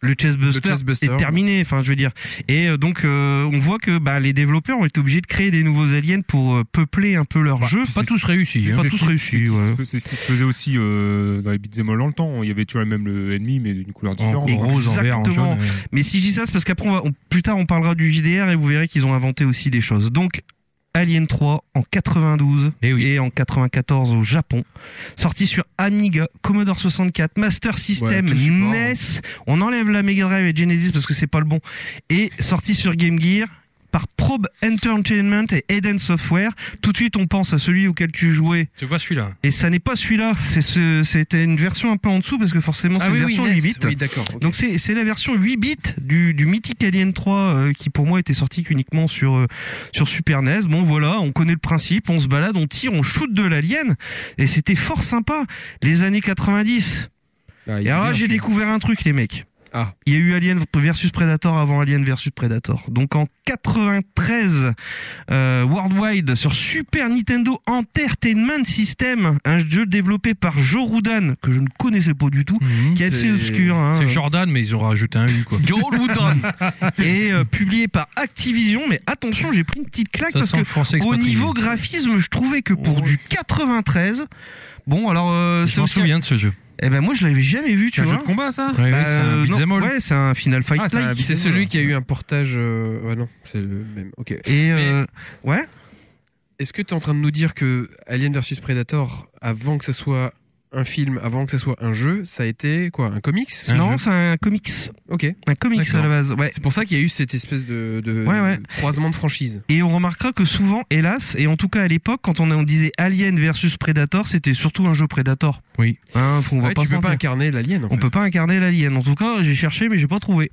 le Chessbuster, Le Chessbuster. est terminé. Enfin, je veux dire. Et euh, donc, euh, on voit que bah, les développeurs ont été obligés de créer des nouveaux aliens pour euh, peupler un peu leur Bah, jeu. c'est- Pas tous réussis. Pas hein. tous réussis, ouais. C'est ce qui se faisait aussi euh, dans les beat'em all dans le temps. Il y avait toujours même le ennemi, mais d'une couleur En différente. rose, en vert, en Exactement. jaune. ouais. Mais si je dis ça, c'est parce qu'après, on va, on- plus tard, on parlera du J D R et vous verrez qu'ils ont inventé aussi des choses. Donc, Alien trois en quatre-vingt-douze Eh oui. et en quatre-vingt-quatorze au Japon. Sorti sur Amiga, Commodore soixante-quatre, Master System, Ouais, tout support. N E S. On enlève la Mega Drive et Genesis parce que c'est pas le bon. Et sorti sur Game Gear par Probe Entertainment et Eden Software. Tout de suite, on pense à celui auquel tu jouais. Tu vois celui-là. Et ça n'est pas celui-là. C'est ce, c'était une version un peu en dessous parce que forcément, c'est Ah une oui, oui, version N E S. huit bits. Oui, d'accord. ok. Donc c'est c'est la version huit bits du du mythique Alien trois euh, qui pour moi était sorti uniquement sur euh, sur Super N E S. Bon voilà, on connaît le principe, on se balade, on tire, on shoot de l'alien et c'était fort sympa. Les années quatre-vingt-dix. Ah, il Et est alors là, bien, j'ai celui-là. découvert un truc les mecs. Ah. Il y a eu Alien versus Predator avant Alien versus Predator. Donc en quatre-vingt-treize, euh, Worldwide sur Super Nintendo Entertainment System, un jeu développé par Joe Rudan que je ne connaissais pas du tout, Mhm. qui est assez C'est- obscur. Hein. C'est Jordan, mais ils ont rajouté un U, quoi. Joe Rudan et euh, publié par Activision. Mais attention, j'ai pris une petite claque Ça parce sent que le français au expatrié. niveau graphisme, je trouvais que pour du quatre-vingt-treize, bon alors euh, Je c'est m'en aussi. souviens de ce jeu. Eh ben moi je l'avais jamais vu, tu C'est un vois. jeu de combat, ça Ouais, Bah, ouais, c'est un euh, beat'em non, all. ouais, c'est un Final Fight Ah, c'est un like. beat'em C'est celui qui a eu un portage. euh, Ouais, non, c'est le même. Ok. Et euh, ouais. Est-ce que tu es en train de nous dire que Alien versus Predator, avant que ça soit un film, avant que ça soit un jeu, ça a été quoi, un comics? Un non, jeu. c'est un comics. Ok. Un comics D'accord. à la base. Ouais. C'est pour ça qu'il y a eu cette espèce de, de Ouais, ouais. croisement de franchise. Et on remarquera que souvent, hélas, et en tout cas à l'époque, quand on, on disait Alien versus Predator, c'était surtout un jeu Predator. Oui. Hein, faut- on va Ouais, pas tu se peux pas mentir. incarner l'alien. En On fait. peut pas incarner l'alien. En tout cas, j'ai cherché, mais j'ai pas trouvé.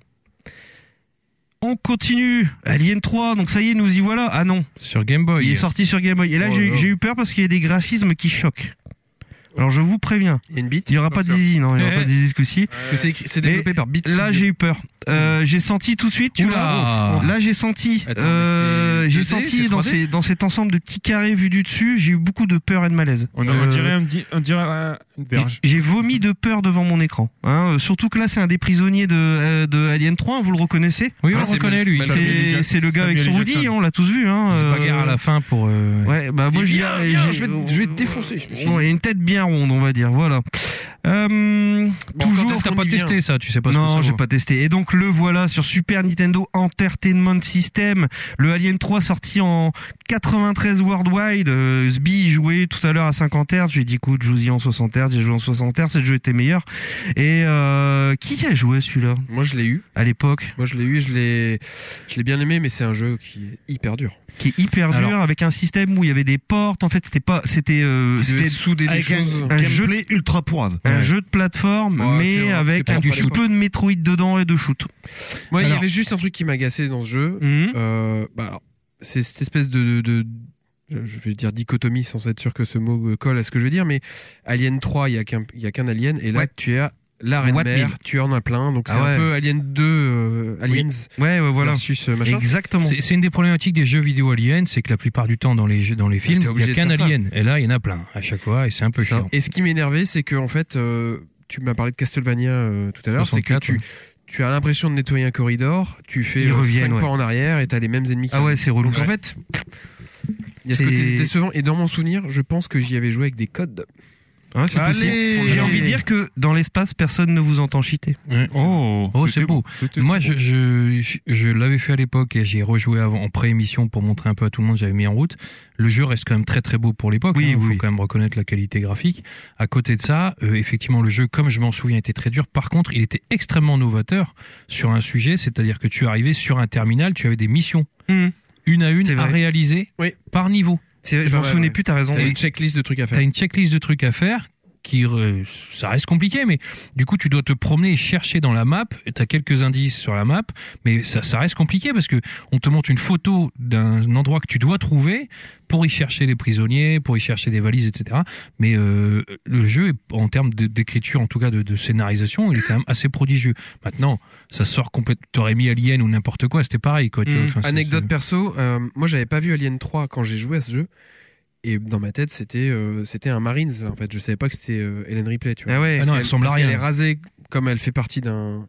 On continue. Alien trois, donc ça y est, nous y voilà. Ah non, Sur Game Boy. il est sorti sur Game Boy. Et là, Oh j'ai là. j'ai eu peur parce qu'il y a des graphismes qui choquent. Alors je vous préviens, Il y a une bite. il y aura pas de zizi, non, il y aura pas de zizi ce coup-ci. Parce que c'est écrit- c'est Mais développé par Bit. Là, j'ai eu peur. Euh, j'ai senti tout de suite, tu Oula. vois. Là, j'ai senti, Attends, euh, mais c'est j'ai deux D, senti c'est dans, trois D? ces, dans cet ensemble de petits carrés vus du dessus, j'ai eu beaucoup de peur et de malaise. On, Euh, on dirait, un di- on dirait euh, une verge. J'ai vomi de peur devant mon écran. Hein. Euh, Surtout que là, c'est un des prisonniers de, euh, de Alien trois, hein, vous le reconnaissez. Oui, on Ah, le c'est reconnaît, lui. Mal- C'est c'est le gars avec son Samuel hoodie, Jackson. on l'a tous vu. Hein. Il se euh, bagarre à la fin pour. euh, Ouais, bah moi Dis, j'y viens, ai- viens, j'ai- je vais te- je vais te défoncer, je me suis dit. Ouais, une tête bien ronde, on va dire. Voilà. Euh, Bon, toujours. quand est-ce T'as qu'on pas y vient testé ça, tu sais pas ce que Non, ça j'ai vaut. pas testé. Et donc le voilà sur Super Nintendo Entertainment System, le Alien trois sorti en quatre-vingt-treize worldwide. Euh, Sbi jouait tout à l'heure à cinquante hertz. J'ai dit écoute, joue-y en soixante hertz. J'ai joué en soixante hertz. Ce jeu était meilleur. Et euh, qui a joué celui-là Moi, je l'ai eu. à l'époque? Moi, je l'ai eu. et Je l'ai, je l'ai bien aimé, mais c'est un jeu qui est hyper dur. Qui est hyper dur, Alors- avec un système où il y avait des portes. En fait, c'était pas, c'était, euh, Tu devais c'était souder des Avec un, choses. un jeu gameplay ultra pourrave. un Ouais. jeu de plateforme, Ouais, mais c'est- avec c'est pas un du petit shoot. peu de Metroid dedans et de shoot. Moi, il y Alors- avait juste un truc qui m'agaçait dans ce jeu. Mhm. Euh, bah, alors, c'est cette espèce de, de, de- je vais dire dichotomie sans être sûr que ce mot euh, colle à ce que je veux dire, mais Alien trois, il y a qu'un, il y a qu'un alien, et là, Ouais. tu as la reine What mère, mille. tu en as plein, donc c'est Ah ouais. un peu Alien deux, euh, Aliens Ouais, ouais, voilà. versus euh, machin. Exactement. C'est c'est une des problématiques des jeux vidéo aliens, c'est que la plupart du temps dans les jeux, dans les films, t'es il y obligé a de qu'un faire ça. alien. Et là, il y en a plein à chaque fois, et c'est un peu Ça. chiant. Et ce qui m'énervait, c'est que en fait, euh, tu m'as parlé de Castlevania euh, tout à l'heure, c'est que soixante-quatre, tu, ouais. tu as l'impression de nettoyer un corridor, tu fais Ils euh, reviennent, cinq ouais. pas en arrière et t'as les mêmes ennemis qui Ah ouais, c'est relou. Donc en fait, il y a ce C'est- côté décevant. Et dans mon souvenir, je pense que j'y avais joué avec des codes. Hein, c'est Allez. possible. J'ai envie de dire que dans l'espace, personne ne vous entend cheater. Ouais. Oh, Oh, c'était c'est beau. c'était Moi, beau. je, je, je, je l'avais fait à l'époque et j'ai rejoué avant en pré-émission pour montrer un peu à tout le monde, j'avais mis en route. Le jeu reste quand même très très beau pour l'époque. Oui, Il faut oui. quand même reconnaître la qualité graphique. À côté de ça, euh, effectivement, le jeu, comme je m'en souviens, était très dur. Par contre, il était extrêmement novateur sur un sujet, c'est-à-dire que tu arrivais sur un terminal, tu avais des missions, Mhm. une à une, C'est à vrai. réaliser Oui. par niveau. C'est vrai, C'est je pas m'en mal, souvenais ouais. plus, t'as raison. T'as une checklist de trucs à faire. T'as une checklist de trucs à faire qui euh, ça reste compliqué, mais du coup tu dois te promener et chercher dans la map. T'as quelques indices sur la map, mais ça, ça reste compliqué parce que on te montre une photo d'un endroit que tu dois trouver pour y chercher des prisonniers, pour y chercher des valises, et cetera. Mais euh, le jeu, est, en termes de- d'écriture, en tout cas de, de scénarisation, il est quand même assez prodigieux. Maintenant, ça sort complètement. T'aurais mis Alien ou n'importe quoi, c'était pareil, quoi. Tu vois. Mmh. Enfin, c'est- Anecdote c'est- perso, euh, moi j'avais pas vu Alien trois quand j'ai joué à ce jeu. Et dans ma tête, c'était euh, c'était un Marines. En fait, je savais pas que c'était euh, Ellen Ripley. Tu vois. Ah ouais. Ah non, elle Parce ressemble à parce qu'elle rien. est rasée comme elle fait partie d'un.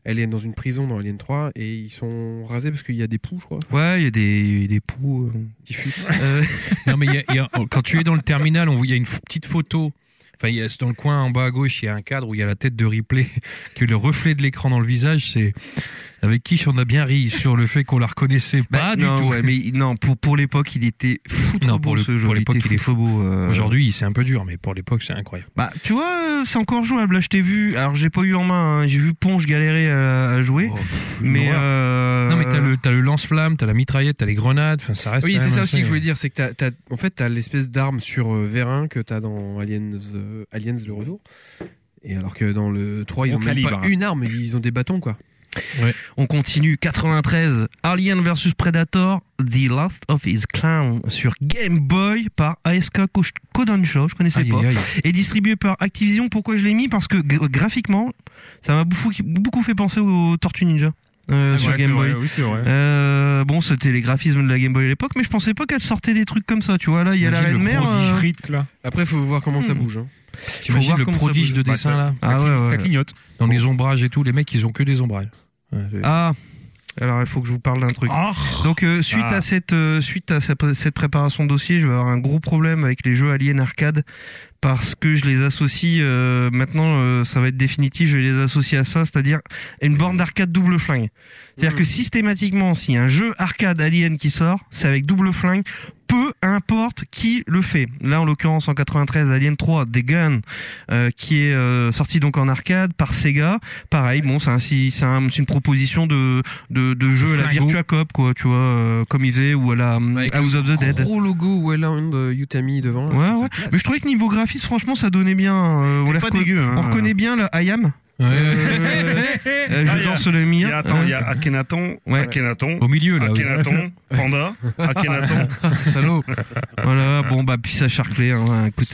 elle est dans une prison dans Alien trois et ils sont rasés parce qu'il y a des poux, je crois. Ouais, il y a des, des poux. Euh... Diffus. Euh... non, mais il y a, il y a, quand tu es dans le terminal, on voit, il y a une petite photo. Enfin, il y a, dans le coin en bas à gauche, il y a un cadre où il y a la tête de Ripley, que le reflet de l'écran dans le visage, c'est avec qui on a bien ri sur le fait qu'on la reconnaissait pas bah, du non, tout. Ouais, mais non, pour pour l'époque, il était fou trop beau le, ce jeu. Pour l'époque, il, il est fou beau. Euh... Aujourd'hui, c'est un peu dur, mais pour l'époque, c'est incroyable. Bah, tu vois, c'est encore jouable. Là, je t'ai vu. Alors, j'ai pas eu en main. Hein. J'ai vu Ponge galérer à, à jouer. Oh, mais euh... non, mais t'as le t'as le lance-flamme, t'as la mitraillette, t'as les grenades. Enfin, ça reste. Oui, c'est ça aussi fait, que je voulais ouais. dire, c'est que t'as, t'as en fait t'as l'espèce d'arme sur euh, vérin que t'as dans Aliens euh, Aliens le retour. Et alors que dans le trois, ils Au ont calibre, même pas hein. une arme, ils ont des bâtons quoi. Ouais. On continue. quatre-vingt-treize, Alien versus Predator, The Last of His Clan sur Game Boy par A S K Kodansha, je connaissais Aïe, pas, aïe, aïe. et distribué par Activision. Pourquoi je l'ai mis? Parce que g- graphiquement, ça m'a beaucoup, beaucoup fait penser aux Tortues Ninja. Euh, Ah, sur ouais, Game c'est Boy. vrai, oui, c'est vrai. Euh, bon, c'était les graphismes de la Game Boy à l'époque, mais je pensais pas qu'elle sortait des trucs comme ça. Tu vois, là, il y a la Imagine reine le mère. gros euh, Frites, là. Après, faut voir comment ça Hmm. bouge. Hein. T'imagines voir le comment ça prodige bouge. de Bah, dessin ça- là, Ah ça, ouais, cli- ouais. ça clignote. dans les ombrages et tout, les mecs, ils ont que des ombrages. Ouais, c'est- Ah. Alors, il faut que je vous parle d'un truc. Donc, euh, suite Ah. à cette, euh, suite à cette, cette préparation de dossier, je vais avoir un gros problème avec les jeux Alien Arcade parce que je les associe. Euh, maintenant, euh, ça va être définitif. Je vais les associer à ça, c'est-à-dire une borne d'arcade double flingue. C'est-à-dire que systématiquement, s'il y a un jeu arcade Alien qui sort, c'est avec double flingue. Peu importe qui le fait. Là, en l'occurrence, en quatre-vingt-treize, Alien trois, The Gun, euh, qui est euh, sorti donc en arcade par Sega. Pareil, bon, c'est un, c'est un, c'est une proposition de de, de jeu à la Flingo. Virtua Cop, quoi, tu vois, euh, comme ils faisaient, ou à la Avec House le of the Dead. gros logo Wayland euh, Utami devant. Ouais, ouais. Mais je trouvais que niveau graphisme, franchement, ça donnait bien. Euh, on, les pas reco- dégueu, hein. on reconnaît bien le I Am. Ouais. Euh, euh, Ah, je il y a- danse le Il y mien. a, attends, il y a Hein. Akhenaton, Ouais. Akhenaton, Au milieu là. oui. Akhenaton, Panda, Akhenaton. Salaud. Voilà, bon, bah, puis ça charclait, hein, écoutez.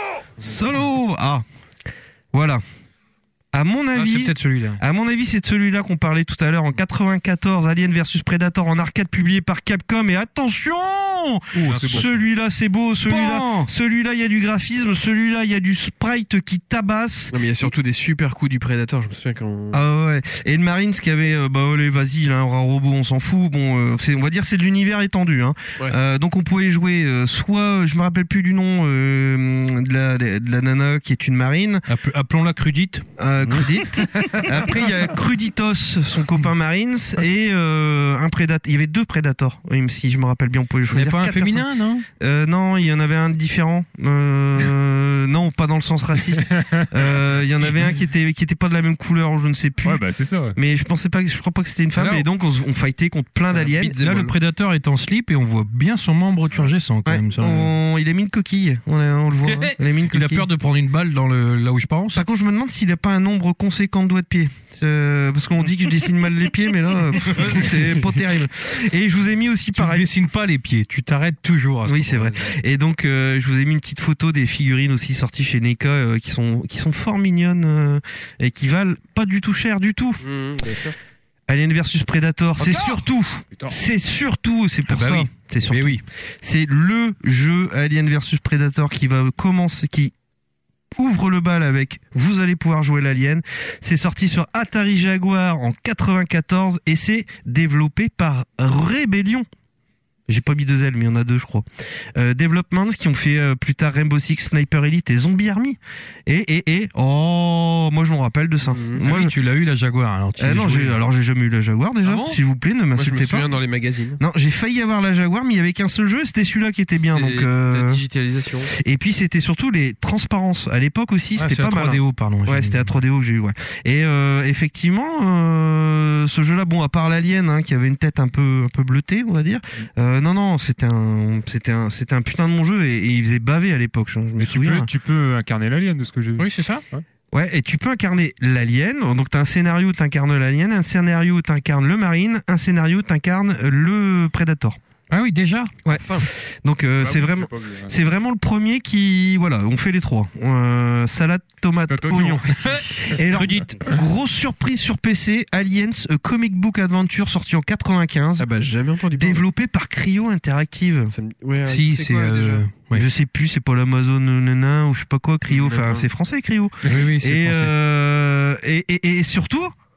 Solo! Ah! Voilà. À mon Ah, avis. c'est peut-être celui-là. À mon avis, c'est de celui-là qu'on parlait tout à l'heure en quatre-vingt-quatorze, Alien versus Predator en arcade publié par Capcom. Et attention, c'est beau. celui-là c'est beau, celui-là, Bon. celui-là il y a du graphisme, celui-là il y a du sprite qui tabasse. Non mais il y a surtout des super coups du Predator. Je me souviens quand. Ah ouais. Et le Marines qui avait, euh, bah allez, vas-y, là, un robot, on s'en fout. Bon, euh, c'est, on va dire c'est de l'univers étendu. Hein. Ouais. Euh, donc on pouvait jouer euh, soit, je me rappelle plus du nom euh, de la de la nana qui est une marine. Appe- Appelons-la Crudite. Euh, Crudite. Après, il y a Cruditos, son copain Marines, et euh, un prédateur. Il y avait deux prédateurs, même si je me rappelle bien, on pouvait Il n'y choisir. a pas un quatre féminin, non euh, Non, il y en avait un différent. Euh, non, pas dans le sens raciste. Euh, Il y en avait un qui était qui était pas de la même couleur, ou je ne sais plus. Ouais, bah, c'est ça. Ouais. Mais je pensais pas, je crois pas que c'était une femme. Alors- et donc on, se- on fightait contre plein d'aliens. Là, le prédateur est en slip et on voit bien son membre turgescent quand Ouais, même. Ça. on- il a mis une coquille. On, a- on le voit. hein. Il a mis une Il a coquille. peur de prendre une balle dans le là où je pense. Par contre, je me demande s'il a pas un nombre conséquent de doigts de pied. Euh, parce qu'on dit que je dessine mal les pieds, mais là, pff, c'est pas terrible. Et je vous ai mis aussi Tu ne pareil. dessines pas les pieds, tu t'arrêtes toujours. À ce Oui, c'est vrai. moment-là. Et donc, euh, je vous ai mis une petite photo des figurines aussi sorties chez NECA, euh, qui sont qui sont fort mignonnes euh, et qui valent pas du tout cher du tout. Mmh, bien sûr. Alien versus Predator, c'est Encore surtout, Putain. c'est surtout, c'est pour Ah bah ça. oui. C'est surtout. Mais oui. C'est le jeu Alien versus Predator qui va commencer, qui ouvre le bal avec vous allez pouvoir jouer l'Alien. C'est sorti sur Atari Jaguar en quatre-vingt-quatorze et c'est développé par Rebellion. J'ai pas mis deux L, mais il y en a deux, je crois. Euh, Developments qui ont fait euh, plus tard Rainbow Six, Sniper Elite et Zombie Army. Et et et oh, moi je m'en rappelle de ça. Mmh. Moi, Moi, je- tu l'as eu la Jaguar. Alors, tu Euh, y non, as joué. j'ai alors j'ai jamais eu la Jaguar déjà. Ah bon S'il vous plaît, ne Moi je me m'insultez pas. souviens dans les magazines. Non, j'ai failli avoir la Jaguar, mais il y avait qu'un seul jeu, c'était celui-là qui était bien. C'est Donc euh, la digitalisation. et puis c'était surtout les transparences. À l'époque aussi, Ah, c'était c'est pas la mal. trois D O, pardon. Ouais, j'ai- c'était à trois D O que j'ai eu. Ouais. Et euh, effectivement, euh, ce jeu-là, bon, à part l'Alien, hein, qui avait une tête un peu un peu bleutée, on va dire. Euh, non, non, c'était un, c'était un, c'était un putain de mon jeu et, et il faisait baver à l'époque. Je, je me Mais tu souviens. peux, tu peux incarner l'alien de ce que j'ai vu. Oui, c'est ça. Ouais. Ouais, et tu peux incarner l'Alien. Donc t'as un scénario où t'incarnes l'Alien, un scénario où t'incarnes le Marine, un scénario où t'incarnes le Predator. Ah oui, déjà. Ouais. Donc euh, Bah c'est oui, vraiment. j'ai pas vu, hein. C'est vraiment le premier qui, voilà, on fait les trois. Euh, salade, tomate, Tomate, oignon. oignon. Et alors, Crudite. grosse surprise sur P C, Aliens a Comic Book Adventure sorti en quatre-vingt-quinze, Ah bah j'ai jamais entendu parler. développé par Cryo Interactive. Ça me- Ouais, Si, c'est. quoi, euh, déjà ouais. Je sais plus, c'est pas l'Amazon nana ou je sais pas quoi, Cryo. Enfin, D'accord. c'est français Cryo. Oui, oui, c'est Et, français. euh, et, et et surtout,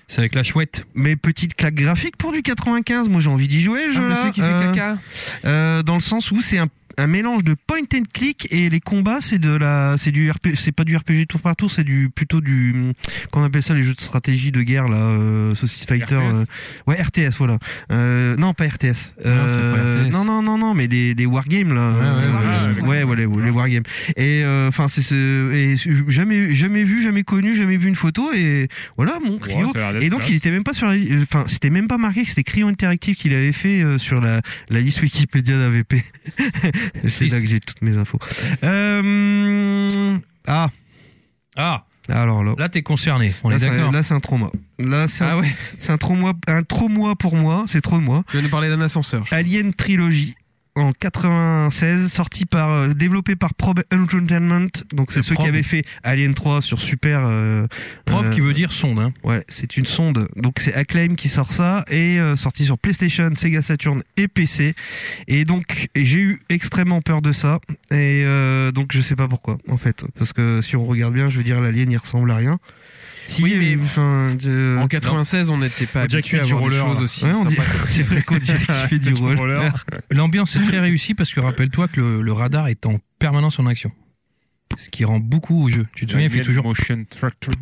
C'est avec la chouette. Mais petite claque graphique pour du quatre-vingt-quinze. Moi, j'ai envie d'y jouer, je Ah, mais là. c'est qui fait Euh, caca. euh, dans le sens où c'est un un mélange de point and click et les combats c'est de la c'est du R P c'est pas du R P G tour par tour, c'est du plutôt du qu'on appelle ça les jeux de stratégie de guerre là, euh, Saucisse Fighter, euh, ouais R T S voilà, euh, non pas R T S, euh, Non, c'est pas R T S. non non non non mais les les wargames là, Ouais, ouais, euh, ouais, ouais, voilà, les wargames et enfin euh, c'est ce et jamais jamais vu jamais connu jamais vu une photo et voilà mon Cryo Ouais, ça a l'air d'être et donc classe. il était même pas sur la enfin c'était même pas marqué que c'était Cryo Interactive qu'il avait fait euh, sur la la liste Wikipédia d'A V P. C'est là que j'ai toutes mes infos. Euh... Ah. Ah. Alors là. Là, t'es concerné. On là, est c'est- d'accord. Là, c'est un trauma. Là, c'est un, Ah ouais. c'est un trauma, un trauma pour moi. C'est trop de moi. Tu vas nous parler d'un ascenseur. je Alien Trilogy. En quatre-vingt-seize, sorti par, euh, développé par Probe Entertainment. Donc, c'est Euh, ceux Probe. qui avaient fait Alien trois sur Super, euh, Probe euh, qui veut dire sonde, hein. Ouais, c'est une sonde. Donc c'est Acclaim qui sort ça et euh, sorti sur PlayStation, Sega Saturn et P C. Et donc j'ai eu extrêmement peur de ça et euh, donc je sais pas pourquoi en fait parce que si on regarde bien, je veux dire l'alien il ressemble à rien. Si, Oui, mais enfin, je- En quatre-vingt-seize, on n'était pas On dirait habitué à qu'il fait du avoir des roller, choses là. aussi. Ouais, on dit, sympas. c'est vrai qu'on dirait qu'il fait du roller. L'ambiance est très réussie parce que rappelle-toi que le, le radar est en permanence en action. Ce qui rend beaucoup au jeu. Tu te souviens, il fait toujours. Motion tractor.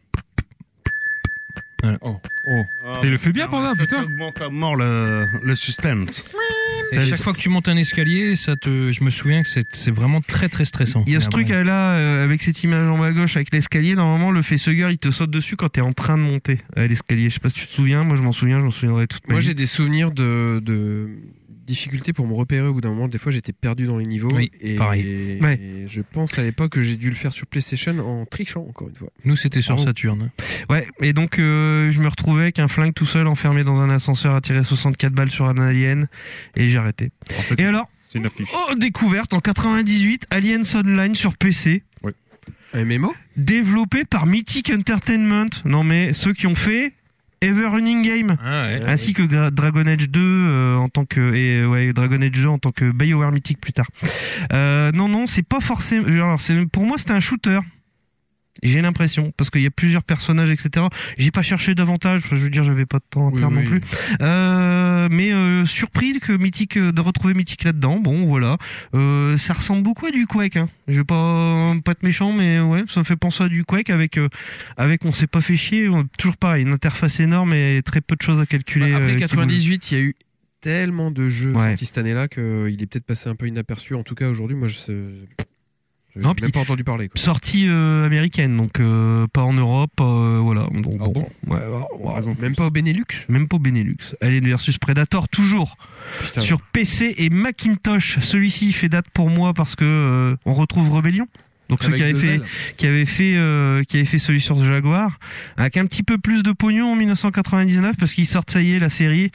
Voilà. Oh, oh. Il le fait bien, Panda, ça putain. augmente à mort le, le suspense. Et chaque fois que tu montes un escalier, ça te, je me souviens que c'est, c'est vraiment très très stressant. Il y a ce Mais truc après- là euh, avec cette image en bas à gauche avec l'escalier. Normalement, le facehugger il te saute dessus quand t'es en train de monter à l'escalier. Je sais pas si tu te souviens. Moi, je m'en souviens. Je m'en souviendrai toute ma Moi, vie. j'ai des souvenirs de, de difficultés pour me repérer au bout d'un moment. Des fois, j'étais perdu dans les niveaux. Oui, et, pareil. et Ouais. je pense à l'époque que j'ai dû le faire sur PlayStation en trichant, encore une fois. Nous, c'était sur Oh. Saturn. Ouais, et donc euh, je me retrouvais avec un flingue tout seul enfermé dans un ascenseur à tirer soixante-quatre balles sur un alien et j'ai arrêté. En fait, Et c'est- alors, c'est une affiche. oh découverte en quatre-vingt-dix-huit, Aliens Online sur P C, Un M M O développé par Mythic Entertainment. Non mais ceux qui ont fait Ever Running Game. Ah ouais. Ainsi que Gra- Dragon Age deux euh, en tant que et ouais Dragon Age deux en tant que BioWare Mythic plus tard. Euh, non non c'est pas forcément. Alors c'est pour moi c'était un shooter. J'ai l'impression parce qu'il y a plusieurs personnages et cetera. J'ai pas cherché davantage. Enfin, je veux dire j'avais pas de temps à Oui, perdre oui. non plus. Euh, mais euh, surpris que Mythic euh, de retrouver Mythic là-dedans. Bon voilà. Euh, ça ressemble beaucoup à du Quake. Hein. Je vais pas pas être méchant mais ouais ça me fait penser à du Quake avec euh, avec on s'est pas fait chier. On- toujours pareil une interface énorme et très peu de choses à calculer. Bah, Après euh, qui quatre-vingt-dix-huit, il y a eu tellement de jeux Ouais. sortis cette année-là qu'il est peut-être passé un peu inaperçu. En tout cas, aujourd'hui, moi, je sais. Je Non, n'ai puis- même pas entendu parler. Quoi. sortie euh, américaine donc euh, pas en Europe euh, voilà donc Ah bon, bon ouais, ouais, ouais. Même pas au Benelux. Même pas au Benelux. Alien versus Predator toujours Putain. sur P C et Macintosh. Celui-ci fait date pour moi parce que euh, on retrouve Rebellion. Donc ceux Avec qui avaient deux fait ailes. qui avaient fait euh, qui avaient fait celui sur Jaguar avec un petit peu plus de pognon en dix-neuf cent quatre-vingt-dix-neuf parce qu'ils sortent ça y est la série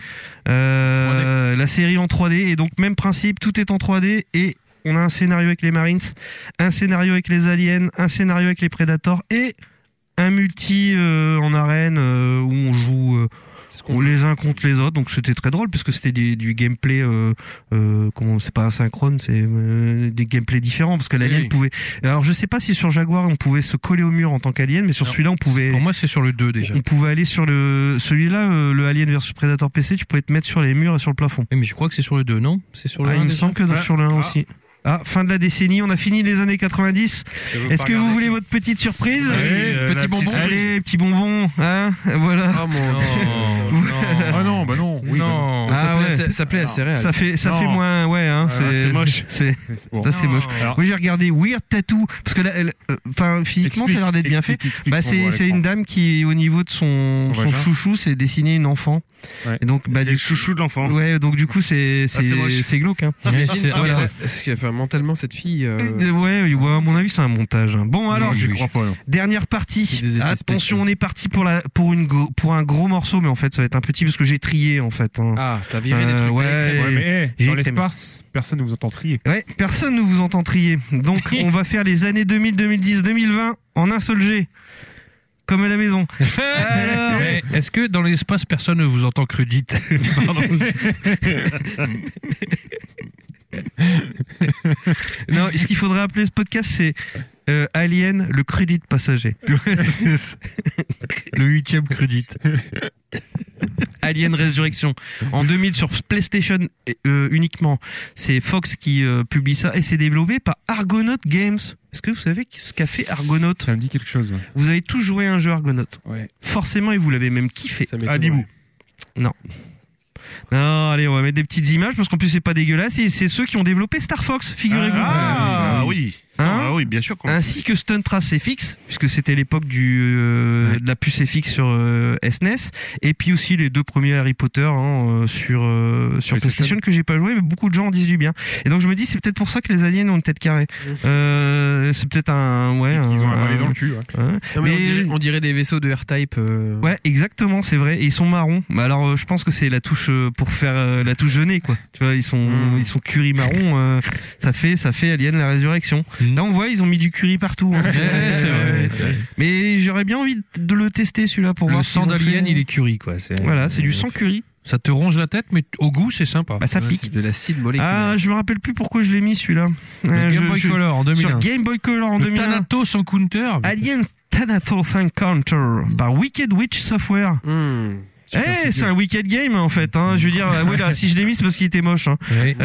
euh, la série en trois D et donc même principe tout est en trois D et on a un scénario avec les Marines, un scénario avec les aliens, un scénario avec les Predators et un multi euh, en arène euh, où on joue euh, les uns contre les autres. Donc c'était très drôle parce que c'était du, du gameplay, euh, euh, comment c'est pas asynchrone, c'est euh, des gameplays différents parce que l'alien Oui. pouvait. Alors je sais pas si sur Jaguar on pouvait se coller au mur en tant qu'alien, mais sur celui-là on pouvait. Pour moi, c'est sur le deux déjà. On pouvait aller sur le celui-là, euh, le Alien versus Predator P C, tu pouvais te mettre sur les murs et sur le plafond. Oui, mais je crois que c'est sur le deux, non? C'est sur le Ah, un il me déjà semble que Ouais. sur le un Ah. aussi. Ah, fin de la décennie, on a fini les années quatre-vingt-dix. Est-ce que vous voulez votre petite surprise? Allez, Euh, petit la bonbon. petite- Allez, petit bonbon, hein, voilà. Oh mon Ah non, bah non. Oui, Non. bah Ah ouais. Ça, ça plaît à céréales. Ça fait, ça Non. fait moins, ouais, hein, Ah, c'est, c'est moche. C'est, C'est bon. c'est assez moche. Alors- Moi, j'ai regardé Weird Tattoo, parce que là, elle- euh, enfin, physiquement, Explique, ça a l'air d'être bien fait. explique, explique Bah, ce qu'on c'est, voit à c'est l'écran. une dame qui, au niveau de son, Son son vagin. chouchou, c'est dessiné une enfant. Ouais. Et donc, bah, C'est du le chouchou de l'enfant. ouais, donc du coup, c'est, Ah, c'est c'est, moche. c'est glauque, hein. Ouais, T'imagines c'est- ce voilà. qu'elle a- ce qu'elle a fait mentalement cette fille. euh, Euh, Ouais, ouais, à mon avis, c'est un montage. hein. Bon, alors, Non, j'y oui. crois pas. non. dernière partie. C'est des effets Attention, spéciaux. on est parti pour la, pour une, go- pour un gros morceau, mais en fait, ça va être un petit parce que j'ai trié, en fait. hein. Ah, t'as viré des Euh, trucs. ouais. Ouais, mais hey, J'ai dans écrit- l'espace, personne ne vous entend trier. Ouais, personne ne vous entend trier. Donc, on va faire les années deux mille, deux mille dix, deux mille vingt en un seul jet. Comme à la maison. Alors Eh, Est-ce que dans l'espace, personne ne vous entend crudite? Pardon. Non, ce qu'il faudrait appeler ce podcast, c'est euh, Alien, le crédit passager. Le huitième crédit. Alien Resurrection. En deux mille sur PlayStation euh, uniquement. C'est Fox qui euh, publie ça et c'est développé par Argonaut Games. Est-ce que vous savez ce qu'a fait Argonaut? Ça me dit quelque chose. Ouais. Vous avez tous joué à un jeu Argonaut. Ouais. Forcément, et vous l'avez même kiffé. Ah, dis-vous. Non. Non, allez, on va mettre des petites images parce qu'en plus c'est pas dégueulasse et c'est ceux qui ont développé Star Fox, figurez-vous. Ah, ah oui. Ça, Hein ah oui, bien sûr. Quoi. Ainsi que Stunt Race F X, puisque c'était l'époque du euh, Ouais. de la puce F X sur euh, S N E S, et puis aussi les deux premiers Harry Potter hein, euh, sur euh, sur PlayStation que j'ai pas joué, mais beaucoup de gens en disent du bien. Et donc je me dis c'est peut-être pour ça que les aliens ont une tête carrée. Euh, c'est peut-être un ouais. Ils ont un un- balai dans le cul. Ouais. hein. Non, mais Mais- on, dirait, on dirait des vaisseaux de R-Type. euh, Ouais, exactement, c'est vrai. Et ils sont marrons. Bah alors, euh, je pense que c'est la touche euh, pour faire euh, la touche jeunée, quoi. Tu vois, ils sont, Mm. ils sont curry marron. euh, ça fait, ça fait Alien la Résurrection. Mm. Là, on voit, ils ont mis du curry partout. Hein. Ouais, c'est vrai, c'est vrai. Mais j'aurais bien envie de le tester celui-là pour Le voir. ce qu'ils sang ont d'alien, fait. il est curry, quoi. C'est- Voilà, c'est du sang curry. Ça te ronge la tête, mais au goût, c'est sympa. Bah ça ouais, pique. c'est de l'acide moléculaire. Ah, je me rappelle plus pourquoi je l'ai mis celui-là. Le Euh, Game je- Boy je- Color en deux mille un. Sur Game Boy Color en Le deux mille un. Thanatos en counter. Alien Thanatos Encounter par Wicked Witch Software. Mmh. Eh, c'est un Wicked Game en fait. Hein. Je veux dire, oui là, si je l'ai mis, c'est parce qu'il était moche. Hein. Ouais.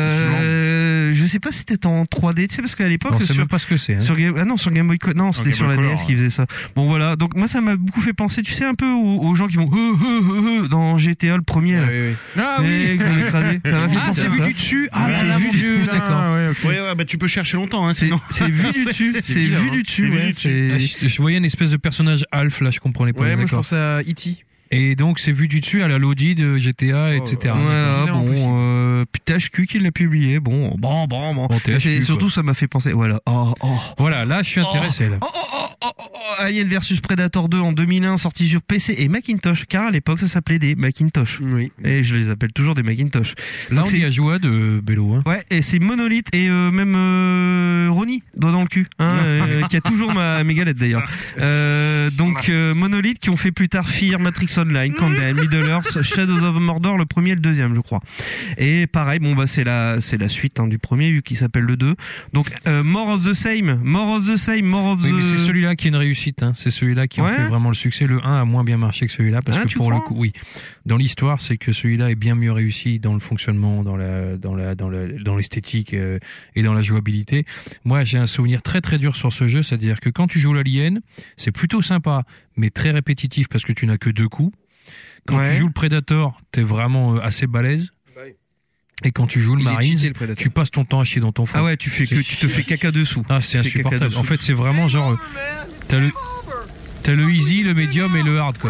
Euh, je sais pas si c'était en trois D, tu sais, parce qu'à l'époque, On sait sur, même pas ce que c'est. Hein. sur Game, ah non, sur Game Boy, Co- non, c'était Game sur Boy la Color, D S qui ouais. faisait ça. Bon voilà, donc moi ça m'a beaucoup fait penser, tu sais, un peu aux, aux gens qui vont euh, euh, euh, euh, dans G T A le premier. Ah, Là. oui, oui. Ah Eh, qu'on a écrasé. Ça m'a fait Ah, penser c'est à vu ça. du dessus. Ah là C'est là, vu mon du- dieu, d'accord. Ah, ouais, ok. Ouais, ouais, bah tu peux chercher longtemps, hein, C'est sinon. c'est vu du dessus, c'est vilain, vu hein. du dessus, C'est vu ouais, du dessus. Ah, c'est- Je, je voyais une espèce de personnage Alf, là, je comprenais pas. Ouais, moi je d'accord. pensais à E T Et donc, c'est vu du dessus à la Lodi de G T A, Oh, et cetera. Voilà, vilain, en plus. bon, euh, puis T H Q qui l'a publié, bon, bon, bon, bon. Bon, T H Q, C'est- quoi. surtout, ça m'a fait penser, voilà, oh, oh. Voilà, là, je suis intéressé, là. Oh, oh, oh, oh, oh, oh, Alien versus Predator deux en deux mille un, sorti sur P C et Macintosh, car à l'époque, ça s'appelait des Macintosh. Oui. Et je les appelle toujours des Macintosh. Là, Donc on y a joué de Bello, hein. Ouais, et c'est Monolith et euh, même euh, Ronnie, doigt dans le cul, hein, euh, qui a toujours ma mes galettes d'ailleurs. Euh, donc euh, Monolith qui ont fait plus tard Fear, Matrix Online, Condemn, Middle Earth, Shadows of Mordor, le premier et le deuxième, je crois. Et pareil, bon bah c'est la c'est la suite hein, du premier vu qu'il s'appelle le deux. Donc euh, More of the Same, More of the Same, More of Oui, the. mais c'est celui-là qui est une réussite, hein. C'est celui-là qui a Ouais. fait vraiment le succès. Le un a moins bien marché que celui-là, parce Ah, que tu pour le crois coup, oui. Dans l'histoire, c'est que celui-là est bien mieux réussi dans le fonctionnement, dans la, dans la, dans la, dans l'esthétique, euh, et dans la jouabilité. Moi, j'ai un souvenir très très dur sur ce jeu, c'est-à-dire que quand tu joues l'Alien, c'est plutôt sympa, mais très répétitif parce que tu n'as que deux coups. Quand Ouais. tu joues le Predator, t'es vraiment euh, assez balèze. Ouais. Et quand tu joues le Il est Marines, cheaté, le Predator. tu passes ton temps à chier dans ton fond. Ah ouais, tu fais que tu te fais caca dessous. Ah, c'est Tu fais caca insupportable. dessous. En fait, c'est vraiment genre, euh, t'as le, t'as le easy, le medium et le hard, quoi.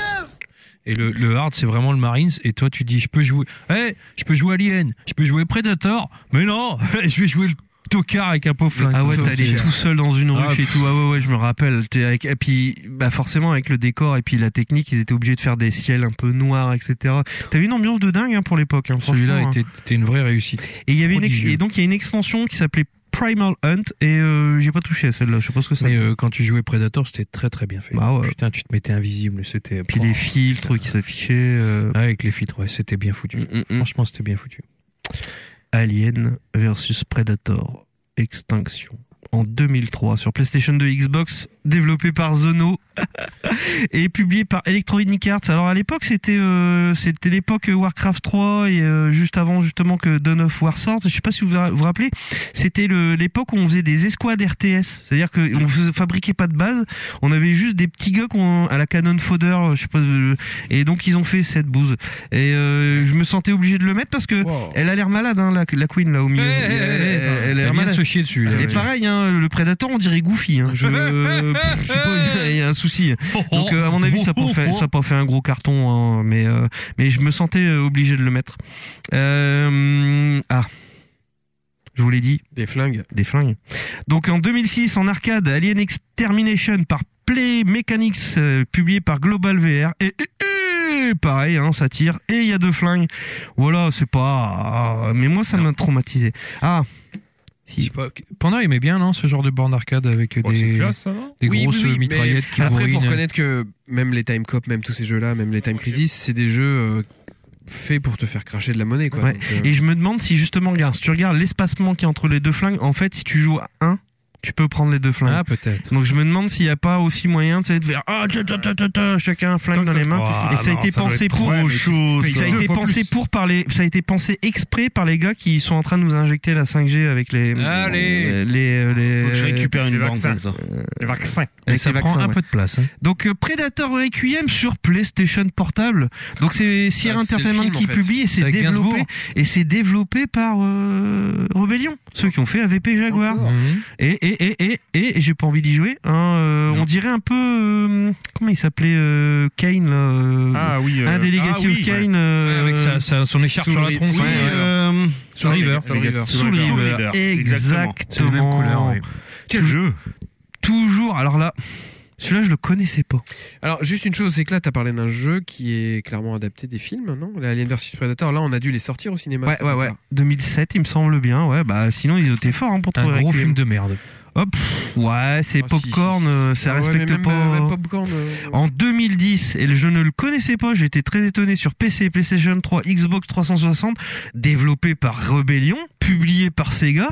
Et le, le hard, c'est vraiment le Marines. Et toi, tu dis, je peux jouer, eh, je peux jouer Alien, je peux jouer Predator, mais non, je vais jouer le tocard avec un pot flingue. Ah ouais, Ça, t'allais c'est- tout seul dans une Ah, ruche et tout. Ah ouais, ouais, je me rappelle. T'es avec, et puis, bah forcément avec le décor et puis la technique, ils étaient obligés de faire des ciels un peu noirs, et cetera. T'avais une ambiance de dingue hein, pour l'époque. Hein, Celui-là franchement, était, était une vraie réussite. hein. Et il y avait une ex- prodigieux. et donc il y a une extension qui s'appelait Primal Hunt et euh, j'ai pas touché à celle-là. Je sais pas ce que c'est. Mais euh, quand tu jouais Predator, c'était très très bien fait. Bah ouais. Putain, tu te mettais invisible, c'était. Puis les filtres qui s'affichaient. euh, Ah, avec les filtres, ouais, c'était bien foutu. mm, mm, mm. Franchement, c'était bien foutu. Alien versus Predator Extinction en deux mille trois sur PlayStation deux, Xbox, développé par Zono et publié par Electronic Arts. Alors à l'époque, c'était euh, c'était l'époque Warcraft trois et euh, juste avant justement que Dawn of War sorte. Je sais pas si vous vous rappelez, c'était le l'époque où on faisait des escouades R T S, c'est-à-dire que on faisait- fabriquait pas de base, on avait juste des petits gars qu'on à la Cannon Fodder, je sais pas, euh, et donc ils ont fait cette bouse. Et euh, je me sentais obligé de le mettre parce que Wow. elle a l'air malade, hein, la, la Queen là au milieu. Eh, eh, elle, eh, elle- elle a Elle l'air vient de malade. se chier dessus. là, Et ouais. pareil, hein, le Predator, on dirait Goofy. Hein. Je, euh, pff, je sais pas, il y a un souci. Donc euh, à mon avis, ça a pas fait, ça a pas fait un gros carton, hein, mais euh, mais je me sentais euh, obligé de le mettre. Euh, ah, je vous l'ai dit, Des flingues. des flingues. Donc en deux mille six, en arcade, Alien Extermination par Play Mechanics, euh, publié par Global V R. Et, et, et pareil, hein, ça tire. Et il y a deux flingues. Voilà, c'est pas. ah, mais moi, ça m'a traumatisé. Ah. Je sais pas, Panda aimait bien, non, ce genre de borne arcade avec Oh, c'est des, classe, ça, non des Oui, grosses oui, oui, mais mitraillettes qui Après, faut bourrinent. reconnaître que même les Time Cop, même tous ces jeux-là, même les Time Crisis, c'est des jeux euh, faits pour te faire cracher de la monnaie, quoi. Ouais. Donc, euh, Et je me demande si justement, regarde, si tu regardes l'espacement qui est entre les deux flingues, en fait, si tu joues à un, Tu peux prendre les deux flingues. Ah, peut-être. Donc je me demande s'il n'y a pas aussi moyen, tu sais, de faire ah tcha, tcha, tcha, tcha, tcha, chacun un flingue Comme dans ça, les mains oh, et que ça a non, été ça doit pensé être pour trop chaud, ça a Deux été fois pensé plus. pour par les ça a été pensé exprès par les gars qui sont en train de nous injecter la cinq G avec les Allez. les les, les Faut que je récupère une les banque vaccins. comme ça. Les vaccins. Et avec ça les prend vaccins, un ouais. peu de place. Hein. Donc euh, Predator Requiem sur PlayStation Portable. Donc c'est Sierra Ah, c'est le Entertainment film, qui en fait. publie et C'est c'est avec développé Gainsbourg. et c'est développé par euh, Rebellion, ceux qui ont fait A V P Jaguar. Encore. Mhm. Et et et et et, et j'ai pas envie d'y jouer. Hein, euh, on dirait un peu euh, comment il s'appelait euh, Kane là. euh, Ah oui. euh, un des Legacy ah, oui, of Kane. euh, Ouais, avec sa, sa- son écharpe Soul sur la Ri- tronche. oui, ouais. euh, Soul River. Soul River. Soul Soul River. River, Exactement. C'est les mêmes couleurs. ouais. Quel jeu? Toujours. Alors là, celui-là je le connaissais pas. Alors, juste une chose, c'est que là, t'as parlé d'un jeu qui est clairement adapté des films, non? Les Alien versus Predator, là, on a dû les sortir au cinéma. Ouais ces ouais ouais. trucs-là. deux mille sept, il me semble bien. Ouais bah sinon ils étaient forts hein, pour Un trouver gros Requiem. film de merde. Hop, pff, ouais, c'est Ah, popcorn, si, si, si. euh, ça Ah ouais, respecte mais même, pas. euh, même Popcorn. euh, En deux mille dix, et je ne le connaissais pas, j'étais très étonné sur P C, PlayStation trois, Xbox trois cent soixante, développé par Rebellion, publié par Sega,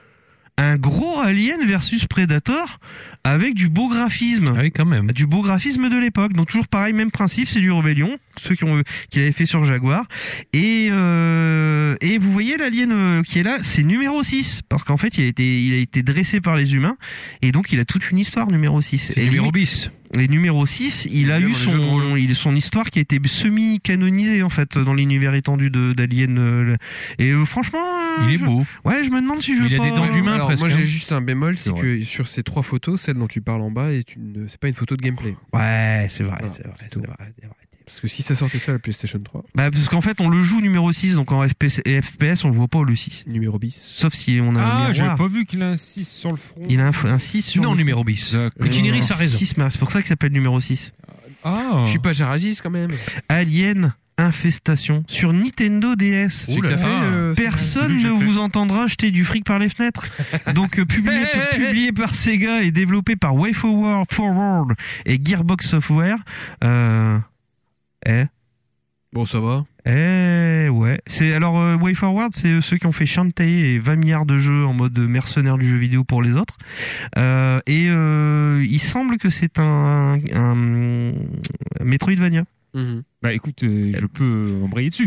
un gros Alien versus Predator avec du beau graphisme. Ah oui, quand même. Du beau graphisme de l'époque. Donc toujours pareil, même principe, c'est du Rebellion, ceux qui ont qui l'avaient fait sur Jaguar. Et euh, et vous voyez l'alien euh, qui est là, c'est numéro six parce qu'en fait, il a été il a été dressé par les humains et donc il a toute une histoire numéro six. C'est Et numéro lui- bis. et numéro six, il a Même eu dans les jeux de son rôle. il son histoire qui a été semi-canonisée en fait dans l'univers étendu de d'Alien euh, et euh, franchement euh, Il est je- beau. Ouais, je me demande si je Il veux a pas des dents d'humain. Alors, presque, moi, hein. j'ai juste un bémol, c'est C'est que sur ces trois photos, celle dont tu parles en bas est une, c'est pas une photo de gameplay. Ouais, c'est vrai, Voilà, c'est vrai, c'est c'est tout. vrai, c'est vrai. Parce que si ça sortait ça à la PlayStation trois, Bah parce qu'en fait, on le joue numéro six donc en F P S, F P S on le voit pas le six. numéro bis. Sauf si on a un Ah, j'avais miroir. pas vu qu'il a un six sur le front. Il a un, un six sur Non, le numéro bis. D'accord. Mais Kiniris a raison. six, mais c'est pour ça qu'il s'appelle numéro six. Ah. Je suis pas Jaragis quand même. Alien Infestation sur Nintendo D S. Celui que t'as fait, euh, Personne celui que ne j'ai fait. vous entendra jeter du fric par les fenêtres. Donc euh, publié, Hey, hey, hey. publié par Sega et développé par WayForward Forward et Gearbox Software. Euh... Eh Bon, ça va. Eh ouais. C'est alors euh, WayForward, c'est ceux qui ont fait Shantae et vingt milliards de jeux en mode mercenaire du jeu vidéo pour les autres. Euh, et euh, il semble que c'est un, un Metroidvania. Mhm. Bah écoute, euh, je peux embrayer dessus.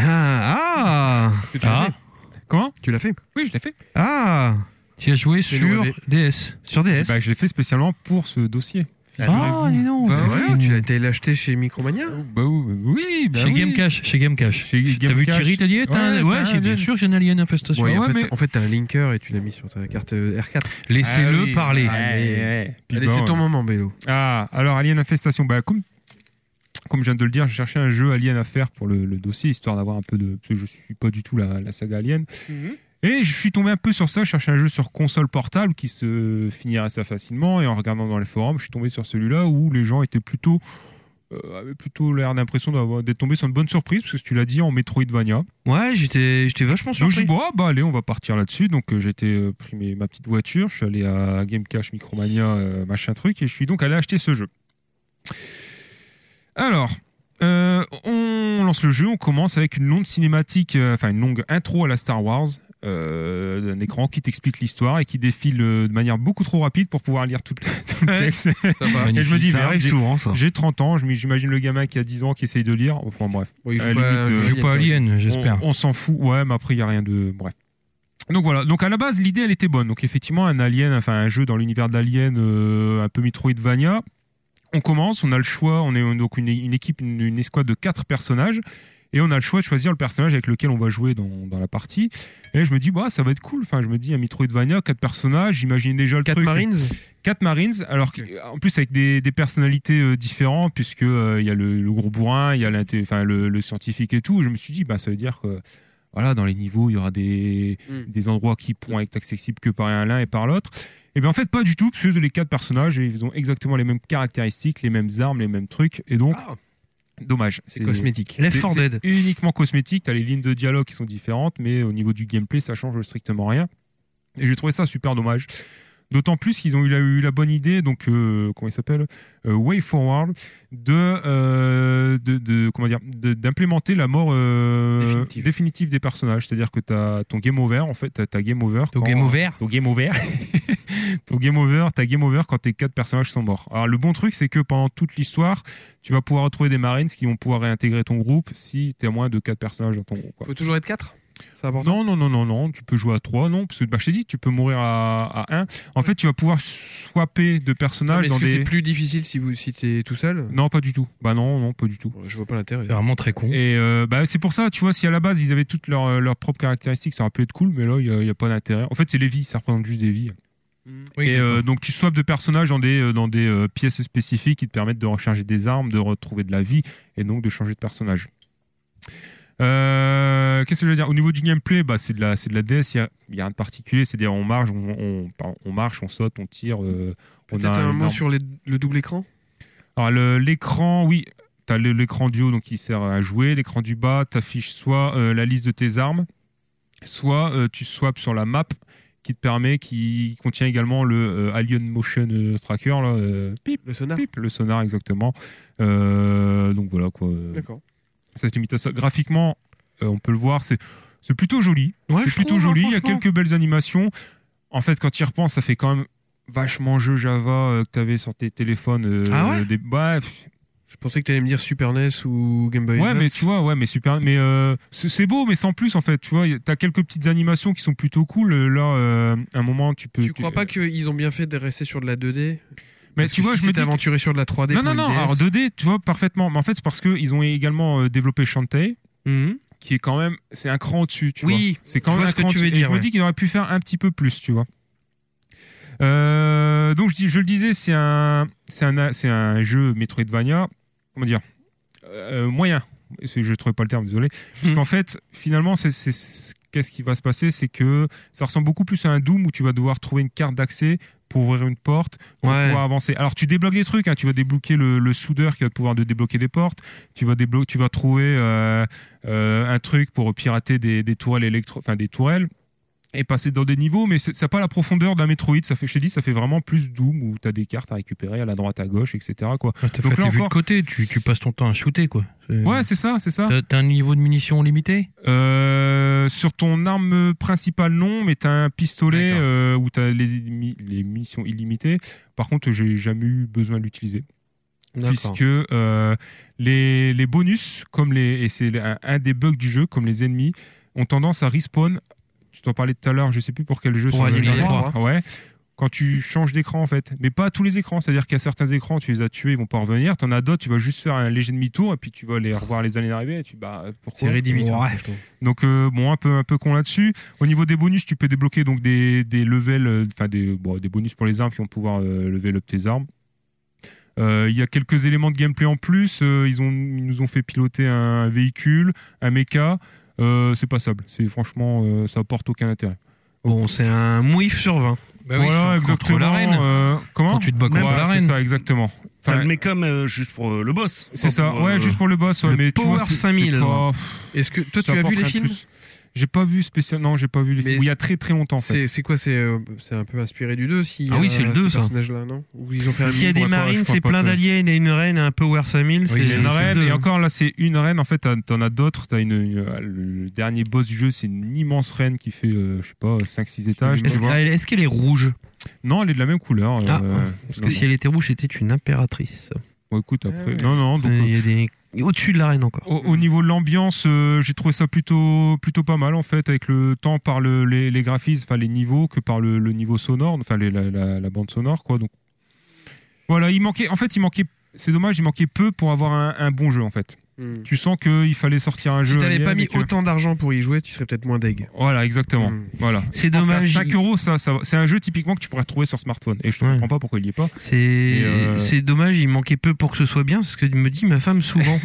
Ah ah Tu l'as Ah, fait Comment? Tu l'as fait Oui, je l'ai fait. ah tu as joué Fais-nous sur rêver. D S. sur D S. Bah je l'ai fait spécialement pour ce dossier. Ah, dis donc. Bah ouais, tu l'as été l'acheter chez Micromania. Bah oui, bah Chez oui. Game Cash, chez Game Cash. Chez T'as Game vu Cash. Thierry, t'as dit, eh, t'as un- Ouais, ouais, t'as j'ai un bien alien. sûr que j'ai un Alien Infestation. Ouais, en, ouais, fait, mais- en fait, t'as un linker et tu l'as mis sur ta carte euh, R quatre. Laissez-le Ah oui. parler. Ouais, ouais. Puis Allez, bon, c'est ton euh, moment, Bélo. Ah, alors Alien Infestation, bah comme comme je viens de le dire, je cherchais un jeu Alien à faire pour le, le dossier, histoire d'avoir un peu de... Parce que je suis pas du tout la, la saga Alien. Et je suis tombé un peu sur ça, je cherchais un jeu sur console portable qui se finirait assez facilement, et en regardant dans les forums, je suis tombé sur celui-là où les gens étaient plutôt... Euh, avaient plutôt l'air d'impression d'avoir- d'être tombé sur une bonne surprise, parce que tu l'as dit, en Metroidvania. Ouais, j'étais j'étais vachement Donc je surpris. dis, bon, ah, bah allez, on va partir là-dessus. Donc euh, j'ai été euh, pris mes- ma petite voiture, je suis allé à Game Cash, Micromania, euh, machin truc, et je suis donc allé acheter ce jeu. Alors, euh, on lance le jeu, on commence avec une longue cinématique, euh, enfin une longue intro à la Star Wars, euh, d'un écran qui t'explique l'histoire et qui défile euh, de manière beaucoup trop rapide pour pouvoir lire tout, le- tout le texte. Ça va. Et je me dis, ça merde, arrive j'ai- souvent, ça. j'ai trente ans, je m- j'imagine le gamin qui a dix ans qui essaye de lire. Enfin bref. Oui, il À joue la pas, limite, euh, joue Je joue pas Alien, j'espère. On, on s'en fout, ouais, mais après il y a rien de bref. Donc voilà, donc à la base l'idée elle était bonne. Donc effectivement un alien, enfin un jeu dans l'univers d'Alien, euh, un peu Metroidvania. On commence, on a le choix, on est donc une, une équipe, une, une escouade de quatre personnages. Et on a le choix de choisir le personnage avec lequel on va jouer dans, dans la partie. Et je me dis, bah, ça va être cool. Enfin, je me dis, un Metroidvania, quatre personnages, j'imagine déjà le quatre truc. Marines. Quatre Marines, alors que- en plus avec des, des personnalités euh, différentes, puisque euh, il y a le, le gros bourrin, il y a l'inté- enfin, le, le scientifique et tout. Et je me suis dit, bah, ça veut dire que voilà, dans les niveaux, il y aura des, Mm. des endroits qui pourront être accessibles que par l'un et par l'autre. Et bien en fait, pas du tout, parce que les quatre personnages, ils ont exactement les mêmes caractéristiques, les mêmes armes, les mêmes trucs. Et donc, dommage. C'est cosmétique. Left C'est- four c'est Dead. uniquement cosmétique, t'as les lignes de dialogue qui sont différentes, mais au niveau du gameplay, ça change strictement rien. Et j'ai trouvé ça super dommage. D'autant plus qu'ils ont eu la, eu la bonne idée, donc euh, comment il s'appelle, euh, Way Forward, de, euh, de, de comment dire, de- d'implémenter la mort euh, Définitive. définitive des personnages. C'est-à-dire que t'as ton game over, en fait, t'as ta game over. Ton quand- game over Ton game over. Au game over, t'as game over quand tes quatre personnages sont morts. Alors le bon truc, c'est que pendant toute l'histoire, tu vas pouvoir retrouver des Marines qui vont pouvoir réintégrer ton groupe si t'es à moins de quatre personnages dans ton groupe. Quoi. Faut toujours être quatre. C'est important. Non, non, non, non, non. Tu peux jouer à trois, non, parce que bah, je t'ai dit, tu peux mourir à, à un. En fait, tu vas pouvoir swapper de personnages. Mais est-ce dans que des... c'est plus difficile si vous si t'es tout seul? Non, pas du tout. Bah non, non, pas du tout. Je vois pas l'intérêt. C'est vraiment très con. Et euh, bah c'est pour ça, tu vois, si à la base ils avaient toutes leurs leurs propres caractéristiques, ça aurait pu être cool, mais là il y, y a pas d'intérêt. En fait, c'est les vies, ça représente juste des vies. Oui, et euh, donc tu swaps de personnages dans des dans des euh, pièces spécifiques qui te permettent de recharger des armes, de retrouver de la vie et donc de changer de personnage. Euh, qu'est-ce que je veux dire au niveau du gameplay? Bah c'est de la c'est de la D S. Il y a, y a rien de particulier. C'est-à-dire on marche, on, on, on marche, on saute, on tire. Euh, on Peut-être a un un mot arme. sur les- le double écran. Alors le- l'écran, oui, t'as le- l'écran du haut donc qui sert à jouer. L'écran du bas t'affiche soit euh, la liste de tes armes, soit euh, tu swaps sur la map qui te permet, qui contient également le euh, Alien Motion euh, Tracker là, euh, pip, le sonar, pip, le sonar exactement. Euh, donc voilà quoi. D'accord. Ça se limite à ça. Graphiquement, euh, on peut le voir, c'est c'est plutôt joli. Ouais, c'est je plutôt trouve, joli. hein, Il y a franchement. quelques belles animations. En fait, quand tu y repenses, ça fait quand même vachement jeu Java euh, que t'avais sur tes téléphones. euh, Ah ouais des... ouais, pff, Je pensais que t'allais me dire Super N E S ou Game Boy Ouais, Advance. mais tu vois, ouais, mais super, mais euh, c'est c'est beau, mais sans plus en fait. Tu vois, y- t'as quelques petites animations qui sont plutôt cool. Euh, Là, euh, un moment, tu peux. Tu crois pas qu'ils ont bien fait de rester sur de la deux D? Mais Parce tu que vois, si je me t'es dis que- aventuré sur de la trois D Non, pour non, une non. D S, Alors deux D, tu vois parfaitement. Mais en fait, c'est parce que ils ont également euh, développé Shantae, qui est quand même, c'est un cran au-dessus. Tu Oui, vois. C'est quand je même vois un ce que cran tu veux au-dessus. Et dire, je me ouais. dis qu'il aurait pu faire un petit peu plus, tu vois. Euh, donc je dis, je le disais, c'est un, c'est un, c'est un jeu Metroidvania. Comment dire, euh, moyen. C'est- Je trouvais pas le terme, désolé. Parce qu'en fait, finalement, c'est, c'est, c'est- qu'est-ce qui va se passer, c'est que ça ressemble beaucoup plus à un Doom où tu vas devoir trouver une carte d'accès pour ouvrir une porte, pour Ouais. pouvoir avancer. Alors tu débloques des trucs, hein, tu vas débloquer le, le soudeur qui va te pouvoir de débloquer des portes, tu vas déblo- tu vas trouver euh, euh, un truc pour pirater des, des tourelles électro, enfin des tourelles et passer dans des niveaux, mais c'est- ça n'a pas la profondeur d'un Metroid. Ça fait, je te dis, ça fait vraiment plus Doom où t'as des cartes à récupérer à la droite, à gauche, et cetera. Quoi. T'as Donc fait là tes vues de encore- côté, tu, tu passes ton temps à shooter, quoi. C'est- Ouais, c'est ça, c'est ça. T'as- T'as un niveau de munitions limité? Euh, sur ton arme principale, non, mais t'as un pistolet euh, où t'as les, ilimi- les munitions illimitées. Par contre, j'ai jamais eu besoin de l'utiliser. D'accord. Puisque euh, les, les bonus, comme les, et c'est un, un des bugs du jeu, comme les ennemis, ont tendance à respawn. Tu t'en parlais tout à l'heure, je sais plus pour quel jeu. Pour sur le Alien trois. trois. Ouais. Quand tu changes d'écran, en fait. Mais pas à tous les écrans. C'est-à-dire qu'il y a certains écrans, tu les as tués, ils vont pas revenir. T'en as d'autres, tu vas juste faire un léger demi-tour et puis tu vas les revoir les années d'arrivée. Et tu, bah, pourquoi? C'est rédhibitoire, Ouais. ça, je trouve. Donc, euh, bon, un peu, un peu con là-dessus. Au niveau des bonus, tu peux débloquer donc des, des levels, euh, enfin, des, bon, des bonus pour les armes qui vont pouvoir euh, level up tes armes. Euh, Il y a quelques éléments de gameplay en plus. Euh, ils, ont, ils nous ont fait piloter un véhicule, un mecha. Euh, c'est passable. C'est franchement, euh, ça apporte aucun intérêt. Bon, c'est un mouif sur vingt. Bah oui, voilà, sur- exactement. contre la reine. euh, comment Quand tu te bats contre Voilà, la c'est reine. ça, exactement. T'as Enfin, le mecha mais, euh, juste pour euh, le boss. c'est Pas ça, pour, ouais, euh, juste pour le boss, ouais, le mais tu Power vois, c'est- cinq mille, c'est pas- Est-ce que toi ça tu as vu apporte les rien de films? plus. J'ai pas vu spécial, non, j'ai pas vu les Mais films. Il y a très très longtemps. En fait. C'est c'est quoi? C'est euh, c'est un peu inspiré du deux si Ah oui, c'est le deux, ça. personnage-là, non? Ou ils ont fait un S'il y a mini- des crois pas, marines, je crois c'est pas plein que- d'aliens et une reine et un Power cinq mille. Il y c'est a une c'est reine, deux. et encore là, c'est une reine. En fait, t'en t'en as d'autres. T'as une, une- le dernier boss du jeu, c'est une immense reine qui fait, euh, je sais pas, cinq six étages. tu Est-ce vois. qu'elle est-ce qu'elle est rouge? Non, elle est de la même couleur. Ah, euh, parce non, que si elle était rouge, c'était une impératrice. bon, écoute, après, Ah ouais. non, non. Donc, Il y a des... Au-dessus de la reine encore. Au, au niveau de l'ambiance, euh, j'ai trouvé ça plutôt plutôt pas mal en fait, avec le temps par le, les, les graphismes, enfin les niveaux, que par le, le niveau sonore, enfin les- la, la, la bande sonore quoi. Donc voilà, il manquait, en fait, il manquait, c'est dommage, il manquait peu pour avoir un, un bon jeu en fait. Hmm. Tu sens qu'il fallait sortir un Si jeu. t'avais pas alien mis et que- autant d'argent pour y jouer, tu serais peut-être moins deg. Voilà, exactement. Hmm. Voilà. C'est Je pense qu'à dommage. cinq euros, ça, ça, c'est un jeu typiquement que tu pourrais retrouver sur smartphone. Et je ne Ouais. comprends pas pourquoi il y est pas. C'est euh, c'est dommage, il manquait peu pour que ce soit bien, c'est ce que me dit ma femme souvent.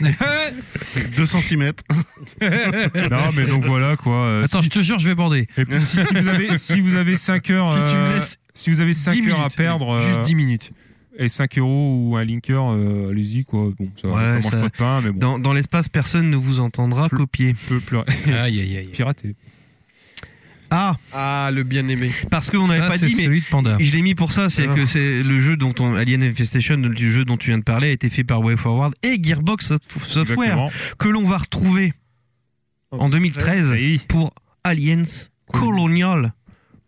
deux centimètres. Non, mais donc voilà quoi. euh, Attends, si- je te jure, je vais border. Et puis si, si vous avez si vous avez cinq heures, Si tu me euh, laisses si vous avez cinq dix heures à minutes, perdre, allez, euh, juste dix minutes. et cinq euros ou un linker, euh, allez-y quoi. Bon, ça, Ouais, ça mange ça- pas de pain, mais bon, Dans, dans l'espace, personne ne vous entendra Plus- copier. peut pleurer. Aïe, aïe, aïe. Pirater. Ah, Ah, le bien-aimé. parce qu'on n'avait Ça, pas c'est dit, mais celui de Panda. je l'ai mis pour ça, c'est Ah. que c'est le jeu dont on, Alien Infestation, le jeu dont tu viens de parler, a été fait par WayForward et Gearbox Soft- Software, Exactement. que l'on va retrouver en deux mille treize Oui. pour Aliens Colonial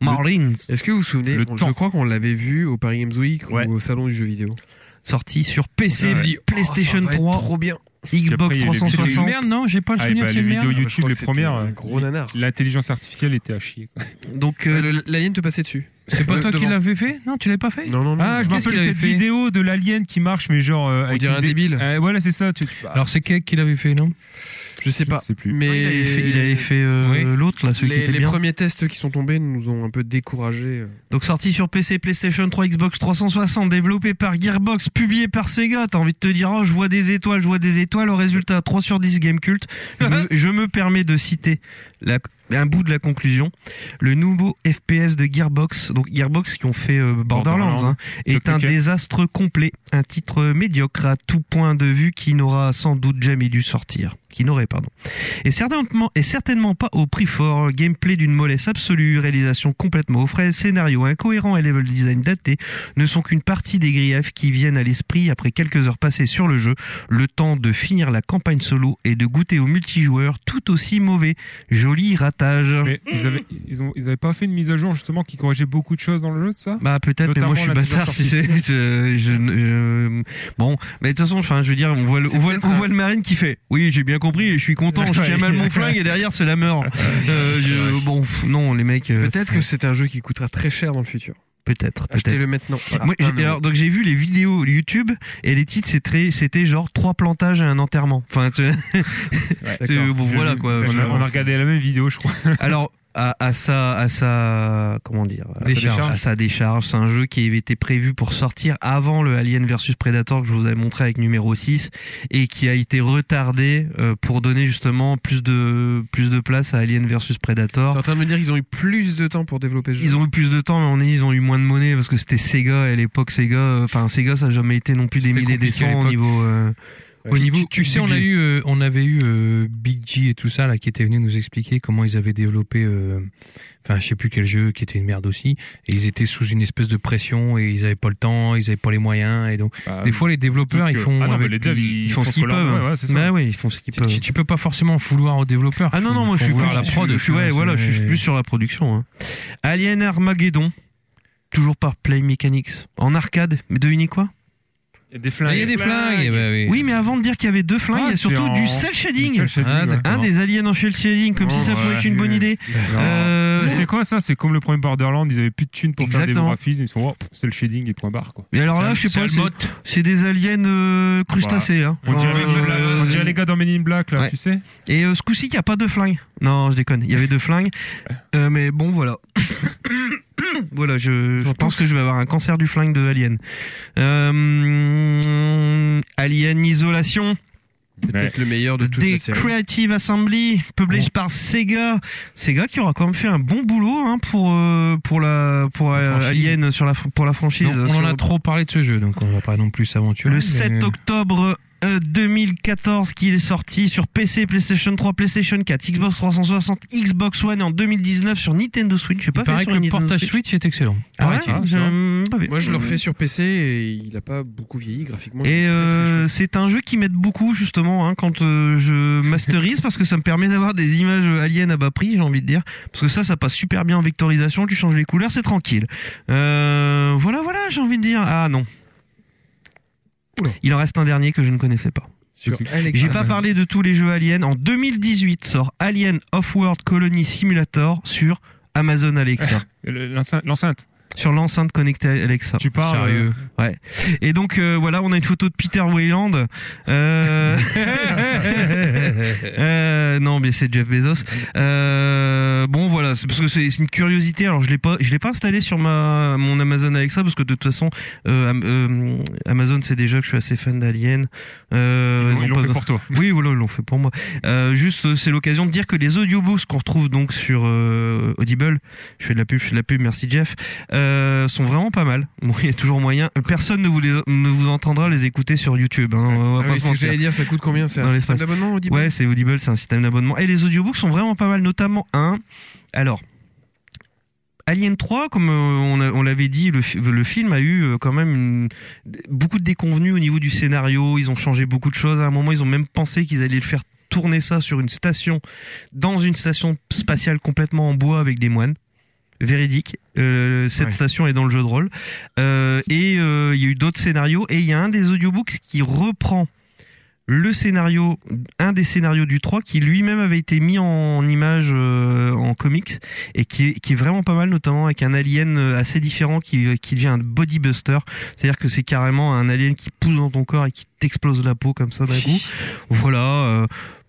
Marlins. Est-ce que vous vous souvenez, Le on- temps. je crois qu'on l'avait vu au Paris Games Week Ouais. ou au salon du jeu vidéo. Sorti sur P C, Ouais. PlayStation Oh, ça va être trois, trop bien. Xbox après, il y a eu les trois cent vidéos. C'est une soixante. merde, non? J'ai pas le Ah, souvenir bah, que c'est les une merde. vidéos Ah, bah, je YouTube, crois les que c'était premières, un euh, gros nanar. l'intelligence artificielle était à chier. quoi. Donc, euh, Euh, le- L'alien te passait dessus. C'est pas Euh, toi qui devant. l'avais fait? Non, tu l'avais pas fait? Non, non, non. Ah, je me Qu'est-ce rappelle qu'il cette avait fait vidéo de l'alien qui marche, mais genre. euh, avec dirait une un dé- débile. Euh, voilà, c'est ça. Tu... bah, Alors c'est Cake qui l'avait fait, non? Je sais pas. Je sais plus. Mais il avait fait, il avait fait, euh, Oui. l'autre, là, celui qui les, était les bien. premiers tests qui sont tombés nous ont un peu découragés. Donc sorti sur P C, PlayStation trois, Xbox trois cent soixante, développé par Gearbox, publié par Sega. T'as envie de te dire, oh, je vois des étoiles, je vois des étoiles. Au résultat, trois sur dix Game Cult. Je me, je me permets de citer la, un bout de la conclusion. Le nouveau F P S de Gearbox, donc Gearbox qui ont fait euh, Borderlands, Borderlands. hein, est un Duck Nukem. désastre complet. Un titre médiocre à tout point de vue qui n'aura sans doute jamais dû sortir. Qui n'aurait, pardon. Et certainement, et certainement pas au prix fort. Gameplay d'une mollesse absolue, réalisation complètement aux fraises, scénario incohérent et level design daté ne sont qu'une partie des griefs qui viennent à l'esprit après quelques heures passées sur le jeu, le temps de finir la campagne solo et de goûter au multijoueur tout aussi mauvais. Joli ratage. Mais ils avaient, ils ont, ils avaient pas fait une mise à jour justement qui corrigeait beaucoup de choses dans le jeu de ça. Bah peut-être, mais moi je suis Notamment la bâtard, tu sais. intelligence Je, je, je- bon, mais de toute façon, enfin, je veux dire, on voit, le, on voit, peut-être on un- voit le marine qui fait. Oui, j'ai bien compris, et je suis content. Je tiens mal mon flingue et derrière c'est la mort. Euh, je- bon, pff, non, les mecs. euh, Peut-être que c'est un jeu qui coûtera très cher dans le futur. Peut-être. peut-être. Achetez-le maintenant. Moi, Ah, j'ai- non. alors, donc j'ai vu les vidéos YouTube et les titres c'était c'était genre trois plantages et un enterrement. Enfin, tu c'est- D'accord. bon, J'ai voilà vu. quoi. On a, on a regardé la même vidéo, je crois. Alors à, à sa à sa comment dire à sa Décharge. décharge, à sa décharge, c'est un jeu qui avait été prévu pour sortir avant le Alien versus Predator que je vous avais montré avec numéro six et qui a été retardé euh, pour donner justement plus de plus de place à Alien versus Predator. T'es en train de me dire qu'ils ont eu plus de temps pour développer ce jeu. Ils ont eu plus de temps, mais on est, ils ont eu moins de monnaie parce que c'était Sega et à l'époque Sega, euh, enfin Sega, ça n'a jamais été non plus des C'était milliers des compliqué à cents au l'époque. niveau. euh, Au niveau, tu sais, on a budget. eu, euh, on avait eu euh, Big G et tout ça là qui était venu nous expliquer comment ils avaient développé, euh, enfin je sais plus quel jeu qui était une merde aussi, et ils étaient sous une espèce de pression et ils avaient pas le temps, ils avaient pas les moyens et donc Bah, des fois les développeurs ils font, Ah non, mais avec les devs, du- ils, Ils font ce qu'ils leur- peuvent. Ouais, ouais, c'est ça. Bah oui, ils font ce qu'ils tu, peuvent. tu- tu peux pas forcément vouloir aux développeurs. Ah non non, moi je Faut suis plus vouloir la prod. je, tu suis, vois, ouais, c'est- voilà, je suis plus sur la production. Hein. Alien Armageddon, toujours par Play Mechanics, en arcade, mais devinez quoi? Il y a des Ah, flingues. il y a des flingues, bah oui. Oui, mais avant de dire qu'il y avait deux flingues, Ah, il y a c'est surtout en- du cel shading. Cel shading, Ah, ouais. d'accord. Un des aliens en shell shading, comme Oh, si ça pouvait ouais. être une bonne idée. Euh, Mais c'est quoi ça? C'est comme le premier Borderlands, ils avaient plus de thunes pour faire Exactement. des graphismes, ils se font, oh, c'est le shading et point barre, quoi. Et alors là, je sais C'est pas, un c'est- bot. c'est des aliens euh, crustacés. Hein. On dirait, Enfin, les, euh, on dirait les gars dans Men in Black, là, ouais. tu sais. Et euh, ce coup-ci, il n'y a pas de flingue. Non, je déconne. Il y avait deux flingues. Euh, mais bon, voilà. voilà, je, je pense que je vais avoir un cancer du flingue de Alien. Euh, Alien Isolation. Peut-être le meilleur de toute Des la série. Creative Assembly, published par Sega. Sega qui aura quand même fait un bon boulot hein, pour euh, pour la pour euh, franchise. Alien sur la pour la franchise. Non, on sur- en a trop parlé de ce jeu, donc on va pas non plus s'aventurer. le mais- sept octobre euh, deux mille quatorze qui est sorti sur P C, PlayStation trois, PlayStation quatre, Xbox trois cent soixante, Xbox One et en deux mille dix-neuf sur Nintendo Switch. Je sais pas Il paraît fait que sur le Nintendo portage Switch est excellent. Ah ouais, paraît-il. j'ai pas vu. Moi, je le refais sur P C et il a pas beaucoup vieilli graphiquement. il Et est très, très euh, chouette. c'est un jeu qui m'aide beaucoup justement hein, quand euh, je masterise parce que ça me permet d'avoir des images aliens à bas prix, j'ai envie de dire, parce que ça, ça passe super bien en vectorisation. Tu changes les couleurs, c'est tranquille. Euh, voilà, voilà, j'ai envie de dire. Ah non. Il en reste un dernier que je ne connaissais pas. Sur Alexa. J'ai pas parlé de tous les jeux aliens. En deux mille dix-huit sort Alien Off-World Colony Simulator sur Amazon Alexa. Le- L'enceinte. l'enceinte. Sur l'enceinte connectée Alexa. Tu parles. Sérieux. Ouais. Et donc euh, voilà, on a une photo de Peter Weyland. Euh... euh, non, mais c'est Jeff Bezos. Euh... Bon voilà, c'est parce que c'est c'est une curiosité. Alors je l'ai pas, je l'ai pas installé sur ma mon Amazon Alexa parce que de toute façon euh, Am- euh, Amazon c'est déjà que je suis assez fan d'Alien. Euh, Ils l'ont- ils l'ont pas- fait pour toi. Oui, voilà, ils l'ont fait pour moi. Euh, juste, euh, c'est l'occasion de dire que les audiobooks qu'on retrouve donc sur euh, Audible, je fais de la pub, je fais de la pub, merci Jeff, euh, sont vraiment pas mal. Bon, il y a toujours moyen. Personne ne vous les, ne vous entendra les écouter sur YouTube. Hein, on va Ah pas oui, se c'est ce que j'allais mentir. dire, ça coûte combien? C'est Dans un l'espace. système d'abonnement Audible? Ouais, c'est Audible, c'est un système d'abonnement. Et les audiobooks sont vraiment pas mal, notamment un. Alors. Alien trois, comme euh, on, a- on l'avait dit, le, fi- le film a eu euh, quand même une- beaucoup de déconvenues au niveau du scénario. Ils ont changé beaucoup de choses. À un moment, ils ont même pensé qu'ils allaient le faire tourner ça sur une station, dans une station spatiale complètement en bois avec des moines. véridique. Euh, cette Ouais. station est dans le jeu de rôle. Euh, et euh, il y a eu d'autres scénarios. Et il y a un des audiobooks qui reprend le scénario, un des scénarios du trois qui lui-même avait été mis en image euh, en comics et qui est, qui est vraiment pas mal, notamment avec un alien assez différent qui, qui devient un bodybuster. C'est-à-dire que c'est carrément un alien qui pousse dans ton corps et qui t'explose la peau comme ça d'un coup. Voilà. Euh,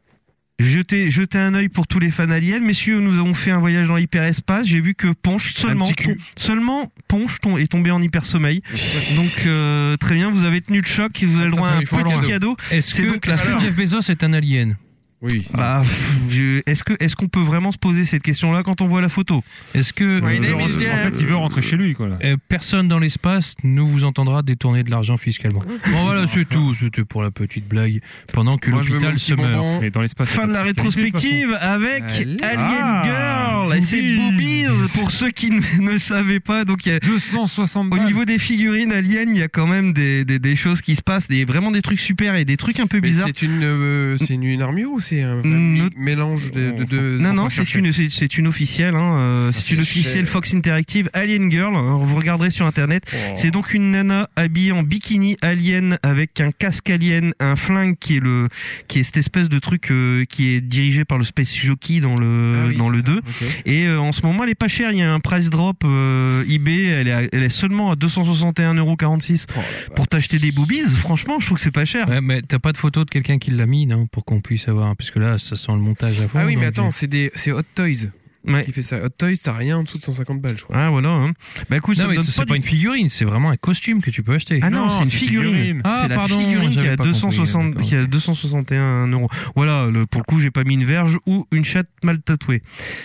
Jetez, jetez un œil pour tous les fans aliens. Messieurs, nous avons fait un voyage dans l'hyperespace. J'ai vu que Ponche, seulement, petit cul. ton- seulement Ponche ton- est tombé en hypersommeil. Donc, euh, très bien, vous avez tenu le choc et vous avez le droit à un Attention, il faut petit un cadeau. Est-ce C'est que, donc la est-ce que fin. Jeff Bezos est un alien? Oui. Bah, pff, je- est-ce que, est-ce qu'on peut vraiment se poser cette question-là quand on voit la photo? Est-ce que Ouais, il Euh, veut rentrer- en fait, il veut rentrer chez lui, quoi. Là. euh, personne dans l'espace ne vous entendra détourner de l'argent fiscalement? Bon voilà, c'est tout. C'était pour la petite blague. Pendant que Moi, je veux mon l'hôpital petit se meurt. bonbon. Mais dans l'espace. Fin de la rétrospective avec Allez. Alien Ah, Girl et ses boobies. boobies pour ceux qui ne, ne savaient pas. Donc, il y a, deux cent soixante au balles. niveau des figurines Alien, il y a quand même des, des, des choses qui se passent, des, vraiment des trucs super et des trucs un peu Mais bizarres. c'est une, euh, c'est une, une armure ou c'est un Mm, mi- ne- mélange de, de, de- Non, non, pas c'est chercher. une, c'est, c'est une officielle, hein, euh, c'est une c'est officielle cher. Fox Interactive Alien Girl. hein, vous regarderez sur internet. Oh. C'est donc une nana habillée en bikini alien avec un casque alien, un flingue qui est le, qui est cette espèce de truc euh, qui est dirigé par le Space Jockey dans le, Ah oui, dans c'est le ça. deux. Ok. Et euh, en ce moment, elle est pas chère. Il y a un price drop euh, eBay. Elle est, à- elle est seulement à deux cent soixante et un euros quarante-six Oh la pour t'acheter des boobies. Franchement, je trouve que c'est pas cher. Ouais, mais t'as pas de photo de quelqu'un qui l'a mis, non? Pour qu'on puisse avoir, parce que là, ça sent le montage à fond. Ah oui, mais donc, attends, euh, c'est des, c'est Hot Toys Ouais. qui fait ça. Hot Toys, t'as rien en dessous de cent cinquante balles, je crois. Ah voilà. Hein. Bah écoute, ça Non, me mais donne c'est pas pas du- une figurine, c'est vraiment un costume que tu peux acheter. Ah non, Non, c'est une c'est figurine. figurine. Ah, c'est la pardon, figurine qui j'avais a pas deux cent soixante, compris, qui a deux cent soixante et un euros. Voilà, le, pour le coup, j'ai pas mis une verge ou une chatte mal tatouée.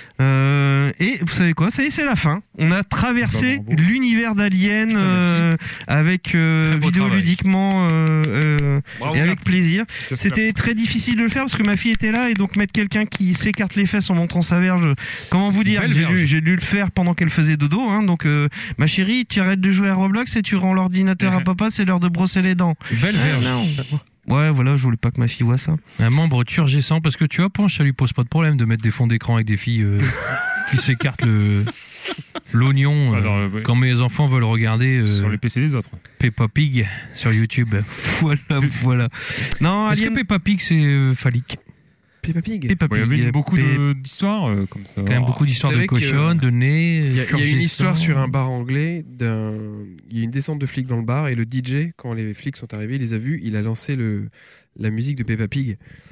Euh, et vous savez quoi? Ça y est, c'est la fin. On a traversé Bah, bravo. l'univers d'Alien Putain, euh, avec euh, Très beau vidéoludiquement euh, euh, Bravo, et avec Gap. plaisir. C'était très difficile de le faire parce que ma fille était là et donc mettre quelqu'un qui s'écarte les fesses en montrant sa verge. Comment vous dire? Belle J'ai verge. dû, j'ai dû le faire pendant qu'elle faisait dodo. Hein, donc euh, ma chérie, tu arrêtes de jouer à Roblox et tu rends l'ordinateur à papa. C'est l'heure de brosser les dents. Belle verge. Ouais, voilà, je voulais pas que ma fille voit ça. Un membre turgescent, parce que tu vois, Ponche, ça lui pose pas de problème de mettre des fonds d'écran avec des filles euh, qui s'écartent le l'oignon euh, Alors, euh, ouais. quand mes enfants veulent regarder euh, Sur les P C des autres. Peppa Pig sur YouTube. Voilà, voilà. Non, Est-ce que Alien, Peppa Pig c'est euh, phallique? Peppa Pig. Peppa Ouais, il y Pig, avait beaucoup Pe- de- d'histoires euh, comme ça. Quand même beaucoup d'histoires Vous de savez que, cochonnes, de nez. Il y, a- il y a une turgescent. histoire sur un bar anglais d'un. Il y a une descente de flics dans le bar et le D J, quand les flics sont arrivés, il les a vus, il a lancé le la musique de Peppa Pig.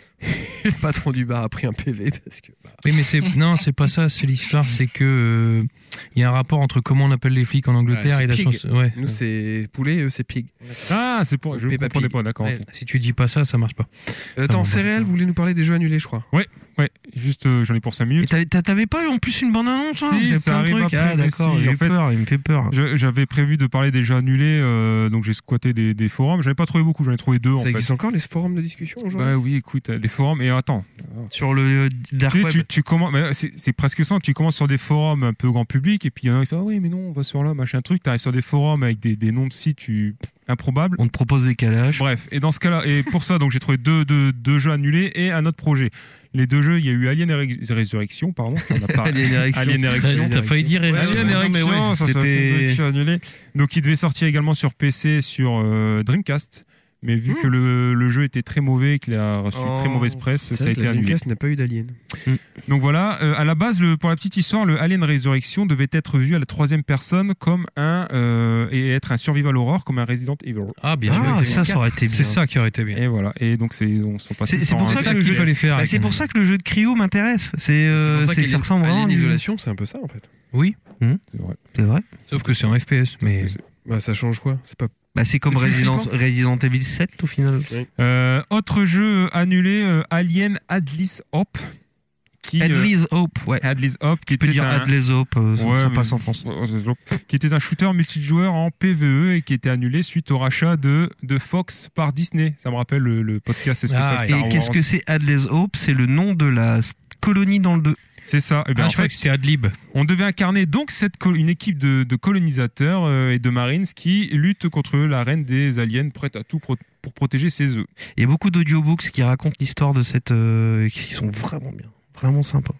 Le patron du bar a pris un P V parce que. bah, Oui, mais c'est non, c'est pas ça. C'est l'histoire, c'est que euh, il y a un rapport entre comment on appelle les flics en Angleterre Ouais, et la c'est Pig. chanson. Ouais. Nous c'est poulet, eux c'est pig. Ah, c'est pour. Je Peppa comprenais Pig. pas, d'accord. Ouais, ok. Si tu dis pas ça, ça marche pas. Euh, Attends, bon, Céréales, vous voulez nous parler des jeux annulés, je crois. Ouais, juste euh, j'en ai pour cinq Et minutes. t'avais- t'a- t'avais pas en plus une bande annonce? Hein Si, T'avais ça plein de arrive trucs. après, Ah mais d'accord, si, j'ai en fait- peur, il me fait peur. Je- J'avais prévu de parler des jeux annulés, euh, donc j'ai squatté des, des forums. J'en ai pas trouvé beaucoup, j'en ai trouvé deux en Ça fait. existe encore les forums de discussion aujourd'hui? Bah oui, écoute, euh, les forums. Et attends, Sur le euh, dark tu, sais, web. tu, tu commences, mais c'est c'est presque ça. Tu commences sur des forums un peu grand public, et puis il y en a qui font ah oui, mais non, on va sur là, machin truc. T'arrives sur des forums avec des, des noms de sites tu, improbables. On te propose des calages. Bref, et dans ce cas-là, et pour ça, donc j'ai trouvé deux, deux, deux jeux annulés et un autre projet. Les deux jeux, il y a eu Alien Ré- Résurrection, pardon. On a pas- Alien Erection. Alien Erection. T'as failli dire Ouais, Erection. Alien non, mais Erection, ouais, ça, ça c'était- fait deux jeux annulés. Donc il devait sortir également sur P C, sur euh, Dreamcast. Mais vu Mmh. que le, le jeu était très mauvais, qu'il a reçu Oh. très mauvaise presse, C'est ça a vrai que été la annulé. Dreamcast n'a pas eu d'alien. Donc voilà, euh, à la base, le, pour la petite histoire, le Alien Resurrection devait être vu à la troisième personne comme un euh, et être un survival horror comme un Resident Evil. Ah bien Ah, joué. ça, ça aurait été bien. C'est ça qui aurait été bien. Et voilà. Et donc c'est, on sont passés. C'est c'est pour sans- ça ça que le qu'il jeu fallait faire Bah, avec c'est un- pour ça que le jeu de Cryo m'intéresse. C'est euh, pour ça c'est- qu'Alien- ça ressemble vraiment. Alien à du- Isolation, c'est un peu ça en fait. Oui, C'est vrai. C'est vrai. sauf que c'est en F P S. Mais Bah ça change quoi? C'est pas. Bah c'est comme C'est plus Resident, flippant. Resident Evil sept au final. Euh, autre jeu annulé, euh, Alien Adlis Hope. Qui, euh, Adley's Hope, ouais. Adlis Hope, qui Tu peux était dire un, Adley's Hope, euh, Ouais, ça mais- passe en France. Ouais, c'est sûr. qui était un shooter multijoueur en P V E et qui était annulé suite au rachat de, de Fox par Disney. Ça me rappelle le, le podcast spécial Ah, Star Et qu'est-ce Wars. que c'est Adley's Hope? C'est le nom de la s- colonie dans le deux. C'est ça. Eh bien, ah, en je crois fait, que c'était Adlib. on devait incarner donc cette col- une équipe de, de colonisateurs euh, et de marines qui luttent contre la reine des aliens, prête à tout pro- pour protéger ses œufs. Il y a beaucoup d'audiobooks qui racontent l'histoire de cette, euh, qui sont vraiment bien, vraiment sympas.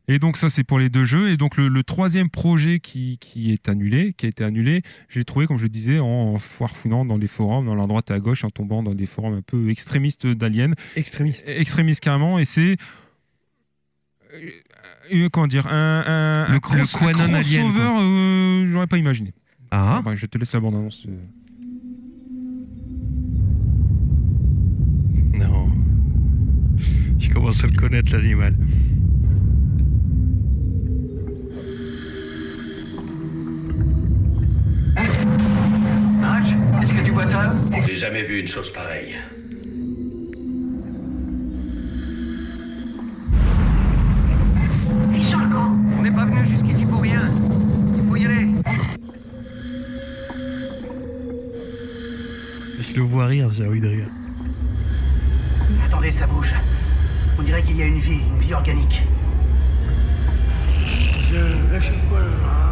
Et donc ça c'est pour les deux jeux. Et donc le, le troisième projet qui, qui est annulé, qui a été annulé, j'ai trouvé, comme je le disais, en foirefouillant dans les forums, dans la droite et à gauche, en tombant dans des forums un peu extrémistes d'Alien. Extrémistes. Extrémistes carrément. Et c'est euh, comment dire un, un, le, un, cross, le Quanon un Alien. crossover, euh, j'aurais pas imaginé. Ah. Bah, je te laisse la bande annonce. Non. Je commence à le connaître, l'animal. Marge, est-ce que tu vois ça? J'ai jamais vu une chose pareille. Ils sont le camp. On n'est pas venu jusqu'ici pour rien. Il faut y aller. Je le vois rire, j'ai envie de rire. Attendez, ça bouge. On dirait qu'il y a une vie, une vie organique. Je lâche quoi là?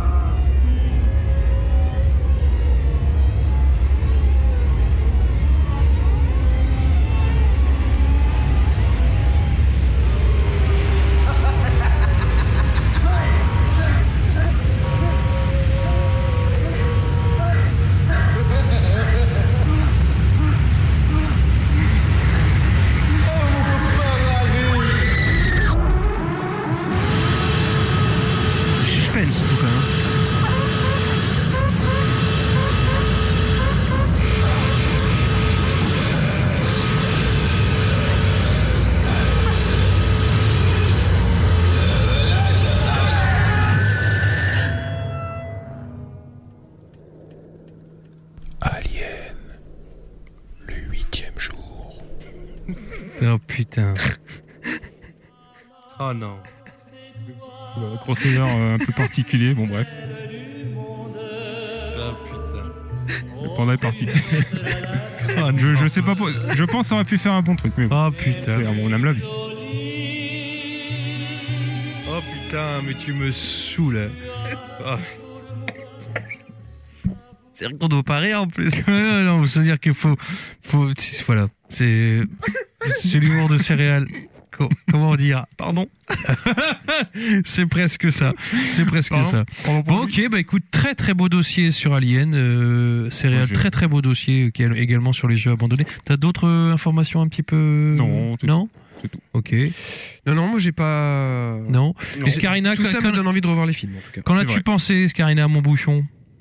Suspense, en tout cas. Hein. Alien, le huitième jour. Oh putain. Oh non. Un crossover euh, un peu particulier, bon bref. Oh putain. Le panda est parti. Ah, je, je sais pas, pour... je pense que ça aurait pu faire un bon truc, mais oh putain. On aime la vie. Oh putain, mais tu me saoules. Oh. C'est vrai qu'on doit pas rire en plus. Non, c'est-à-dire qu'il faut, faut, voilà, c'est, c'est l'humour de céréales. Comment dire? Pardon. C'est presque ça. C'est presque Pardon ça. Pardon bon, ok, bah écoute, très très beau dossier sur Alien, euh, céréales, très très beau dossier qui est également sur les jeux abandonnés. T'as d'autres euh, informations un petit peu? Non. Non. C'est tout. Ok. Non, non, moi j'ai pas. Non. Et Scarina, tout ça quand, me donne envie de revoir les films. En tout cas. Qu'en as-tu pensé, Scarina, à mon bouchon?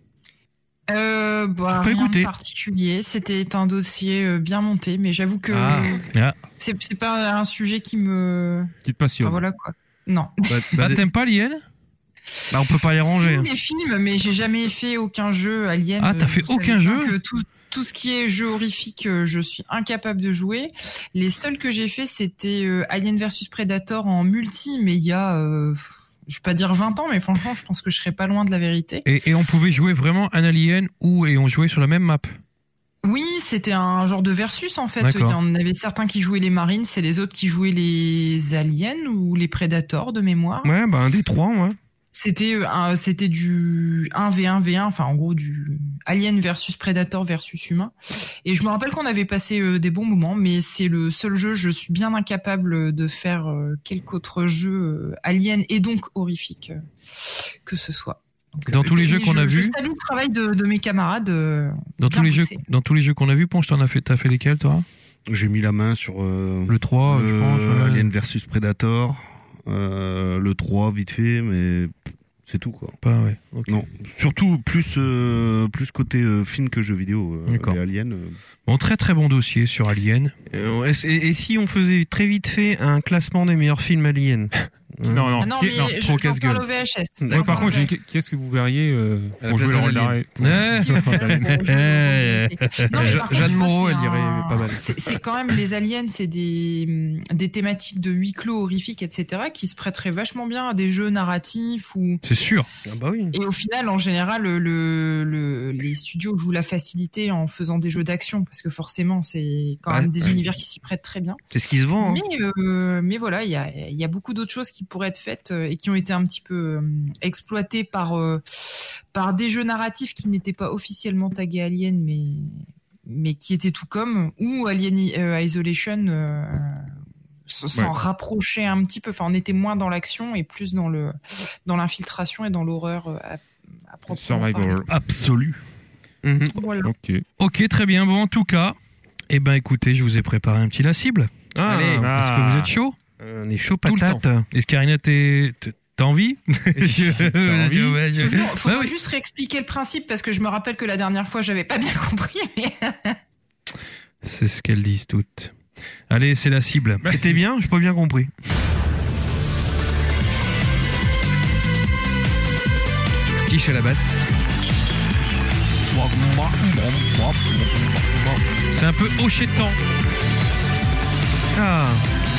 Euh, bah, rien écouter. de particulier. C'était un dossier euh, bien monté, mais j'avoue que ah. Ah. C'est, c'est pas un sujet qui me qui te passionne. Enfin, voilà quoi. Non. Bah, bah t'aimes pas Alien? Bah on peut pas les ranger. Si, les films, mais j'ai jamais fait aucun jeu Alien. Ah, t'as fait aucun jeu? Que tout, tout ce qui est jeu horrifique, je suis incapable de jouer. Les seuls que j'ai fait, c'était euh, Alien versus Predator en multi, mais il y a. Euh, je vais pas dire vingt ans, mais franchement, je pense que je serais pas loin de la vérité. Et, et on pouvait jouer vraiment un Alien ou et on jouait sur la même map. Oui, c'était un genre de versus en fait. D'accord. Il y en avait certains qui jouaient les Marines, c'est les autres qui jouaient les Aliens ou les Predators de mémoire. Ouais, bah un des trois, ouais. C'était un, c'était du un v un v un, enfin en gros du Alien versus Predator versus humain. Et je me rappelle qu'on avait passé euh, des bons moments, mais c'est le seul jeu, je suis bien incapable de faire euh, quelque autre jeu euh, Alien et donc horrifique euh, que ce soit. Donc, dans euh, tous les jeux qu'on je, a vus. Je salue le travail de, de mes camarades. Euh, dans tous les poussé. jeux, dans tous les jeux qu'on a vus, Ponche, t'en as fait, t'as fait lesquels, toi? J'ai mis la main sur euh, le trois, le, je pense. Ouais. Alien versus Predator, euh, le trois vite fait, mais c'est tout quoi. Pas ouais. Okay. Non, surtout plus euh, plus côté euh, film que jeu vidéo. Euh, les Aliens. Euh... Bon, très très bon dossier sur Alien. Et, et, et si on faisait très vite fait un classement des meilleurs films Aliens? Non, non, ah non, qui, mais non, je, trop casse-gueule. Parle au V H S. Ouais, par contre, j'ai, qu'est-ce que vous verriez euh, pour jouer le rôle d'arrêt? Jeanne Moreau, elle dirait pas mal. C'est, c'est quand même les aliens, c'est des des thématiques de huis clos horrifiques, et cetera, qui se prêteraient vachement bien à des jeux narratifs ou. C'est sûr. Ah bah oui. Et au final, en général, le, le, le les studios jouent la facilité en faisant des jeux d'action parce que forcément, c'est quand même ah, des euh, univers qui s'y prêtent très bien. C'est ce qui se vend. Hein. Mais euh, mais voilà, il y a il y a beaucoup d'autres choses qui pourraient être faites et qui ont été un petit peu euh, exploitées par euh, par des jeux narratifs qui n'étaient pas officiellement tagués Alien, mais mais qui étaient tout comme, ou Alien euh, Isolation euh, s'en Ouais. rapprochait un petit peu. Enfin, on était moins dans l'action et plus dans le dans l'infiltration et dans l'horreur euh, à, à proprement Survival. parler. Absolu. Mhm. Voilà. Ok. Ok, très bien. Bon, en tout cas, eh ben, écoutez, je vous ai préparé un petit la cible. Ah, Allez. Est-ce Ah. que vous êtes chaud? euh, on est chaud Tout le patate. Est-ce qu'Arina, t'es, t'es- t'as envie? Je- envie je- ouais, je- Toujours- Faudra Bah oui. juste réexpliquer le principe parce que je me rappelle que la dernière fois j'avais pas bien compris. Mais... C'est ce qu'elles disent toutes. Allez, c'est la cible. C'était bien, j'ai pas bien compris. Quiche à la basse. C'est un peu hochétant. Ah,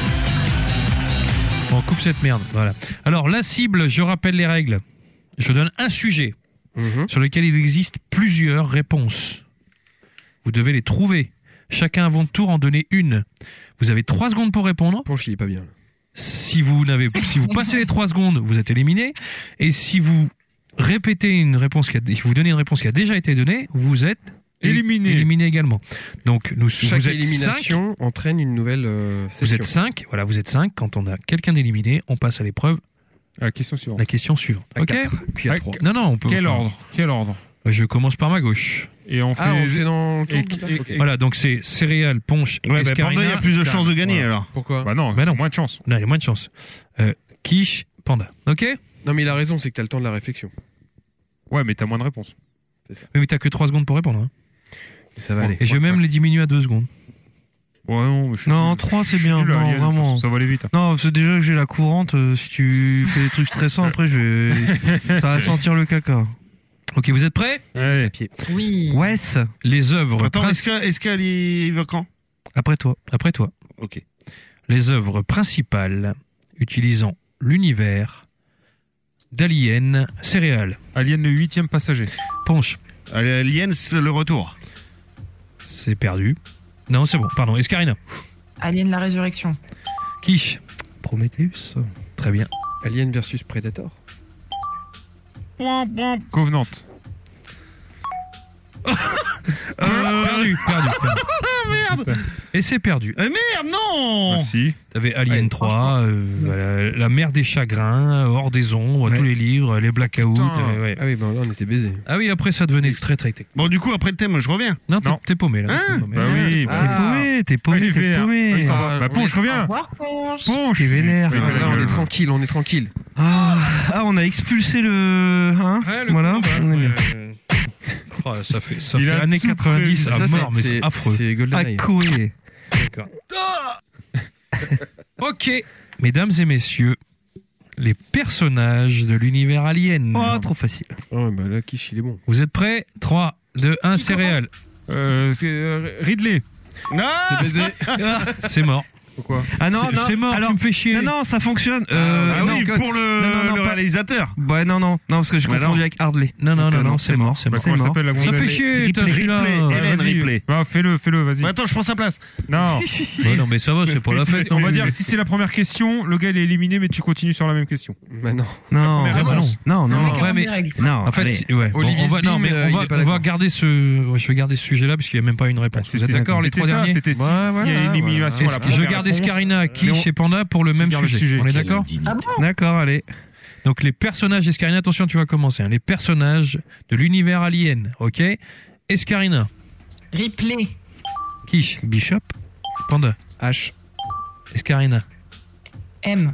Bon, coupe cette merde. Voilà. Alors, la cible, je rappelle les règles. Je donne un sujet Mhm. sur lequel il existe plusieurs réponses. Vous devez les trouver. Chacun à votre tour en donner une. Vous avez trois secondes pour répondre. Ponche, il est pas bien. là. Si vous n'avez, si vous passez les trois secondes, vous êtes éliminé. Et si vous répétez une réponse qui a, si vous donnez une réponse qui a déjà été donnée, vous êtes é- Éliminé. éliminé également. Donc, nous, Chaque vous êtes cinq. élimination entraîne une nouvelle euh, Vous session. êtes cinq. Voilà, vous êtes cinq. Quand on a quelqu'un d'éliminé, on passe à l'épreuve, La question suivante. la question suivante. À Ok? quatre, puis à Ah, trois. Non, non, on peut. Quel enfin, ordre Quel ordre Je commence par ma gauche. Et on fait. Ah, on fait dans le et- tour, et- ok. et- Voilà, donc c'est céréales, ponche, Ouais, bah, escarina. Panda, il y a plus de Putain, chances de gagner, voilà. alors. Pourquoi Bah non, Bah non. moins de chance. Non, il y a moins de chance. Euh, quiche, panda. Ok? Non, mais il a raison, c'est que t'as le temps de la réflexion. Ouais, mais t'as moins de réponses. Oui, mais t'as que trois secondes pour répondre. Hein. Ça va Bon. aller. Et je vais même les diminuer à deux secondes. Ouais, non, mais je suis non, nul. trois c'est Je suis bien, nul à non, Alien, vraiment. Ça va aller vite. hein. Non, c'est déjà que j'ai la courante, euh, si tu fais des trucs stressants, après je vais... ça va sentir le caca. Ok, vous êtes prêts? Allez. Oui. Ouais, Les œuvres Attends, princi- est-ce que- est-ce qu'elle y va quand? après toi. Après toi. Ok. Les œuvres principales utilisant l'univers d'Alien céréales. Alien le huitième passager. Ponche. Allez, Alien, c'est le retour. C'est perdu. Non, c'est bon. Pardon. Escarina. Alien la résurrection. Quiche. Prometheus. Très bien. Alien versus Predator. Covenant. Perdu, perdu, perdu. Merde. Et c'est perdu. Eh, merde, non. Ah, si. T'avais Alien Ouais, trois, euh, voilà, La mer des chagrins, Hors des ombres, Ouais. tous les livres, les Blackouts. Putain. euh, ouais. Ah oui, ben là, on était baisés. Ah oui, après ça devenait très très technique. Bon, du coup, après le thème, je reviens. Non, t'es, Non. t'es paumé là. Hein T'es paumé. Bah oui. Ah. T'es paumé, t'es paumé, Ouais, il est t'es vénère. paumé. Ouais, ça va. Ah, Bah, on Ponche, est- Au reviens. revoir, Ponche. Ponche. T'es vénère. Oui, Ah, oui, là, oui, on oui. est tranquille, on est tranquille. Ah, ah, on a expulsé le... Hein Ouais, le voilà, coup, bah, on est bien. ouais. Oh, ça fait, ça Il fait a années tout quatre-vingt-dix à Ça, mort, mais c'est c'est affreux. C'est Ah, GoldenEye. coué. D'accord. Ok, mesdames et messieurs, les personnages de l'univers Alien. Oh, trop facile. Oh, bah là, Kish, il est bon. Vous êtes prêts? trois, deux, un, Qui céréales. Euh, c'est euh, Ridley. Ah, C'est mort. Pourquoi Ah non, C'est- non, c'est mort, alors, tu me fais chier. Non, non, ça fonctionne. Euh, Ah non, oui, Scott. pour le, Non, non, non, le pas- réalisateur. Ouais, non, non, non, parce que j'ai Bah confondu non. avec Hardley. Non, non, Donc, non, euh, non, c'est mort, c'est Bah, mort. c'est comment elle mort. s'appelle la Ça blonde fait chier, Ripley, t'as celui-là. Ripley, Ouais, Hélène vas-y. Ripley. Bah, fais-le, fais-le, vas-y. Bah, attends, je prends sa place. Non. Ouais, non, mais ça va, c'est pas la fête. On non va plus. dire, si c'est la première question, le gars il est éliminé, mais tu continues sur la même question. Bah non. Non, première Ah, bah non. réponse. non, non, Avec non. Ouais, un mais- des règles. Non, En fait, allez. si- ouais. Bon, Olivier on va, non, Spim, mais euh, on il va, est pas on va d'accord. garder ce, ouais, je vais garder ce sujet-là parce qu'il n'y a même pas une réponse. Vous êtes C'était- d'accord, les c'était trois ça, derniers? C'était si- Ouais, s'il y a voilà, élimination Est-ce à la que je première garde réponse, Escarina, mais Kish on- et Panda pour le même garde le sujet. sujet. On est d'accord? Ah bon? D'accord, allez. Donc les personnages Escarina, attention, tu vas commencer. hein. Les personnages de l'univers Alien, ok? Escarina, Ripley. Kish, Bishop. Panda, H. Escarina, M.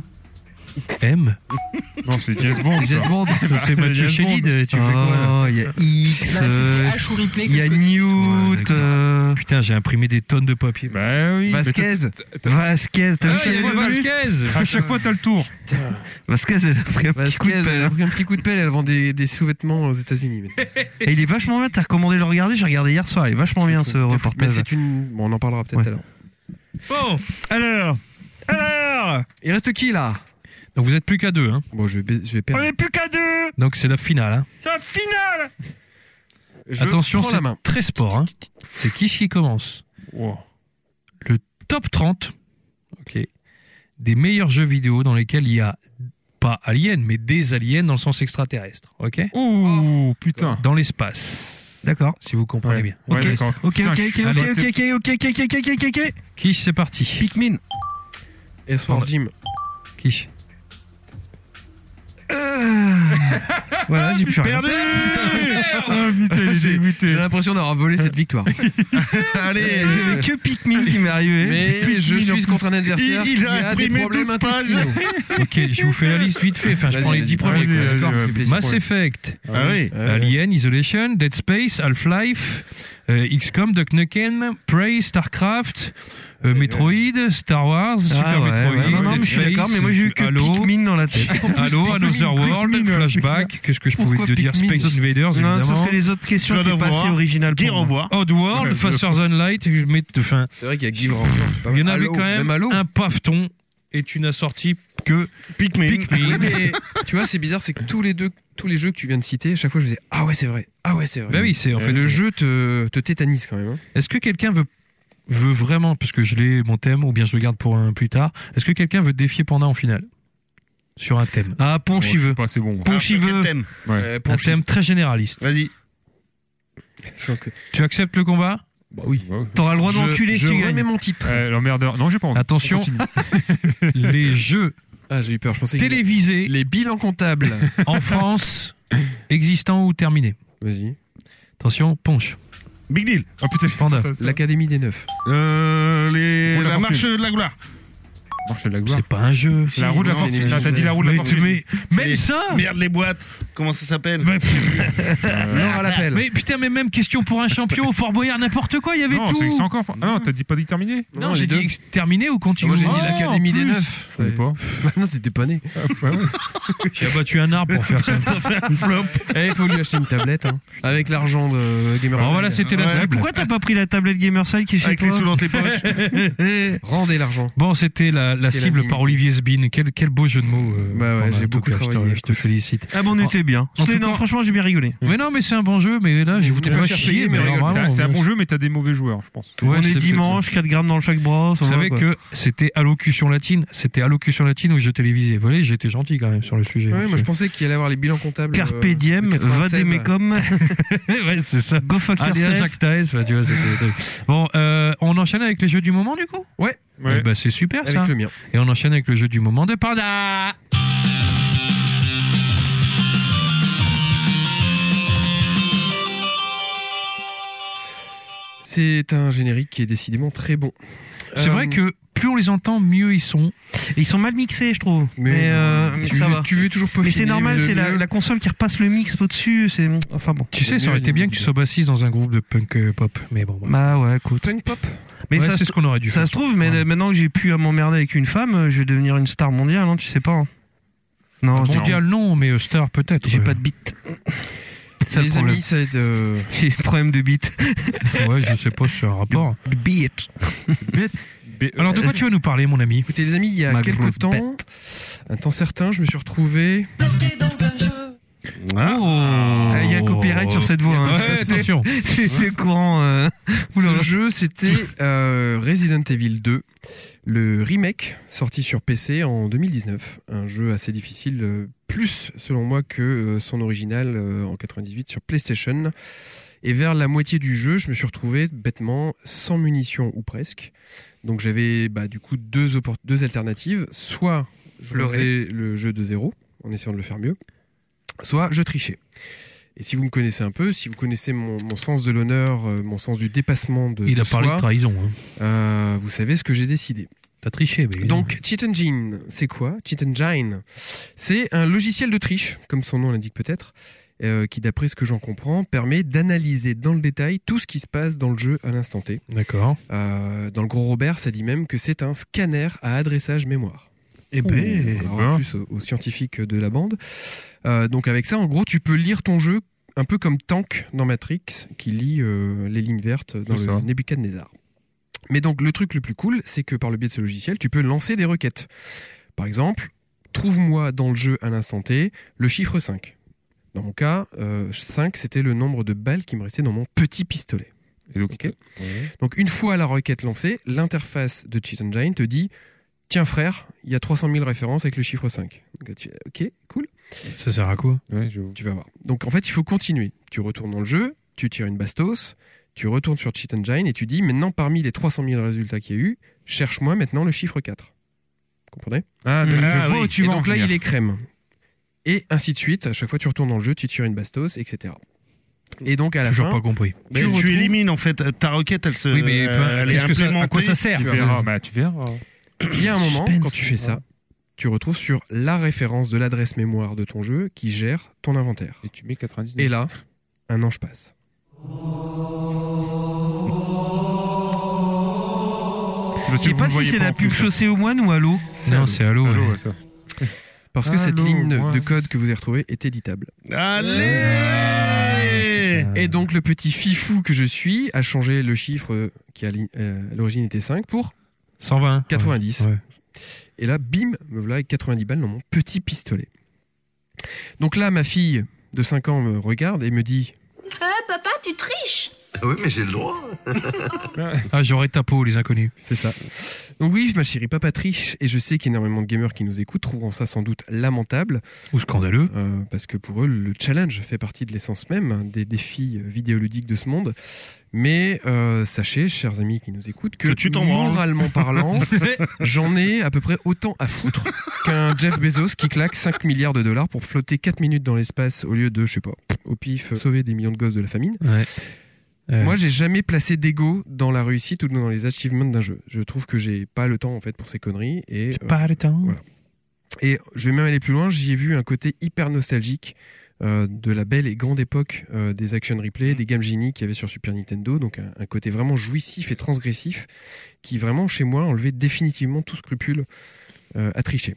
M. Non, c'est James Bond. ça. James Bond, ça, c'est Mathieu James Bond. Chédid. Tu fais quoi là? Oh, il y a X, Bah, euh, c'était H ou Ripley. il y a que je connaissais. Newt, euh, Putain, j'ai imprimé des tonnes de papier. Bah oui. Vasquez. mais t'as- t'as- Vasquez. T'as Ah, vu il y qu'elle avait est venue Vasquez. À chaque fois, t'as le tour. Vasquez, elle a pris un petit coup de Vasquez, pelle. elle a hein. pris un petit coup de pelle, elle vend des, des sous-vêtements aux États-Unis. maintenant. Et il est vachement bien, t'as recommandé de le regarder, j'ai regardé hier soir, il est vachement bien ce Mais reportage. c'est une. Bon, on en parlera peut-être Ouais. tout à l'heure. Bon, Alors, alors, Il reste qui là? donc vous êtes plus qu'à deux. Hein. Bon, je vais, bais- je vais perdre. plus qu'à deux, Donc c'est la finale. Hein. c'est la finale. Je Attention, prends la c'est main. très sport. Hein. C'est Kish qui commence. Wow. Le top trente ok, des meilleurs jeux vidéo dans lesquels il y a pas aliens, mais des aliens dans le sens extraterrestre. Ok, Ouh, putain. dans l'espace. D'accord. Si vous comprenez Ouais. bien. Ouais, Ok, d'accord. ok, Putain, ok, je ok, suis- ok, Allez. ok, ok, ok, ok, ok, ok, ok, ok. Kish, c'est parti. Pikmin. S-World Gym. Qui Voilà, j'ai plus rien. Perdu. Oh, putain, j'ai dégoûté. J'ai l'impression d'avoir volé cette victoire. Allez, j'avais que Pikmin qui m'est arrivé. Mais je suis contre un adversaire Il- il qui a a des imprimé problèmes douze pages. intestinaux. Ok, je vous fais la liste vite fait. Enfin, je Vas-y, prends les vas-y, dix premiers. vas-y, quoi. vas-y, Ça, vas-y. fait plaisir Mass pour lui. Effect, Ah oui. Ouais, Alien Isolation, Dead Space, Half-Life, euh, X COM, Duck Nukem, Prey, Starcraft, euh, Metroid, Star Wars, Super Ah ouais, Metroid, ouais, non, non, Dead mais je suis Space, d'accord, mais moi j'ai eu que Halo, Pikmin dans la tête. Halo, Pikmin, Another World, Pikmin, Flashback, qu'est-ce que je pouvais Pourquoi te dire, Pikmin Space Invaders, Non, c'est évidemment. parce que les autres questions God n'étaient of pas War, assez originales pour Gear moi. of War. Oddworld, Ouais, Faster Than Light, mais enfin, C'est vrai qu'il y a Give Ranger, c'est pas il y en mal. avait Halo, quand même Halo. un paveton et tu n'as sorti que Pikmin. Pikmin. Oui, mais tu vois, c'est bizarre, c'est que tous les deux, tous les jeux que tu viens de citer, à chaque fois je disais ah ouais c'est vrai, ah ouais c'est vrai. Bah oui, c'est en fait le c'est- jeu te, te tétanise quand même. Hein. Est-ce que quelqu'un veut veut vraiment, parce que je l'ai mon thème, ou bien je le garde pour un plus tard, est-ce que quelqu'un veut défier Panda en finale sur un thème? Ah, Ponch, il veut. Pas, c'est bon. Ponch, il veut. thème. Ouais. Euh, Un Ponch, thème très généraliste. Vas-y. je sens que- Tu acceptes le combat? Bah oui. Ouais. T'auras le droit Je, d'enculer je si tu remets gagnes. mon titre. Euh, l'emmerdeur. Non, j'ai pas envie. Attention. Continue. Les jeux Ah j'ai eu peur, je pensais que télévisés les bilans comptables. en France existants ou terminés. Vas-y. Attention, Ponche. Big deal. Oh putain, Panda. ça, ça. L'Académie des Neufs. Euh, les... Roue de la La marche fortune. de la gloire. Marche de la gloire. C'est pas un jeu. La roue de la non, fortune. c'est une T'as t'as dit la roue de la Mais, fortune. mais- même C'est- ça. Merde, les boîtes. Comment ça s'appelle? Laura l'appelle. Mais putain, mais même question pour un champion au Fort Boyard, n'importe quoi, il y avait Non, tout. c'est c'est encore. Ah non, t'as dit pas dit terminé. Non, Non, j'ai les dit deux. ex- terminé ou continue. Moi j'ai dit Oh, l'Académie en des plus. Neufs. Je savais pas. Non, c'était pas né. Ah, ouais. J'ai abattu un arbre pour faire ça. Eh, il faut lui acheter une tablette, hein. Avec l'argent de Gamer. Alors voilà, c'était la Ouais. cible. Pourquoi t'as pas pris la tablette Gamerside qui est chez Avec les toi sous dans tes poches. Rendez l'argent. Bon, c'était la, la Quelle cible indignité. par Olivier Sbin. Quel, quel beau jeu de mots. euh, Bah ouais, Panda. j'ai En tout beaucoup cas, je te- travaillé, Je te félicite. Ah bon, on était bien. En C'était- tout non, cas- franchement, j'ai bien rigolé. Mais non, mais c'est un bon jeu. Mais là, je vous Vous pas pas cher chier. payé, mais Mais alors, rigole. vraiment, C'est un mais- bon jeu, mais t'as des mauvais joueurs, je pense. Ouais, on c'est est peut-être dimanche, quatre grammes dans chaque bras. Vous savez que c'était allocution latine. C'était allocution latine au jeu télévisé. Vous voyez, j'ai été gentil quand même sur le sujet. Ouais, moi je pensais qu'il allait avoir les bilans comptables. Carpe euh, diem, de va quatre-vingt-seize. des mécom, ouais, c'est ça. go fuck Allez à yourself. Jacques Taès, bah, tu vois, c'était le truc. Bon, euh, on enchaîne avec les jeux du moment du coup. Ouais. Ouais. Eh ben, c'est super Avec ça. le mien. Et on enchaîne avec le jeu du moment de Panda. C'est un générique qui est décidément très bon. C'est Euh, vrai que plus on les entend, mieux ils sont. Et ils sont mal mixés, je trouve. Mais, Mais, euh, mais tu, ça veux, va. tu veux toujours peaufiner. Mais c'est normal, mais le c'est la, mieux- la console qui repasse le mix au-dessus. C'est enfin bon. Tu sais, ça aurait été bien que tu sois bassiste dans un groupe de punk euh, pop. Mais bon, bref. Bah ouais, écoute. Punk pop. Mais Ouais, ça, c'est se- ce qu'on aurait dû ça faire. se trouve, mais Ouais. maintenant que j'ai pu à m'emmerder avec une femme, euh, je vais devenir une star mondiale, hein, tu sais pas. hein. Non, je dis- Mondial, non, mais euh, Star peut-être. j'ai ouais. pas de bite. C'est Les le problème. amis, ça va être. euh, J'ai des problèmes de bite. Ouais, je sais pas si c'est un rapport. De bite. Bête. Bé- Alors, de quoi tu vas nous parler, mon ami? Écoutez, les amis, il y a Ma quelques grosse temps, bête. un temps certain, je me suis retrouvé. Ah. Oh. Il y a un copyright sur cette voix. hein. Ouais, C'est- attention. C'est c'est courant. euh. Oula. Ce jeu, c'était euh, Resident Evil deux, le remake sorti sur P C en deux mille dix-neuf. Un jeu assez difficile, euh, plus selon moi que euh, son original euh, en quatre-vingt-dix-huit sur PlayStation. Et vers la moitié du jeu, je me suis retrouvé bêtement sans munitions ou presque. Donc j'avais bah, du coup deux, oppor- deux alternatives. Soit je Pleurer. faisais le jeu de zéro en essayant de le faire mieux, soit je trichais. Et si vous me connaissez un peu, si vous connaissez mon, mon sens de l'honneur, euh, mon sens du dépassement de Il a de parlé soi, de trahison. Hein. euh, vous savez ce que j'ai décidé. T'as triché, mais évidemment. Donc, Cheat Engine, c'est quoi? Cheat Engine, c'est un logiciel de triche, comme son nom l'indique peut-être, euh, qui, d'après ce que j'en comprends, permet d'analyser dans le détail tout ce qui se passe dans le jeu à l'instant T. D'accord. Euh, dans le Gros Robert, ça dit même que c'est un scanner à adressage mémoire. Eh ben, Alors, en plus aux, aux scientifiques de la bande. Euh, donc avec ça, en gros, tu peux lire ton jeu un peu comme Tank dans Matrix, qui lit euh, les lignes vertes dans C'est le ça. Nebuchadnezzar. Mais donc le truc le plus cool, c'est que par le biais de ce logiciel, tu peux lancer des requêtes. Par exemple, trouve-moi dans le jeu à l'instant T le chiffre cinq. Dans mon cas, euh, cinq, c'était le nombre de balles qui me restait dans mon petit pistolet. Et donc, Ok. Donc une fois la requête lancée, l'interface de Cheat Engine te dit « Tiens frère, il y a trois cent mille références avec le chiffre cinq. » Donc, tu- Ok, cool. Ça sert à quoi? ouais, je... Tu vas voir. Donc en fait, il faut continuer. Tu retournes dans le jeu, tu tires une bastos, tu retournes sur Cheat Engine et tu dis maintenant parmi les trois cent mille résultats qu'il y a eu, cherche-moi maintenant le chiffre quatre. comprenez? Ah, je Ah, vois oui. où tu Et vas donc en là, venir. il est crème. Et ainsi de suite. À chaque fois, tu retournes dans le jeu, tu tires une bastos, et cetera. Et donc, à la Toujours fin, pas compris. Mais tu tu, retrouves- élimines en fait ta requête, elle se. Oui, mais euh, elle est qu'est-ce que ça- à implémentée. quoi ça sert? Tu verras, bah, tu verras. il y a un moment, Suspense. quand tu fais ça, tu retrouves sur la référence de l'adresse mémoire de ton jeu qui gère ton inventaire. Et tu mets quatre-vingt-dix-neuf. Et là, un ange passe. Je sais pas si c'est la pub chaussée au moine ou à l'eau. Non, c'est Halo. Allô, ouais. ouais, ça. Parce que cette Allô, ligne moi. de code que vous avez retrouvée est éditable. Allez. Et donc le petit fifou que je suis a changé le chiffre qui à li- euh, à l'origine était cinq pour cent vingt. quatre-vingt-dix. Ouais. Et là, bim, me voilà avec quatre-vingt-dix balles dans mon petit pistolet. Donc là, ma fille de cinq ans me regarde et me dit Ah, papa, tu triches. Oui, mais j'ai le droit. Ah, j'aurais ta peau, les inconnus. C'est ça. Donc oui, ma chérie, papa triche, et je sais qu'énormément de gamers qui nous écoutent trouveront ça sans doute lamentable. Ou scandaleux. Euh, parce que pour eux, le challenge fait partie de l'essence même des défis vidéoludiques de ce monde. Mais euh, sachez, chers amis qui nous écoutent, que, Que tu t'en branles. moralement parlant, j'en ai à peu près autant à foutre qu'un Jeff Bezos qui claque cinq milliards de dollars pour flotter quatre minutes dans l'espace au lieu de, je sais pas, au pif, sauver des millions de gosses de la famine. Ouais. Euh, Moi, j'ai jamais placé d'ego dans la réussite ou dans les achievements d'un jeu. Je trouve que j'ai pas le temps en fait pour ces conneries et euh, pas le temps. voilà. Et je vais même aller plus loin. J'y ai vu un côté hyper nostalgique euh, de la belle et grande époque euh, des action replay, des Game Genie qu'il y avait sur Super Nintendo. Donc un, un côté vraiment jouissif et transgressif qui vraiment chez moi enlevait définitivement tout scrupule euh, à tricher.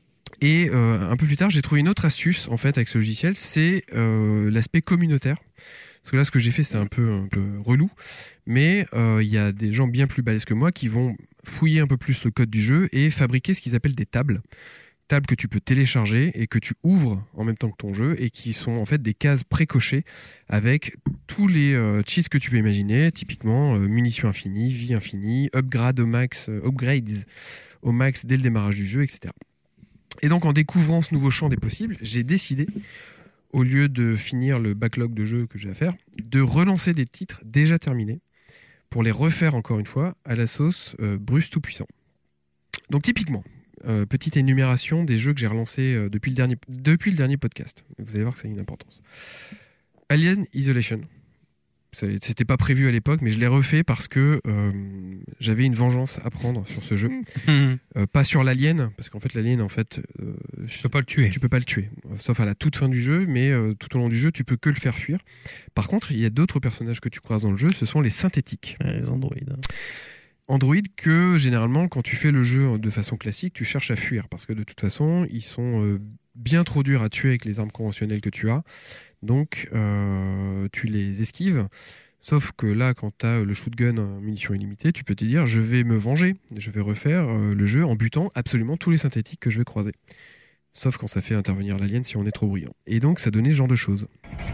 Et euh, un peu plus tard, j'ai trouvé une autre astuce en fait avec ce logiciel, c'est euh, l'aspect communautaire. Parce que là, ce que j'ai fait, c'était un peu, un peu relou. Mais il euh, y a des gens bien plus balèzes que moi qui vont fouiller un peu plus le code du jeu et fabriquer ce qu'ils appellent des tables. Tables que tu peux télécharger et que tu ouvres en même temps que ton jeu et qui sont en fait des cases précochées avec tous les euh, cheats que tu peux imaginer. Typiquement, euh, munitions infinies, vie infinie, upgrade au max, euh, upgrades au max dès le démarrage du jeu, et cetera. Et donc, en découvrant ce nouveau champ des possibles, j'ai décidé, au lieu de finir le backlog de jeux que j'ai à faire, de relancer des titres déjà terminés pour les refaire encore une fois à la sauce euh, Bruce Tout-Puissant. Donc typiquement, euh, petite énumération des jeux que j'ai relancés euh, depuis, le dernier, depuis le dernier podcast. Vous allez voir que ça a une importance. Alien Isolation. C'était pas prévu à l'époque, mais je l'ai refait parce que euh, j'avais une vengeance à prendre sur ce jeu. euh, pas sur l'alien, parce qu'en fait l'alien, en fait, euh, tu peux pas le tuer. Tu peux pas le tuer, sauf à la toute fin du jeu, mais euh, tout au long du jeu, tu peux que le faire fuir. Par contre, il y a d'autres personnages que tu croises dans le jeu, ce sont les synthétiques. Les androïdes. Androïdes que généralement, quand tu fais le jeu de façon classique, tu cherches à fuir parce que de toute façon, ils sont euh, bien trop durs à tuer avec les armes conventionnelles que tu as. Donc, euh, tu les esquives. Sauf que là, quand tu as le shootgun en munitions illimitées, tu peux te dire je vais me venger. Je vais refaire euh, le jeu en butant absolument tous les synthétiques que je vais croiser. Sauf quand ça fait intervenir l'alien si on est trop bruyant. Et donc, ça donnait ce genre de choses.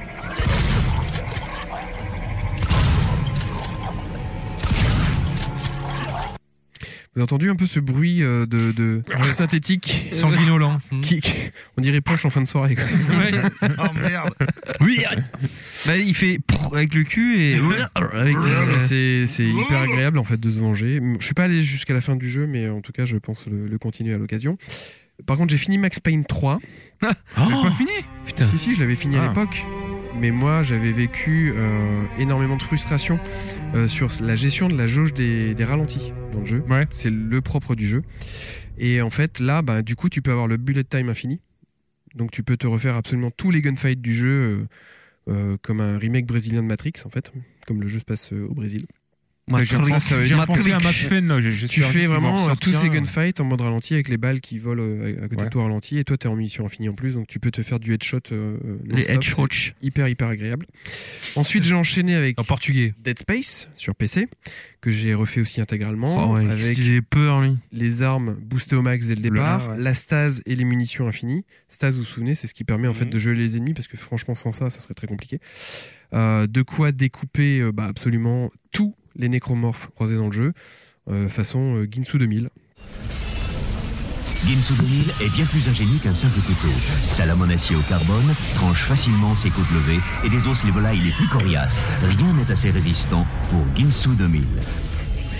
Vous avez entendu un peu ce bruit euh, de, de, de synthétique sanguinolent qui, qui- on dirait planche en fin de soirée. Quoi. Oh merde. Oui. Bah, il fait avec le cul et avec Mais c'est c'est hyper agréable en fait de se venger. Je suis pas allé jusqu'à la fin du jeu, mais en tout cas, je pense le, le continuer à l'occasion. Par contre, j'ai fini Max Payne trois. T'as pas fini Putain. Si, si, je l'avais fini à Ah. l'époque. Mais moi, j'avais vécu euh, énormément de frustration euh, sur la gestion de la jauge des, des ralentis dans le jeu. C'est le propre du jeu. Et en fait, là, bah, du coup, tu peux avoir le bullet time infini. Donc, tu peux te refaire absolument tous les gunfights du jeu, euh, euh, comme un remake brésilien de Matrix, en fait, comme le jeu se passe euh, au Brésil. J'ai repensé, j'ai repensé à Max Payne, là. j'ai- j'ai Tu super fais envie de vraiment voir euh, tous sortir ces un. gunfights en mode ralenti avec les balles qui volent euh, à côté Ouais. de toi ralenti et toi t'es en munition infinie en plus, donc tu peux te faire du headshot euh, Les non-stop, headshots. c'est hyper hyper agréable. Ensuite j'ai enchaîné avec en portugais Dead Space sur P C que j'ai refait aussi intégralement Oh ouais, avec j'ai peur lui. les armes boostées au max dès le départ, Ah, ouais. la stase et les munitions infinies. Stase, vous vous souvenez, c'est ce qui permet en fait de geler les ennemis parce que franchement sans ça, ça serait très compliqué. Euh, de quoi découper euh, bah, absolument tous les nécromorphes croisés dans le jeu, euh, façon euh, Ginsu deux mille. Ginsu deux mille est bien plus ingénieux qu'un simple couteau. Salam en acier au carbone, tranche facilement ses côtes levées et désosse les volailles les plus coriaces. Rien n'est assez résistant pour Ginsu deux mille.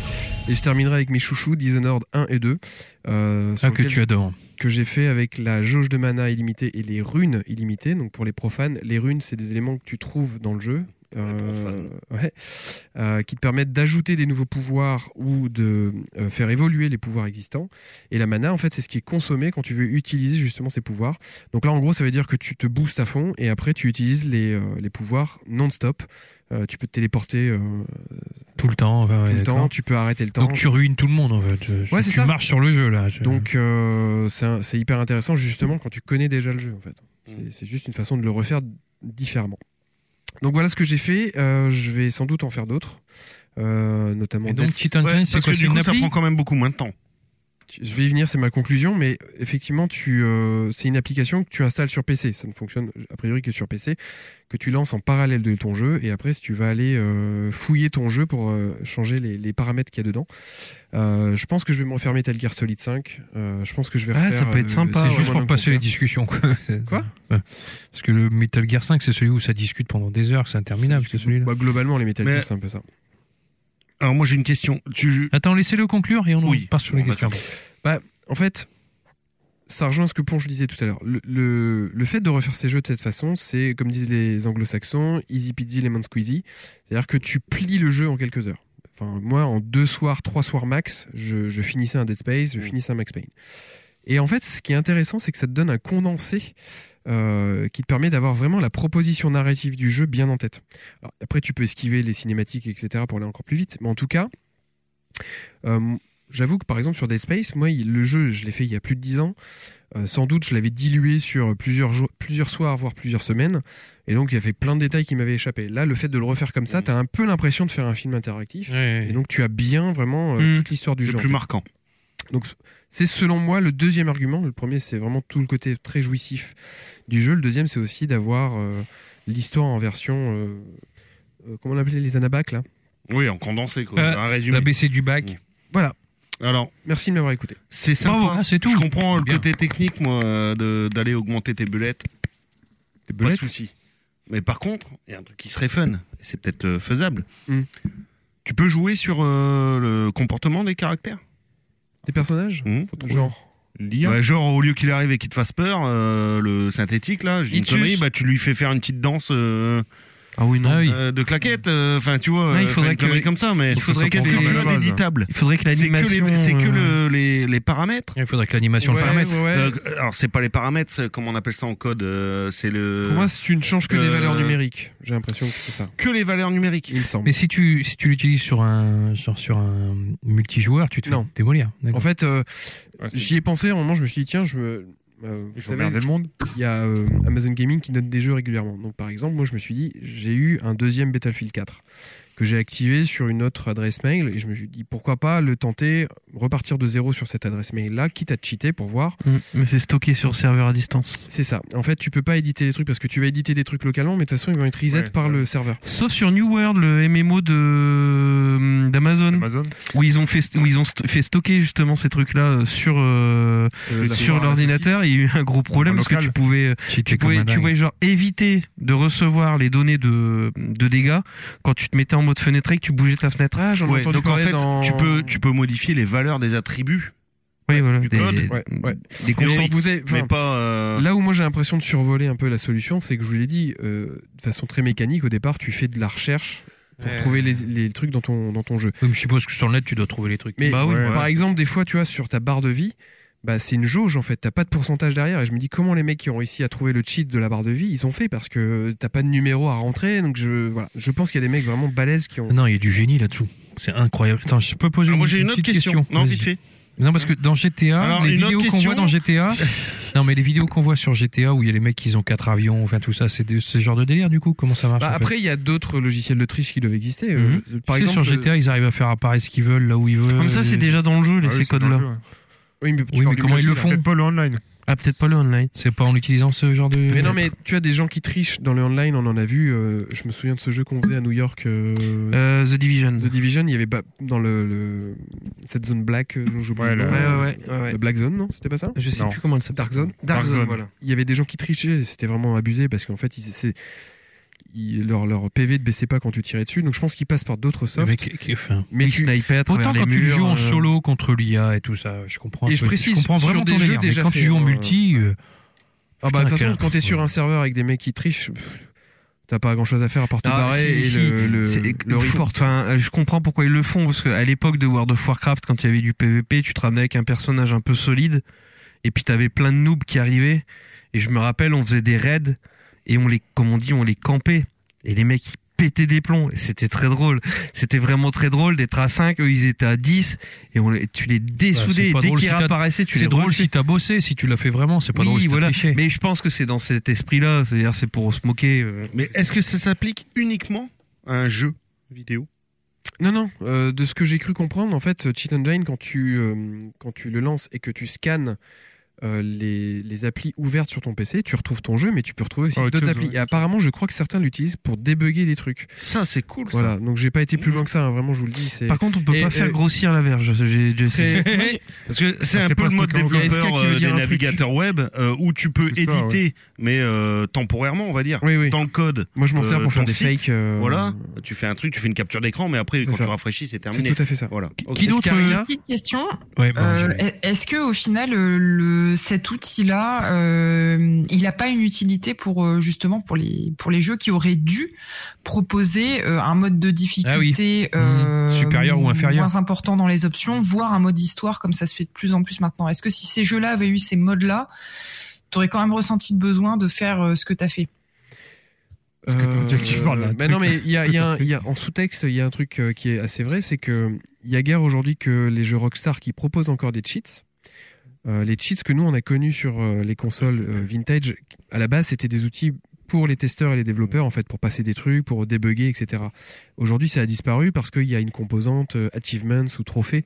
Et je terminerai avec mes chouchous, Dishonored un et deux. Euh, Ah, que tu adores. Que j'ai fait avec la jauge de mana illimitée et les runes illimitées. Donc pour les profanes, les runes, c'est des éléments que tu trouves dans le jeu. Euh, ouais, euh, qui te permettent d'ajouter des nouveaux pouvoirs ou de euh, faire évoluer les pouvoirs existants. Et la mana, en fait, c'est ce qui est consommé quand tu veux utiliser justement ces pouvoirs. Donc là, en gros, ça veut dire que tu te boostes à fond et après, tu utilises les, euh, les pouvoirs non-stop. Euh, tu peux te téléporter euh, tout le temps. Ouais, ouais, tout le d'accord. temps. Tu peux arrêter le temps. Donc tu ruines tout le monde en fait. Ouais, tu c'est ça. marches sur le jeu là. Donc euh, c'est un- c'est hyper intéressant justement quand tu connais déjà le jeu en fait. C'est- C'est juste une façon de le refaire différemment. Donc voilà ce que j'ai fait. Euh, je vais sans doute en faire d'autres, euh, notamment. Et donc, Dead- Titan Chain, c'est Parce quoi, que c'est du une coup, ça appli prend quand même beaucoup moins de temps. Tu- Je vais y venir, c'est ma conclusion, mais effectivement, tu, euh, c'est une application que tu installes sur P C. Ça ne fonctionne a priori que sur P C, que tu lances en parallèle de ton jeu, et après, si tu vas aller euh, fouiller ton jeu pour euh, changer les, les paramètres qu'il y a dedans. Euh, je pense que je vais me refaire Metal Gear Solid cinq. Euh, je pense que je vais Ah, refaire. ça peut être euh, sympa, C'est ouais. juste pour Modern passer les Combat. discussions. Quoi. Quoi Ouais. Parce que le Metal Gear cinq, c'est celui où ça discute pendant des heures, c'est interminable. C'est celui-là. Bah, globalement, les Metal Mais- Gear, c'est un peu ça. Alors moi j'ai une question. Tu... Attends, laissez-le conclure et on Oui. passe sur les Bon, questions. Bah, en fait, ça rejoint ce que Ponche disait tout à l'heure. Le, le, le fait de refaire ces jeux de cette façon, c'est, comme disent les anglo-saxons, easy peasy lemon squeezy. C'est-à-dire que tu plies le jeu en quelques heures. Enfin, moi, en deux soirs, trois soirs max, je, je finissais un Dead Space, je finissais un Max Payne. Et en fait, ce qui est intéressant, c'est que ça te donne un condensé euh, qui te permet d'avoir vraiment la proposition narrative du jeu bien en tête. Alors, après, tu peux esquiver les cinématiques, et cetera pour aller encore plus vite. Mais en tout cas, euh, j'avoue que par exemple sur Dead Space, moi, il- le jeu, je l'ai fait il y a plus de dix ans. Euh, sans doute, je l'avais dilué sur plusieurs, jours, plusieurs soirs, voire plusieurs semaines. Et donc, il y avait plein de détails qui m'avaient échappé. Là, le fait de le refaire comme ça, t'as un peu l'impression de faire un film interactif. Et donc, tu as bien vraiment euh, Mmh. toute l'histoire du C'est jeu. en plus tête. marquant. Donc, c'est selon moi le deuxième argument. Le premier, c'est vraiment tout le côté très jouissif du jeu. Le deuxième, c'est aussi d'avoir euh, l'histoire en version. Euh, euh, comment on appelait les anabacs là Oui, en condensé quoi. Euh, un résumé. La B C du bac. Voilà. Alors, merci de m'avoir écouté. C'est sympa. Bravo. Ah, c'est tout. Je comprends le Bien. côté technique, moi, euh, de- d'aller augmenter tes bullets. Tes Pas de bullets souci. Mais par contre, il y a un truc qui serait fun. Et c'est peut-être euh, faisable. Mm. Tu peux jouer sur euh, le comportement des caractères. Des personnages Mm. Genre. L'I A. Bah, genre, au lieu qu'il arrive et qu'il te fasse peur, euh, le synthétique, là, j'ai une Itus. connerie, bah, tu lui fais faire une petite danse euh, Ah oui, non. Ah oui. euh, de claquettes. Enfin, tu vois, Ouais, il euh, faudrait faire une connerie que- comme ça, mais il faudrait qu'est-ce que- que tu à as la base. d'éditable? Il faudrait que C'est que, l'animation. les, c'est que euh, le- les, les paramètres. Il faudrait que l'animation le Ouais, paramètre. ouais, ouais. Euh, alors, c'est pas les paramètres, c'est- comment on appelle ça en code euh, C'est le. Pour moi, si tu ne changes que des euh, valeurs numériques, j'ai l'impression que c'est ça. que les valeurs numériques. Il me semble. Mais si tu si tu l'utilises sur un sur, sur un multijoueur, tu te fais Non. démolir. D'accord. En fait, euh, Ouais, c'est- j'y ai pensé. À un moment, je me suis dit, tiens, je me. euh, vous Il faut savez, emmerder le monde. il y a euh, Amazon Gaming qui donne des jeux régulièrement. Donc, par exemple, moi, je me suis dit, j'ai eu un deuxième Battlefield quatre que j'ai activé sur une autre adresse mail et je me suis dit, pourquoi pas le tenter, repartir de zéro sur cette adresse mail-là, quitte à te cheater pour voir. Mm. Mais c'est stocké sur serveur à distance. C'est ça. En fait, tu peux pas éditer les trucs parce que tu vas éditer des trucs localement, mais de toute façon, ils vont être reset Ouais, par ouais. le serveur. Sauf sur New World, le M M O de d'Amazon, Amazon. où ils ont fait où ils ont st- fait stocker justement ces trucs-là euh, sur euh, Euh, sur la- l'ordinateur. Il y a eu un gros problème En parce que local. tu pouvais Cheater tu comme pouvais un tu dingue. pouvais genre éviter de recevoir les données de de dégâts quand tu te mettais en mode fenêtre et que tu bougeais ta fenêtre. Ah, j'en ai Ouais, entendu donc en parler fait, dans... tu peux tu peux modifier les valeurs des attributs, Oui, voilà. du Des, code. Ouais, ouais. des Mais constantes. vous avez- mais enfin, pas. euh, Là où moi j'ai l'impression de survoler un peu la solution, c'est que je vous l'ai dit, euh, de façon très mécanique, au départ, tu fais de la recherche pour Ouais. trouver les, les trucs dans ton, dans ton jeu. Oui, mais je suppose que sur le net, tu dois trouver les trucs. Mais Bah oui, ouais. par exemple, des fois, tu vois, sur ta barre de vie, bah, c'est une jauge en fait, t'as pas de pourcentage derrière. Et je me dis comment les mecs qui ont réussi à trouver le cheat de la barre de vie, ils ont fait parce que t'as pas de numéro à rentrer. Donc je, voilà, je pense qu'il y a des mecs vraiment balèzes qui ont. Non, il y a du génie là-dessous. C'est incroyable. Attends, je peux poser Ah, une, moi j'ai une autre petite question. Non, Vas-y. vite fait. Non, parce que dans G T A, Alors, les une autre vidéos qu'on question. voit dans G T A, non, mais les vidéos qu'on voit sur G T A où il y a les mecs qui ont quatre avions, enfin tout ça, c'est de- ce genre de délire du coup. Comment ça marche Bah, en fait après, il y a d'autres logiciels de triche qui doivent exister. Euh, Mhm. je- Par Tu sais, exemple, sur G T A, ils arrivent à faire apparaître ce qu'ils veulent là où ils veulent. Comme ça, c'est déjà dans le jeu, les Ah oui, ces c'est dans le codes-là. jeu, ouais. oui, mais, tu Oui, parles mais du comment ils le classique, là. font Peut-être pas le online. Ah, peut-être pas le online. C'est pas en utilisant ce genre de. Mais non, mais tu as des gens qui trichent dans le online, on en a vu. euh, je me souviens de ce jeu qu'on faisait à New York, euh, Euh, The Division. The Division. Il y avait pas dans le, le- cette zone black, euh, dont j'oublie Ouais, le nom. le- Ouais, ouais, ouais, ouais, ouais. Le Black Zone, non C'était pas ça Je sais Non. plus comment elle s'appelle. Dark Zone. Dark Dark Zone, Zone. voilà. Il y avait des gens qui trichaient, et c'était vraiment abusé parce qu'en fait, ils, c'est- ils- leur, leur P V ne baissait pas quand tu tirais dessus. Donc je pense qu'ils passent par d'autres softs. Mais qui- qui- enfin, Mais Les tu- snipers à travers Autant les quand tu murs, joues en euh, solo contre l'I A et tout ça, je comprends. un Et je peu. précise, comprends sur vraiment des ton jeux délire, mais déjà quand tu faits, joues en hein. multi, euh, Ah bah de toute Putain, façon, quel- quand t'es sur un serveur avec des mecs qui trichent, pff, t'as pas grand chose à faire à part te Ah, barrer si, et si. le, le, C'est- le report. Enfin, euh, je comprends pourquoi ils le font parce qu'à l'époque de World of Warcraft, quand il y avait du P V P, tu te ramenais avec un personnage un peu solide et puis t'avais plein de noobs qui arrivaient. Et je me rappelle, on faisait des raids et on les, comme on dit, on les campait et les mecs ils pétaient des plombs. Et c'était très drôle. C'était vraiment très drôle d'être à cinq, eux ils étaient à dix et on les, tu les bah, dessoudais. c'est et pas dès drôle qu'ils si t'as- réapparaissaient, tu les c'est drôle relevais. si t'as bossé, si tu l'as fait vraiment, c'est pas drôle Oui, si t'as voilà. triché. Mais je pense que c'est dans cet esprit-là. C'est-à-dire, c'est pour se moquer. euh. Mais est-ce que ça s'applique uniquement à un jeu vidéo? Non, non. euh, de ce que j'ai cru comprendre, en fait, Cheat Engine, quand tu euh, quand tu le lances et que tu scannes euh, les, les applis ouvertes sur ton P C, tu retrouves ton jeu, mais tu peux retrouver aussi Ah, autre d'autres chose, applis. ouais. Et apparemment, je crois que certains l'utilisent pour débugger des trucs. Ça, c'est cool, ça. Voilà. Donc j'ai pas été plus loin que ça. hein, vraiment, je vous le dis. C'est... Par contre, on peut Et, pas faire euh, grossir la verge. J'ai, j'ai essayé. c'est- oui. Parce que c'est Ah, un c'est peu pas le mode stocké en- Est-ce que développeur tu veux euh, dire des un truc navigateurs web euh, où tu peux C'est ça, éditer, mais euh, temporairement, on va dire, Oui, oui. dans le code. Moi, je m'en sers euh, pour faire ton des site. fakes. euh, Voilà, tu fais un truc, tu fais une capture d'écran, mais après, C'est quand ça. tu rafraîchis, c'est C'est terminé. tout à fait ça. Voilà. Ok. Qui d'autre Escarina Petite question. Ouais, bah, Euh, j'ai- Est-ce que au final, euh, le, cet outil-là, euh, il n'a pas une utilité pour euh, justement pour les pour les jeux qui auraient dû proposer euh, un mode de difficulté euh, Mmh. Supérieur ou inférieur. moins important dans les options, voire un mode histoire comme ça se fait de plus en plus maintenant. Est-ce que si ces jeux-là avaient eu ces modes-là, t'aurais quand même ressenti le besoin de faire euh, ce que t'as fait? Parce que on dirait que tu parles d'un mais truc, non, mais il y a, ce que il y a t'as un- fait. il y a en sous-texte, il y a un truc euh, qui est assez vrai, c'est que il y a guère aujourd'hui que les jeux Rockstar qui proposent encore des cheats. Euh, les cheats que nous on a connus sur euh, les consoles euh, vintage, à la base c'était des outils pour les testeurs et les développeurs en fait pour passer des trucs, pour débugger, et cetera. Aujourd'hui ça a disparu parce qu'il y a une composante euh, achievements ou trophées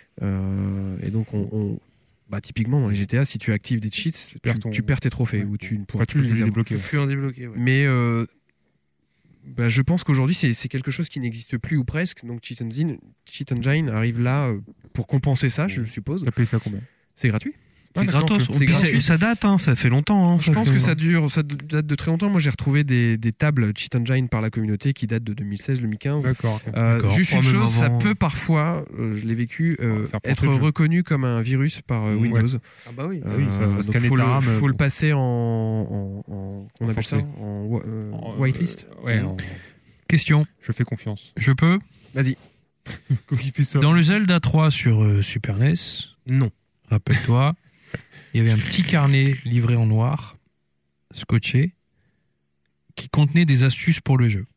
euh, et donc on, on- bah typiquement dans les G T A si tu actives des cheats tu, perds ton- tu perds tes trophées Ouais. ou tu ne pourras Enfin, tu peux plus les les avoir. débloquer. ouais. Plus en débloquer. Ouais. Mais euh, bah, je pense qu'aujourd'hui, c'est c'est quelque chose qui n'existe plus ou presque. Donc, Cheat Engine, Cheat Engine arrive là euh, pour compenser ça, je suppose. T'as payé ça combien? C'est gratuit. Ah, C'est d'accord, gratos. ok. C'est Puis gratuit. ça date, hein, ça fait longtemps. Hein, Je pense fait- que ça dure, ça date de très longtemps. Moi, j'ai retrouvé des, des tables Cheat Engine par la communauté qui datent de deux mille seize, deux mille quinze. D'accord. ok. Euh, D'accord. juste Oh, une même chose, ça avant. peut parfois, euh, je l'ai vécu, euh, Ouais, faire porter être le jeu. reconnu comme un virus par euh, Ouais. Windows. Ah bah oui. Ah oui, ça va Euh, donc scanner faut ta le, RAM, faut pour- le passer en, en, en qu'on appelle ça, Forcé. en wa- euh, En, whitelist. euh, Ouais, en- Question, je fais confiance. je peux Vas-y. Quand il fait ça. Dans le Zelda trois sur euh, Super N E S, Non. rappelle-toi, il y avait un petit carnet livré en noir, scotché, qui contenait des astuces pour le jeu.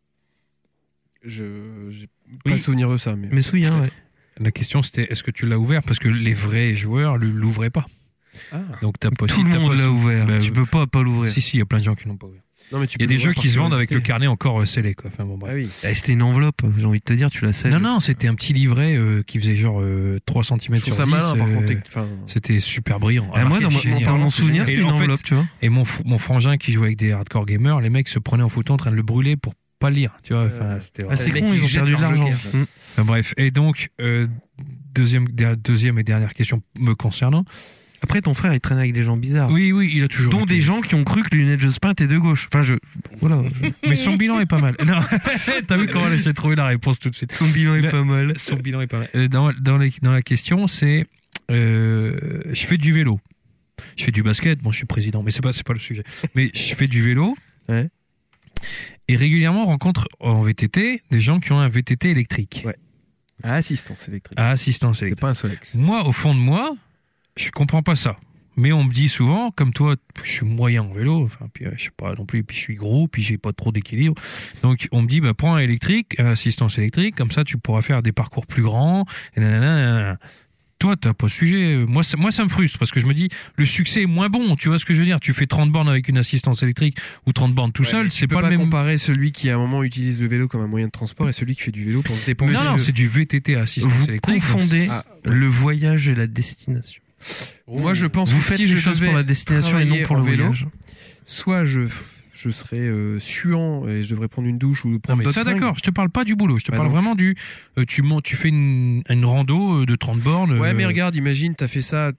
Je j'ai pas Oui. souvenir de ça, mais. Mais souviens, ouais. La question c'était est-ce que tu l'as ouvert parce que les vrais joueurs ne l'ouvraient pas. Ah. Donc t'as pas Tout si le t'as monde pas l'a sou- ouvert. Bah, Tu peux pas pas l'ouvrir. Si si, il y a plein de gens qui l'ont pas ouvert. Non, mais tu Il y a peux des jeux l'ouvrir qui par se vendent avec le curiosité. carnet encore euh, scellé quoi. Enfin bon bref. Ah oui. Eh, c'était une enveloppe, j'ai envie de te dire, tu la scelles. Non non, c'était un petit livret euh, qui faisait genre euh, trois Je centimètres trouve sur ça dix. malin, par euh, contre. t'es- Enfin, C'était super brillant. Ah, moi, dans, c'est mon- génial. dans mon souvenir, Et c'était une en fait, enveloppe, tu vois. Et mon, f- mon frangin qui jouait avec des hardcore gamers, les mecs se prenaient en photo en train de le brûler pour pas le lire. Tu vois, enfin, Euh, c'était Ah, c'est les con, mecs, ils ont ils perdu de jettent leur l'argent. joker. Mm. Enfin, bref. Et donc, euh, deuxième, der- deuxième et dernière question me concernant. Après, ton frère, il traînait avec des gens bizarres. Oui, oui, il a toujours. Dont été- des gens qui ont cru que les lunettes de Spin étaient de gauche. Enfin, je. Voilà. Mais son bilan est pas mal. Non, t'as vu comment j'ai trouvé la réponse tout de suite. Son bilan est Le- pas mal. Son bilan est pas mal. Euh, Dans, dans, les- dans la question, c'est, euh, je fais du vélo. Je fais du basket. Bon, je suis président, mais c'est pas, c'est pas le sujet. Mais je fais du vélo. Ouais. Et régulièrement, on rencontre en V T T des gens qui ont un V T T électrique. Ouais. À assistance électrique. À assistance C'est électrique. pas un Solex. Moi, au fond de moi, je comprends pas ça. Mais on me dit souvent, comme toi, je suis moyen en vélo, enfin, puis euh, je sais pas non plus, puis je suis gros, puis j'ai pas trop d'équilibre. Donc on me dit, bah prends un électrique, un assistance électrique, comme ça tu pourras faire des parcours plus grands. Et nanana, nanana. Toi, t'as pas de sujet. Moi, ça, moi, ça me frustre parce que je me dis, le succès est moins bon. Tu vois ce que je veux dire? Tu fais trente bornes avec une assistance électrique ou trente bornes tout Ouais, seul, mais c'est tu peux pas, pas le même. comparer celui qui à un moment utilise le vélo comme un moyen de transport et celui qui fait du vélo pour se dépenser. Non, non, c'est du V T T à assistance Vous électrique. donc confondez c'est- Ah, le voyage et la destination. Moi, je pense Vous que faites si les je choses devais pour la destination et non travailler pour en le vélo, voyage. soit je f- je serais euh, suant et je devrais prendre une douche ou Non prendre mais d'autres ça fringues. d'accord, je te parle pas du boulot, je te Bah parle donc. vraiment du euh, tu montes, tu fais une, une rando euh, de trente bornes. Ouais, euh, mais regarde, imagine, t'as fait ça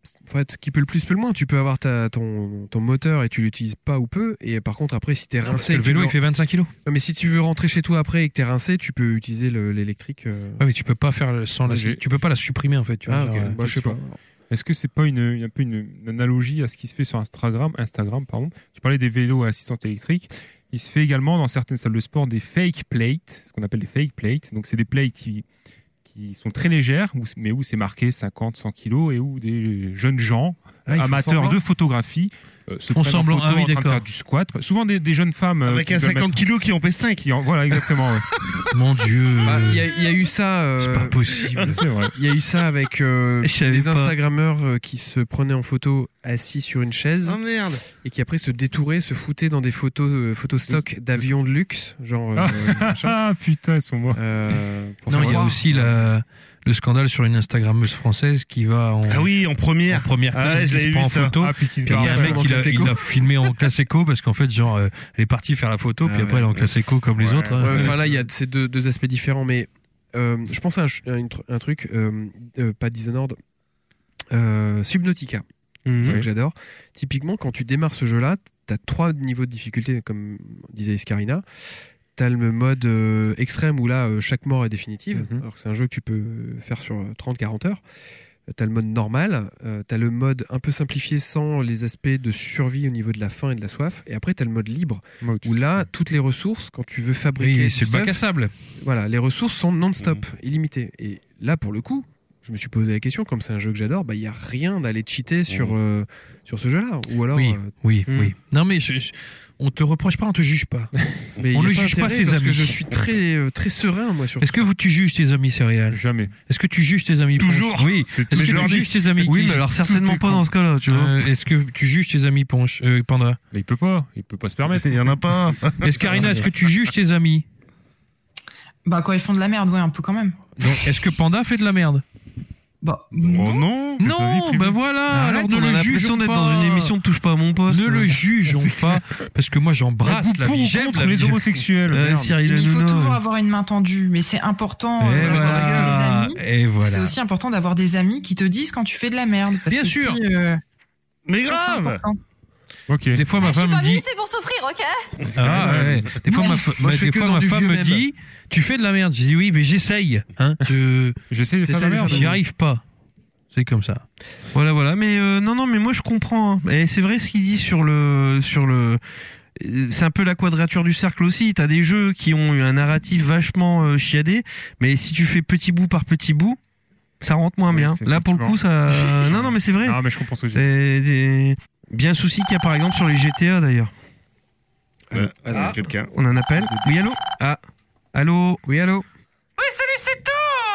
En fait, qui peut le plus peut le moins. Tu peux avoir ta, ton, ton moteur et tu l'utilises pas ou peu. Et par contre, après, si t'es Non, rincé. le vélo, il fait vingt-cinq kilos. Ouais, mais si tu veux rentrer chez toi après et que t'es rincé, tu peux utiliser le- l'électrique. euh. Ouais, mais tu peux pas faire le- sans la, J'ai- tu peux pas la supprimer en fait. Tu vois, Ah, ok. genre, euh, Bah, je sais pas. Est-ce que c'est pas une, un peu une, une analogie à ce qui se fait sur Instagram, Instagram pardon. Tu parlais des vélos à assistance électrique. Il se fait également dans certaines salles de sport des fake plates, ce qu'on appelle des fake plates. Donc c'est des plates qui, qui sont très légères, où- mais où c'est marqué cinquante, cent kilos et où des jeunes gens, Ah, ils font amateurs semblant. de photographie, euh, se Font prennent en semblant. photo Ah oui, en train de d'accord. faire du squat. Souvent des, des jeunes femmes. euh, Avec qui un veulent cinquante mettre- kilos qui en pèse cinq. qui en- Voilà, exactement. ouais. Mon Dieu. Bah, Il y, a- il y a eu ça. euh, C'est pas possible. C'est vrai. Il y a eu ça avec euh, Je savais des pas. Instagrammeurs euh, qui se prenaient en photo assis sur une chaise Oh merde. et qui après se détouraient, se foutaient dans des photos, euh, photos stock d'avions de luxe, genre. euh, machin, Ah putain, ils sont morts. euh, pour Non, faire il y a croire. aussi la, le scandale sur une Instagrammeuse française qui va en, Ah oui, en en première. première Ah, place, je qui l'avais se vu prend en ça. photo. Ah, puis qui se Il y a barre un après. mec en qui l'a, classe il éco. l'a filmé en classe éco parce qu'en fait, genre, euh, elle est partie faire la photo, puis Ah après ouais. elle est en classe éco comme les Ouais. autres. hein. Ouais, enfin là, il y a ces deux, deux aspects différents, mais euh, je pense à un, ch- à une tr- un truc, euh, euh, pas Dishonored, euh, Subnautica, Mhm. jeu Oui. que j'adore. Typiquement, quand tu démarres ce jeu-là, t'as trois niveaux de difficulté, comme disait Iscarina. T'as le mode euh, extrême où là, euh, chaque mort est définitive, Mhm. alors que c'est un jeu que tu peux faire sur trente à quarante heures. Euh, T'as le mode normal, euh, t'as le mode un peu simplifié sans les aspects de survie au niveau de la faim et de la soif, et après t'as le mode libre Moi, tu où sais. là, toutes les ressources, quand tu veux fabriquer Oui, du c'est le bac stuff, à sable. voilà, les ressources sont non-stop, illimitées. Et là, pour le coup, je me suis posé la question, comme c'est un jeu que j'adore, bah il y a rien d'aller cheater sur euh, sur ce jeu-là. Ou alors, Oui, euh, oui, Hmm. oui. Non, mais je, je- on te reproche pas, on te juge pas. mais On il y a ne juge pas intérêt ses parce amis. que je suis très euh, très serein moi sur. Est-ce que vous, tu juges tes amis céréales? Jamais. Est-ce que tu juges tes amis Toujours. Ponche Oui. C'est- Est-ce mais que je leur tu dis- juges tes amis Oui, qui- mais alors certainement tout est pas con. dans ce cas-là, tu vois. Euh, Est-ce que tu juges tes amis Ponche, euh, Panda? Mais il peut pas. Il peut pas se permettre. Il y en a pas. Est-ce Karina, est-ce que tu juges tes amis? Bah, quand ils font de la merde, ouais, un peu quand même. Donc, est-ce que Panda fait de la merde? Bah, Oh non. C'est sa vie Non, privée. ben voilà. Arrête, alors ne on a le l'impression jugeons d'être pas. dans une émission de Touche pas à mon poste. Ne le jugeons pas, parce que moi j'embrasse la Pour vie, ou j'aime contre la les vie. homosexuels. Euh, merde. Cyril il faut Hanouna, toujours ouais. avoir une main tendue, mais c'est important euh, Et d'avoir aussi voilà. des amis. Et C'est voilà. aussi important d'avoir des amis qui te disent quand tu fais de la merde. Parce Bien que sûr. si, euh, Mais ça, c'est grave. important. Ok. Des fois ma femme me dit, c'est pour souffrir, ok? ah ouais. Des fois ma, fa- Moi, je fais des que fois, dans ma du femme vieux me même. dit, tu fais de la merde. J'ai dit oui, mais j'essaye. Hein. Je, J'essaie de faire de la T'essayes de merde. faire j'y arrive pas. C'est comme ça. Voilà, voilà. Mais euh, non, non, mais moi je comprends. hein. Et c'est vrai ce qu'il dit sur le, sur le. euh, C'est un peu la quadrature du cercle aussi. T'as des jeux qui ont eu un narratif vachement euh, chiadé, mais si tu fais petit bout par petit bout, ça rentre moins Oui, bien. c'est Là, pour le coup, ça. non, non, mais c'est vrai. Ah, mais je comprends ce que tu dis. C'est des... bien souci qu'il y a par exemple sur les G T A d'ailleurs. Euh, Ah. Quelqu'un. On en appelle. Oui, allô. Ah, allô. Oui, allô. Oui, salut, c'est tout.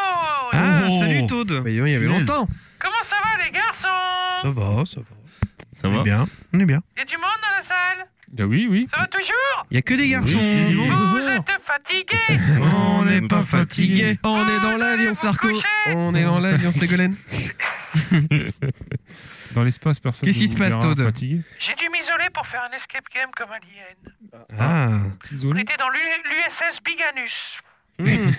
Ah, Oh. salut Toad. Bah, il y avait Punaise. longtemps. Comment ça va, les garçons? Ça va, ça va. Ça On va est bien. On est bien. Y a du monde dans la salle? Ah oui, oui. Ça va toujours? Il y a que des garçons. c'est du monde. Vous êtes fatigués? On n'est pas fatigué. On est dans Vous l'avion allez vous Sarko. coucher. On est dans l'avion Ségolène. Dans l'espace, personne. Qu'est-ce ne qui se vous passe, verra Toad fatigué. J'ai dû m'isoler pour faire un escape game comme Alien. Ah. On T'isoler. était dans l'U S S Biganus. Hmm.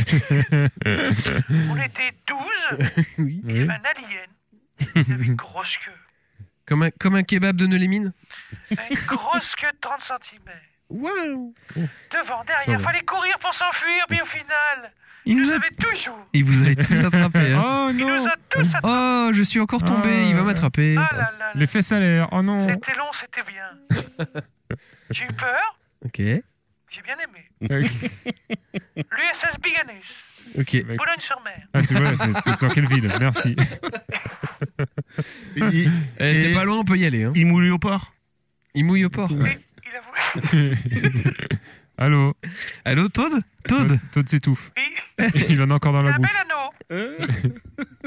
On était douze. Oui. Il y avait un alien. Il avait une grosse queue. Comme un, comme un kebab de Neulémine. Une grosse queue de trente centimètres. Waouh. Devant, derrière, fallait courir pour s'enfuir, puis au final, Il il nous nous a, avait toujours. il vous avez tous attrapé. Hein. Oh Il nous non. a tous attrapés. Oh, je suis encore tombé. Ah. Il va m'attraper. Ah là là là. Les fesses à l'air. Oh non. C'était long, c'était bien. J'ai eu peur, Ok. j'ai bien aimé. L'U S S Biganus, Ok. Mec. Boulogne-sur-Mer. Ah, c'est vrai, c'est c'est dans quelle ville? Merci. Il, Eh, c'est pas loin, on peut y aller. Hein. il mouille au port. Il mouille au port. Il a voulu. Allô. Allô, Toad Toad Toad, Toad s'étouffe. Oui, Il en a encore dans il a la un bouche. bel anneau.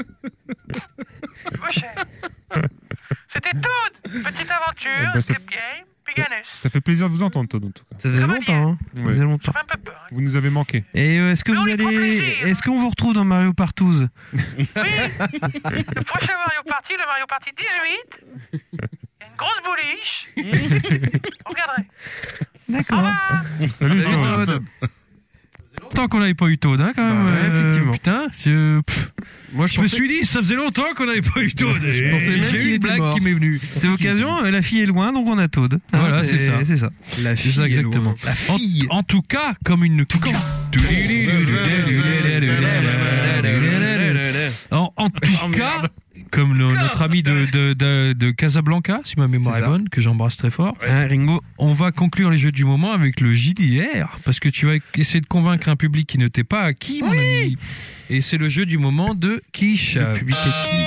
Beau cher. C'était toute petite aventure, Eh ben, ça escape game, Biganus. Ça fait plaisir de vous entendre, Toad, en tout cas. Ça faisait longtemps. Hein. Ça Ouais. faisait longtemps. J'ai un peu peur. Vous nous avez manqué. Et euh, est-ce que Mais on vous y prend allez, plaisir. est-ce qu'on vous retrouve dans Mario Partouze? Oui, le prochain Mario Party, le Mario Party dix-huit. Il y a une grosse bouliche. On regarderait. D'accord. Salut, Salut, Toad. Toad. Tant qu'on n'avait pas eu Toad, hein, quand même. Bah ouais, euh, effectivement. Putain, c'est, euh, pff, Moi, je, je me suis dit, ça faisait longtemps qu'on n'avait pas eu Toad. Je pensais même qu'il une blague mort. Qui m'est venue. C'est l'occasion, la fille est loin, donc on a Toad. Hein, voilà, c'est, c'est ça. C'est ça. La fille c'est ça, exactement. La fille. En, en tout cas, comme une couche. En, en tout oh, cas, comme le, notre ami de, de, de, de Casablanca, si ma mémoire est, est bonne, que j'embrasse très fort, ouais, Ringo. On va conclure les jeux du moment avec le J D R, parce que tu vas essayer de convaincre un public qui ne t'est pas acquis, mon oui. ami. Et c'est le jeu du moment de Quiche. Le public acquis.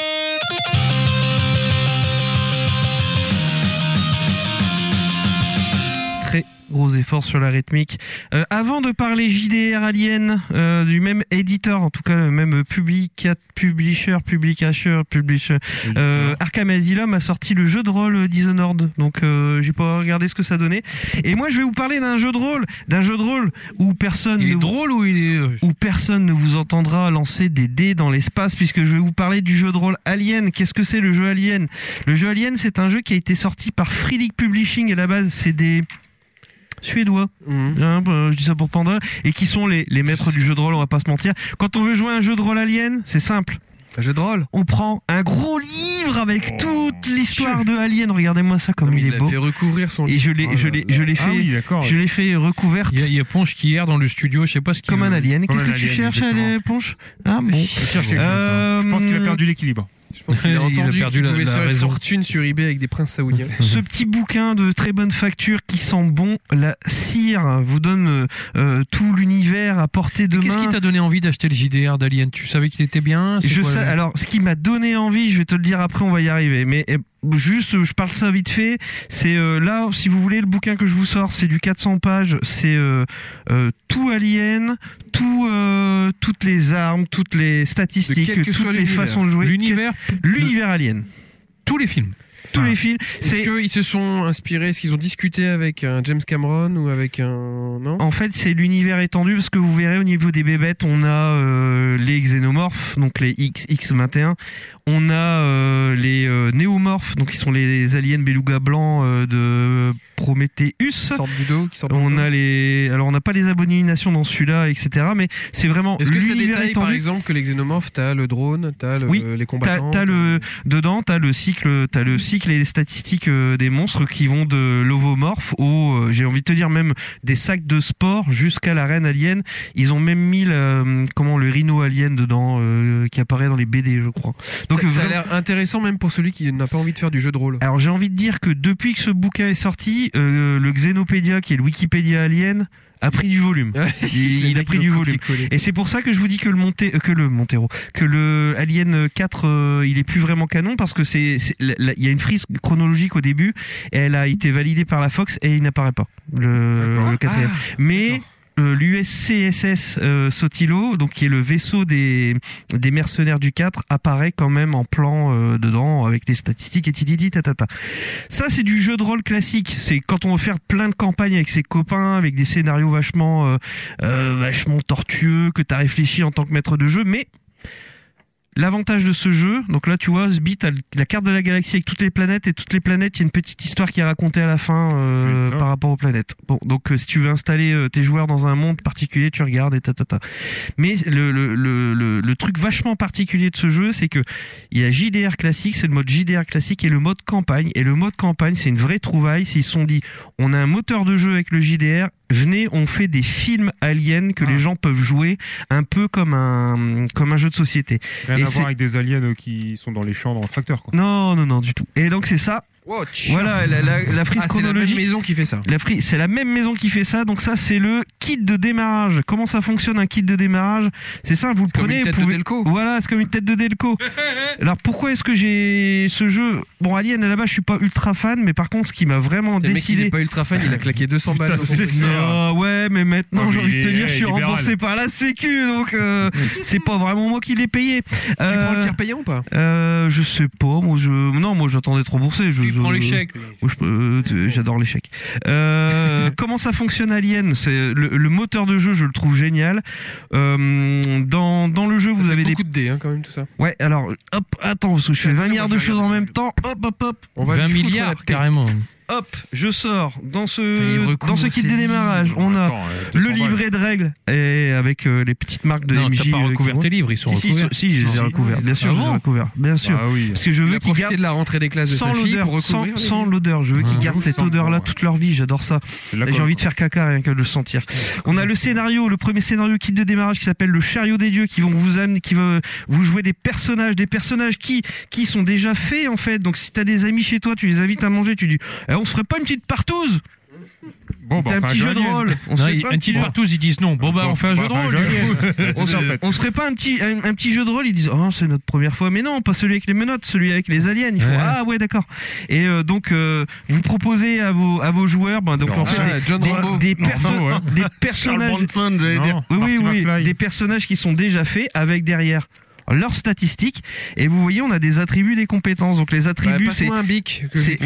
Très gros effort sur la rythmique. Euh, avant de parler J D R Alien, euh, du même éditeur, en tout cas le même publica, publisher, publicateur, publisher, euh, Arkham Asylum a sorti le jeu de rôle Dishonored. Donc euh, j'ai pas regardé ce que ça donnait. Et moi je vais vous parler d'un jeu de rôle, d'un jeu de rôle où personne il est ne drôle ou il est où personne ne vous entendra lancer des dés dans l'espace, puisque je vais vous parler du jeu de rôle Alien. Qu'est-ce que c'est le jeu Alien? Le jeu Alien, c'est un jeu qui a été sorti par Free League Publishing. À la base, c'est des Suédois, mmh. hein, je dis ça pour Panda, et qui sont les, les maîtres du jeu de rôle, on va pas se mentir. Quand on veut jouer un jeu de rôle Alien, c'est simple. Un jeu de rôle. On prend un gros livre avec oh, toute l'histoire de Alien. Regardez-moi ça comme non, il, il est beau. Il a fait recouvrir son livre. Et je l'ai, oh, je l'ai, je l'ai fait, ah oui, je l'ai fait recouverte. Il y a, il y a Ponche qui hier dans le studio, je sais pas ce qu'il comme un alien. Comme Qu'est-ce un que alien, tu cherches, à Ponche? Ah bon. Je cherche quelque euh, chose. Je pense qu'il a perdu l'équilibre. Je pense qu'il a entendu il a perdu qu'il la, pouvait la se faire raison. fortune sur eBay avec des princes saoudiens. Ce petit bouquin de très bonne facture qui sent bon la cire vous donne euh, tout l'univers à portée de main. Qu'est-ce qui t'a donné envie d'acheter le J D R d'Alien? Tu savais qu'il était bien? Je sais. Le... Alors, ce qui m'a donné envie, je vais te le dire après, on va y arriver. Mais eh, juste, je parle ça vite fait. C'est euh, là, si vous voulez, le bouquin que je vous sors, c'est du quatre cents pages. C'est euh, euh, tout Alien, tout, euh, toutes les armes, toutes les statistiques, toutes les façons de jouer. L'univers, l'univers Alien. Tous les films. Tous ah. les films. Est-ce c'est... qu'ils se sont inspirés, est-ce qu'ils ont discuté avec un James Cameron ou avec un... Non ? En fait, c'est l'univers étendu, parce que vous verrez au niveau des bébêtes, on a euh, les xénomorphes, donc les X X vingt et un. On a euh, les euh, néomorphes, donc qui sont les aliens beluga blancs euh, de Prometheus. Qui sortent du dos, qui sortent on du dos. a les, alors on n'a pas les abominations dans celui-là, et cetera. Mais c'est vraiment Est-ce que l'univers ça détaille, étendu. Par exemple, que les xénomorphes, t'as le drone, t'as le, oui, les combattants. T'as, t'as le dedans, t'as le cycle, t'as le cycle et les statistiques euh, des monstres qui vont de l'ovomorphe au, euh, j'ai envie de te dire même des sacs de sport jusqu'à la reine alien. Ils ont même mis le, euh, comment le rhino alien dedans euh, qui apparaît dans les B D, je crois. Donc ça, vraiment... ça a l'air intéressant même pour celui qui n'a pas envie de faire du jeu de rôle. Alors j'ai envie de dire que depuis que ce bouquin est sorti, euh, le Xenopédia qui est le Wikipédia alien a pris du volume. Il, il a pris du volume. Et c'est pour ça que je vous dis que le Monté, que le Montero, que le Alien quatre, euh, il est plus vraiment canon parce que c'est, c'est il y a une frise chronologique au début et elle a été validée par la Fox et il n'apparaît pas le, le quatrième. Ah, mais d'accord. L'U S C S S euh, Sotilo, donc qui est le vaisseau des des mercenaires du quatre, apparaît quand même en plan euh, dedans avec des statistiques et tititi tatata. Ça c'est du jeu de rôle classique. C'est quand on veut faire plein de campagnes avec ses copains, avec des scénarios vachement euh, euh, vachement tortueux que t'as réfléchi en tant que maître de jeu, mais l'avantage de ce jeu, donc là tu vois, Sbi, t'as la carte de la galaxie avec toutes les planètes et toutes les planètes, il y a une petite histoire qui est racontée à la fin euh, par rapport aux planètes. Bon, donc euh, si tu veux installer euh, tes joueurs dans un monde particulier, tu regardes et tatata. Mais le, le le le le truc vachement particulier de ce jeu, c'est que il y a J D R classique, c'est le mode J D R classique et le mode campagne. Et le mode campagne, c'est une vraie trouvaille. Ils se sont dit, on a un moteur de jeu avec le J D R. Venez, on fait des films aliens que ah. les gens peuvent jouer un peu comme un comme un jeu de société. Rien et à c'est... voir avec des aliens qui sont dans les champs dans le tracteur, quoi. Non, non, non, du tout. Et donc c'est ça. Watch. Voilà, la, la, la frise ah, chronologique. C'est la même maison qui fait ça. La frise, c'est la même maison qui fait ça. Donc ça, c'est le kit de démarrage. Comment ça fonctionne un kit de démarrage? C'est simple, vous c'est le prenez. Comme une tête vous pouvez... de Delco. Voilà, c'est comme une tête de Delco. Alors pourquoi est-ce que j'ai ce jeu? Bon, Alien, là-bas, je suis pas ultra fan, mais par contre, ce qui m'a vraiment c'est décidé. Le mec, il est pas ultra fan, il a claqué deux cents balles. C'est ça. Euh, ouais, mais maintenant, non, j'ai envie de te est, dire, je suis libéral. remboursé par la Sécu, donc euh, c'est pas vraiment moi qui l'ai payé. Euh, tu prends le tiers payant ou pas? Euh, je sais pas. Moi, je non, moi, j'attends d'être remboursé. Je, tu je, prends les chèques. Je, euh, j'adore les chèques. Euh, comment ça fonctionne Alien? C'est le, le moteur de jeu, je le trouve génial. Euh, dans dans le jeu, vous ça avez beaucoup des de dés, hein, quand même tout ça. Ouais, alors hop, attends, parce que je fais vingt milliards de choses en même temps. Hop, hop, hop. On va vingt milliards carrément. hop, je sors dans Il ce recouvre dans ce kit ses de démarrage. livres. On a Attends, euh, deux le cents balles. livret de règles et avec euh, les petites marques de Non, M t'as J. pas euh, recouvert qui tes vont- livres, ils sont si, recouverts. Si, si, je les ai Si. recouverts. Bien sûr, Ah je les ai bon recouverts. Bien sûr. Ah oui. Parce que je Il veux a qu'ils profité gardent de la rentrée des classes de sans sa fille l'odeur, pour sans, recouvrir les sans livres. l'odeur. Je veux qu'ils Ah, gardent j'avoue, cette ça, odeur-là ouais. toute leur vie. J'adore ça. C'est de la Et j'ai colle, envie de faire caca rien que de le sentir. On a le scénario, le premier scénario kit de démarrage qui s'appelle le chariot des dieux, qui vont vous amener, qui va vous jouer des personnages, des personnages qui qui sont déjà faits en fait. Donc si t'as des amis chez toi, tu les invites à manger, tu dis, eh, on se ferait pas une petite partouze? Bon, bah, T'as un enfin, petit jeu de alien. rôle. On se Non, fait il- pas un petit partout, ils disent non. Bon bah on fait un jeu de Bah, rôle. enfin, du coup. C'est On, ça, en se- fait. on se ferait pas un petit un, un petit jeu de rôle, ils disent oh c'est notre première fois, mais non, pas celui avec les menottes, celui avec les aliens. Il faut Ouais. ah ouais d'accord. Et euh, donc euh, vous proposez à vos à vos joueurs ben, donc Non. en fait Ah, des, John des- Rambo. des, Non, perso- non, ouais. des Charles personnages Bronson, j'allais Non. dire. oui oui Marty oui McFly. des personnages qui sont déjà faits avec derrière leurs statistiques et vous voyez on a des attributs, des compétences. Donc les Bah, attributs c'est passe-moi un bic. que c'est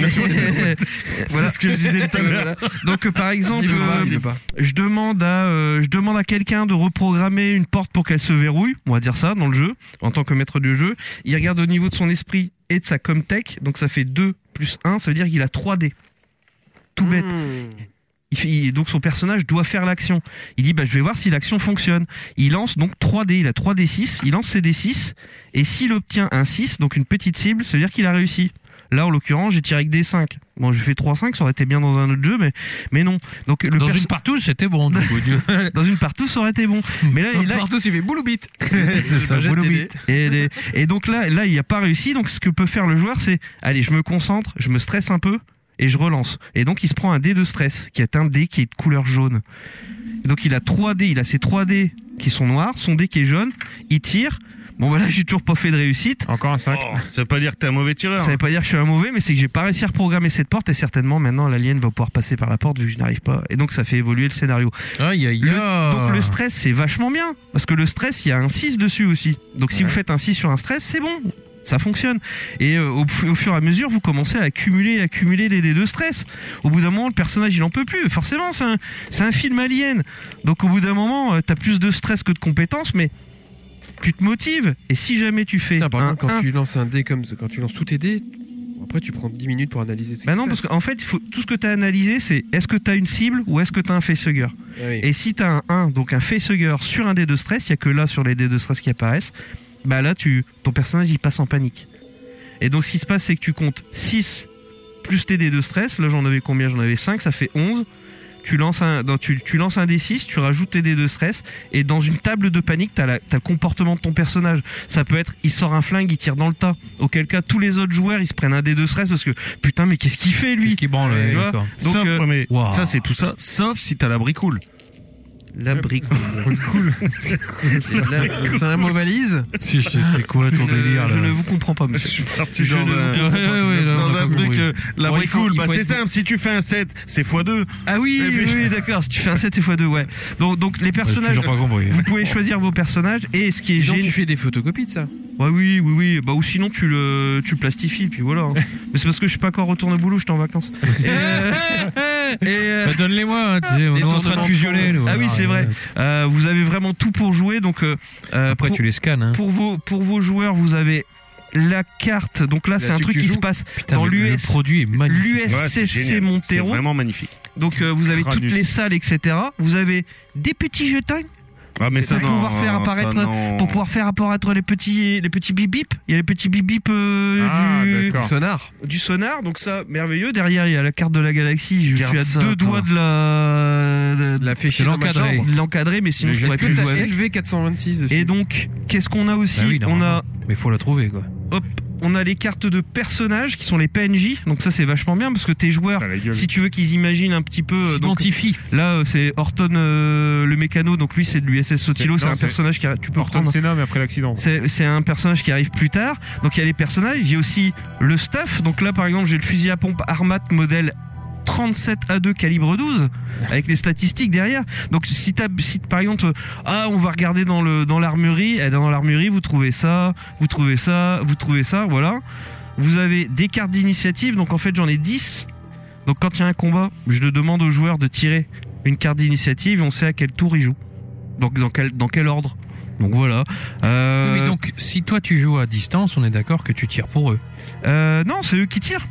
Voilà ce que je disais tout à l'heure. donc euh, par exemple Il veut pas, euh, il veut pas. je demande à euh, je demande à quelqu'un de reprogrammer une porte pour qu'elle se verrouille, on va dire ça dans le jeu en tant que maître du jeu. Il regarde au niveau de son esprit et de sa comtech, donc ça fait deux plus un, ça veut dire qu'il a trois dés. Tout bête. Mmh. Il fait- il- donc son personnage doit faire l'action. Il dit bah je vais voir si l'action fonctionne. Il lance donc trois dés, il a trois dés six, il lance ses dés six et s'il obtient un six, donc une petite cible, ça veut dire qu'il a réussi. Là en l'occurrence, j'ai tiré avec des cinq. Bon, j'ai fait trois cinq, ça aurait été bien dans un autre jeu mais mais non. Donc le Dans perso- une partouze, c'était bon. Du coup. dans une partout ça aurait été bon. Mais là, là Partout, il fait boulou bite. C'est ça, Jette boulot tes bite. dés. Et, les- et donc là, là, il a pas réussi. Donc ce que peut faire le joueur, c'est, allez, je me concentre, je me stresse un peu et je relance. Et donc il se prend un dé de stress, qui est un dé qui est de couleur jaune. Et donc il a trois dés, il a ses trois dés qui sont noirs, son dé qui est jaune. Il tire. Bon bah là, j'ai toujours pas fait de réussite. Encore un cinq. Oh, ça veut pas dire que t'es un mauvais tireur. Ça veut pas dire que je suis un mauvais, mais c'est que j'ai pas réussi à reprogrammer cette porte et certainement maintenant l'alien va pouvoir passer par la porte vu que je n'arrive pas. Et donc ça fait évoluer le scénario. Aïe aïe Le- aïe. donc le stress c'est vachement bien parce que le stress il y a un six dessus aussi. Donc si Ouais. vous faites un six sur un stress c'est bon, ça fonctionne. Et euh, au, fu- au fur et à mesure vous commencez à accumuler accumuler des dés de stress. Au bout d'un moment le personnage il en peut plus. Forcément c'est un c'est un film alien. Donc au bout d'un moment euh, t'as plus de stress que de compétences mais tu te motives et si jamais tu fais Putain, par un contre, quand un, tu lances un dé comme ça, quand tu lances tous tes dés, après tu prends dix minutes pour analyser tout ce bah qui non se parce passe. qu'en fait il faut, tout ce que tu as analysé c'est est-ce que tu as une cible ou est-ce que tu as un facehugger. Ah oui. Et si tu as un un, donc un facehugger sur un dé de stress, il y a que là sur les dés de stress qui apparaissent, bah là tu ton personnage il passe en panique. Et donc ce qui se passe c'est que tu comptes six plus tes dés de stress, là j'en avais combien? J'en avais cinq, ça fait onze. Tu lances un non, tu, tu lances un dé six, tu rajoutes tes dés de stress et dans une table de panique, tu as la t'as le comportement de ton personnage. Ça peut être il sort un flingue, il tire dans le tas. Auquel cas tous les autres joueurs, ils se prennent un dé de stress parce que putain mais qu'est-ce qu'il fait lui? Qu'est-ce qui branle, Tu ouais, vois d'accord. Donc Sauf, euh, ouais, mais Wow. ça c'est tout ça, sauf si t'as la bricoule. la brique. C'est un mot valise. C'est c'est quoi ton délire Je là ne vous comprends pas monsieur. Parti Je dans ne- un, Ouais, ouais, ouais, là, on dans a un pas truc, compris. euh, la Bon, il faut- bricoule, il bah faut c'est être- simple, si tu fais un sept, c'est fois deux. Ah oui, Et puis- oui, oui, d'accord. Si tu fais un sept et fois deux, ouais. Donc, donc les personnages, toujours pas compris. vous pouvez choisir vos personnages et ce qui est Donc tu génial. fais des photocopies de ça. Ouais, oui, oui, oui. Bah ou sinon tu le, tu le plastifies puis voilà. hein. Mais c'est parce que je suis pas encore retourné au boulot, j'étais en vacances. Et, euh, et, euh, Bah, donne-les-moi, hein, tu sais, on est en train de fusionner. nous. ah oui, c'est vrai. Euh, vous avez vraiment tout pour jouer, donc euh, euh, Après, pour, tu les scannes. Hein. pour vos pour vos joueurs, vous avez la carte. Donc là, c'est un Là-dessus truc que tu qui se joues. passe Putain, dans le- l'U le S. produit est magnifique. Ouais, c'est l'U S C C génial. C'est Montero. vraiment magnifique. Donc euh, vous avez Cranus. toutes les salles, et cetera. Vous avez des petits jetons Ah mais ça pour non, pouvoir faire ça, apparaître non. pour pouvoir faire apparaître les petits les petits bip bip. Il y a les petits bip bip euh, Ah, du d'accord. Sonar. du sonar. Donc ça merveilleux. Derrière il y a la carte de la galaxie. Je Garde suis à ça, deux toi. doigts de la de La fait chier C'est dans ma l'encadré. chambre. l'encadrer, mais sinon Mais je pourrais Est-ce plus que jouer t'as avec. L V quatre cent vingt-six dessus? Et donc qu'est-ce qu'on a aussi? Bah oui, On normalement. a Mais faut la trouver, quoi. hop, on a les cartes de personnages qui sont les P N J. Donc ça c'est vachement bien parce que tes joueurs, Ah, la gueule. si tu veux qu'ils imaginent un petit peu, euh, donc, Identifie. là euh, c'est Horton euh, le mécano. Donc lui c'est de l'U S S Sotilo. C'est- C'est non, un c'est personnage qui a- tu peux Horton reprendre. Senna, mais après l'accident. C'est c'est un personnage qui arrive plus tard. Donc il y a les personnages, il y a aussi le stuff. Donc là par exemple j'ai le fusil à pompe Armat modèle trente-sept A deux calibre douze avec les statistiques derrière. Donc si t'as si par exemple euh, ah on va regarder dans le dans l'armurerie, et dans l'armurerie vous trouvez ça, vous trouvez ça, vous trouvez ça, voilà. Vous avez des cartes d'initiative. Donc en fait j'en ai dix. Donc quand il y a un combat, je le demande aux joueurs de tirer une carte d'initiative et on sait à quel tour ils jouent. Donc dans quel dans quel ordre. Donc voilà. Euh, Oui, mais donc, si toi tu joues à distance, on est d'accord que tu tires pour eux. euh, non, c'est eux qui tirent.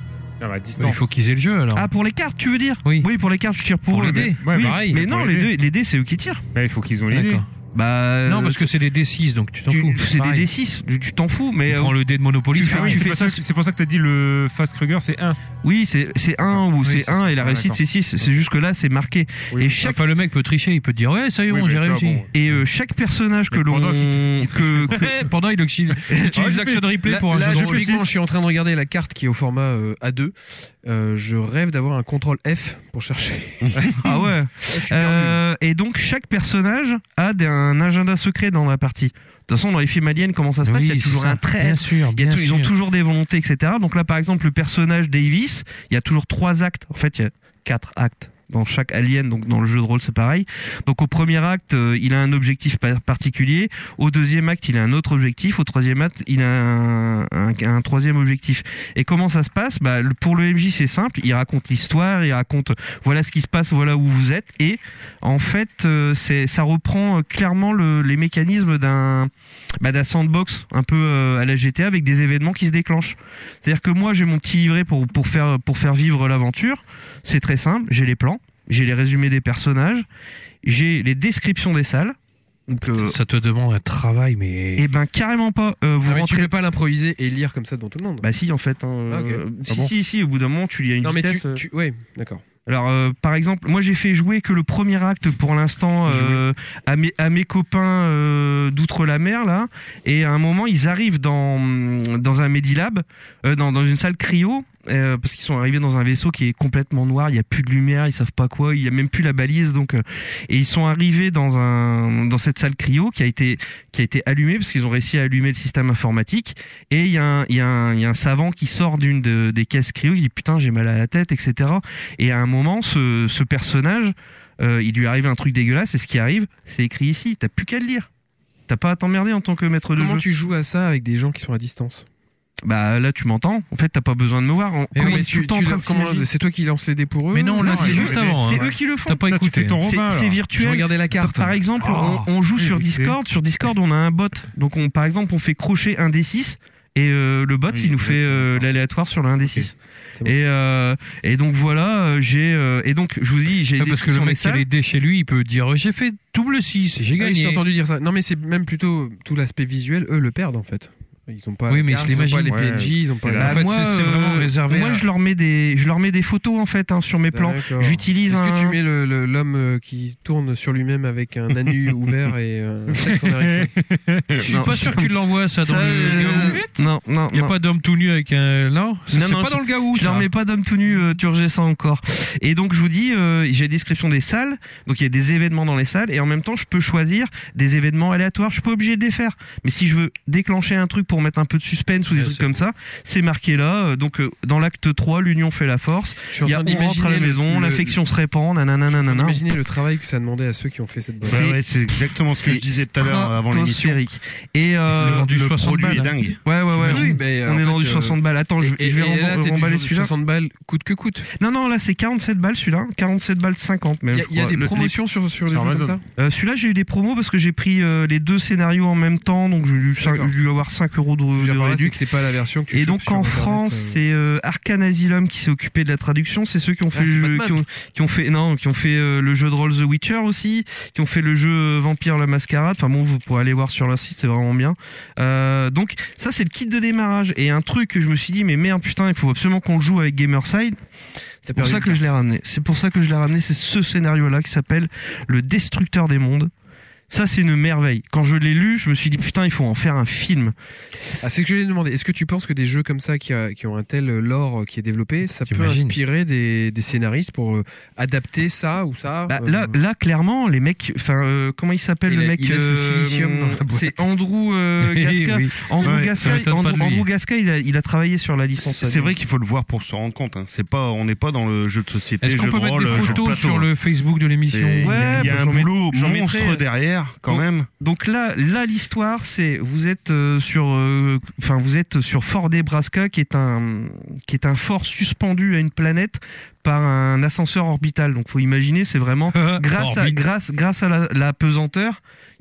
Ah, bah, à Mais distance. il faut qu'ils aient le jeu alors. Ah, pour les cartes, tu veux dire? Oui. Oui, pour les cartes, je tire pour, Pour eux. les dés. Ouais, Oui, pareil. mais pour non, les dés, les dés, c'est eux qui tirent. Ouais, il faut qu'ils ont les dés. D'accord. Bah, Non, parce euh, que c'est des D six, donc tu t'en tu- fous. c'est des pareil. D six, tu tu t'en fous, mais Tu euh, prends le dé de Monopoly. tu c'est fais- Ah oui, pareil. tu c'est fais pour ça- ça, c'est pour ça que t'as dit le Fast Kruger, c'est un. oui, c'est c'est un ou Oui, c'est c'est un ça. et la Ah, réussite d'accord. c'est six. C'est juste que là, c'est marqué. Oui. Et chaque Enfin, le mec peut tricher, il peut te dire ouais, ça y est, Oui, bon, mais j'ai ça, réussi. bon. et euh, chaque personnage que Mais l'on pendant qu'il- que, que- Ouais, pendant il utilise il utilise l'action de replay Là, pour un là, jeu de je, rôle. typiquement, je suis en train de regarder la carte qui est au format euh, A deux. Euh, je rêve d'avoir un contrôle F pour chercher. ah ouais. Je suis perdu. Euh, et donc chaque personnage a des- un agenda secret dans la partie. De toute façon, dans les films aliens, comment ça se passe? Oui, Il y a toujours c'est ça. un trait. Bien sûr, Il y a bien tout- ils ont sûr. toujours des volontés, et cetera. Donc là, par exemple, le personnage Davis, il y a toujours trois actes. En fait, il y a quatre actes dans chaque alien. Donc dans le jeu de rôle, c'est pareil. Donc au premier acte, euh, il a un objectif pa- particulier. Au deuxième acte, il a un autre objectif. Au troisième acte, il a un, un, un troisième objectif. Et comment ça se passe? Bah, le- pour le M J, c'est simple. Il raconte l'histoire, il raconte voilà ce qui se passe, voilà où vous êtes. Et en fait, euh, c'est ça reprend euh, clairement le, les mécanismes d'un bah, d'un sandbox un peu euh, à la G T A avec des événements qui se déclenchent. C'est-à-dire que moi, j'ai mon petit livret pour pour faire pour faire vivre l'aventure. C'est très simple. J'ai les plans, j'ai les résumés des personnages, j'ai les descriptions des salles. Donc, euh, Ça te demande un travail, mais. eh ben carrément pas. Euh, vous Ah, mais tu rentrez. peux pas l'improviser et lire comme ça devant tout le monde. Bah si, en fait. Hein, Ah, ok. euh, Ah si, bon si, si. Au bout d'un moment, tu lis à une non, mais vitesse. tu, euh, tu... Ouais, d'accord. Alors, euh, par exemple, moi j'ai fait jouer que le premier acte pour l'instant euh, à mes à mes copains euh, d'outre la mer là, et à un moment ils arrivent dans dans un Medilab, euh, dans dans une salle cryo. Euh, parce qu'ils sont arrivés dans un vaisseau qui est complètement noir, il y a plus de lumière, ils savent pas quoi, il y a même plus la balise, donc euh, et ils sont arrivés dans un dans cette salle cryo qui a été qui a été allumée parce qu'ils ont réussi à allumer le système informatique, et il y a un il y a un il y a un savant qui sort d'une de, des caisses cryo, il dit putain j'ai mal à la tête, et cetera. Et à un moment ce ce personnage euh, il lui arrive un truc dégueulasse, et ce qui arrive c'est écrit ici, t'as plus qu'à le lire, t'as pas à t'emmerder en tant que maître de jeu. Comment tu joues à ça avec des gens qui sont à distance? Bah là tu m'entends, en fait t'as pas besoin de me voir. Mais Comment oui, est-ce que tu, t'es en tu- train de comment- s'imaginer c'est toi qui lance les dés pour eux? Mais non, là, Non, c'est mais- juste avant. C'est hein. eux qui le font. T'as pas Là, tu écouté. fais ton C'est Robin, c'est alors. virtuel. Je regardais la carte. Par exemple, on, on joue oui, sur vite fait. Discord. Sur Discord, on a un bot. Donc, on, par exemple, on fait crocher un D six et euh, le bot, Oui, il nous oui, fait euh, d'accord. l'aléatoire sur le un D six. C'est bon. Et euh, et donc voilà, euh, j'ai euh, et donc je vous dis, j'ai Ouais, des parce que le sur les mec qui a salles. les dés chez lui, il peut dire j'ai fait double six, j'ai Ah oui, j'ai gagné. entendu dire ça. Non, mais c'est même plutôt tout l'aspect visuel. Eux le perdent en fait. Ils ont pas. Oui, la mais carte, je ils ont pas l'imagine. les P N J, ils ont pas. c'est la- là. En fait, moi, c'est- c'est vraiment euh, réservé Moi, à- je leur mets des, je leur mets des photos en fait hein, sur mes plans. D'accord. J'utilise Est-ce un. que tu mets le- le- l'homme euh, qui tourne sur lui-même avec un anus ouvert et euh, un sexe en érection? Je suis Non. pas sûr que tu l'envoies ça dans Ça, le euh, Gaou. Non, non, Il y a non. pas d'homme tout nu avec un. Non, ça, Non, c'est non, pas je- dans le Gaou. Je leur ça. mets pas d'homme tout nu euh, turgescent encore. Et donc je vous dis, euh, j'ai la description des salles, donc il y a des événements dans les salles, et en même temps je peux choisir des événements aléatoires. Je suis pas obligé de les faire, mais si je veux déclencher un truc pour mettre un peu de suspense ou des Ouais, trucs c'est comme ça, c'est marqué là. Euh, Donc euh, dans l'acte trois, l'union fait la force. Je suis en Il y a train on rentre à la d'imaginer le- maison, le- l'affection se répand, nanana, nanana. Imaginez le travail que ça demandait à ceux qui ont fait cette boîte. C'est- Ouais, ouais, c'est exactement ce que je disais tout à l'heure avant l'émission. stratosphérique. Et euh, C'est vendu Le soixante produit est balles. hein. dingue. ouais, ouais, ouais. Oui, on- mais, on en est dans fait, du euh, soixante balles. Attends, je, Et, je vais et là, rem- t'es remballer du celui-là. soixante balles coûte que coûte. Non, non, là c'est quarante-sept balles celui-là. quarante-sept balles cinquante même. Il y a, je il y a crois. des Le- promotions sur, sur les sur jeux comme Amazon. ça? Euh, celui-là, j'ai eu des promos parce que j'ai pris euh, les deux scénarios en même temps, donc j'ai dû, D'accord. j'ai dû avoir cinq euros de, Je veux de dire, par là, c'est réduction. que c'est pas la version que tu Et chopes donc sur en Internet, France, euh. c'est euh, Arcane Asylum qui s'est occupé de la traduction. C'est ceux qui ont fait Ah, le c'est jeu, Batman. qui ont, qui ont fait non, qui ont fait euh, le jeu de rôle The Witcher aussi, qui ont fait le jeu euh, Vampire la Mascarade. Enfin bon, vous pourrez aller voir sur leur site, c'est vraiment bien. Euh, donc ça, c'est le kit de démarrage. Et un truc que je me suis dit, mais merde, putain, il faut absolument qu'on le joue avec Gamerside. C'est pour perdu ça une que je l'ai ramené. C'est pour ça que je l'ai ramené. C'est ce scénario-là qui s'appelle Le Destructeur des Mondes. Ça, c'est une merveille. Quand je l'ai lu, je me suis dit, putain, il faut en faire un film. Ah, c'est ce que je voulais demander. Est-ce que tu penses que des jeux comme ça qui, a- qui ont un tel lore qui est développé, ça peut T'imagines. inspirer des, des scénaristes pour euh, adapter ça ou ça? Bah, euh, là, là, clairement, les mecs, enfin, euh, comment il s'appelle Il le a- mec il a ce euh, silicium dans la boîte. C'est Andrew euh, Gasca. Oui. Andrew Ouais, Gasca, ça m'étonne pas Andrew, de lui. Andrew Gasca, il a, il a travaillé sur la licence. C'est vrai qu'il faut le voir pour se rendre compte. Hein. C'est pas, on n'est pas dans le jeu de société, Est-ce jeu qu'on de peut mettre rôle, des jeu de photos plateau, sur hein. le Facebook de l'émission? C'est- Il y a, Ouais, il y a bah, un j'en mets- boulot j'en monstre mettrai. derrière, quand Donc, même. Donc là, là, l'histoire, c'est vous êtes euh, sur, euh, enfin, vous êtes sur Fort Nebraska, qui est un, qui est un fort suspendu à une planète par un ascenseur orbital. Donc, faut imaginer, c'est vraiment grâce à, Orbite. grâce, grâce à la, la pesanteur.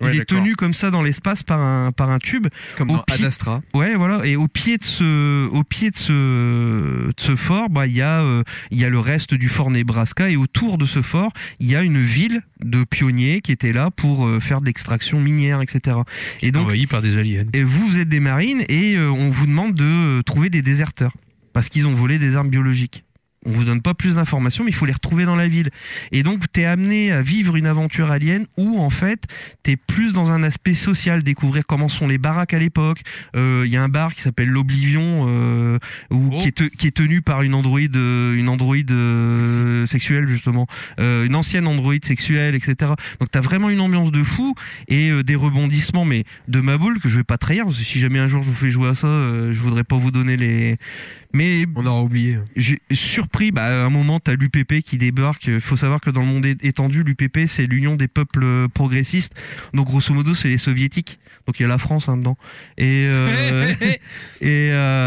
il Ouais, est d'accord. tenu comme ça dans l'espace par un par un tube. Comme Au dans pied- Ad Astra. Ouais, voilà. Et au pied de ce, au pied de ce, de ce fort, bah il y a, euh, il y a le reste du fort Nebraska et autour de ce fort, il y a une ville de pionniers qui étaient là pour euh, faire de l'extraction minière, et cetera. Et donc, envahi par des aliens. et vous, vous êtes des marines et euh, on vous demande de euh, trouver des déserteurs parce qu'ils ont volé des armes biologiques. On vous donne pas plus d'informations, mais il faut les retrouver dans la ville. Et donc, t'es amené à vivre une aventure alien où, en fait, t'es plus dans un aspect social, découvrir comment sont les baraques à l'époque. Il euh, y a un bar qui s'appelle l'Oblivion, euh, où, Oh. qui, est te- qui est tenu par une androïde, euh, une androïde euh, sexuelle justement, euh, une ancienne androïde sexuelle, et cetera. Donc, t'as vraiment une ambiance de fou et euh, des rebondissements, mais de ma boule que je vais pas trahir. Parce que si jamais un jour je vous fais jouer à ça, euh, je voudrais pas vous donner les. Mais on aura oublié. J'ai surpris, bah, à un moment, t'as l'U P P qui débarque. Il faut savoir que dans le monde é- étendu, l'U P P, c'est l'Union des peuples euh, progressistes. Donc, grosso modo, c'est les soviétiques. Donc, il y a la France hein, dedans. Et euh, et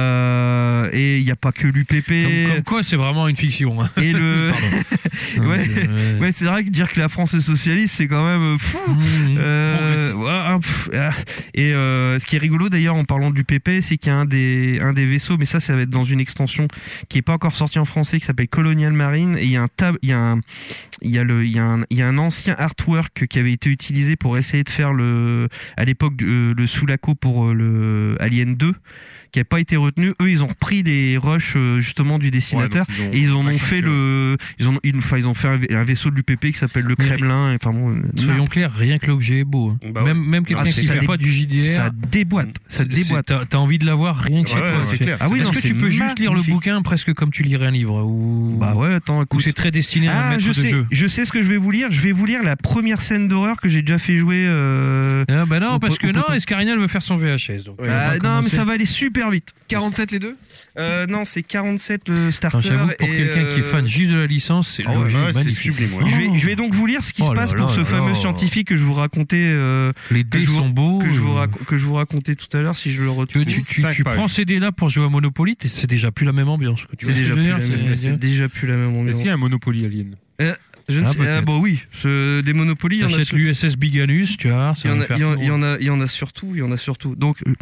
euh, et il y a pas que l'U P P. Comme, comme quoi, c'est vraiment une fiction. hein. Et le Pardon. ouais, Euh, ouais, c'est vrai que dire que la France est socialiste, c'est quand même euh, fou. Mmh, Euh, ouais, hein, pff, ah. Et euh, ce qui est rigolo d'ailleurs en parlant de l'U P P, c'est qu'il y a un des un des vaisseaux, mais ça, ça va être dans une extension qui est pas encore sortie en français, qui s'appelle Colonial Marine. Et il y a un tab, il y a un, il y a le, il y a un, il y a un ancien artwork qui avait été utilisé pour essayer de faire le, à l'époque euh, le Sulaco pour euh, le Alien deux, qui a pas été retenu. Eux, ils ont repris les rushs euh, justement du dessinateur Ouais, donc et ils en ont machin fait que- le, ils ont, ils, enfin ils ont fait un, va- un vaisseau de l'U P P qui s'appelle le Mais- Kremlin. Enfin bon, Soyons clairs, rien que l'objet est beau. hein. Bah même ouais. même quelqu'un Ah, qui ça fait dé- pas du J D R, ça déboîte, ça c'est- déboîte. T'as t'as envie de l'avoir rien que chez Ouais, toi. ouais, c'est C'est- clair. Ah oui, Est-ce non, que c'est tu peux juste lire le magnifique. bouquin presque comme tu lirais un livre ou Bah ouais, attends, ou écoute. c'est très destiné à un Ah, maître je de sais, jeu. je sais ce que je vais vous lire. Je vais vous lire la première scène d'horreur que j'ai déjà fait jouer. Euh... Ah bah non, au parce po- que au non, poteau. Escarinal veut faire son V H S. Donc on Ah, va non, mais commencer. ça va aller super vite. quarante-sept les deux Euh, non, c'est quarante-sept le starter. Enfin, J'avoue que pour et, quelqu'un qui est euh, fan juste de la licence, c'est Ah ouais, l'objet ouais, c'est magnifique. sublime, ouais. Je vais, je vais donc vous lire ce qui Oh se là passe là pour ce là fameux là. scientifique que je vous racontais. Euh, Les que dés je vous- sont beaux. que je vous, euh, raco- que je vous racontais tout à l'heure si je le Tu, retrouve. tu, tu, Cinq tu pages. prends ces dés là pour jouer à Monopoly, t'es- c'est déjà plus la même ambiance. quoi. Tu C'est vois ce déjà, que je plus veux la dire même- C'est- c'est déjà plus la même Est-ce ambiance. qu'il y a un Monopoly Alien Je ne Ah, sais. peut-être. Ah, bon, oui. Ce- des Monopoly, il y en a. T'achètes sur- l'U S S Biganus, tu vois, Il ça y en va a, faire il y en- tout il y en a, il y en a surtout, il y en a surtout. Donc, euh,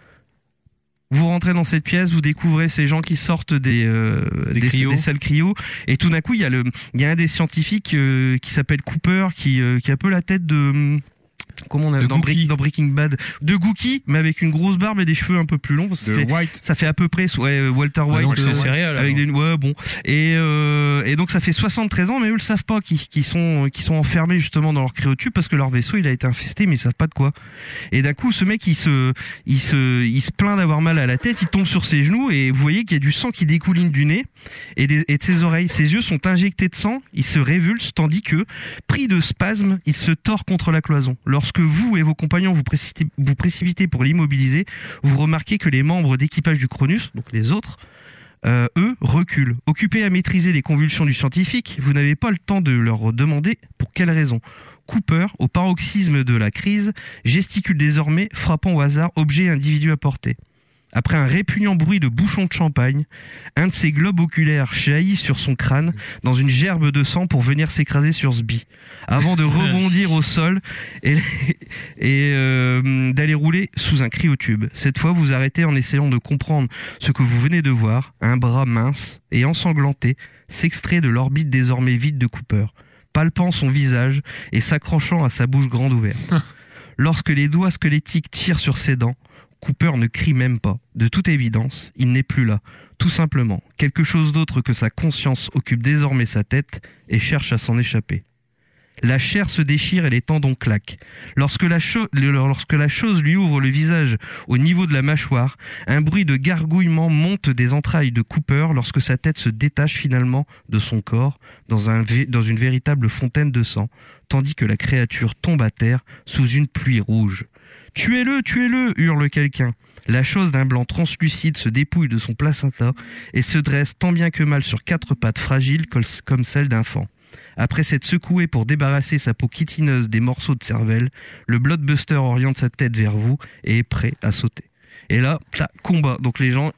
vous rentrez dans cette pièce, vous découvrez ces gens qui sortent des euh, Des des, cryos. des salles cryo, et tout d'un coup, il y a le, il y a un des scientifiques euh, qui s'appelle Cooper, qui euh, qui a un peu la tête de hum, comment on a De dans, Gookie. Break- dans Breaking Bad, de Gookie, mais avec une grosse barbe et des cheveux un peu plus longs. Parce que De ça, fait, White. ça fait à peu près, ouais, Walter Ah, White. donc c'est euh, céréales, avec alors. des ouais bon et euh, et donc ça fait soixante-treize ans, mais eux le savent pas qui qui sont qui sont enfermés justement dans leur cryotube parce que leur vaisseau il a été infesté, mais ils savent pas de quoi. Et d'un coup, ce mec il se il se il se plaint d'avoir mal à la tête, il tombe sur ses genoux et vous voyez qu'il y a du sang qui découline du nez et, des, et de ses oreilles. Ses yeux sont injectés de sang, il se révulse tandis que, pris de spasmes, il se tord contre la cloison. Lorsque vous et vos compagnons vous précipitez, vous précipitez pour l'immobiliser, vous remarquez que les membres d'équipage du Cronus, donc les autres, euh, eux, reculent. Occupés à maîtriser les convulsions du scientifique, vous n'avez pas le temps de leur demander pour quelle raison. Cooper, au paroxysme de la crise, gesticule désormais, frappant au hasard objet et individu à portée. Après un répugnant bruit de bouchon de champagne, un de ses globes oculaires jaillit sur son crâne dans une gerbe de sang pour venir s'écraser sur Sbi, avant de rebondir au sol et, et euh, d'aller rouler sous un cryotube. Cette fois, vous arrêtez en essayant de comprendre ce que vous venez de voir. Un bras mince et ensanglanté s'extrait de l'orbite désormais vide de Cooper, palpant son visage et s'accrochant à sa bouche grande ouverte. Lorsque les doigts squelettiques tirent sur ses dents, Cooper ne crie même pas. De toute évidence, il n'est plus là. Tout simplement, quelque chose d'autre que sa conscience occupe désormais sa tête et cherche à s'en échapper. La chair se déchire et les tendons claquent. Lorsque la, cho- lorsque la chose lui ouvre le visage au niveau de la mâchoire, un bruit de gargouillement monte des entrailles de Cooper lorsque sa tête se détache finalement de son corps dans, un vé- dans une véritable fontaine de sang, tandis que la créature tombe à terre sous une pluie rouge. « Tuez-le, tuez-le » hurle quelqu'un. La chose d'un blanc translucide se dépouille de son placenta et se dresse tant bien que mal sur quatre pattes fragiles col- comme celles d'un fan. Après s'être secoué pour débarrasser sa peau chitineuse des morceaux de cervelle, le Bloodbuster oriente sa tête vers vous et est prêt à sauter. Et là, ça, combat. Donc les gens,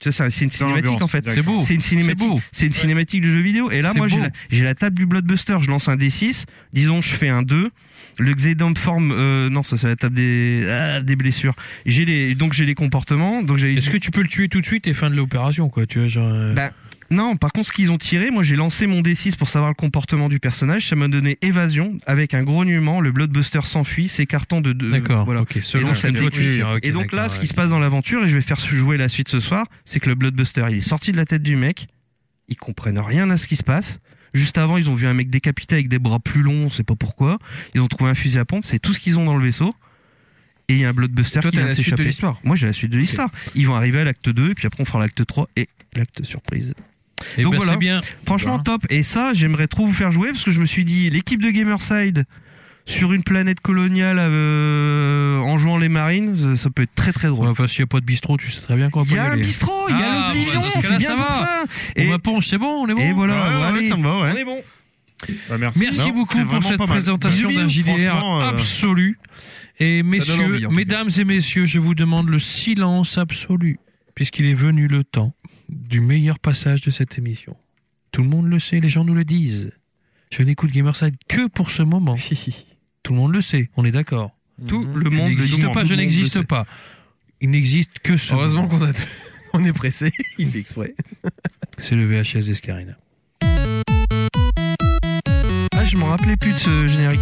Tu sais, c'est une cinématique en fait. C'est beau. C'est une cinématique. C'est beau. C'est une cinématique de jeu vidéo. Et là, C'est moi, j'ai beau. la, j'ai la table du Bloodbuster. Je lance un D six. Disons, je fais un deux. Le Xedom forme, euh, non, ça c'est la table des, ah, des blessures. J'ai les, donc j'ai les comportements. Donc j'ai. Est-ce que tu peux le tuer tout de suite et fin de l'opération, quoi? Tu vois, genre. euh, Bah, non, par contre, ce qu'ils ont tiré, moi j'ai lancé mon D six pour savoir le comportement du personnage. Ça m'a donné évasion avec un grognement. Le Bloodbuster s'enfuit, s'écartant de deux. D'accord, Voilà. ok, selon et donc, ce ça que me toi, détruit. tu tires, ok, Et donc là, d'accord, ce ouais. qui se passe dans l'aventure, et je vais faire jouer la suite ce soir, c'est que le Bloodbuster, il est sorti de la tête du mec. Ils comprennent rien à ce qui se passe. Juste avant, ils ont vu un mec décapité avec des bras plus longs, on sait pas pourquoi. Ils ont trouvé un fusil à pompe, c'est tout ce qu'ils ont dans le vaisseau. Et il y a un Bloodbuster Toi, qui t'as vient la de suite de s'échapper. l'histoire. Moi, j'ai la suite de l'histoire. Ils vont arriver à l'acte deux, et puis après, on fera l'acte trois et l'acte surprise. Eh Donc ben, voilà. c'est bien. Franchement, top. Et ça, j'aimerais trop vous faire jouer parce que je me suis dit, l'équipe de Gamerside sur une planète coloniale euh, en jouant les Marines, ça, ça peut être très très drôle. Ouais, enfin, s'il n'y a pas de bistrot, tu sais très bien qu'on va Il y pas a y un aller. bistrot, il y a Ah, l'Oblivion, bah, dans ce c'est cas-là, bien ça pour va. ça. On Et- va ponche, c'est bon, on est bon. Et voilà, Ouais, ouais, allez, ouais, ça me va, ouais. on est bon. Bah, merci. Merci Non, beaucoup c'est pour vraiment cette pas mal. présentation Bisous, d'un J D R franchement, euh, absolu. Et donne messieurs, envie, en tout mesdames et messieurs, je vous demande le silence absolu, puisqu'il est venu le temps du meilleur passage de cette émission. Tout le monde le sait, les gens nous le disent. Je n'écoute Gamerside que pour ce moment. Tout le monde le sait, on est d'accord. Tout le Je monde le n'existe dit. pas, Tout je le monde le n'existe sait. pas. Il n'existe que ce Heureusement moment. qu'on a, on est pressé. Il fait exprès. C'est le V H S d'Escarina. Ah, je m'en rappelais plus de ce générique.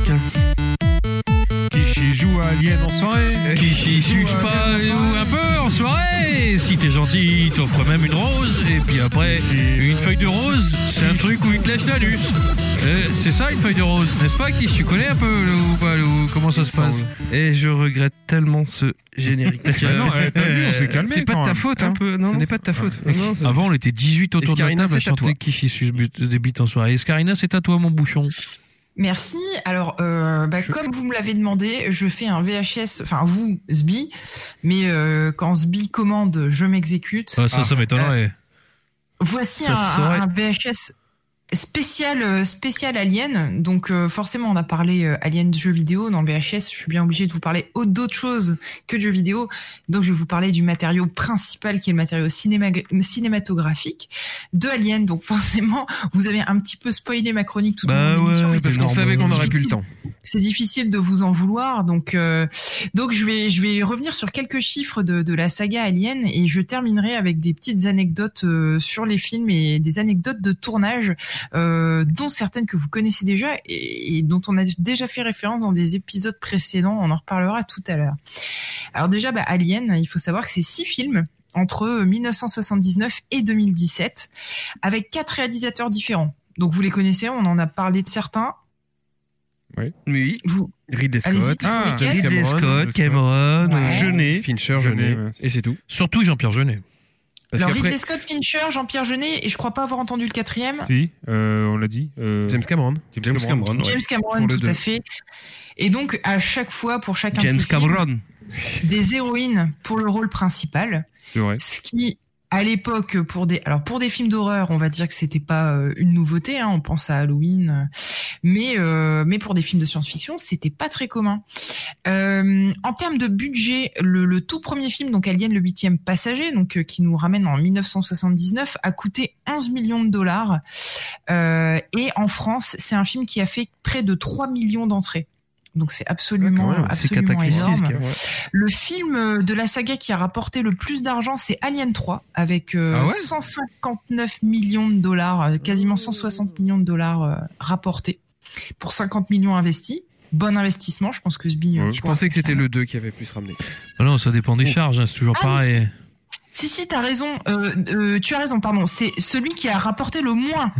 Kishi joue à Alien en soirée. Qui suce pas ou un peu en soirée. Si t'es gentil, il t'offre même une rose. Et puis après, une feuille de rose, c'est un truc où il te lèche l'anus. Euh, c'est ça une feuille de rose, n'est-ce pas, Kish? Tu connais un peu le- ou pas, le- comment ça se passe? Et je regrette tellement ce générique. Bah non, eh, t'as vu, on s'est calmé. C'est pas quand de ta même. faute, Un hein. peu, non, Ce non. n'est pas de ta faute. Non, non, c'est- Avant, on était dix-huit autour Escarina, de la table à c'est à toi. chanter Kish il suce but- des bites en soirée. Escarina, c'est à toi, mon bouchon. Merci. Alors, euh, bah, comme vous me l'avez demandé, je fais un V H S, enfin vous, Sbi, mais euh, quand Sbi commande, je m'exécute. Ah, ça, ça m'étonnerait. Voici Ça un, serait- un V H S spécial euh, spécial Alien. Donc euh, forcément, on a parlé euh, Alien jeux vidéo dans le V H S. Je suis bien obligée de vous parler d'autre chose que de jeux vidéo. Donc je vais vous parler du matériau principal qui est le matériau cinéma cinématographique de Alien. Donc forcément, vous avez un petit peu spoilé ma chronique tout Bah au long de l'émission. ouais, mais Parce c'est qu'on savait qu'on aurait difficile. plus le temps. C'est difficile de vous en vouloir, donc euh, donc je vais je vais revenir sur quelques chiffres de de la saga Alien et je terminerai avec des petites anecdotes euh, sur les films et des anecdotes de tournage, euh, dont certaines que vous connaissez déjà et, et dont on a déjà fait référence dans des épisodes précédents. On en reparlera tout à l'heure. Alors déjà, bah, Alien, il faut savoir que c'est six films entre mille neuf cent soixante-dix-neuf et deux mille dix-sept, avec quatre réalisateurs différents. Donc vous les connaissez, on en a parlé de certains. Oui. Vous, Ridley Allez-y, Scott, dites-moi Ah, lesquels. Ridley Cameron, Scott, Cameron, Ouais. Jeunet. Fincher, Jeunet, Jeunet, ouais. et c'est tout. Surtout Jean-Pierre Jeunet. Parce Alors qu'après, Ridley Scott, Fincher, Jean-Pierre Jeunet, et je crois pas avoir entendu le quatrième. Si, euh, on l'a dit. euh, James Cameron. James Cameron, ouais. James Cameron, Pour le tout deux. à fait. Et donc, à chaque fois, pour chacun James de ces films, Cameron. des héroïnes pour le rôle principal. C'est vrai. Ce qui, à l'époque, pour des, alors pour des films d'horreur, on va dire que c'était pas euh, une nouveauté. Hein, on pense à Halloween, euh, mais euh, mais pour des films de science-fiction, c'était pas très commun. Euh, en termes de budget, le, le tout premier film, donc Alien le huitième passager, donc euh, qui nous ramène en mille neuf cent soixante-dix-neuf, a coûté onze millions de dollars. Euh, et en France, c'est un film qui a fait près de trois millions d'entrées. Donc c'est absolument, Ouais, quand même, c'est absolument cataclysmique, énorme. hein. Le film de la saga qui a rapporté le plus d'argent, c'est Alien trois, avec euh, Ah ouais cent cinquante-neuf millions de dollars, euh, quasiment cent soixante millions de dollars euh, rapportés pour cinquante millions investis. Bon investissement, je pense que Sbi. euh, Je pourra pensais que c'était confirmer. le deux qui avait plus ramené. Ah non, ça dépend des charges, hein, c'est toujours Ah, pareil. Si, si, t'as raison. Euh, euh, tu as raison, pardon. C'est celui qui a rapporté le moins.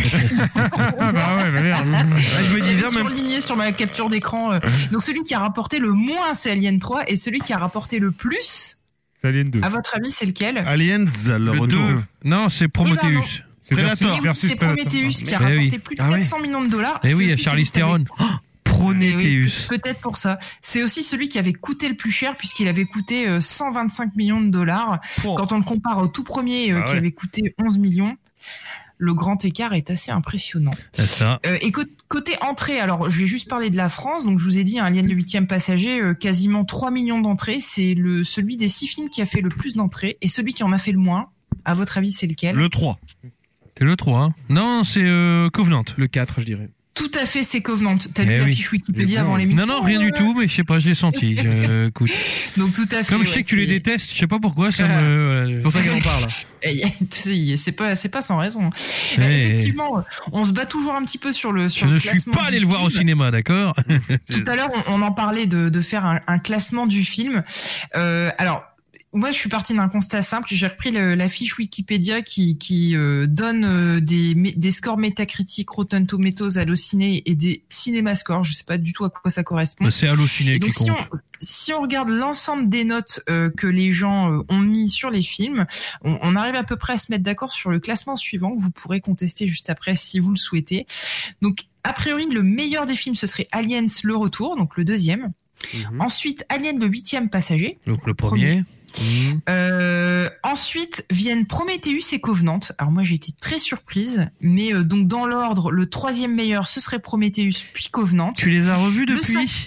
Ah bah ouais, bah merde. Ah, je me disais J'ai même. surligné sur ma capture d'écran. euh. Donc celui qui a rapporté le moins, c'est Alien trois, et celui qui a rapporté le plus, C'est Alien deux. à votre avis, c'est lequel? Aliens, le, Le retour. deux. Non, c'est Prometheus. C'est Predator. versus- versus C'est Predator. Prometheus qui a Eh rapporté oui. plus de Ah oui. quatre cents millions de dollars. Eh C'est oui, il y a aussi Charlize celui qui avait- Theron. Prometheus. Peut-être pour ça. C'est aussi celui qui avait coûté le plus cher puisqu'il avait coûté euh, cent vingt-cinq millions de dollars. Oh. Quand on le compare au tout premier euh, Bah qui ouais. avait coûté onze millions, le grand écart est assez impressionnant. C'est ça. Euh, et cô- côté entrée, alors je vais juste parler de la France. Donc je vous ai dit, un Alien le huitième passager, euh, quasiment trois millions d'entrées. C'est le celui des six films qui a fait le plus d'entrées et celui qui en a fait le moins. À votre avis, c'est lequel? Le trois. C'est le trois. Hein. Non, c'est euh, Covenant. Le quatre, je dirais. Tout à fait, c'est Covenant. T'as Eh lu la oui. fiche Wikipédia avant l'émission? Non, non, rien du tout, mais je sais pas, je l'ai senti. Je, écoute. Donc tout à fait. Comme je sais ouais, que tu les c'est- détestes, je sais pas pourquoi, ça me. C'est pour ça qu'on en parle. Et c'est c'est pas c'est pas sans raison. Eh, Mais eh. effectivement, on se bat toujours un petit peu sur le sur Je le ne suis classement pas allé du le voir au film. cinéma, d'accord? Tout à l'heure, on, on en parlait de, de faire un, un classement du film. Euh, alors. Moi, je suis partie d'un constat simple. J'ai repris le, la fiche Wikipédia qui, qui euh, donne euh, des, mé- des scores métacritiques, Rotten Tomatoes, Allociné et des CinemaScore. Je sais pas du tout à quoi ça correspond. Bah, c'est Allociné Et donc, qui si compte. on, si on regarde l'ensemble des notes euh, que les gens euh, ont mis sur les films, on, on arrive à peu près à se mettre d'accord sur le classement suivant que vous pourrez contester juste après si vous le souhaitez. Donc, a priori, le meilleur des films, ce serait Aliens le retour, donc le deuxième. Mhm. Ensuite, Alien le huitième passager. Donc le premier. Mhm. Euh, ensuite viennent Prometheus et Covenant. Alors moi j'ai été très surprise, mais euh, donc dans l'ordre, le troisième meilleur ce serait Prometheus puis Covenant. Tu les as revus Le depuis? cinq-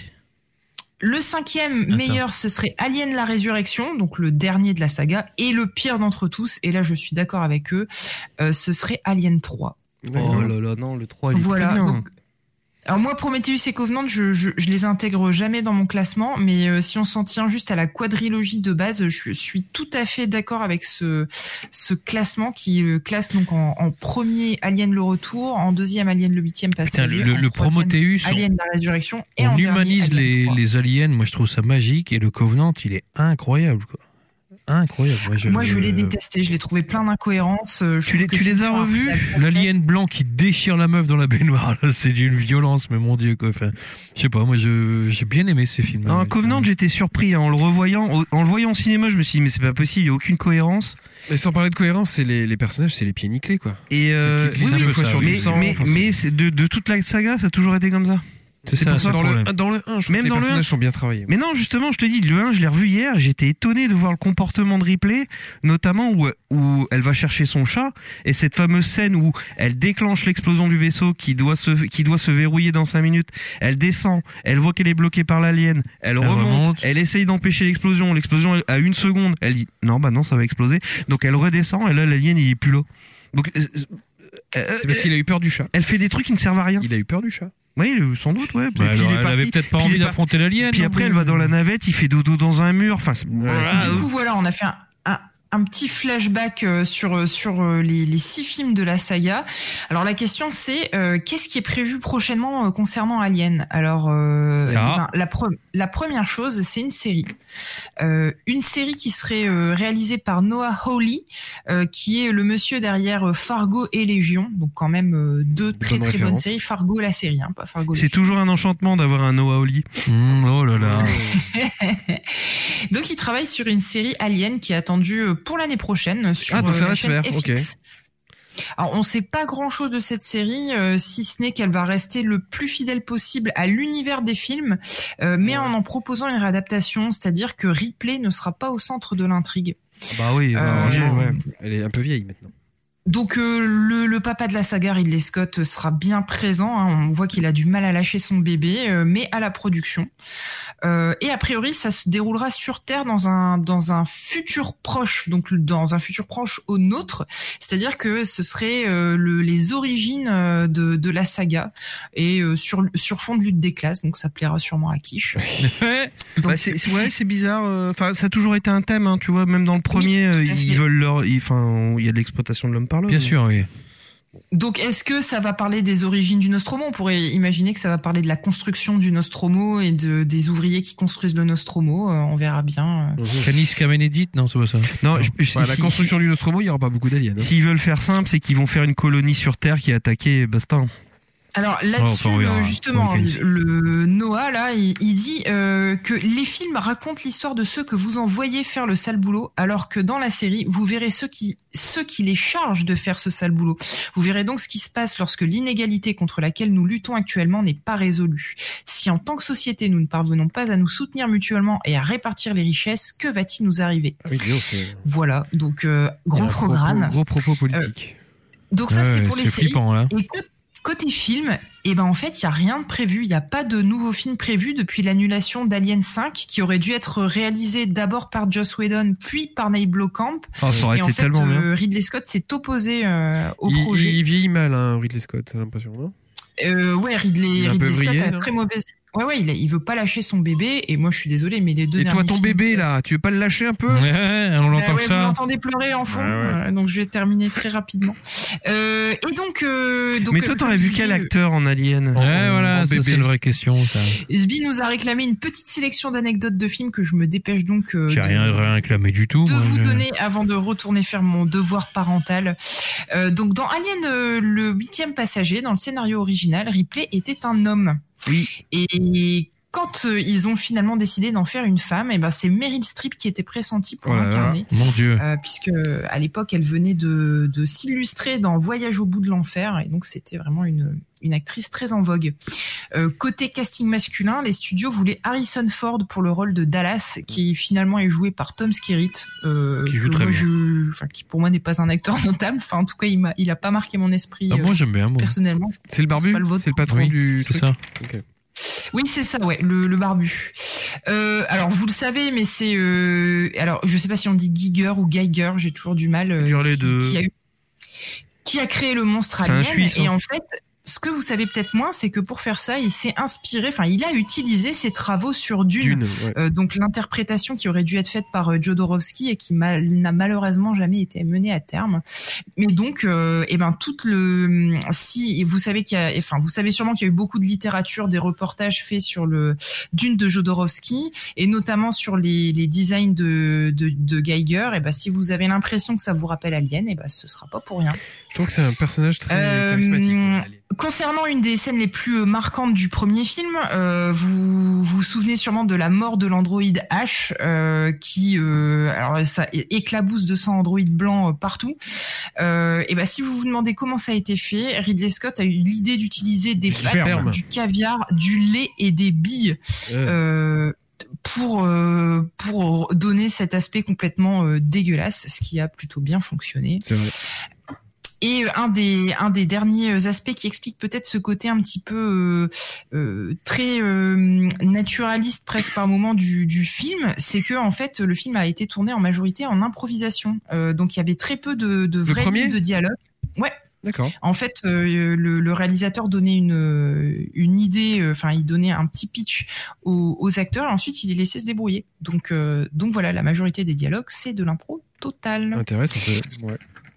Le cinquième Attends. meilleur ce serait Alien la résurrection, donc le dernier de la saga, et le pire d'entre tous, et là je suis d'accord avec eux, euh, ce serait Alien trois. Oh là là, non, le trois, il est Voilà. très bien. Donc, alors moi, Prometheus et Covenant, je, je, je les intègre jamais dans mon classement, mais euh, si on s'en tient juste à la quadrilogie de base, je suis tout à fait d'accord avec ce, ce classement qui euh, classe donc en, en premier Alien le retour, en deuxième Alien le huitième passager, Putain, le- en le troisième Prometheus, Alien la résurrection, et On en dernier, humanise Alien les, trois. les aliens, moi je trouve ça magique, et le Covenant, il est incroyable, quoi. Incroyable. Moi je, Moi, je l'ai détesté, je l'ai trouvé plein d'incohérences. euh, je Tu les- trouve tu que les as Fincher a revus pris la grosse L'alien blanc qui déchire la meuf dans la baignoire, là, c'est d'une violence, mais mon dieu, quoi. Enfin, je sais pas, moi, je, j'ai bien aimé ces films. Non, Covenant, j'étais surpris hein, en le revoyant, au- en le voyant au cinéma, je me suis dit mais c'est pas possible, il y a aucune cohérence. Mais sans parler de cohérence, c'est les, les personnages, c'est les pieds nickelés, quoi. Et euh, C'est qu'ils glissent oui, deux oui, fois sur mais du sang, mais, enfin, mais c'est de, de toute la saga, ça a toujours été comme ça. C'est ça, pour c'est Dans le le, problème. dans le un, je trouve Même que les dans le personnages un. sont bien travaillés. Mais non, justement, je te dis, le un, je l'ai revu hier, j'étais étonné de voir le comportement de Ripley, notamment où, où elle va chercher son chat, et cette fameuse scène où elle déclenche l'explosion du vaisseau qui doit se, qui doit se verrouiller dans cinq minutes, elle descend, elle voit qu'elle est bloquée par l'alien, elle, Elle remonte, remonte. elle essaye d'empêcher l'explosion, l'explosion à une seconde, elle dit, non, bah non, ça va exploser, donc elle redescend, et là, l'alien, il est plus là. Donc, euh, euh, C'est parce qu'il a eu peur du chat. elle fait des trucs qui ne servent à rien. Il a eu peur du chat. Oui, le- sans doute, ouais. Bah, Et puis alors, il est elle parti, avait peut-être pas puis il envie est d'affronter l'alien. Puis non après, plus. elle va dans la navette, il fait dodo dans un mur. Enfin, c'est- voilà. Du coup, voilà, on a fait un, un, un petit flashback euh, sur sur euh, les, les six films de la saga. Alors la question c'est euh, qu'est-ce qui est prévu prochainement euh, concernant Alien? Alors euh, Ah. eh ben, la pre- la première chose c'est une série, euh, une série qui serait euh, réalisée par Noah Hawley, euh, qui est le monsieur derrière euh, Fargo et Légion, donc quand même euh, deux très Bonne très bonnes référence. séries. Fargo la série, hein, pas Fargo. le C'est toujours un enchantement d'avoir un Noah Hawley. Mmh, oh là là. Donc, il travaille sur une série Alien qui est attendue euh, pour l'année prochaine sur Ah, donc euh, ça la va se chaîne faire, F X. Alors, on sait pas grand-chose de cette série, euh, si ce n'est qu'elle va rester le plus fidèle possible à l'univers des films, euh, mais en en proposant une réadaptation, c'est-à-dire que Ripley ne sera pas au centre de l'intrigue. Bah oui, Euh, heureusement, ouais. Elle est un peu vieille maintenant. Donc euh, le, le papa de la saga, Ridley Scott, sera bien présent. Hein. On voit qu'il a du mal à lâcher son bébé, euh, mais à la production. Euh, et a priori, ça se déroulera sur Terre dans un dans un futur proche, donc dans un futur proche au nôtre. C'est-à-dire que ce serait euh, le, les origines euh, de, de la saga et euh, sur sur fond de lutte des classes. Donc ça plaira sûrement à Quiche. Donc, Bah, c'est, c'est- ouais, c'est bizarre. euh, Enfin, ça a toujours été un thème, hein, tu vois. Même dans le premier, euh, tout à ils fait. veulent leur, ils- enfin, il y a de l'exploitation de l'homme par l'homme. Bien sûr, oui. Donc, est-ce que ça va parler des origines du Nostromo? On pourrait imaginer que ça va parler de la construction du Nostromo et de, des ouvriers qui construisent le Nostromo. Euh, on verra bien. euh. Canis Kamenedit, non, c'est pas ça. Non, je- je- Bah, la si- construction du Nostromo, il y aura pas beaucoup d'aliens. hein. S'ils veulent faire simple, c'est qu'ils vont faire une colonie sur Terre qui est attaquée, et basta. Alors là-dessus, Oh, enfin, on verra. euh, justement, On verra. le Noah là, il, il dit euh, que les films racontent l'histoire de ceux que vous envoyez faire le sale boulot, alors que dans la série, vous verrez ceux qui ceux qui les chargent de faire ce sale boulot. Vous verrez donc ce qui se passe lorsque l'inégalité contre laquelle nous luttons actuellement n'est pas résolue. Si en tant que société, nous ne parvenons pas à nous soutenir mutuellement et à répartir les richesses, que va-t-il nous arriver? Ah oui, dis donc, c'est- Voilà, donc euh, il y a gros un programme. Propos, gros propos politiques. Donc ça, c'est Ouais, pour les c'est séries. flippant, là. Et, cô- Côté film, eh ben en fait, il y a rien de prévu. Il n'y a pas de nouveau film prévu depuis l'annulation d'Alien cinq, qui aurait dû être réalisé d'abord par Joss Whedon, puis par Neil Blomkamp. Oh, ça aurait et en été fait, tellement euh, bien. Ridley Scott s'est opposé euh, au il, projet. il vieillit mal, hein, Ridley Scott, j'ai l'impression, non Euh, ouais, Ridley, Il est un peu Ridley Scott vrillé, a non très mauvaise. Ouais, ouais, il, a- il veut pas lâcher son bébé. Et moi, je suis désolée, mais les deux Et toi, derniers ton films- bébé, là, tu veux pas le lâcher un peu Ouais, on Bah l'entend ouais, que vous ça. l'entendez pleurer en fond, Ouais, ouais. euh, donc je vais terminer très rapidement. Euh, et donc, euh, donc Mais toi, euh, t'aurais comme vu je quel disais, acteur en Alien? Ouais, voilà, en ça bébé. c'est une vraie question, ça. Sbi nous a réclamé une petite sélection d'anecdotes de films que je me dépêche donc euh, J'ai de, rien réclamé du tout. de moi, vous je- donner avant de retourner faire mon devoir parental. Euh, donc dans Alien, euh, le huitième passager, dans le scénario original, Ripley était un homme. Oui. Et quand euh, ils ont finalement décidé d'en faire une femme, et ben c'est Meryl Streep qui était pressentie pour Oh là là. l'incarner. Mon Dieu. Euh, puisque à l'époque elle venait de, de s'illustrer dans Voyage au bout de l'enfer, et donc c'était vraiment une, une actrice très en vogue. Euh, côté casting masculin, les studios voulaient Harrison Ford pour le rôle de Dallas, qui finalement est joué par Tom Skerritt, euh, Qui joue que très moi, bien. je- enfin, qui pour moi n'est pas un acteur notable. Enfin, en tout cas, il m'a, il a pas marqué mon esprit. Ah, moi euh, j'aime bien, moi. personnellement. C'est le barbu pas le vôtre. C'est le patron Oui, du c'est truc ça. Ok. Oui, c'est ça, ouais, le, le barbu. Euh, alors, vous le savez, mais c'est... Euh, alors, je sais pas si on dit Giger ou Geiger, j'ai toujours du mal. euh, Dire les qui, deux. Qui a, eu, qui a créé le monstre C'est un alien. Suisse, Et hein. en fait, ce que vous savez peut-être moins, c'est que pour faire ça, il s'est inspiré, enfin, il a utilisé ses travaux sur Dune. Dune, ouais. Euh, donc, l'interprétation qui aurait dû être faite par euh, Jodorowsky et qui mal- n'a malheureusement jamais été menée à terme. Mais donc, euh, eh ben, tout le, si vous savez qu'il y a, enfin, vous savez sûrement qu'il y a eu beaucoup de littérature, des reportages faits sur le Dune de Jodorowsky et notamment sur les, les designs de, de, de Geiger. Et ben, si vous avez l'impression que ça vous rappelle Alien, et ben, ce sera pas pour rien. Je trouve que c'est un personnage très Euh, charismatique. Concernant une des scènes les plus marquantes du premier film, euh, vous vous souvenez sûrement de la mort de l'androïde H, euh, qui, euh, alors ça é- éclabousse de sang androïde blanc euh, partout. Euh, et ben si vous vous demandez comment ça a été fait, Ridley Scott a eu l'idée d'utiliser des pâtes, sperme. du caviar, du lait et des billes. Euh, pour euh, pour donner cet aspect complètement euh, dégueulasse, ce qui a plutôt bien fonctionné. C'est vrai. Et un des un des derniers aspects qui explique peut-être ce côté un petit peu euh, euh, très euh, naturaliste presque par moment du du film, c'est que en fait le film a été tourné en majorité en improvisation. Euh, donc il y avait très peu de de vraies premier lignes de dialogue. Ouais. D'accord. En fait, euh, le, le réalisateur donnait une une idée, euh, enfin il donnait un petit pitch aux, aux acteurs, et ensuite il les laissait se débrouiller. Donc euh, donc voilà, la majorité des dialogues c'est de l'impro totale. Intéressant. Ouais.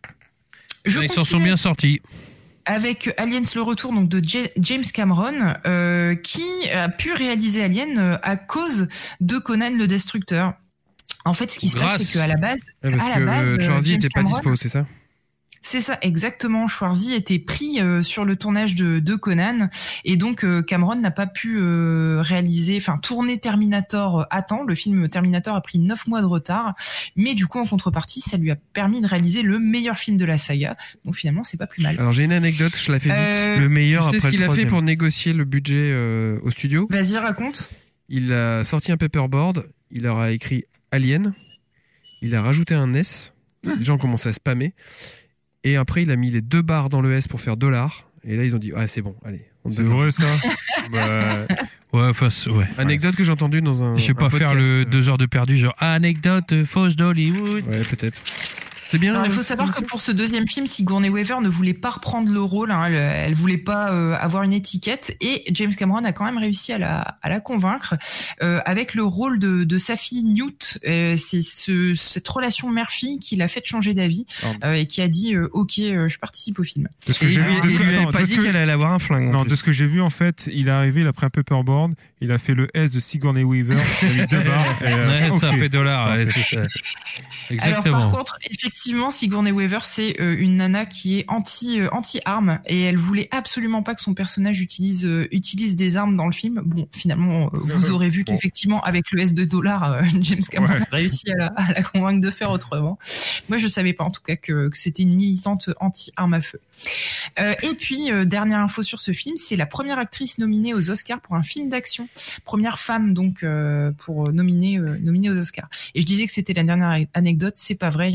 Je Ils s'en sont continue bien sortis. avec Aliens le retour donc de J- James Cameron, euh, qui a pu réaliser Alien euh, à cause de Conan le Destructeur. En fait, ce qui se Grâce. passe, c'est qu'à la base, Ouais, parce à la que base, euh, Schwarzy James était pas Cameron- dispo, c'est ça C'est ça, exactement. Schwarzy était pris euh, sur le tournage de, de Conan, et donc euh, Cameron n'a pas pu euh, réaliser, enfin tourner Terminator euh, à temps. Le film Terminator a pris neuf mois de retard, mais du coup en contrepartie, ça lui a permis de réaliser le meilleur film de la saga. Donc finalement, c'est pas plus mal. Alors j'ai une anecdote, je la fais vite. Euh, Le meilleur Tu sais ce après le qu'il a fait troisième. pour négocier le budget euh, au studio Vas-y, raconte. Il a sorti un paperboard, il leur a écrit Alien, il a rajouté un S, les gens ont commencé à spammer, et après il a mis les deux barres dans le S pour faire dollar, et là ils ont dit ah c'est bon, allez. On C'est donne vrai l'argent. ça Bah, Ouais, enfin, c'est- ouais. Anecdote que j'ai entendue dans un. Je sais un pas faire podcast. le deux heures de perdu, genre anecdote fausse d'Hollywood. Ouais, peut-être. C'est bien. Alors, il faut euh, savoir que pour ce deuxième film, Sigourney Weaver ne voulait pas reprendre le rôle, hein, elle, elle voulait pas euh, avoir une étiquette, et James Cameron a quand même réussi à la, à la convaincre euh, avec le rôle de, de sa fille Newt. Euh, c'est ce, cette relation mère-fille qui l'a fait changer d'avis euh, et qui a dit euh, ok, euh, je participe au film. De ce que Et j'ai il vu, lui- de ce il que- lui avait non, pas de dit ce que- qu'elle allait avoir un flingue. en Non, plus. de ce que j'ai vu en fait, il est arrivé, il a pris un paperboard, il a fait le S de Sigourney Weaver, il a mis deux barres. et, euh, Ouais, ça ok. fait dollar, ouais, c'est ça. Exactement. Alors par contre, effectivement, Sigourney Weaver, c'est euh, une nana qui est anti euh, anti armes, et elle voulait absolument pas que son personnage utilise euh, utilise des armes dans le film. Bon, finalement, euh, vous aurez vu Bon. qu'effectivement, avec le S de dollar, euh, James Cameron Ouais. a réussi à la, à la convaincre de faire autrement. Moi, je savais pas en tout cas que, que c'était une militante anti armes à feu. Euh, et puis, euh, dernière info sur ce film, c'est la première actrice nominée aux Oscars pour un film d'action, première femme donc euh, pour nominer euh, nominée aux Oscars. Et je disais que c'était la dernière anecdote, c'est pas vrai, il y en a une dernière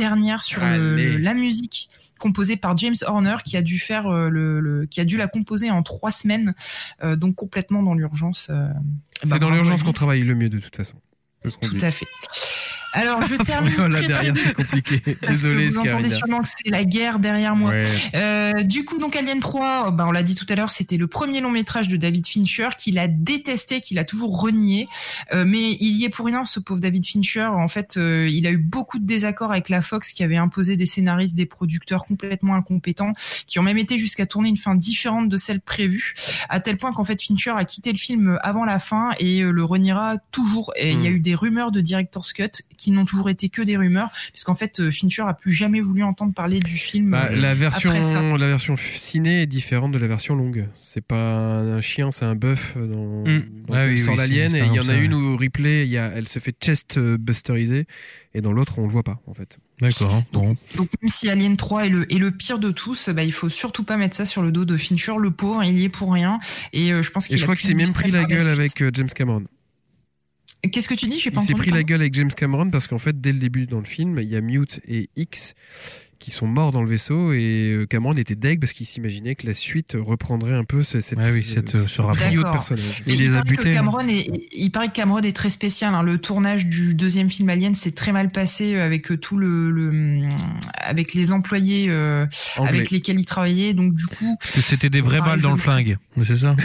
dernière sur le, la musique composée par James Horner, qui a dû faire euh, le, le, qui a dû la composer en trois semaines, euh, donc complètement dans l'urgence. Euh, C'est bah, dans l'urgence bravo, qu'on travaille le mieux de toute façon. Tout à fait. Alors, je termine. Là très derrière, c'est compliqué. Désolé, vous entendez sûrement que c'est la guerre derrière moi. Ouais. Euh, du coup, donc Alien trois, bah, on l'a dit tout à l'heure, c'était le premier long métrage de David Fincher qu'il a détesté, qu'il a toujours renié. Euh, mais il y est pour rien, ce pauvre David Fincher. En fait, euh, il a eu beaucoup de désaccords avec la Fox, qui avait imposé des scénaristes, des producteurs complètement incompétents, qui ont même été jusqu'à tourner une fin différente de celle prévue, à tel point qu'en fait Fincher a quitté le film avant la fin et euh, le reniera toujours. Et il mm. y a eu des rumeurs de director's cut qui n'ont toujours été que des rumeurs, puisqu'en fait Fincher a plus jamais voulu entendre parler du film. Bah, la version, après ça. la version ciné est différente de la version longue. C'est pas un chien, c'est un bœuf dans, Mm. dans Ah oui, sur oui, l'alien. c'est Et il y en ça, a ouais. une où Ripley, il y a, elle se fait chest busteriser, et dans l'autre on le voit pas en fait. D'accord. Bon. Donc même si Alien trois est le, est le pire de tous, bah, il faut surtout pas mettre ça sur le dos de Fincher, le pauvre, il y est pour rien. Et euh, je pense qu'il Et je a crois plus qu'il s'est du même stress pris la par gueule suite. avec euh, James Cameron. Qu'est-ce que tu dis? J'ai pas Il s'est entendu. pris la pardon. gueule avec James Cameron parce qu'en fait, dès le début dans le film, il y a Mute et X qui sont morts dans le vaisseau, et euh, Cameron était deg parce qu'il s'imaginait que la suite reprendrait un peu ce, cette, Ah oui, cette, euh, ce rapport. trio de D'accord. personnages. Et Il il, les a paraît que butés. Cameron est, il paraît que Cameron est très spécial. Hein. Le tournage du deuxième film Alien s'est très mal passé avec tout le, le avec les employés euh, Anglais. avec lesquels il travaillait. Donc du coup, Que c'était des vraies pareil, balles je dans le me- flingue. C'est ça?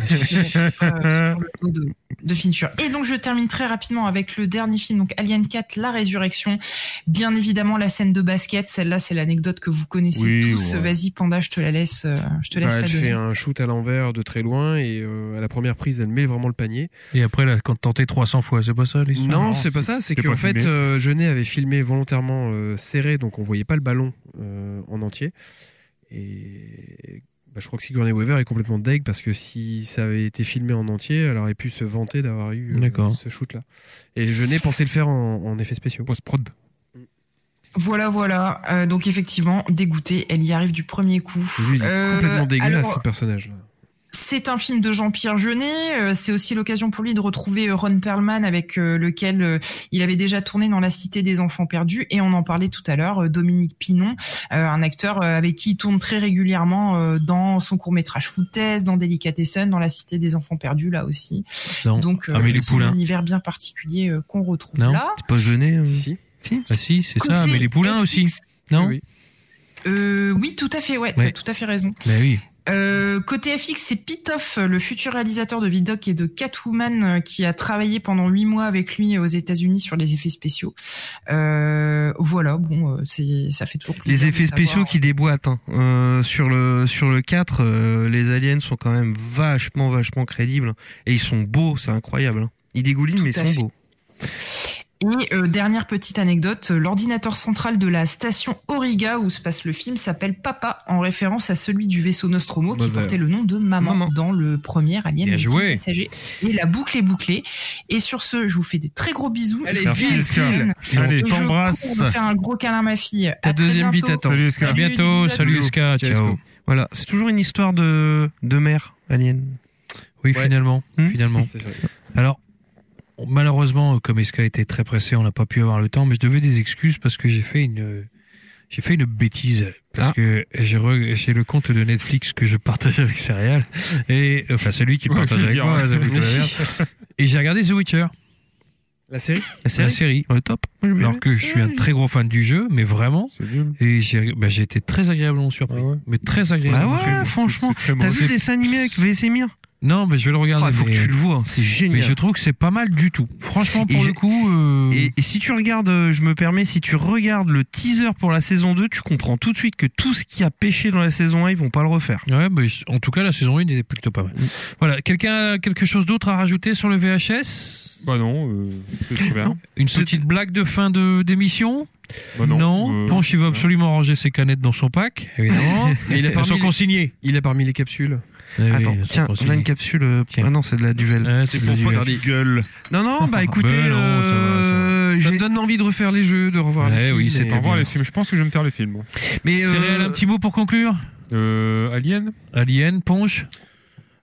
euh, sur le dos de, de Fincher. Et donc je termine très rapidement avec le dernier film, donc Alien quatre, La Résurrection. Bien évidemment la scène de basket. Celle-là, c'est l'anecdote que vous connaissez Oui, tous. ouais. Vas-y Panda, je te la laisse. euh, Je te laisse Bah, la elle donner. fait un shoot à l'envers de très loin, et euh, à la première prise, elle met vraiment le panier. Et après, là, quand tenté trois cents fois, c'est pas ça l'histoire? Non, c'est pas ça. C'est c'était qu'en pas fait, filmé. euh, Jeunet avait filmé volontairement euh, serré, donc on voyait pas le ballon euh, en entier. Et bah, je crois que Sigourney Weaver est complètement deg parce que si ça avait été filmé en entier, elle aurait pu se vanter d'avoir eu euh, D'accord. ce shoot-là. Et Jeunet pensait le faire en, en effets spéciaux. Post-prod. Voilà, voilà. Euh, donc effectivement, dégoûtée, elle y arrive du premier coup. Lui, il est Euh, complètement dégueulasse, alors, ce personnage-là. C'est un film de Jean-Pierre Jeunet. Euh, c'est aussi l'occasion pour lui de retrouver euh, Ron Perlman, avec euh, lequel euh, il avait déjà tourné dans La Cité des Enfants Perdus. Et on en parlait tout à l'heure, euh, Dominique Pinon, euh, un acteur euh, avec qui il tourne très régulièrement euh, dans son court-métrage Footès, dans Delicatessen, dans La Cité des Enfants Perdus, là aussi. Non. Donc, euh, Amélie c'est Poulain. un univers bien particulier euh, qu'on retrouve Non. là. C'est pas gêné. hein. Si, si. Si. Ah si, c'est Côté ça. Mais les poulains aussi. Non? Oui. Euh, oui, tout à fait, ouais, Ouais. t'as tout à fait raison. Mais oui. Euh, côté F X, c'est Pitoff, le futur réalisateur de Vidoc et de Catwoman, euh, qui a travaillé pendant huit mois avec lui aux États-Unis sur les effets spéciaux. Euh, voilà, bon, euh, c'est, ça fait toujours plaisir. Les effets de savoir. spéciaux qui déboîtent. Hein. Euh, sur le sur le quatre, euh, les aliens sont quand même vachement vachement crédibles, et ils sont beaux, c'est incroyable. Hein. Ils dégoulinent, mais ils à sont fait. beaux. Et euh, dernière petite anecdote, euh, l'ordinateur central de la station Auriga où se passe le film s'appelle Papa, en référence à celui du vaisseau Nostromo qui Mother. portait le nom de Maman, Maman. dans le premier Alien Bien le joué. passager. Et la boucle est bouclée. Et sur ce, je vous fais des très gros bisous. Allez, Je Merci, file, Eska. file. Allez, Et je t'embrasse. cours de faire un gros câlin à ma fille. Ta À très deuxième vie bientôt. t'attend. Salut, Eska. À bientôt. bisous à Salut tous. Ska. Ciao. Ciao. Voilà, c'est toujours une histoire de de mère alien. Oui, Ouais. finalement. Hmm. Finalement. C'est ça. Alors, malheureusement, comme Eska était très pressé, on n'a pas pu avoir le temps, mais je devais des excuses parce que j'ai fait une, j'ai fait une bêtise. Parce Ah. que j'ai, re- j'ai le compte de Netflix que je partage avec Céréales. Et, enfin, celui qui Ouais, partage je veux avec dire, moi, ouais. ça fait tout la merde. Et j'ai regardé The Witcher, La série La la série, série. Ouais, top. Moi, j'aime bien. Alors que je suis un très gros fan du jeu, mais vraiment. C'est nul. Et j'ai, bah, j'ai été très agréablement surpris. Ah ouais. Mais très Ah agréablement surpris. ouais, franchement. C'est très T'as beau. vu le dessin animé avec V S Emir? Non, mais je vais le Il regarder. faut que mais, tu le vois, c'est génial. mais je trouve que c'est pas mal du tout. Franchement, pour Et le j'ai- coup, euh... Et, et si tu regardes, euh, je me permets, si tu regardes le teaser pour la saison deux, tu comprends tout de suite que tout ce qui a pêché dans la saison un, ils vont pas le refaire. Ouais, bah, je- en tout cas, la saison un était plutôt pas mal. Voilà. Quelqu'un a quelque chose d'autre à rajouter sur le V H S? Bah non, euh, c'est très bien. Une petite blague de fin de, d'émission? Bah non. euh, Ponche, il veut absolument ranger ses canettes dans son pack, évidemment. Et il a Elles sont parmi les- consignées. Il a parmi les capsules. Eh oui, Attends, elles sont tiens, consignées. on a une capsule. euh, Tiens. Ah non, c'est de la duvel. Ouais, c'est C'est de la pourquoi duvel. tu gueules. Non, non, bah écoutez, Ben non, ça va, ça va. euh, Ça j'ai- me donne envie de refaire les jeux, de revoir Ouais, les films. oui, et- c'était Au revoir bien. les films. Je pense que je vais me faire les films. moi. mais euh, Céréales, un petit mot pour conclure? Euh, Alien. Alien, Ponche?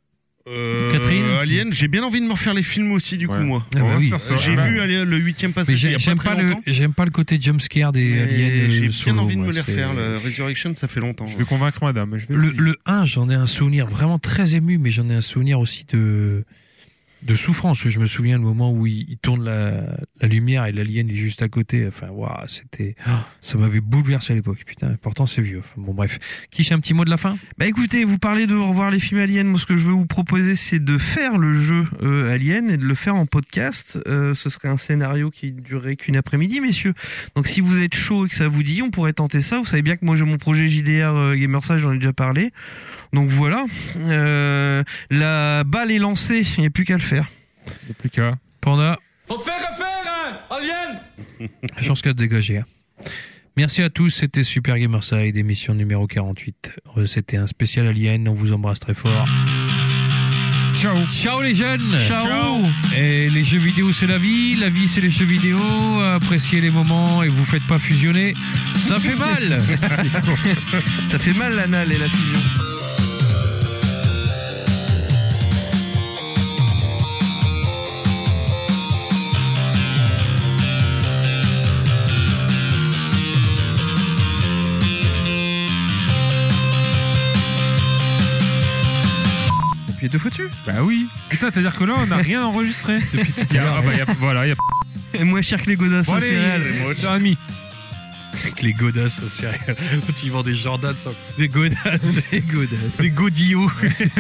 Euh, Catherine Alien, j'ai bien envie de me refaire les films aussi, du Ouais. coup, moi. Ah bah oui. J'ai Ah bah. vu aller, le huitième passager. Mais il y j'ai- a j'aime pas, pas, très le, longtemps. j'aime pas le côté jumpscare des Mais aliens. euh, J'ai bien solo, envie de me moi, les c'est- refaire. Le Resurrection, ça fait longtemps. Je vais convaincre madame. Je vais Le, essayer. le un, j'en ai un souvenir vraiment très ému, mais j'en ai un souvenir aussi de, de souffrance. Je me souviens le moment où il, il tourne la, la lumière et l'alien est juste à côté. Enfin, waouh, c'était, oh, ça m'avait bouleversé à l'époque. Putain, pourtant c'est vieux. Enfin, bon, bref. Quiche, un petit mot de la fin? Bah écoutez, vous parlez de revoir les films Alien. Moi, ce que je veux vous proposer, c'est de faire le jeu euh, Alien et de le faire en podcast. Euh, ce serait un scénario qui durerait qu'une après-midi, messieurs. Donc si vous êtes chaud et que ça vous dit, on pourrait tenter ça. Vous savez bien que moi j'ai mon projet J D R euh, Gamerside, j'en ai déjà parlé. Donc voilà, euh, la balle est lancée, il n'y a plus qu'à le faire. Il n'y a plus qu'à. Panda, Faut faire affaire, hein, Alien. chance qu'à te dégager. hein. Merci à tous, c'était Super Gamerside, émission numéro quarante-huit. Euh, C'était un spécial Alien, on vous embrasse très fort. Ciao. Ciao les jeunes. Ciao. Et les jeux vidéo c'est la vie, la vie c'est les jeux vidéo, appréciez les moments et vous faites pas fusionner, ça fait mal. Ça fait mal l'anal et la fusion. Appuyez deux fois dessus. Bah oui. Putain, c'est-à-dire que là, on n'a rien enregistré depuis tout à l'heure. Ah bah, y a, voilà, y a... Et moins cher que les godasses Bon, à allez, céréales. c'est moi, cher ami. Avec les godasses au céréales. Tu vends des Jordan sans... Des godasses. Des godasses. Des godillots.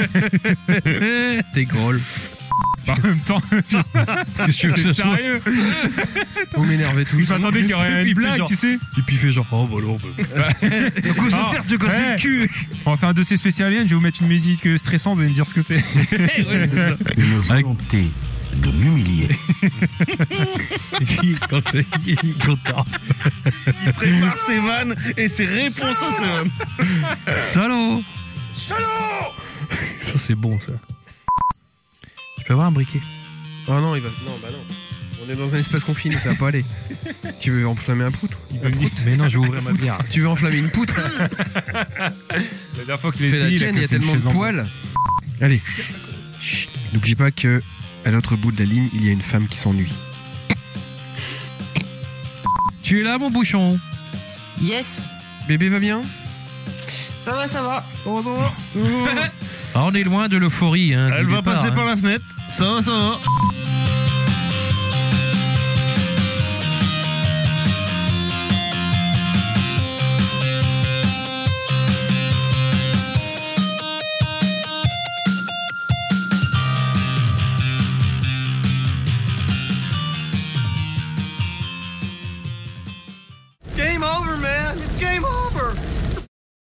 Des grolles. Bah, en même temps, Qu'est-ce que tu veux que c'est ça soit? sérieux. Vous m'énervez tous. Je m'attendais qu'il y aurait Il une fait blague, genre- tu sais. Et puis il fait genre, oh bah non, bah... À cause de Ah, certes, je casse ouais. le cul. On va faire un dossier spécial Alien, je vais vous mettre une musique stressante, vous allez me dire ce que c'est. ouais, c'est ça. Une volonté de m'humilier. Il est content. Il est content. Il prépare ses vannes et ses réponses à ses vannes. Salaud. Salaud. Ça c'est bon ça. Je peux avoir un briquet? Oh non, il va. Non, bah non. On est dans un espace confiné, ça va pas aller. Tu veux enflammer un poutre? Un poutre. Mais non, je vais ouvrir ma bière. Tu veux enflammer une poutre? La dernière fois qu'il a Fais la essayé, tienne, il y a cassé une tellement de chaise en bois. poils. Allez. Chut. N'oublie pas que à l'autre bout de la ligne, il y a une femme qui s'ennuie. Tu es là, mon bouchon? Yes. Bébé va bien? Ça va, ça va. Oh, ça va. Ah, on est loin de l'euphorie. Hein, Elle du va départ, passer hein. par la fenêtre. Ça va, ça va.